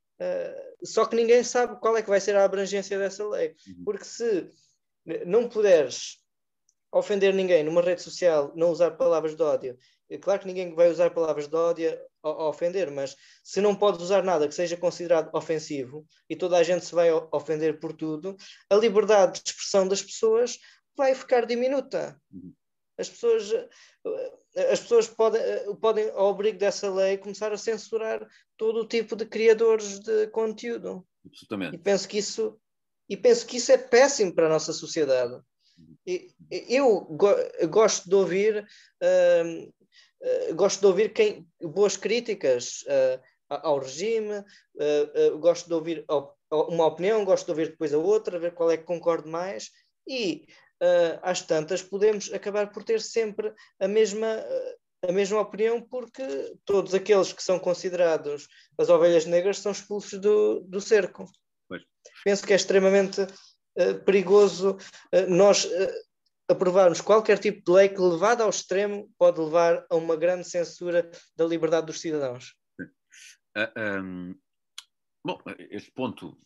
Uh, só que ninguém sabe qual é que vai ser a abrangência dessa lei. Uhum. Porque se não puderes ofender ninguém numa rede social, não usar palavras de ódio, é claro que ninguém vai usar palavras de ódio a, a ofender, mas se não podes usar nada que seja considerado ofensivo e toda a gente se vai ofender por tudo, a liberdade de expressão das pessoas vai ficar diminuta. Uhum. As pessoas, as pessoas podem, podem, ao abrigo dessa lei, começar a censurar todo o tipo de criadores de conteúdo. Absolutamente. E penso que isso, e penso que isso é péssimo para a nossa sociedade. E, eu go, gosto de ouvir, uh, uh, gosto de ouvir quem, boas críticas uh, ao regime, uh, uh, gosto de ouvir uma opinião, gosto de ouvir depois a outra, ver qual é que concordo mais, e Uh, às tantas podemos acabar por ter sempre a mesma, uh, a mesma opinião, porque todos aqueles que são considerados as ovelhas negras são expulsos do, do cerco. Pois. Penso que é extremamente uh, perigoso uh, nós uh, aprovarmos qualquer tipo de lei que, levada ao extremo, pode levar a uma grande censura da liberdade dos cidadãos. Uh, um, bom, este ponto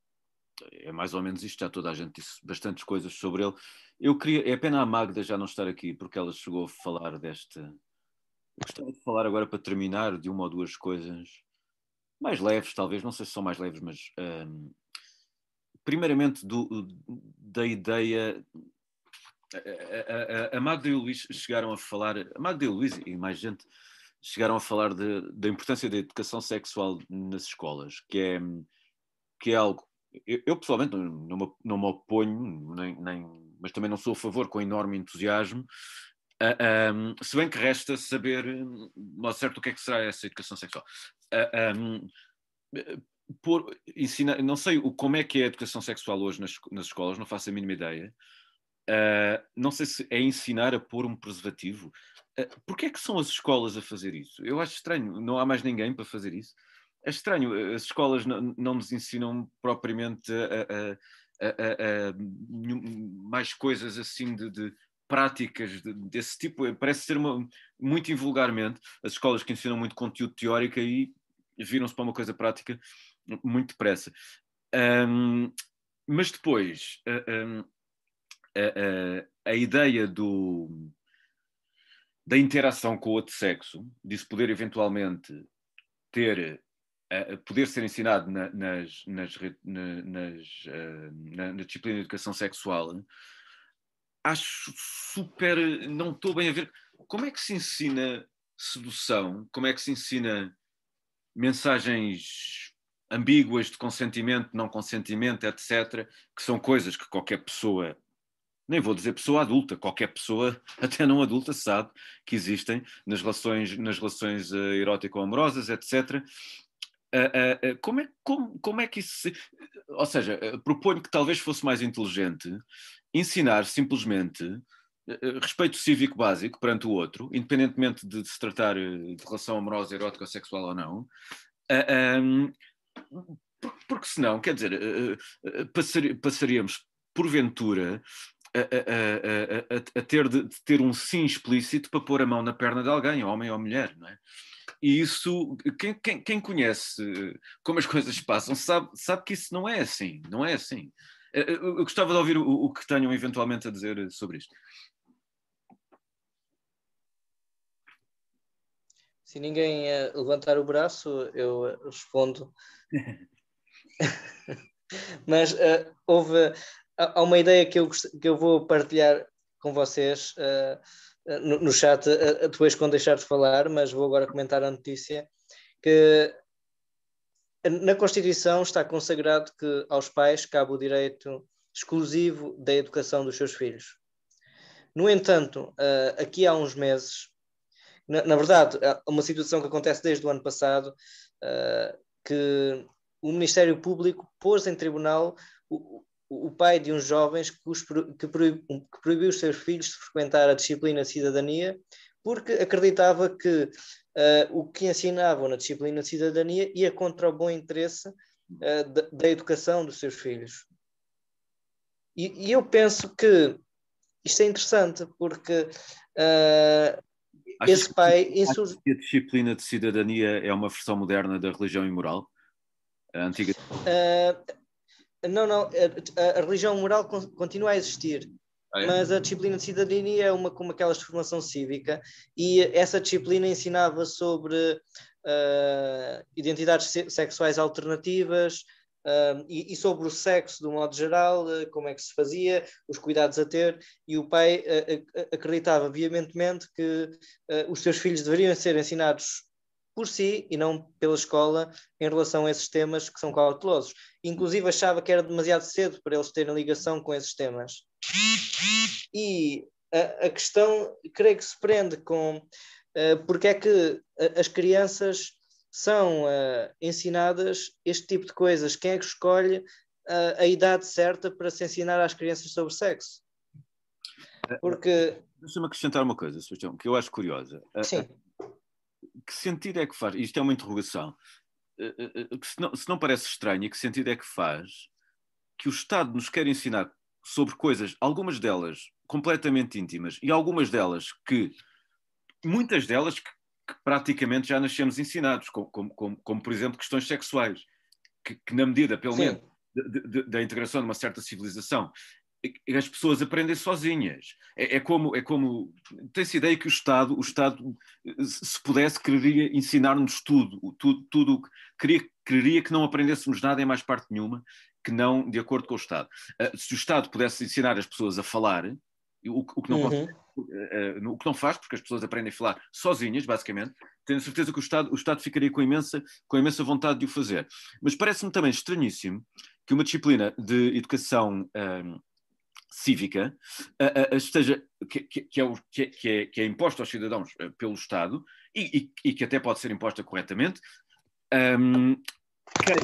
é mais ou menos isto, já toda a gente disse bastantes coisas sobre ele. Eu queria, é pena a Magda já não estar aqui, porque ela chegou a falar deste... Eu gostava de falar agora, para terminar, de uma ou duas coisas mais leves, talvez, não sei se são mais leves, mas um, primeiramente do, da ideia... A, a, a Magda e o Luís chegaram a falar, a Magda e o Luís e mais gente chegaram a falar de, da importância da educação sexual nas escolas, que é, que é algo... Eu, eu pessoalmente não, não, me, não me oponho, nem, nem, mas também não sou a favor com enorme entusiasmo, uh, um, se bem que resta saber ao certo o que é que será essa educação sexual. Uh, um, por, ensina, não sei o, como é que é a educação sexual hoje nas, nas escolas, não faço a mínima ideia. Uh, não sei se é ensinar a pôr um preservativo. Uh, Porquê é que são as escolas a fazer isso? Eu acho estranho, não há mais ninguém para fazer isso. É estranho, as escolas não, não nos ensinam propriamente a, a, a, a, mais coisas assim de, de práticas de, desse tipo. Parece ser uma, muito invulgarmente, as escolas que ensinam muito conteúdo teórico e viram-se para uma coisa prática muito depressa. Um, mas depois, um, a, a, a ideia do, da interação com o outro sexo, de se poder eventualmente ter... Uh, poder ser ensinado na, nas, nas, na, nas, uh, na, na disciplina de educação sexual, acho super... Não estou bem a ver... Como é que se ensina sedução? Como é que se ensina mensagens ambíguas de consentimento, não consentimento, etcétera, que são coisas que qualquer pessoa... Nem vou dizer pessoa adulta, qualquer pessoa, até não adulta, sabe que existem nas relações, nas relações uh, erótico-amorosas, etcétera. Uh, uh, uh, como, é, como, como é que isso se... Ou seja, uh, proponho que talvez fosse mais inteligente ensinar simplesmente uh, respeito cívico básico perante o outro, independentemente de se tratar de relação amorosa, erótica ou sexual ou não, uh, um, porque senão, quer dizer, uh, uh, passar, passaríamos porventura a, a, a, a, a ter de, de ter um sim explícito para pôr a mão na perna de alguém, homem ou mulher, não é? E isso, quem, quem, quem conhece como as coisas passam, sabe, sabe que isso não é assim, não é assim. Eu, eu gostava de ouvir o, o que tenham eventualmente a dizer sobre isto. Se ninguém uh, levantar o braço, eu uh, respondo. Mas uh, houve há uma ideia que eu, que eu vou partilhar com vocês uh, no, no chat, uh, depois quando deixar de falar, mas vou agora comentar a notícia, que na Constituição está consagrado que aos pais cabe o direito exclusivo da educação dos seus filhos. No entanto, uh, aqui há uns meses, na, na verdade, há uma situação que acontece desde o ano passado, uh, que o Ministério Público pôs em tribunal o, o pai de uns jovens que, os, que, proib, que proibiu os seus filhos de frequentar a disciplina de cidadania porque acreditava que uh, o que ensinavam na disciplina de cidadania ia contra o bom interesse uh, da, da educação dos seus filhos. E, e eu penso que isto é interessante porque uh, esse pai... Que, insurg... que a disciplina de cidadania é uma versão moderna da religião imoral? A antiga... Uh, não, não, a, a religião moral continua a existir, ah, é? Mas a disciplina de cidadania é uma como aquelas de formação cívica, e essa disciplina ensinava sobre uh, identidades sexuais alternativas uh, e, e sobre o sexo de um modo geral, uh, como é que se fazia, os cuidados a ter, e o pai uh, uh, acreditava veementemente que uh, os seus filhos deveriam ser ensinados por si e não pela escola em relação a esses temas que são cautelosos. Inclusive achava que era demasiado cedo para eles terem ligação com esses temas. E a, a questão, creio que se prende com uh, porque é que as crianças são uh, ensinadas este tipo de coisas. Quem é que escolhe uh, a idade certa para se ensinar às crianças sobre sexo? Porque... Deixa-me acrescentar uma coisa, Sebastião, que eu acho curiosa. Sim. Que sentido é que faz? Isto é uma interrogação. Que se, não, se não parece estranho, que sentido é que faz que o Estado nos quer ensinar sobre coisas, algumas delas completamente íntimas e algumas delas que, muitas delas que, que praticamente já nascemos ensinados, como, como, como, como por exemplo questões sexuais, que, que na medida, pelo menos, da integração de uma certa civilização, as pessoas aprendem sozinhas. É, é como, é como tem-se ideia que o Estado, o Estado, se pudesse, quereria ensinar-nos tudo, tudo, tudo queria, quereria que não aprendêssemos nada em mais parte nenhuma, que não de acordo com o Estado. Uh, se o Estado pudesse ensinar as pessoas a falar, o, o, que não uhum. consegue, uh, uh, o que não faz, porque as pessoas aprendem a falar sozinhas, basicamente, tenho certeza que o Estado, o Estado ficaria com imensa, com imensa vontade de o fazer. Mas parece-me também estranhíssimo que uma disciplina de educação um, cívica, uh, uh, esteja, que, que, que, é o, que, que, é, que é imposta aos cidadãos uh, pelo Estado e, e, e que até pode ser imposta corretamente, um, que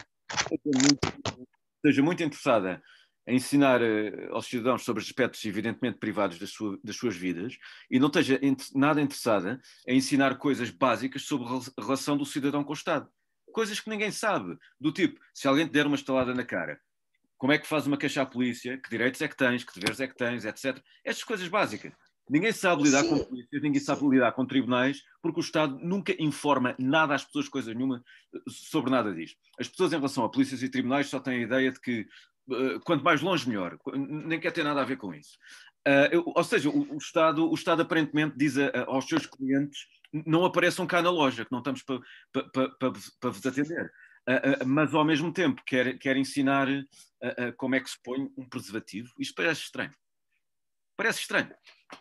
esteja muito interessada em ensinar uh, aos cidadãos sobre aspectos evidentemente privados das, sua, das suas vidas e não esteja ent- nada interessada em ensinar coisas básicas sobre a relação do cidadão com o Estado. Coisas que ninguém sabe, do tipo, se alguém te der uma estalada na cara, como é que faz uma queixa à polícia, que direitos é que tens, que deveres é que tens, etcétera. Estas coisas básicas. Ninguém sabe lidar Sim. com polícias, ninguém sabe Sim. lidar com tribunais, porque o Estado nunca informa nada às pessoas, coisa nenhuma, sobre nada disto. As pessoas em relação a polícias e tribunais só têm a ideia de que uh, quanto mais longe melhor, nem quer ter nada a ver com isso. Uh, eu, ou seja, o, o, Estado, o Estado aparentemente diz a, a, aos seus clientes, não apareçam cá na loja, que não estamos para pa, pa, pa, pa vos atender. Uh, uh, mas ao mesmo tempo quer, quer ensinar uh, uh, como é que se põe um preservativo. Isto parece estranho. Parece estranho.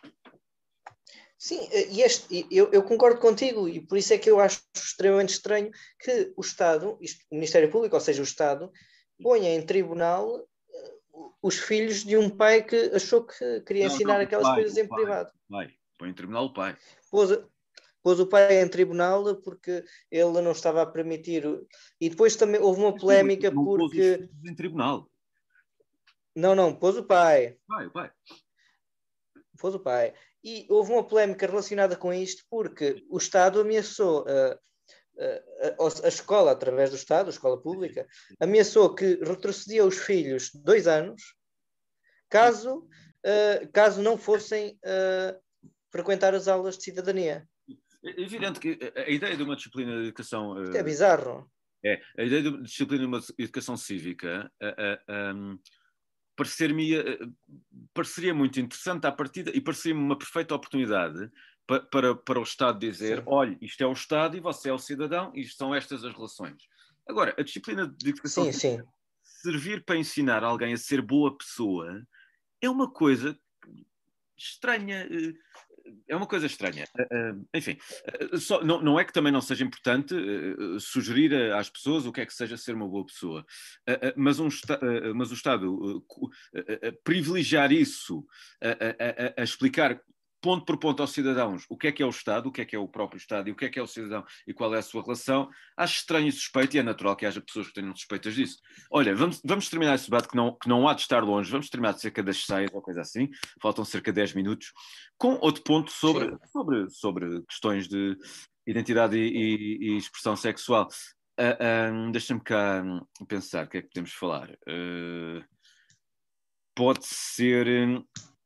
Sim, e este, eu, eu concordo contigo, e por isso é que eu acho extremamente estranho que o Estado, isto, o Ministério Público, ou seja, o Estado, ponha em tribunal uh, os filhos de um pai que achou que queria não, ensinar não, aquelas pai, coisas em pai, privado. Pai. Põe em tribunal o pai. Pôs, pôs o pai em tribunal porque ele não estava a permitir. E depois também houve uma polémica não porque... Pôs os filhos em tribunal. Não, não, pôs o pai. Pai, o pai. Pôs o pai. E houve uma polémica relacionada com isto porque o Estado ameaçou... Uh, a, a escola, através do Estado, a escola pública, ameaçou que retrocedia os filhos dois anos caso, uh, caso não fossem uh, frequentar as aulas de cidadania. É evidente que a ideia de uma disciplina de educação... Uh, Isto é bizarro. É, a ideia de uma disciplina de uma educação cívica uh, uh, um, parecer-me, uh, pareceria muito interessante à partida e pareceria-me uma perfeita oportunidade para, para, para o Estado dizer, sim, olha, isto é o Estado e você é o cidadão e são estas as relações. Agora, a disciplina de educação sim, sim. servir para ensinar alguém a ser boa pessoa é uma coisa estranha, é uma coisa estranha. Enfim, só, não, não é que também não seja importante sugerir às pessoas o que é que seja ser uma boa pessoa, mas, um, mas o Estado privilegiar isso a, a, a explicar ponto por ponto aos cidadãos o que é que é o Estado, o que é que é o próprio Estado e o que é que é o cidadão e qual é a sua relação, acho estranho e suspeito, e é natural que haja pessoas que tenham suspeitas disso. Olha, vamos, vamos terminar esse debate que não, que não há de estar longe, vamos terminar de cerca das seis ou coisa assim, faltam cerca de dez minutos, com outro ponto sobre, sobre, sobre questões de identidade e, e, e expressão sexual. Uh, um, deixa-me cá pensar o que é que podemos falar. Uh, pode ser... Um,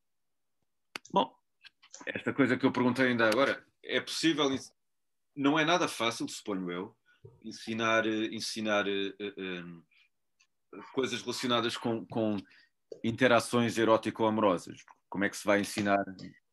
bom, esta coisa que eu perguntei ainda agora, é possível, não é nada fácil, suponho eu, ensinar, ensinar uh, uh, coisas relacionadas com, com interações erótico-amorosas. Como é que se vai ensinar?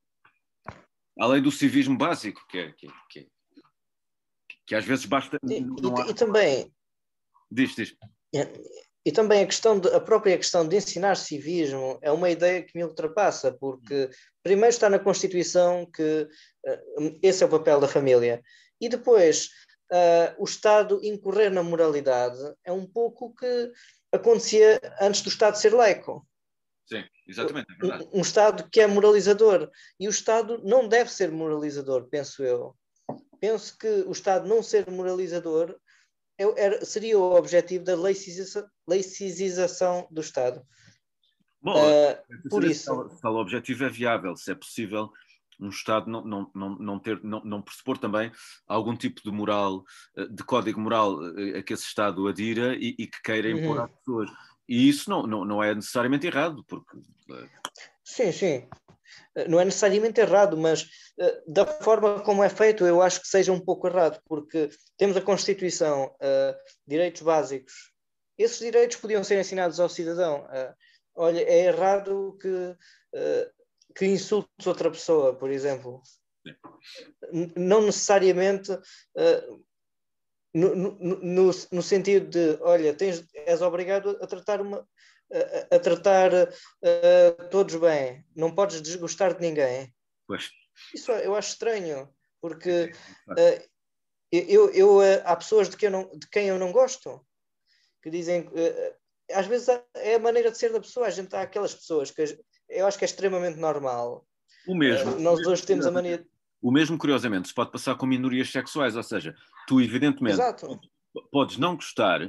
Além do civismo básico, que é... Que, que, que às vezes basta... E, não e, há... e também... Diz, diz. E também a, questão de, a própria questão de ensinar civismo é uma ideia que me ultrapassa, porque primeiro está na Constituição que uh, esse é o papel da família, e depois uh, o Estado incorrer na moralidade é um pouco o que acontecia antes do Estado ser laico. Sim, exatamente, é verdade. Um, um Estado que é moralizador, e o Estado não deve ser moralizador, penso eu. Penso que o Estado não ser moralizador Era, seria o objetivo da laicização, laicização do Estado. Bom, uh, por isso... Se o objetivo é viável, se é possível um Estado não, não, não, não, ter, não, não pressupor também algum tipo de moral, de código moral a que esse Estado adira e, e que queira impor uhum. às pessoas. E isso não, não, não é necessariamente errado, porque... Sim, sim. Não é necessariamente errado, mas uh, da forma como é feito, eu acho que seja um pouco errado, porque temos a Constituição, uh, direitos básicos. Esses direitos podiam ser ensinados ao cidadão. Uh, olha, é errado que, uh, que insultes outra pessoa, por exemplo. N- não necessariamente uh, no, no, no, no sentido de, olha, tens, és obrigado a tratar uma... a tratar uh, todos bem, não podes desgostar de ninguém. Pois. Isso eu acho estranho, porque uh, eu, eu, uh, há pessoas de, que eu não, de quem eu não gosto, que dizem, uh, às vezes é a maneira de ser da pessoa, a gente há aquelas pessoas que eu acho que é extremamente normal. O mesmo. Uh, nós hoje temos a mania... O mesmo, curiosamente, se pode passar com minorias sexuais, ou seja, tu evidentemente Exato. podes não gostar...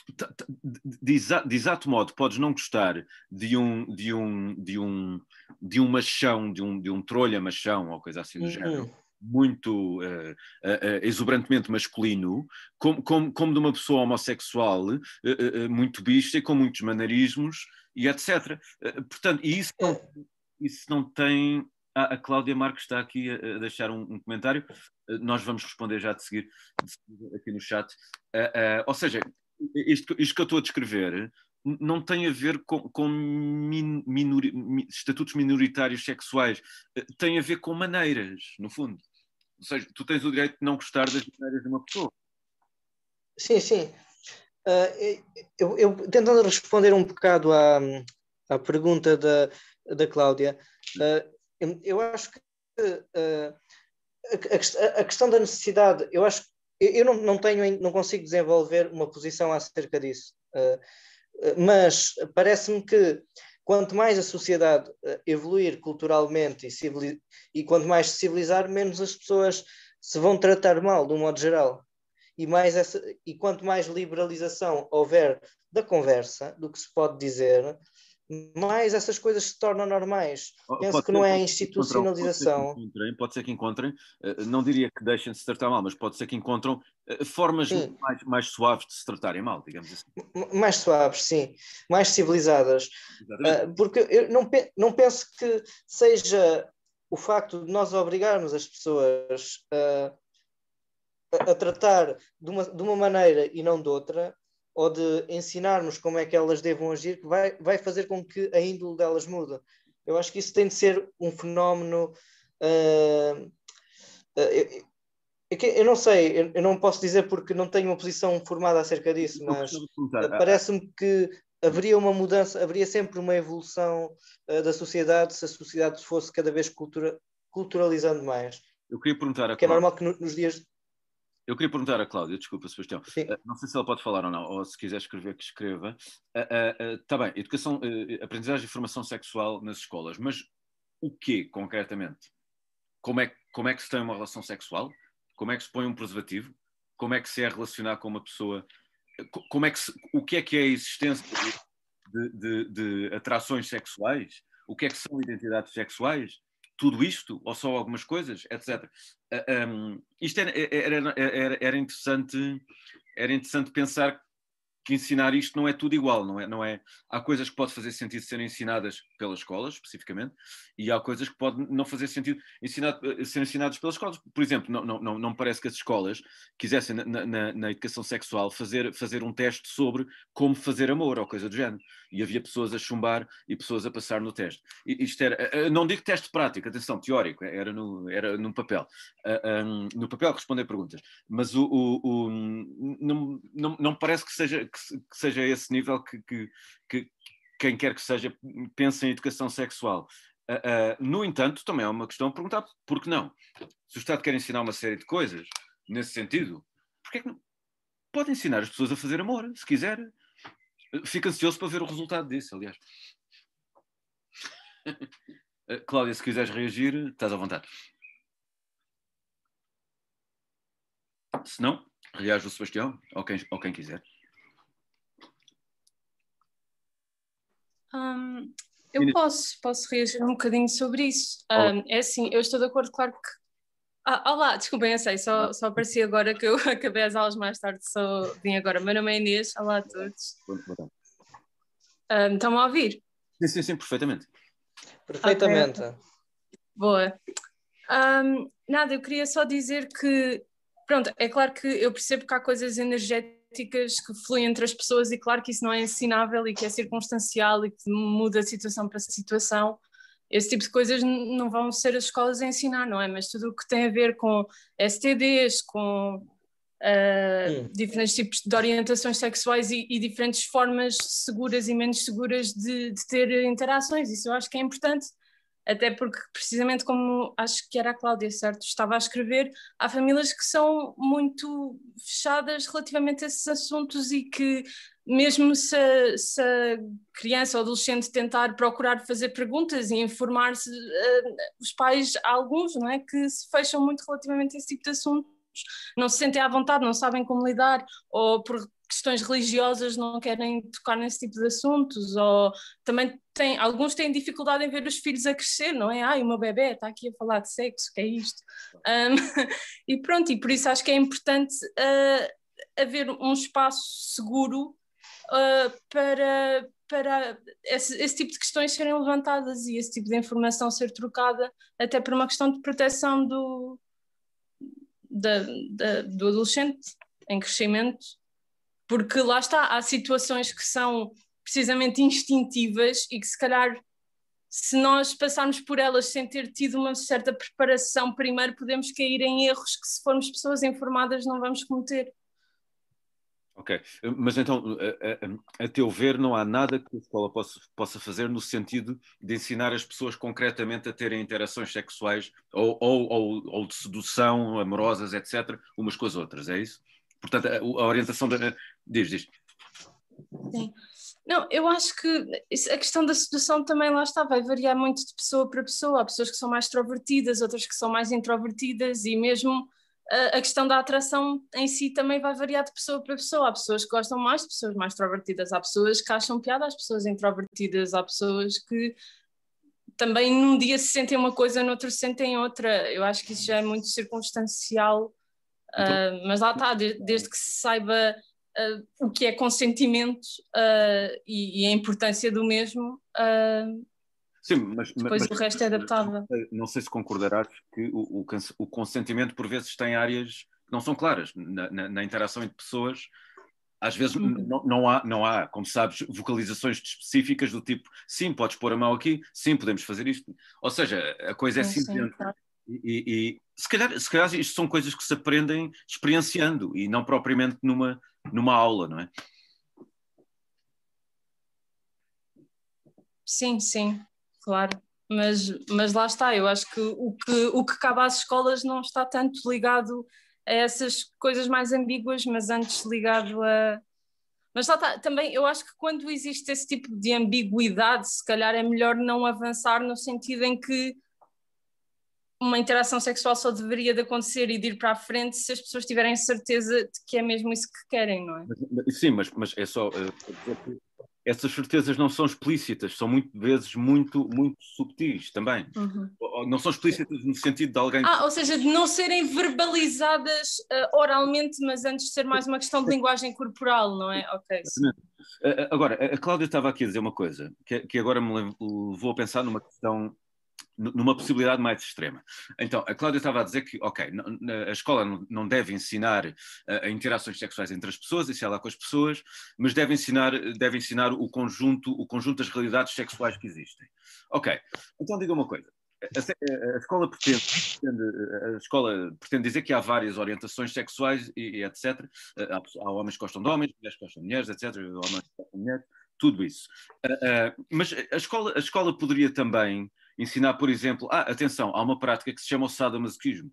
De, exa, de exato modo, podes não gostar de um, de um, de um, de um machão, de um, de um trolha machão, ou coisa assim do uhum. género, muito uh, uh, exuberantemente masculino, como, como, como de uma pessoa homossexual, uh, uh, muito bista e com muitos maneirismos, e etcétera. Uh, portanto, e isso não, isso não tem... Ah, a Cláudia Marques está aqui a, a deixar um, um comentário, uh, nós vamos responder já de seguir, de seguir aqui no chat. Uh, uh, ou seja, Isto, isto que eu estou a descrever não tem a ver com, com min, minori, min, estatutos minoritários sexuais, tem a ver com maneiras, no fundo. Ou seja, tu tens o direito de não gostar das maneiras de uma pessoa. Sim, sim. Uh, eu, eu tentando responder um bocado à, à pergunta da, da Cláudia, uh, eu, eu acho que uh, a, a questão da necessidade, eu acho que eu não, não tenho, não consigo desenvolver uma posição acerca disso, uh, mas parece-me que quanto mais a sociedade evoluir culturalmente e, civiliz- e quanto mais se civilizar, menos as pessoas se vão tratar mal, de um modo geral. E, mais essa, e quanto mais liberalização houver da conversa, do que se pode dizer, mais essas coisas se tornam normais. Penso pode que não é a institucionalização. Pode ser que encontrem, pode ser que encontrem, não diria que deixem de se tratar mal, mas pode ser que encontram formas mais, mais suaves de se tratarem mal, digamos assim. Mais suaves, sim. Mais civilizadas. Uh, porque eu não, pe não penso que seja o facto de nós obrigarmos as pessoas uh, a, a tratar de uma, de uma maneira e não de outra, ou de ensinarmos como é que elas devam agir, que vai, vai fazer com que a índole delas mude. Eu acho que isso tem de ser um fenómeno... Uh, uh, eu, eu não sei, eu não posso dizer porque não tenho uma posição formada acerca disso, mas parece-me que haveria uma mudança, haveria sempre uma evolução uh, da sociedade se a sociedade fosse cada vez cultura, culturalizando mais. Eu queria perguntar a que é normal que no, nos dias... Eu queria perguntar à Cláudia, desculpa, Sebastião, uh, não sei se ela pode falar ou não, ou se quiser escrever, que escreva. Está uh, uh, uh, bem, educação, uh, aprendizagem e formação sexual nas escolas, mas o quê, concretamente? Como é, como é que se tem uma relação sexual? Como é que se põe um preservativo? Como é que se é relacionar com uma pessoa? Como é que se, o que é que é a existência de, de, de atrações sexuais? O que é que são identidades sexuais? Tudo isto? Ou só algumas coisas? Etc. Uh, um, isto era, era, era, era, interessante, era interessante pensar que ensinar isto não é tudo igual, não é, não é? Há coisas que pode fazer sentido serem ensinadas pelas escolas, especificamente, e há coisas que podem não fazer sentido ensinar, serem ensinadas pelas escolas. Por exemplo, não, não, não, não me parece que as escolas quisessem, na, na, na educação sexual, fazer, fazer um teste sobre como fazer amor, ou coisa do género. E havia pessoas a chumbar e pessoas a passar no teste. E, isto era, não digo teste prático, atenção, teórico, era no, era no papel. Uh, um, no papel responder perguntas. Mas o, o, o, não, não, não parece que seja... que seja esse nível que, que, que quem quer que seja pense em educação sexual. Uh, uh, no entanto, também é uma questão de perguntar por que não? Se o Estado quer ensinar uma série de coisas nesse sentido, porquê que não? Pode ensinar as pessoas a fazer amor, se quiser. Fico ansioso para ver o resultado disso, aliás. uh, Cláudia, se quiseres reagir, estás à vontade. Se não, reage o Sebastião, ou quem, ou quem quiser. Um, eu posso, posso reagir um bocadinho sobre isso. Um, é assim, eu estou de acordo, claro que... Ah, olá, desculpem, eu sei, só, só apareci agora que eu acabei as aulas mais tarde, só vim agora. Meu nome é Inês, olá a todos. Um, estão-me a ouvir? Sim, sim, sim, perfeitamente. Perfeitamente. Okay. Boa. Um, nada, eu queria só dizer que, pronto, é claro que eu percebo que há coisas energéticas que fluem entre as pessoas e claro que isso não é ensinável e que é circunstancial e que muda de situação para situação. Esse tipo de coisas não vão ser as escolas a ensinar, não é? Mas tudo o que tem a ver com S T Ds, com uh, diferentes tipos de orientações sexuais e, e diferentes formas seguras e menos seguras de, de ter interações, isso eu acho que é importante. Até porque, precisamente como acho que era a Cláudia, certo, estava a escrever, há famílias que são muito fechadas relativamente a esses assuntos e que mesmo se a, se a criança ou adolescente tentar procurar fazer perguntas e informar-se, uh, os pais, há alguns, não é, que se fecham muito relativamente a esse tipo de assuntos, não se sentem à vontade, não sabem como lidar, ou por questões religiosas não querem tocar nesse tipo de assuntos, ou também tem, alguns têm dificuldade em ver os filhos a crescer, não é? Ai, o meu bebê está aqui a falar de sexo, o que é isto? Um, e pronto, e por isso acho que é importante uh, haver um espaço seguro uh, para, para esse, esse tipo de questões serem levantadas e esse tipo de informação ser trocada, até por uma questão de proteção do, da, da, do adolescente em crescimento. Porque lá está, há situações que são precisamente instintivas e que se calhar se nós passarmos por elas sem ter tido uma certa preparação primeiro podemos cair em erros que se formos pessoas informadas não vamos cometer. Ok, mas então a, a, a teu ver não há nada que a escola possa, possa fazer no sentido de ensinar as pessoas concretamente a terem interações sexuais ou, ou, ou, ou de sedução, amorosas, etcétera, umas com as outras, é isso? Portanto, a, a orientação da... Diz, diz. Sim. Não, eu acho que isso, a questão da sedução também lá está, vai variar muito de pessoa para pessoa. Há pessoas que são mais extrovertidas, outras que são mais introvertidas e mesmo a questão da atração em si também vai variar de pessoa para pessoa. Há pessoas que gostam mais de pessoas mais extrovertidas, há pessoas que acham piada às pessoas introvertidas, há pessoas que também num dia se sentem uma coisa, no outro se sentem outra. Eu acho que isso já é muito circunstancial, então, uh, mas lá está, de, desde que se saiba uh, o que é consentimento uh, e, e a importância do mesmo, uh, sim, mas, depois mas, o resto é adaptável. Não sei se concordarás que o, o, o consentimento por vezes tem áreas que não são claras na, na, na interação entre pessoas. Às vezes uhum. não, não, há, não há, como sabes, vocalizações específicas do tipo, sim, podes pôr a mão aqui, sim, podemos fazer isto. Ou seja, a coisa é cinzenta. Claro. E, e, e se calhar, se calhar isto são coisas que se aprendem experienciando e não propriamente numa, numa aula, não é? Sim, sim, claro. Mas, mas lá está, eu acho que o, que o que cabe às escolas não está tanto ligado a essas coisas mais ambíguas, mas antes ligado a... Mas lá está, também eu acho que quando existe esse tipo de ambiguidade, se calhar é melhor não avançar no sentido em que uma interação sexual só deveria de acontecer e de ir para a frente se as pessoas tiverem certeza de que é mesmo isso que querem, não é? Mas, sim, mas, mas é só... Uh, essas certezas não são explícitas, são muitas vezes muito, muito subtis também. Uhum. Não são explícitas no sentido de alguém... Ah, ou seja, de não serem verbalizadas uh, oralmente, mas antes de ser mais uma questão de linguagem corporal, não é? Ok. Uh, agora, a Cláudia estava aqui a dizer uma coisa, que, que agora me levou a pensar numa questão, numa possibilidade mais extrema. Então, a Cláudia estava a dizer que, ok, a escola não deve ensinar uh, interações sexuais entre as pessoas, isso é lá com as pessoas, mas deve ensinar, deve ensinar o conjunto, o conjunto das realidades sexuais que existem. Ok, então diga uma coisa. A, a, escola pretende, pretende, a escola pretende dizer que há várias orientações sexuais e, e etcétera. Há, há homens que gostam de homens, mulheres que gostam de mulheres, etcétera. Homens que gostam de mulheres, tudo isso. Uh, uh, mas a escola, a escola poderia também ensinar, por exemplo, ah, atenção, há uma prática que se chama o sadomasoquismo.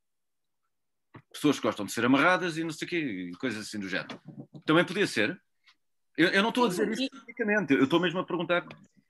Pessoas que gostam de ser amarradas e não sei o quê, coisas assim do género. Também podia ser. Eu, eu não estou a dizer isso especificamente, eu estou mesmo a perguntar...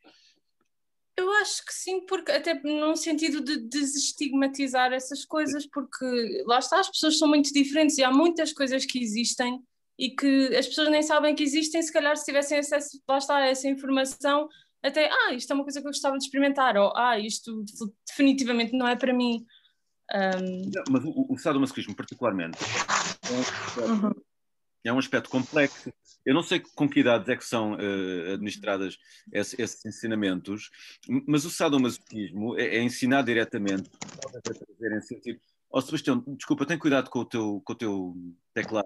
Eu acho que sim, porque até num sentido de desestigmatizar essas coisas, porque lá está, as pessoas são muito diferentes e há muitas coisas que existem e que as pessoas nem sabem que existem, se calhar se tivessem acesso, lá está, a essa informação, até, ah, isto é uma coisa que eu gostava de experimentar, ou ah, isto definitivamente não é para mim. Um... Não, mas o, o sadomasoquismo particularmente é um aspecto, uhum. é um aspecto complexo. Eu não sei com que idades é que são uh, administradas esse, esses ensinamentos, mas o sadomasoquismo é, é ensinado diretamente a trazer em sentido... Oh, Sebastião, desculpa, tem cuidado com o teu, com o teu teclado.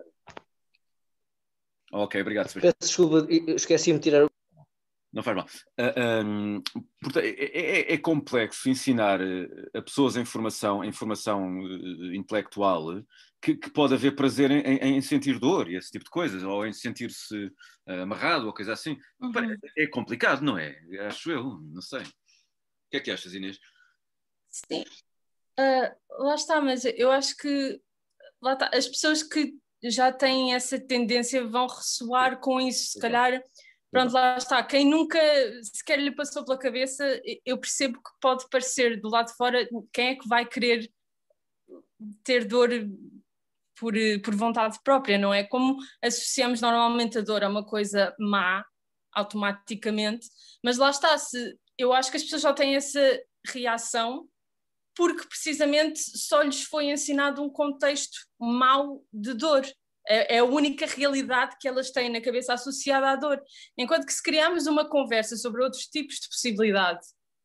Oh, ok, obrigado, Sebastião. Peço desculpa, esqueci-me de tirar o... Não faz mal. Uh, um, portanto, é, é, é complexo ensinar a pessoas a informação, a informação uh, intelectual que, que pode haver prazer em, em, em sentir dor e esse tipo de coisas, ou em sentir-se uh, amarrado ou coisa assim. Uhum. É complicado, não é? Acho eu, não sei. O que é que achas, Inês? Sim. Uh, lá está, mas eu acho que lá está, as pessoas que já têm essa tendência vão ressoar com isso, se calhar... Pronto, lá está. Quem nunca sequer lhe passou pela cabeça, eu percebo que pode parecer do lado de fora, quem é que vai querer ter dor por, por vontade própria, não é? Como associamos normalmente a dor a uma coisa má, automaticamente, mas lá está, se, eu acho que as pessoas já têm essa reação porque precisamente só lhes foi ensinado um contexto mau de dor. É a única realidade que elas têm na cabeça associada à dor. Enquanto que se criarmos uma conversa sobre outros tipos de possibilidade,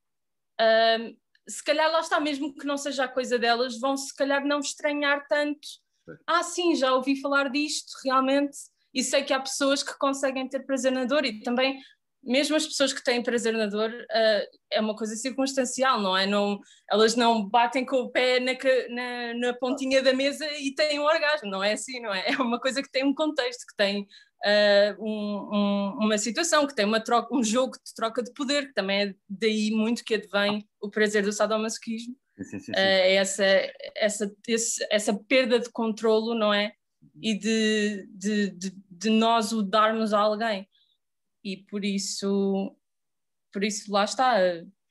um, se calhar lá está, mesmo que não seja a coisa delas, vão se calhar não estranhar tanto. Ah, sim, já ouvi falar disto, realmente, e sei que há pessoas que conseguem ter prazer na dor e também... Mesmo as pessoas que têm prazer na dor, uh, é uma coisa circunstancial, não é? Não, elas não batem com o pé na, na, na pontinha da mesa e têm um orgasmo, não é assim, não é? É uma coisa que tem um contexto, que tem uh, um, um, uma situação, que tem uma troca, um jogo de troca de poder, que também é daí muito que advém o prazer do sadomasoquismo. Sim, sim, sim. Uh, é essa, essa, esse, essa perda de controlo, não é? E de, de, de, de nós o darmos a alguém. E por isso, por isso lá está.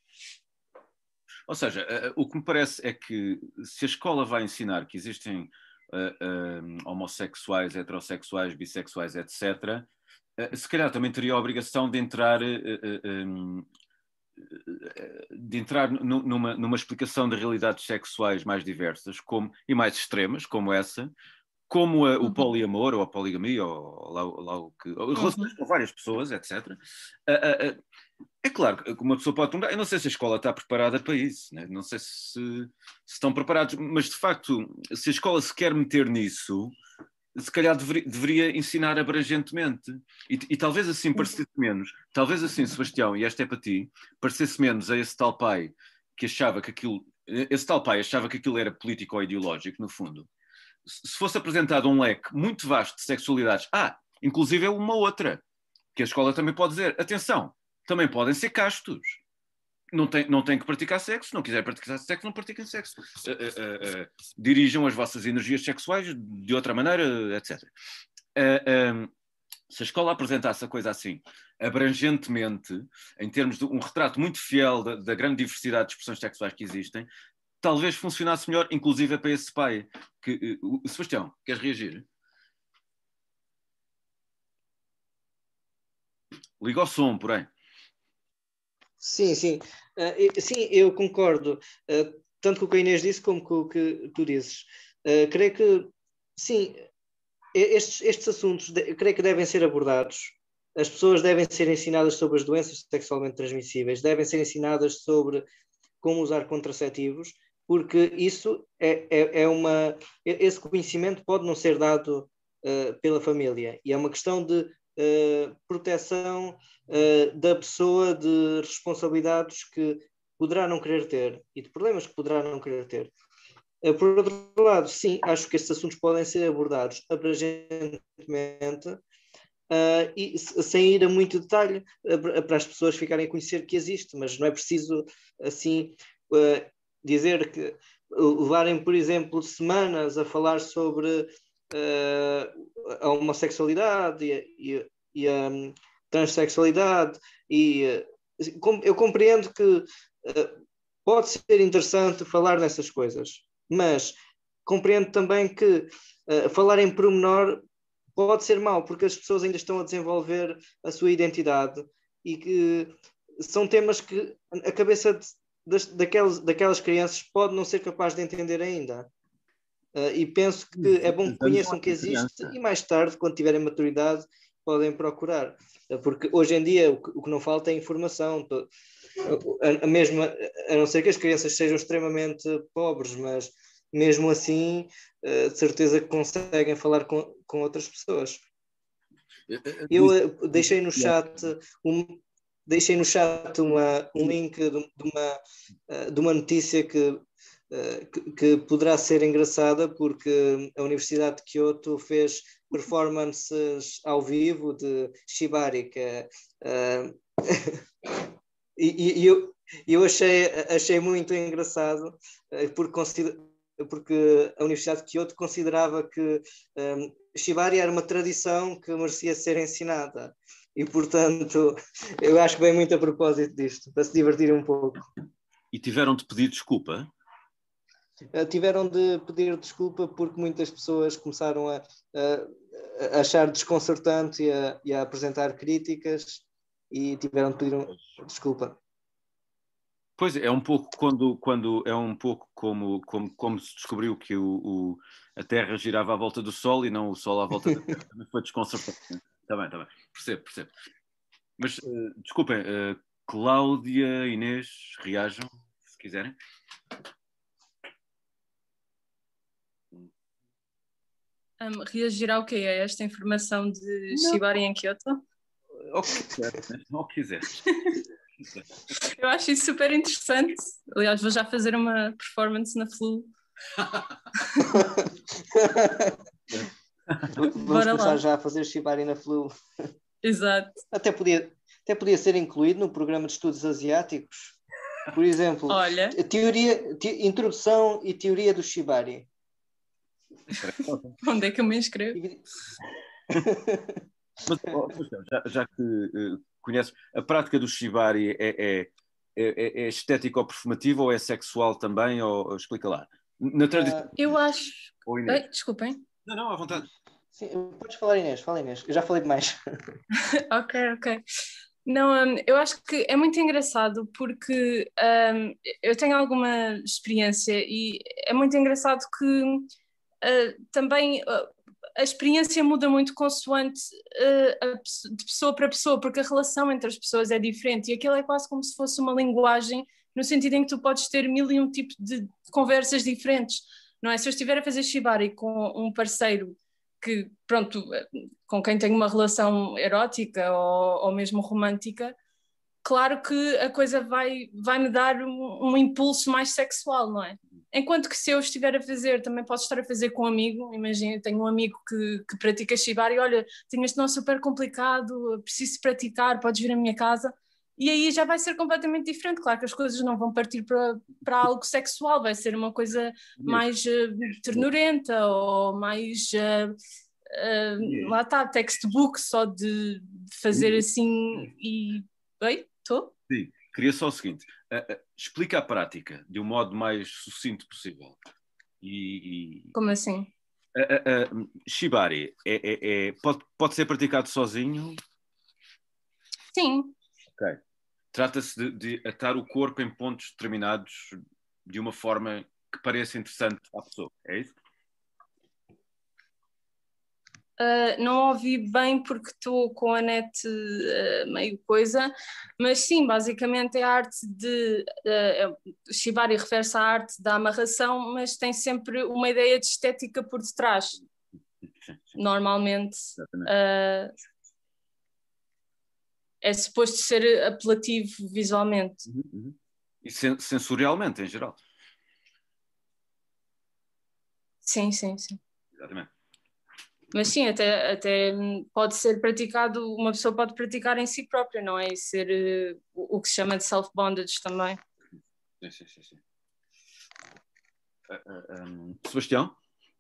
Ou seja, o que me parece é que se a escola vai ensinar que existem uh, uh, homossexuais, heterossexuais, bissexuais, etcétera, uh, se calhar também teria a obrigação de entrar, uh, uh, um, de entrar numa, numa explicação de realidades sexuais mais diversas como, e mais extremas, como essa, como a, o poliamor, ou a poligamia, ou lá, lá o que... Ou relações uhum. com várias pessoas, etcétera. Uh, uh, uh, é claro que uma pessoa pode perguntar, eu não sei se a escola está preparada para isso, né? Não sei se, se estão preparados, mas de facto, se a escola se quer meter nisso, se calhar deveria, deveria ensinar abrangentemente. E, e talvez assim parecesse menos, talvez assim, Sebastião, e esta é para ti, parecesse menos a esse tal pai que achava que aquilo, esse tal pai achava que aquilo era político ou ideológico, no fundo. Se fosse apresentado um leque muito vasto de sexualidades, ah, inclusive é uma outra, que a escola também pode dizer, atenção, também podem ser castos. Não tem, não tem que praticar sexo, se não quiser praticar sexo, não pratiquem sexo. Uh, uh, uh, uh, dirijam as vossas energias sexuais de outra maneira, etcétera. Uh, uh, se a escola apresentasse a coisa assim, abrangentemente, em termos de um retrato muito fiel da, da grande diversidade de expressões sexuais que existem, talvez funcionasse melhor, inclusive é para esse pai. Que, uh, Sebastião, queres reagir? Liga o som, porém. Sim, sim. Uh, sim, eu concordo. Uh, tanto com o que a Inês disse como com o que tu dizes. Uh, creio que, sim, estes, estes assuntos de, creio que devem ser abordados. As pessoas devem ser ensinadas sobre as doenças sexualmente transmissíveis, devem ser ensinadas sobre como usar contraceptivos, porque isso é, é, é uma... Esse conhecimento pode não ser dado uh, pela família. E é uma questão de Uh, proteção uh, da pessoa de responsabilidades que poderá não querer ter e de problemas que poderá não querer ter. Uh, por outro lado, sim, acho que estes assuntos podem ser abordados abrangentemente uh, e sem ir a muito detalhe uh, para as pessoas ficarem a conhecer que existe, mas não é preciso assim uh, dizer que uh, levarem, por exemplo, semanas a falar sobre Uh, a homossexualidade e, e, e a um, transexualidade e uh, com, eu compreendo que uh, pode ser interessante falar nessas coisas, mas compreendo também que uh, falar em pormenor pode ser mau, porque as pessoas ainda estão a desenvolver a sua identidade e que são temas que a cabeça de, das, daquelas, daquelas crianças pode não ser capaz de entender ainda. Uh, e penso que é bom que conheçam que existe e mais tarde, quando tiverem maturidade, podem procurar. Uh, porque hoje em dia o que, o que não falta é informação. Uh, a, a, mesma, a não ser que as crianças sejam extremamente pobres, mas mesmo assim, uh, de certeza que conseguem falar com, com outras pessoas. Eu uh, deixei no chat um, deixei no chat uma, um link de, de, uma, uh, de uma notícia que Uh, que, que poderá ser engraçada, porque a Universidade de Kyoto fez performances ao vivo de Shibari, que é, uh, e, e eu, eu achei, achei muito engraçado, uh, porque, consider, porque a Universidade de Kyoto considerava que um, Shibari era uma tradição que merecia ser ensinada, e portanto eu acho que vem muito a propósito disto, para se divertir um pouco. E tiveram de pedir desculpa? Tiveram de pedir desculpa porque muitas pessoas começaram a, a, a achar desconcertante e a, e a apresentar críticas e tiveram de pedir um, desculpa. Pois é, é um pouco quando, quando é um pouco como, como, como se descobriu que o, o, a Terra girava à volta do Sol e não o Sol à volta da Terra. Também foi desconcertante. Está bem, está bem. Percebo, percebo. Mas uh, desculpem, uh, Cláudia, Inês, reajam, se quiserem. Um, reagir ao quê? A esta informação de não. Shibari em Kyoto? Ao que quiseres, né? Ao que quiseres. Eu acho isso super interessante. Aliás, vou já fazer uma performance na Flu. Vamos Bora começar lá. já a fazer Shibari na Flu. Exato. Até podia, até podia ser incluído no programa de estudos asiáticos. Por exemplo, Olha. Teoria, te, introdução e teoria do Shibari. Onde é que eu me inscrevo? Mas, oh, já, já que uh, conheces, a prática do Shibari é, é, é, é estética ou performativa ou é sexual também? Ou, explica lá. Na tradição... Uh, eu acho... Ei, desculpem. Não, não, à vontade. Sim, podes falar, Inês, fala, Inês. Eu já falei demais. Ok, ok. Não, um, eu acho que é muito engraçado porque um, eu tenho alguma experiência e é muito engraçado que uh, também uh, a experiência muda muito consoante uh, a, de pessoa para pessoa, porque a relação entre as pessoas é diferente e aquilo é quase como se fosse uma linguagem, no sentido em que tu podes ter mil e um tipos de conversas diferentes, não é? Se eu estiver a fazer shibari com um parceiro que, pronto, com quem tenho uma relação erótica ou, ou mesmo romântica, claro que a coisa vai, vai me dar um, um impulso mais sexual, não é? Enquanto que se eu estiver a fazer, também posso estar a fazer com um amigo, imagina, tenho um amigo que, que pratica shibari, olha, tenho este nó super complicado, preciso praticar, podes vir à minha casa, e aí já vai ser completamente diferente, claro que as coisas não vão partir para, para algo sexual, vai ser uma coisa mais uh, ternurenta ou mais, uh, uh, lá está, textbook, só de, de fazer assim e... Oi, estou? Sim, queria só o seguinte, uh, uh, explica a prática de um modo mais sucinto possível. E, e... Como assim? Uh, uh, uh, shibari é, é, é, pode, pode ser praticado sozinho? Sim. Ok. Trata-se de, de atar o corpo em pontos determinados de uma forma que pareça interessante à pessoa, é isso? Uh, não ouvi bem porque estou com a net uh, meio coisa, mas sim, basicamente é a arte de... Uh, shibari refere-se à arte da amarração, mas tem sempre uma ideia de estética por detrás. Normalmente... Uh, é suposto ser apelativo visualmente. Uhum, uhum. E sen sensorialmente, em geral. Sim, sim, sim. Exatamente. Mas sim, até, até pode ser praticado, uma pessoa pode praticar em si própria, não é? E ser uh, o que se chama de self-bondage também. Sim, sim, sim. sim. Uh, uh, um, Sebastião?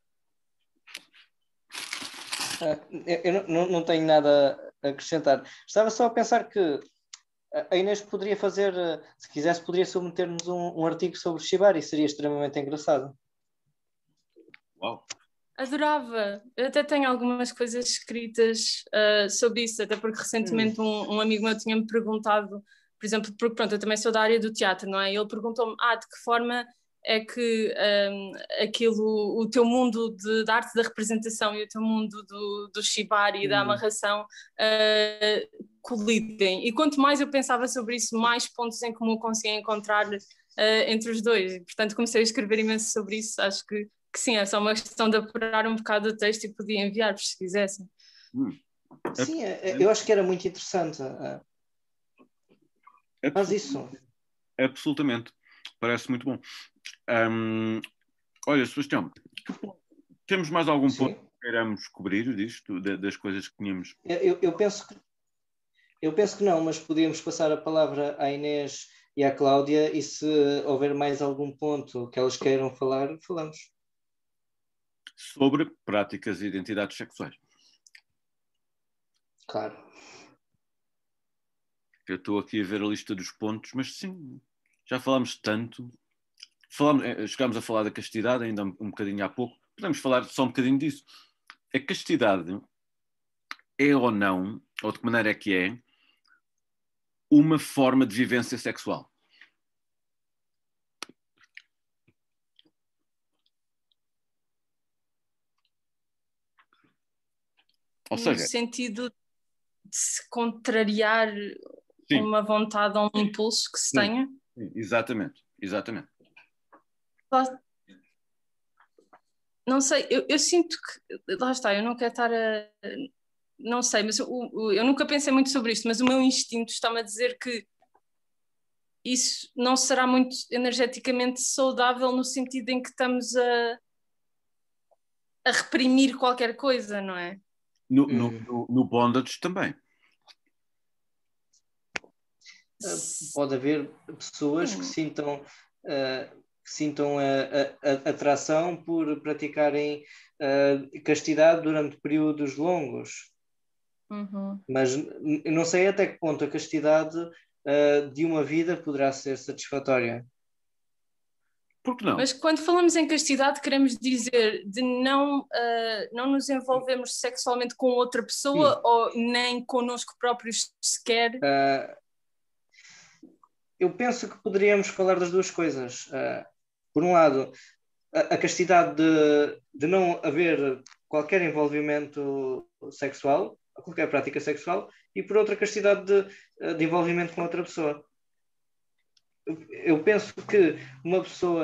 Uh, eu não, não tenho nada a acrescentar. Estava só a pensar que a Inês poderia fazer, se quisesse, poderia submeter-nos um, um artigo sobre shibari, seria extremamente engraçado. Uau! Adorava. Eu até tenho algumas coisas escritas uh, sobre isso, até porque recentemente hum. um, um amigo meu tinha-me perguntado, por exemplo, porque pronto, eu também sou da área do teatro, não é? E ele perguntou-me, ah, de que forma é que um, aquilo, o teu mundo de, da arte da representação e o teu mundo do, do shibari e da amarração uh, colidem. E quanto mais eu pensava sobre isso, mais pontos em comum conseguia encontrar uh, entre os dois. E, portanto, comecei a escrever imenso sobre isso. Acho que, que sim, é só uma questão de apurar um bocado o texto e podia enviar-vos se quisessem. Hum. Sim, eu acho que era muito interessante. Faz isso. Absolutamente. Parece muito bom. Um, olha, Sebastião, temos mais algum Sim. ponto que queiramos cobrir disto, das coisas que tínhamos? Eu, eu, penso que, eu penso que não, mas podíamos passar a palavra à Inês e à Cláudia e se houver mais algum ponto que elas queiram falar, falamos. Sobre práticas e identidades sexuais. Claro. Eu estou aqui a ver a lista dos pontos, mas sim, já falámos tanto. Falamos, chegámos a falar da castidade ainda um, um bocadinho há pouco. Podemos falar só um bocadinho disso. A castidade é ou não, ou de que maneira é que é, uma forma de vivência sexual? Ou seja, no sentido de se contrariar sim. uma vontade ou um impulso que se sim. tenha? Sim, exatamente, exatamente. Não sei, eu, eu sinto que, lá está, eu não quero estar a, não sei, mas eu, eu nunca pensei muito sobre isto, mas o meu instinto está-me a dizer que isso não será muito energeticamente saudável no sentido em que estamos a, a reprimir qualquer coisa, não é? No, no, no, no bondage também. Pode haver pessoas que sintam... Uh, que sintam a, a, a atração por praticarem uh, castidade durante períodos longos. Uhum. Mas eu não sei até que ponto a castidade uh, de uma vida poderá ser satisfatória. Por que não? Mas quando falamos em castidade, queremos dizer de não, uh, não nos envolvermos sexualmente com outra pessoa Sim. ou nem connosco próprios sequer? Uh, eu penso que poderíamos falar das duas coisas. Uh, por um lado, a, a castidade de, de não haver qualquer envolvimento sexual, qualquer prática sexual, e por outra, a castidade de, de envolvimento com outra pessoa. Eu penso que uma pessoa,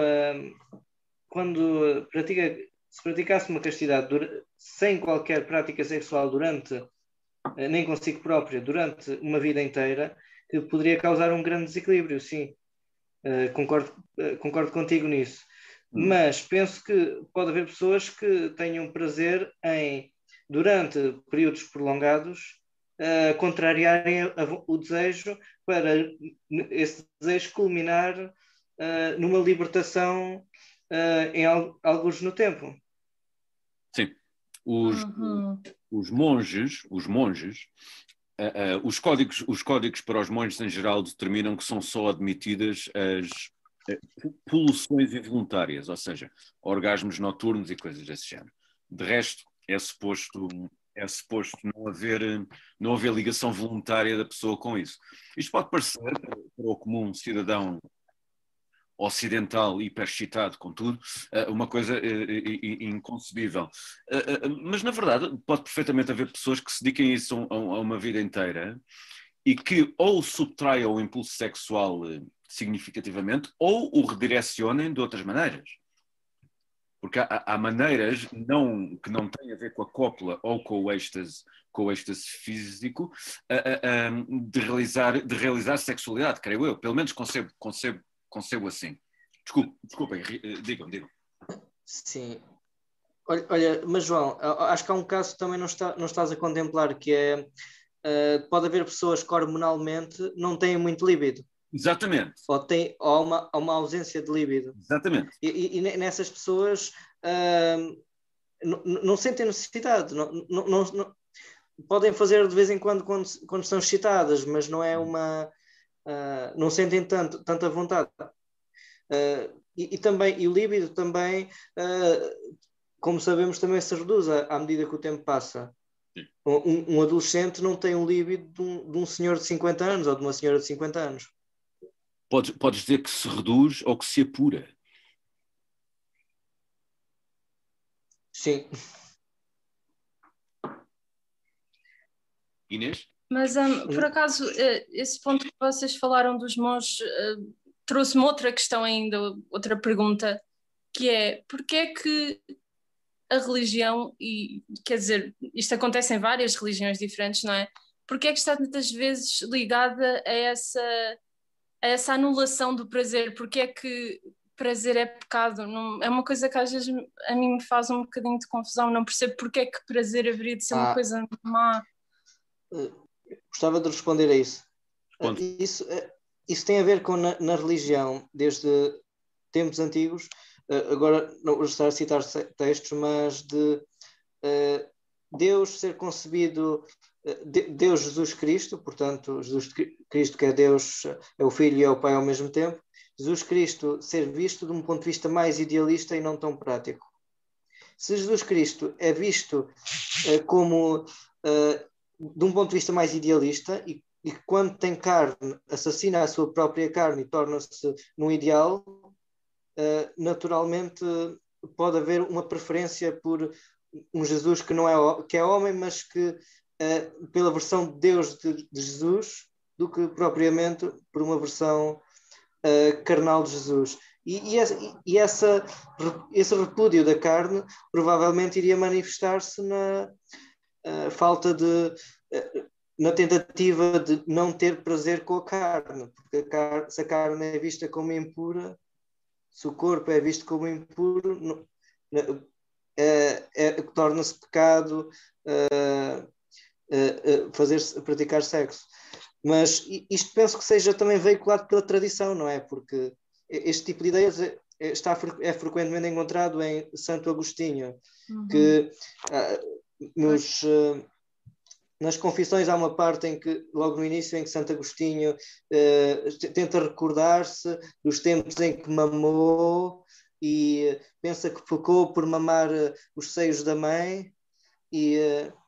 quando pratica, se praticasse uma castidade sem qualquer prática sexual durante, nem consigo própria, durante uma vida inteira, que poderia causar um grande desequilíbrio, sim. Uh, concordo, uh, concordo contigo nisso. Hum. Mas penso que pode haver pessoas que tenham prazer em, durante períodos prolongados, uh, contrariarem a, a, o desejo para esse desejo culminar uh, numa libertação uh, em al, alguns no tempo. Sim. Os, uhum. os monges, os monges, uh, uh, os códigos, os códigos para os monges em geral determinam que são só admitidas as uh, poluções involuntárias, ou seja, orgasmos noturnos e coisas desse género. De resto, é suposto... é suposto não haver, não haver ligação voluntária da pessoa com isso. Isto pode parecer, para o comum cidadão ocidental hiperexcitado com tudo, uma coisa inconcebível. Mas, na verdade, pode perfeitamente haver pessoas que se dediquem a isso a uma vida inteira e que ou subtraiam o impulso sexual significativamente ou o redirecionem de outras maneiras. Porque há, há maneiras não, que não têm a ver com a cópula ou com o êxtase, com o êxtase físico a, a, a, de, realizar, de realizar sexualidade, creio eu. Pelo menos concebo, concebo, concebo assim. Desculpe, desculpem, digam, digam. Sim. Olha, olha, mas João, acho que há um caso que também não, está, não estás a contemplar, que é, uh, pode haver pessoas que hormonalmente não têm muito líbido. Exatamente. Ou, tem, ou há, uma, há uma ausência de líbido. Exatamente. E, e, e nessas pessoas uh, não, não sentem necessidade. Não, não, não, não, podem fazer de vez em quando, quando quando estão excitadas, mas não é uma... Uh, não sentem tanto, tanta vontade. Uh, e, e também e o líbido também, uh, como sabemos, também se reduz à medida que o tempo passa. Um, um adolescente não tem um líbido de um, de um senhor de cinquenta anos ou de uma senhora de cinquenta anos. Podes, podes dizer que se reduz ou que se apura. Sim. Inês? Mas, um, por acaso, esse ponto que vocês falaram dos monges uh, trouxe-me outra questão ainda, outra pergunta, que é, porquê é que a religião, e quer dizer, isto acontece em várias religiões diferentes, não é? Porquê é que está tantas vezes ligada a essa... a essa anulação do prazer? Porque é que prazer é pecado? Não, é uma coisa que às vezes a mim me faz um bocadinho de confusão, não percebo porque é que prazer haveria de ser ah, uma coisa má. Gostava de responder a isso. Uh, isso, uh, isso tem a ver com na, na religião, desde tempos antigos, uh, agora não vou estar a citar textos, mas de uh, Deus ser concebido, Deus Jesus Cristo, portanto, Jesus Cristo que é Deus, é o Filho e é o Pai ao mesmo tempo, Jesus Cristo ser visto de um ponto de vista mais idealista e não tão prático. Se Jesus Cristo é visto uh, como, uh, de um ponto de vista mais idealista, e, e quando tem carne, assassina a sua própria carne e torna-se num ideal, uh, naturalmente pode haver uma preferência por um Jesus que, não é, que é homem, mas que Uh, pela versão de Deus de, de Jesus, do que propriamente por uma versão uh, carnal de Jesus. E, e, essa, e essa, esse repúdio da carne provavelmente iria manifestar-se na uh, falta de... Uh, na tentativa de não ter prazer com a carne, porque a carne, se a carne é vista como impura, se o corpo é visto como impuro, não, uh, é, torna-se pecado... Uh, Uh, uh, fazer, praticar sexo. Mas isto penso que seja também veiculado pela tradição, não é? Porque este tipo de ideias é, está, é frequentemente encontrado em Santo Agostinho, uhum. que uh, nos, uh, nas Confissões há uma parte em que, logo no início, em que Santo Agostinho uh, tenta recordar-se dos tempos em que mamou e pensa que pecou por mamar os seios da mãe e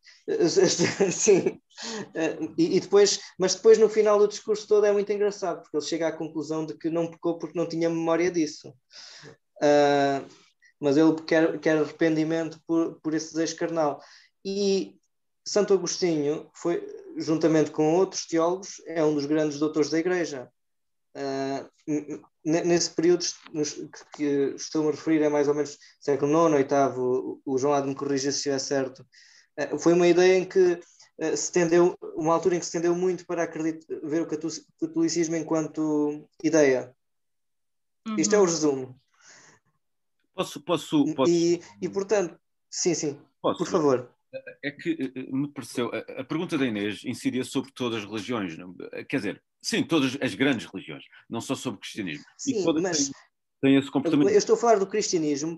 sim, e, e depois, mas depois no final do discurso todo é muito engraçado, porque ele chega à conclusão de que não pecou porque não tinha memória disso. Uh, mas ele quer, quer arrependimento por, por esse desejo carnal. E Santo Agostinho foi, juntamente com outros teólogos, é um dos grandes doutores da Igreja. Uh, nesse período que, que estou a referir, é mais ou menos século nono, oitavo, o João há de me corrigir se estiver certo. Uh, foi uma ideia em que uh, se tendeu, uma altura em que se tendeu muito para acreditar, ver o catolicismo enquanto ideia. Uhum. Isto é o resumo. Posso, posso, posso... E, e portanto, sim, sim, posso, por favor. É que me pareceu, a, a pergunta da Inês incidia sobre todas as religiões, não? Quer dizer, sim, todas as grandes religiões, não só sobre o cristianismo. Sim, e todas mas têm, têm esse comportamento. Eu estou a falar do cristianismo,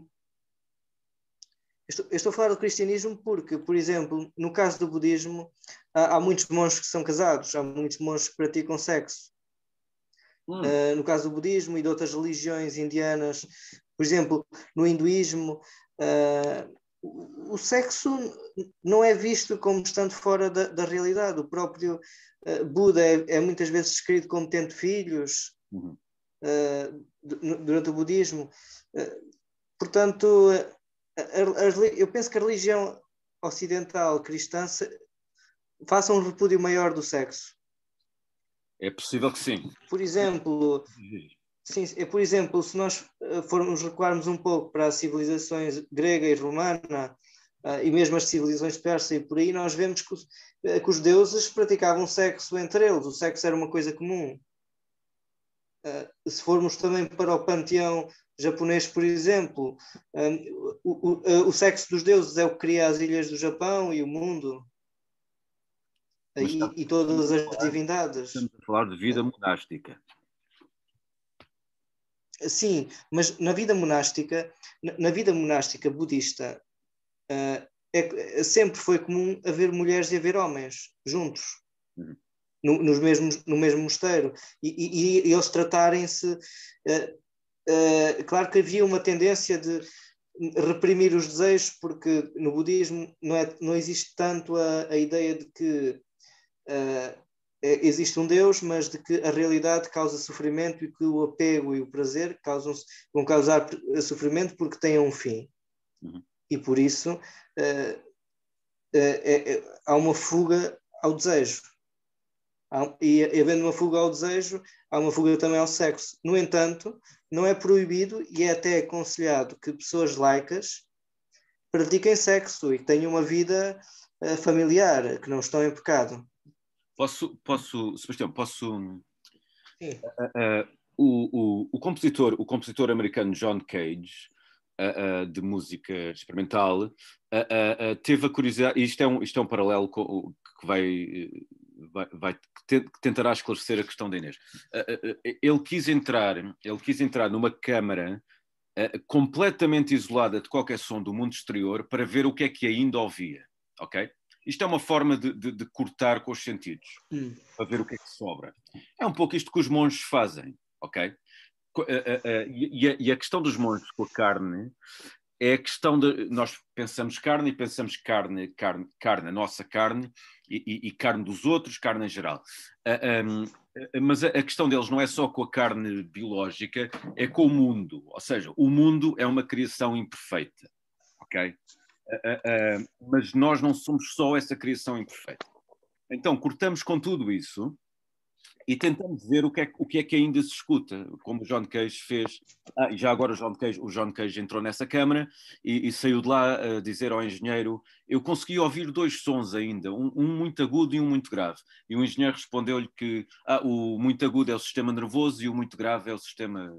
eu estou, eu estou a falar do cristianismo porque, por exemplo, no caso do budismo, há, há muitos monges que são casados, há muitos monges que praticam sexo. Hum. Uh, no caso do budismo e de outras religiões indianas, por exemplo, no hinduísmo, uh, o, o sexo não é visto como estando fora da, da realidade. O próprio uh, Buda é, é muitas vezes descrito como tendo filhos uhum. uh, durante o budismo. Uh, portanto, a, a, a, eu penso que a religião ocidental cristã faça um repúdio maior do sexo. É possível que sim. Por exemplo, sim, é, por exemplo, se nós formos recuarmos um pouco para as civilizações grega e romana, uh, e mesmo as civilizações persa e por aí, nós vemos que os, que os deuses praticavam sexo entre eles, o sexo era uma coisa comum. Uh, se formos também para o panteão japonês, por exemplo, um, o, o, o sexo dos deuses é o que cria as ilhas do Japão e o mundo. E, e todas as divindades. Estamos a falar de vida monástica. Sim, mas na vida monástica, na, na vida monástica budista, uh, é, sempre foi comum haver mulheres e haver homens juntos, uhum. no, nos mesmos, no mesmo mosteiro, e, e, e eles tratarem-se. Uh, uh, claro que havia uma tendência de reprimir os desejos, porque no budismo não, é, não existe tanto a, a ideia de que Uh, existe um Deus, mas de que a realidade causa sofrimento e que o apego e o prazer causam, vão causar sofrimento porque têm um fim. Uhum. E por isso uh, uh, é, é, há uma fuga ao desejo. Há, e havendo uma fuga ao desejo, há uma fuga também ao sexo. No entanto, não é proibido e é até aconselhado que pessoas laicas pratiquem sexo e que tenham uma vida uh, familiar, que não estão em pecado. Posso, posso, Sebastião, posso... Sim. Uh, uh, o, o, o, compositor, o compositor americano John Cage, uh, uh, de música experimental, uh, uh, uh, teve a curiosidade, e isto é um, isto é um paralelo com, que vai, vai, vai que tentará esclarecer a questão da Inês. Uh, uh, ele quis entrar, ele quis entrar numa câmara uh, completamente isolada de qualquer som do mundo exterior para ver o que é que ainda ouvia, ok? Isto é uma forma de, de, de cortar com os sentidos, hum. para ver o que é que sobra. É um pouco isto que os monges fazem, ok? Uh, uh, uh, e, a, e a questão dos monges com a carne é a questão de... Nós pensamos carne e pensamos carne, carne, carne a nossa carne e, e, e carne dos outros, carne em geral. Uh, um, uh, mas a, a questão deles não é só com a carne biológica, é com o mundo. Ou seja, o mundo é uma criação imperfeita, ok? Uh, uh, mas nós não somos só essa criação imperfeita. Então cortamos com tudo isso e tentamos ver o que é, o que, é que ainda se escuta, como o John Cage fez. Ah, e já agora o John Cage, o John Cage entrou nessa câmara e, e saiu de lá a dizer ao engenheiro: eu consegui ouvir dois sons ainda, um, um muito agudo e um muito grave. E o engenheiro respondeu-lhe que ah, o muito agudo é o sistema nervoso e o muito grave é o sistema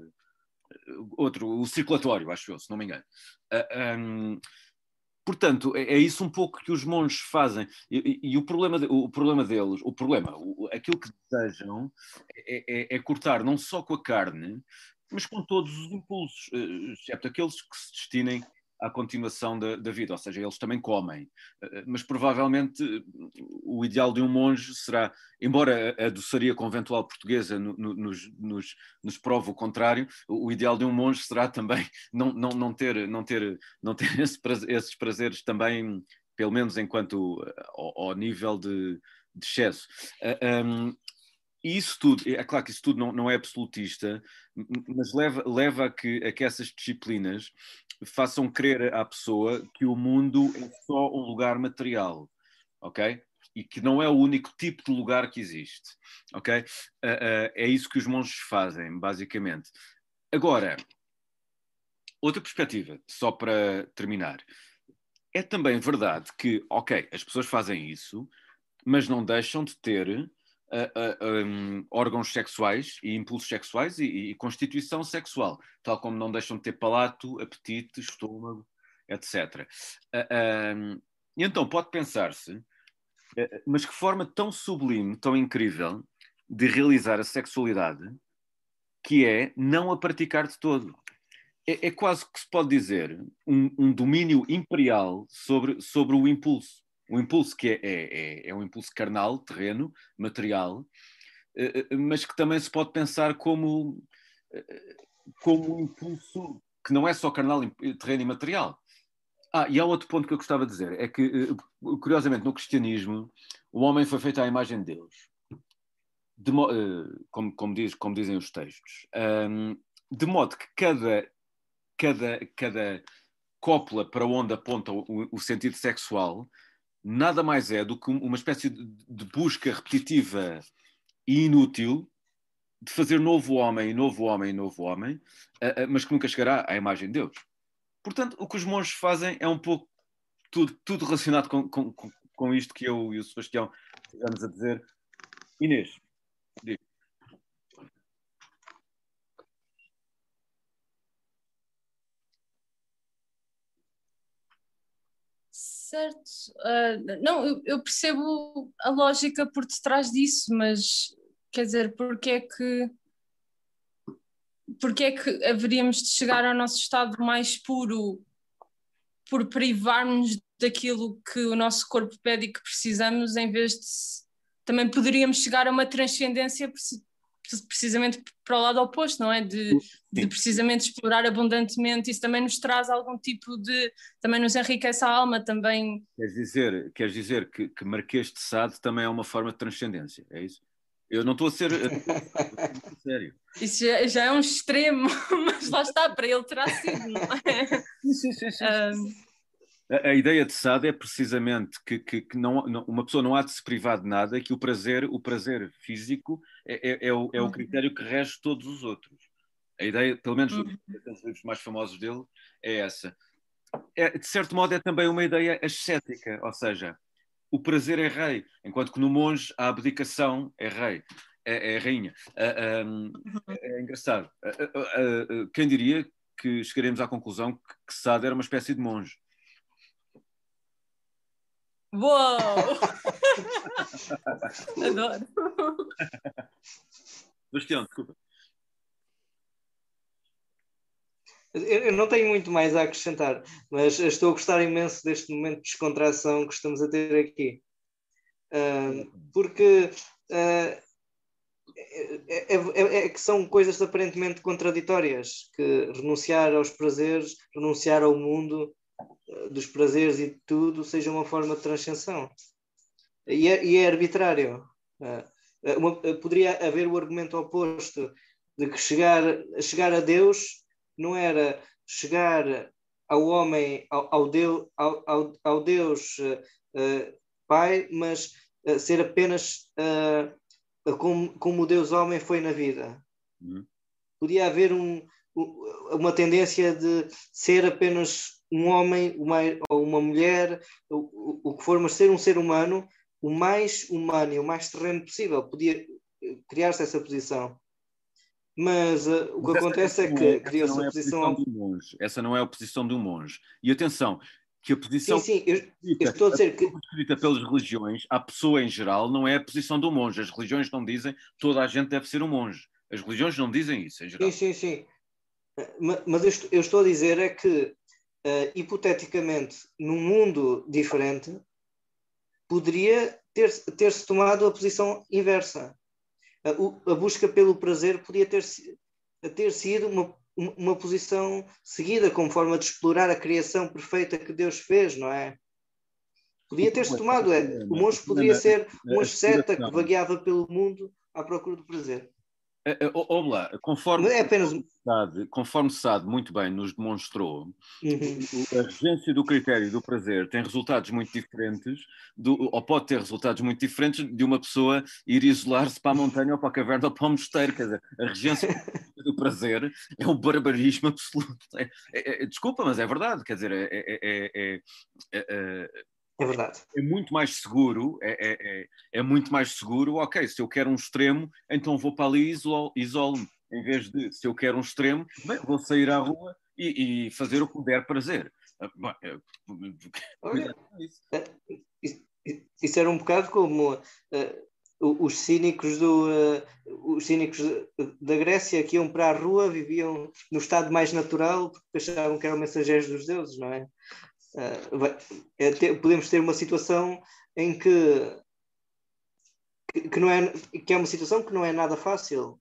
outro, o circulatório, acho eu, se não me engano. Uh, um, Portanto, é isso um pouco que os monges fazem. E, e, e o, problema de, o problema deles, o problema, o, aquilo que desejam é, é, é cortar não só com a carne, mas com todos os impulsos, excepto aqueles que se destinem à continuação da, da vida, ou seja, eles também comem. Mas provavelmente o ideal de um monge será, embora a doçaria conventual portuguesa no, no, nos, nos, nos prove o contrário, o ideal de um monge será também não, não, não ter, não ter, não ter esse prazer, esses prazeres também, pelo menos enquanto ao, ao nível de, de excesso. Um, E isso tudo, é claro que isso tudo não, não é absolutista, mas leva, leva a, que, a que essas disciplinas façam crer à pessoa que o mundo é só um lugar material, ok? E que não é o único tipo de lugar que existe, ok? Uh, uh, é isso que os monges fazem, basicamente. Agora, outra perspectiva, só para terminar. É também verdade que, ok, as pessoas fazem isso, mas não deixam de ter Uh, uh, um, órgãos sexuais e impulsos sexuais e, e constituição sexual, tal como não deixam de ter palato, apetite, estômago, etcétera. Uh, um, e então pode pensar-se, uh, mas que forma tão sublime, tão incrível de realizar a sexualidade, que é não a praticar de todo. É, é quase que se pode dizer um, um domínio imperial sobre, sobre o impulso. O impulso que é, é, é um impulso carnal, terreno, material, mas que também se pode pensar como, como um impulso que não é só carnal, terreno e material. Ah, e há outro ponto que eu gostava de dizer, é que, curiosamente, no cristianismo, o homem foi feito à imagem de Deus, de, como, como, diz, como dizem os textos, de modo que cada, cada, cada cópula para onde aponta o, o sentido sexual nada mais é do que uma espécie de busca repetitiva e inútil de fazer novo homem, novo homem, novo homem, mas que nunca chegará à imagem de Deus. Portanto, o que os monges fazem é um pouco tudo, tudo relacionado com, com, com isto que eu e o Sebastião estivemos a dizer. Inês, diga. Certo. Uh, não, eu, eu percebo a lógica por detrás disso, mas quer dizer, porque é que porque é que haveríamos de chegar ao nosso estado mais puro por privarmos daquilo que o nosso corpo pede e que precisamos, em vez de também poderíamos chegar a uma transcendência precisamente para o lado oposto, não é? De, de precisamente explorar abundantemente. Isso também nos traz algum tipo de... também nos enriquece a alma, também... Queres dizer, queres dizer que, que Marquês de Sade também é uma forma de transcendência, é isso? Eu não estou a ser... a sério. Isso já, já é um extremo, mas lá está, para ele terá sido, não é? Sim, sim, sim. sim. Um... A, a ideia de Sade é precisamente que, que, que não, não, uma pessoa não há de se privar de nada, que o prazer, o prazer físico é, é, é, o, é o critério que rege todos os outros. A ideia, pelo menos uhum. nos livros mais famosos dele, é essa. É, de certo modo é também uma ideia ascética, ou seja, o prazer é rei, enquanto que no monge a abdicação é rei, é, é rainha. É, é, é engraçado. Quem diria que chegaremos à conclusão que, que Sade era uma espécie de monge? Uou! Adoro! Bastião, desculpa. Eu não tenho muito mais a acrescentar, mas estou a gostar imenso deste momento de descontração que estamos a ter aqui. Uh, porque uh, é, é, é que são coisas aparentemente contraditórias, que renunciar aos prazeres, renunciar ao mundo uh, dos prazeres e tudo, seja uma forma de transcensão. E é, e é arbitrário. Uh, uma, poderia haver o argumento oposto de que chegar, chegar a Deus não era chegar ao homem, ao, ao, Deus, ao, ao, ao Deus uh, Pai, mas uh, ser apenas uh, como, como o Deus homem foi na vida. Uhum. Podia haver um, uma tendência de ser apenas um homem uma, ou uma mulher, o, o que for, mas ser um ser humano o mais humano e o mais terreno possível. Podia criar-se essa posição. Mas uh, o que Mas acontece é que criou-se a posição... a posição... De um monge. Essa não é a posição de um monge. E atenção, que a posição... Sim, sim, eu, eu estou a dizer que... escrita pelas religiões, a pessoa em geral, não é a posição do monge. As religiões não dizem toda a gente deve ser um monge. As religiões não dizem isso, em geral. Sim, sim, sim. Mas eu estou, eu estou a dizer é que uh, hipoteticamente, num mundo diferente, poderia ter, ter-se tomado a posição inversa. A, a busca pelo prazer podia ter, ter sido uma, uma posição seguida como forma de explorar a criação perfeita que Deus fez, não é? Podia ter-se tomado. É, o monge poderia ser um asceta que vagueava pelo mundo à procura do prazer. Vamos lá, conforme, é apenas... Sade, conforme Sade muito bem nos demonstrou, uhum. a regência do critério do prazer tem resultados muito diferentes, do, ou pode ter resultados muito diferentes de uma pessoa ir isolar-se para a montanha ou para a caverna ou para o mosteiro. Quer dizer, a regência do prazer é um barbarismo absoluto. É, é, é, desculpa, mas é verdade. Quer dizer, é, é, é, é, é É verdade. É muito mais seguro, é, é, é, é muito mais seguro, ok, se eu quero um extremo, então vou para ali e isolo, isolo-me. Em vez de, se eu quero um extremo, bem, vou sair à rua e, e fazer o que me der prazer. Bom, é, Olha, isso, isso era um bocado como uh, os cínicos do, uh, os cínicos da Grécia que iam para a rua, viviam no estado mais natural porque achavam que eram mensageiros dos deuses, não é? Uh, vai, é ter, podemos ter uma situação em que, que, que, não é, que é uma situação que não é nada fácil.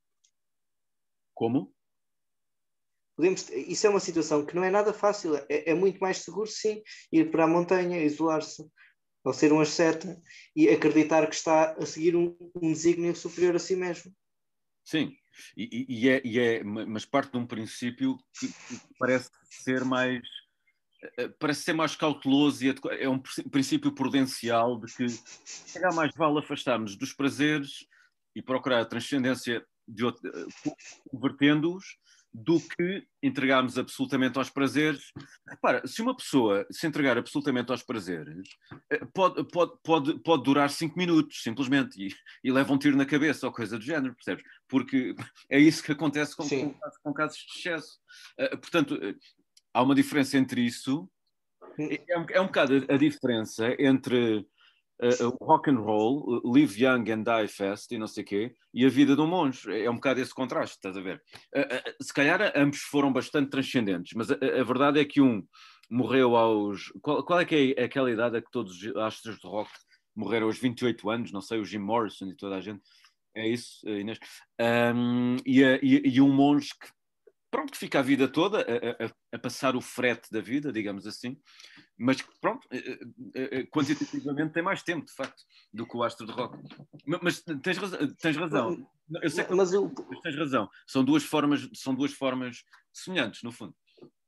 Como? Podemos, isso é uma situação que não é nada fácil. É, é muito mais seguro, sim, ir para a montanha, isolar-se, ou ser um asceta e acreditar que está a seguir um, um desígnio superior a si mesmo. Sim, e, e, é, e é, mas parte de um princípio que, que parece ser mais... parece ser mais cauteloso e é um princípio prudencial de que chegar mais vale afastarmos dos prazeres e procurar a transcendência de outro, convertendo-os, do que entregarmos absolutamente aos prazeres. Repara, se uma pessoa se entregar absolutamente aos prazeres, pode, pode, pode, pode durar cinco minutos, simplesmente, e, e leva um tiro na cabeça ou coisa do género, percebes? Porque é isso que acontece com, com, com casos de excesso. Uh, portanto, há uma diferença entre isso, é um, é um bocado a, a diferença entre uh, o rock and roll, live young and die fast e não sei o quê, e a vida de um monge. É um bocado esse contraste, estás a ver? Uh, uh, se calhar ambos foram bastante transcendentes, mas a, a verdade é que um morreu aos... Qual, qual é que é aquela idade a que todos os astros de rock morreram aos vinte e oito anos? Não sei, o Jim Morrison e toda a gente. É isso, Inês? Um, e, a, e, e um monge que pronto, que fica a vida toda a, a, a passar o frete da vida, digamos assim, mas que, pronto, quantitativamente tem mais tempo, de facto, do que o astro de rock. Mas tens razão, tens razão. Eu sei que mas eu... tens razão. São duas formas, são duas formas semelhantes, no fundo.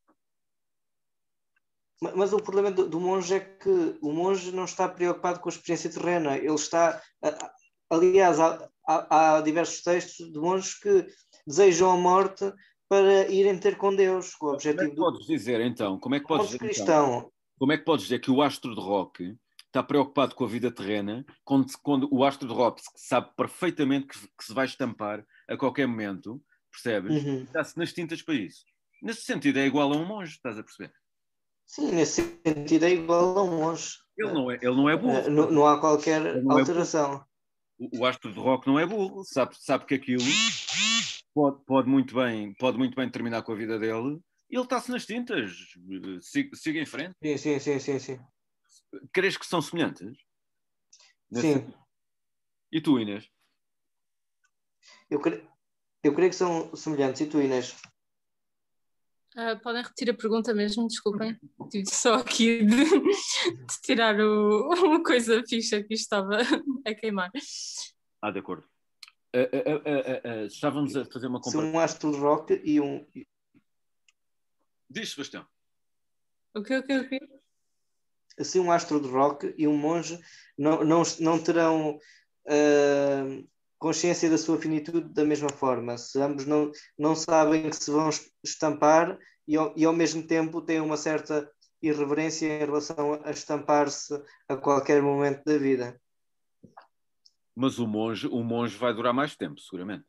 Mas o problema do, do monge é que o monge não está preocupado com a experiência terrena. Ele está... Aliás, há, há, há diversos textos de monges que desejam a morte para irem ter com Deus, com o objetivo como é que podes do... dizer então, como é que podes dizer, cristão. Então, como é que podes dizer que o astro de rock está preocupado com a vida terrena quando, quando o astro de rock sabe perfeitamente que, que se vai estampar a qualquer momento, percebes? Uhum. Está-se nas tintas para isso. Nesse sentido é igual a um monge, estás a perceber? Sim, nesse sentido é igual a um monge. Ele não é, ele não é burro. Não, não há qualquer alteração. É o, o astro de rock não é burro, sabe, sabe que aquilo pode, pode, muito bem, pode muito bem terminar com a vida dele e ele está-se nas tintas. Siga, siga em frente. Sim, sim, sim, sim, sim. Crees que são semelhantes? Nesse... Sim. E tu, Inês? Eu, cre... Eu creio que são semelhantes. E tu, Inês? Uh, podem repetir a pergunta mesmo, desculpem. Tive só aqui de, de tirar o, uma coisa fixa que estava a queimar. Ah, de acordo. Uh, uh, uh, uh, uh, estávamos a fazer uma comparação. Um astro de rock e um... Diz, Sebastião. O que, o que, o que? Assim, um astro de rock e um monge não, não, não terão uh, consciência da sua finitude da mesma forma. Se ambos não, não sabem que se vão estampar e ao, e ao mesmo tempo têm uma certa irreverência em relação a estampar-se a qualquer momento da vida. Mas o monge, o monge vai durar mais tempo, seguramente.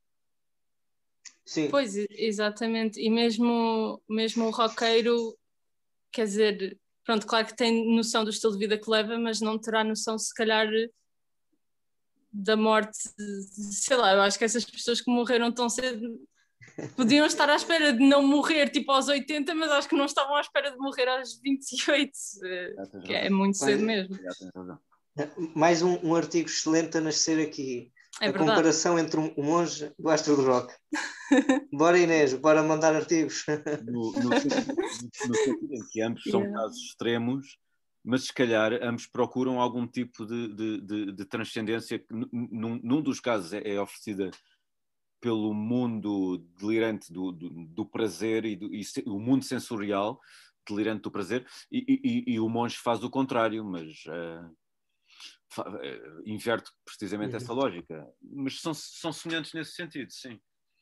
Sim. Pois, exatamente. E mesmo, mesmo o roqueiro, quer dizer, pronto, claro que tem noção do estilo de vida que leva, mas não terá noção, se calhar, da morte. Sei lá, eu acho que essas pessoas que morreram tão cedo Podiam estar à espera de não morrer tipo aos oitenta, mas acho que não estavam à espera de morrer aos vinte e oito, que é muito cedo mesmo. Mais um, um artigo excelente a nascer aqui. É a verdade. Comparação entre um, um monge e o astro de rock. Bora, Inês, bora mandar artigos. No, no, no sentido em que ambos são Yeah. casos extremos, mas se calhar ambos procuram algum tipo de, de, de, de transcendência que num, num dos casos é, é oferecida pelo mundo delirante do, do, do prazer e, do, e o mundo sensorial delirante do prazer, e, e, e o monge faz o contrário, mas uh, fa, uh, inverte precisamente uhum. essa lógica. Mas são, são semelhantes nesse sentido, sim.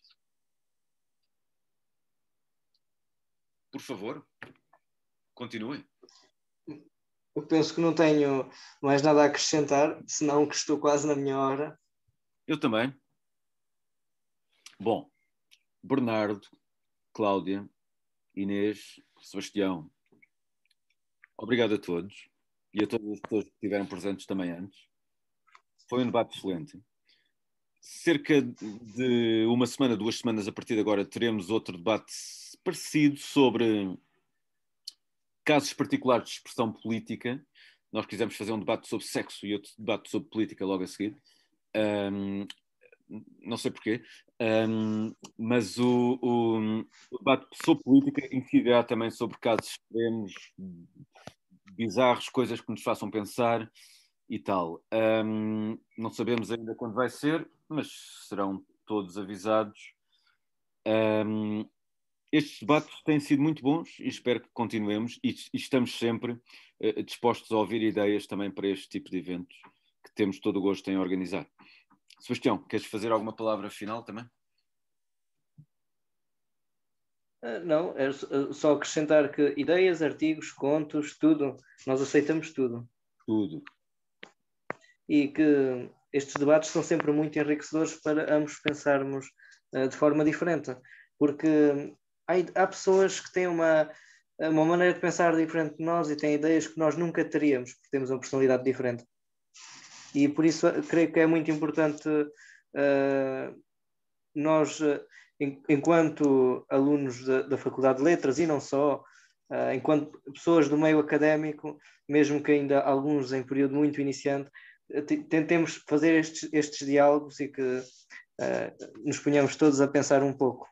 Por favor, continuem. Eu penso que não tenho mais nada a acrescentar, senão que estou quase na minha hora. Eu também. Bom, Bernardo, Cláudia, Inês, Sebastião, obrigado a todos e a todas as pessoas que estiveram presentes também antes. Foi um debate excelente. Cerca de uma semana, duas semanas a partir de agora, teremos outro debate parecido sobre casos particulares de expressão política. Nós quisemos fazer um debate sobre sexo e outro debate sobre política logo a seguir. Um, não sei porquê, um, mas o, o, o debate sobre política incidirá também sobre casos extremos, bizarros, coisas que nos façam pensar e tal. Um, não sabemos ainda quando vai ser, mas serão todos avisados. Um, estes debates têm sido muito bons e espero que continuemos e, e estamos sempre uh, dispostos a ouvir ideias também para este tipo de eventos que temos todo o gosto em organizar. Sebastião, queres fazer alguma palavra final também? Não, é só acrescentar que ideias, artigos, contos, tudo, nós aceitamos tudo. Tudo. E que estes debates são sempre muito enriquecedores para ambos pensarmos uh, de forma diferente, porque há, há pessoas que têm uma, uma maneira de pensar diferente de nós e têm ideias que nós nunca teríamos, porque temos uma personalidade diferente. E por isso creio que é muito importante uh, nós, uh, em, enquanto alunos da, da Faculdade de Letras e não só, uh, enquanto pessoas do meio académico, mesmo que ainda alguns em período muito iniciante, tentemos fazer estes, estes diálogos e que uh, nos ponhamos todos a pensar um pouco.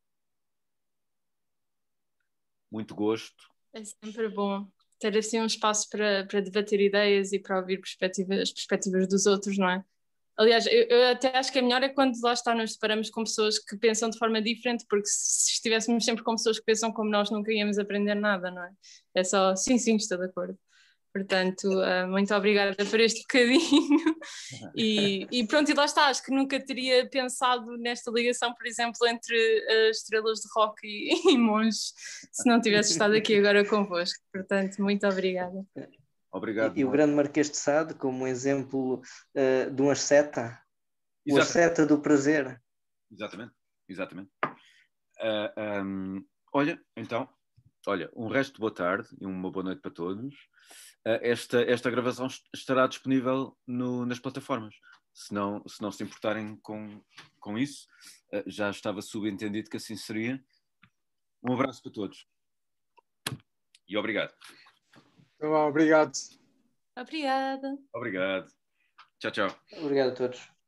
Muito gosto. É sempre bom ter assim um espaço para, para debater ideias e para ouvir perspectivas, as perspectivas dos outros, não é? Aliás, eu, eu até acho que é melhor é quando lá está nos deparamos com pessoas que pensam de forma diferente, porque se estivéssemos sempre com pessoas que pensam como nós, nunca íamos aprender nada, não é? É só sim, sim, estou de acordo. Portanto, uh, muito obrigada por este bocadinho. E, e pronto, e lá está, acho que nunca teria pensado nesta ligação, por exemplo, entre as estrelas de rock e, e monges, se não tivesse estado aqui agora convosco. Portanto, muito obrigada. Obrigado. E, e o grande Marquês de Sade, como um exemplo uh, de um asceta, o asceta do prazer. Exatamente, exatamente. Uh, um, olha, então, olha, um resto de boa tarde e uma boa noite para todos. Uh, esta, esta gravação estará disponível no, nas plataformas. Se não, se não se importarem com, com isso, uh, já estava subentendido que assim seria. Um abraço para todos. E obrigado. Então, obrigado. Obrigada. Obrigado. Tchau, tchau. Obrigado a todos.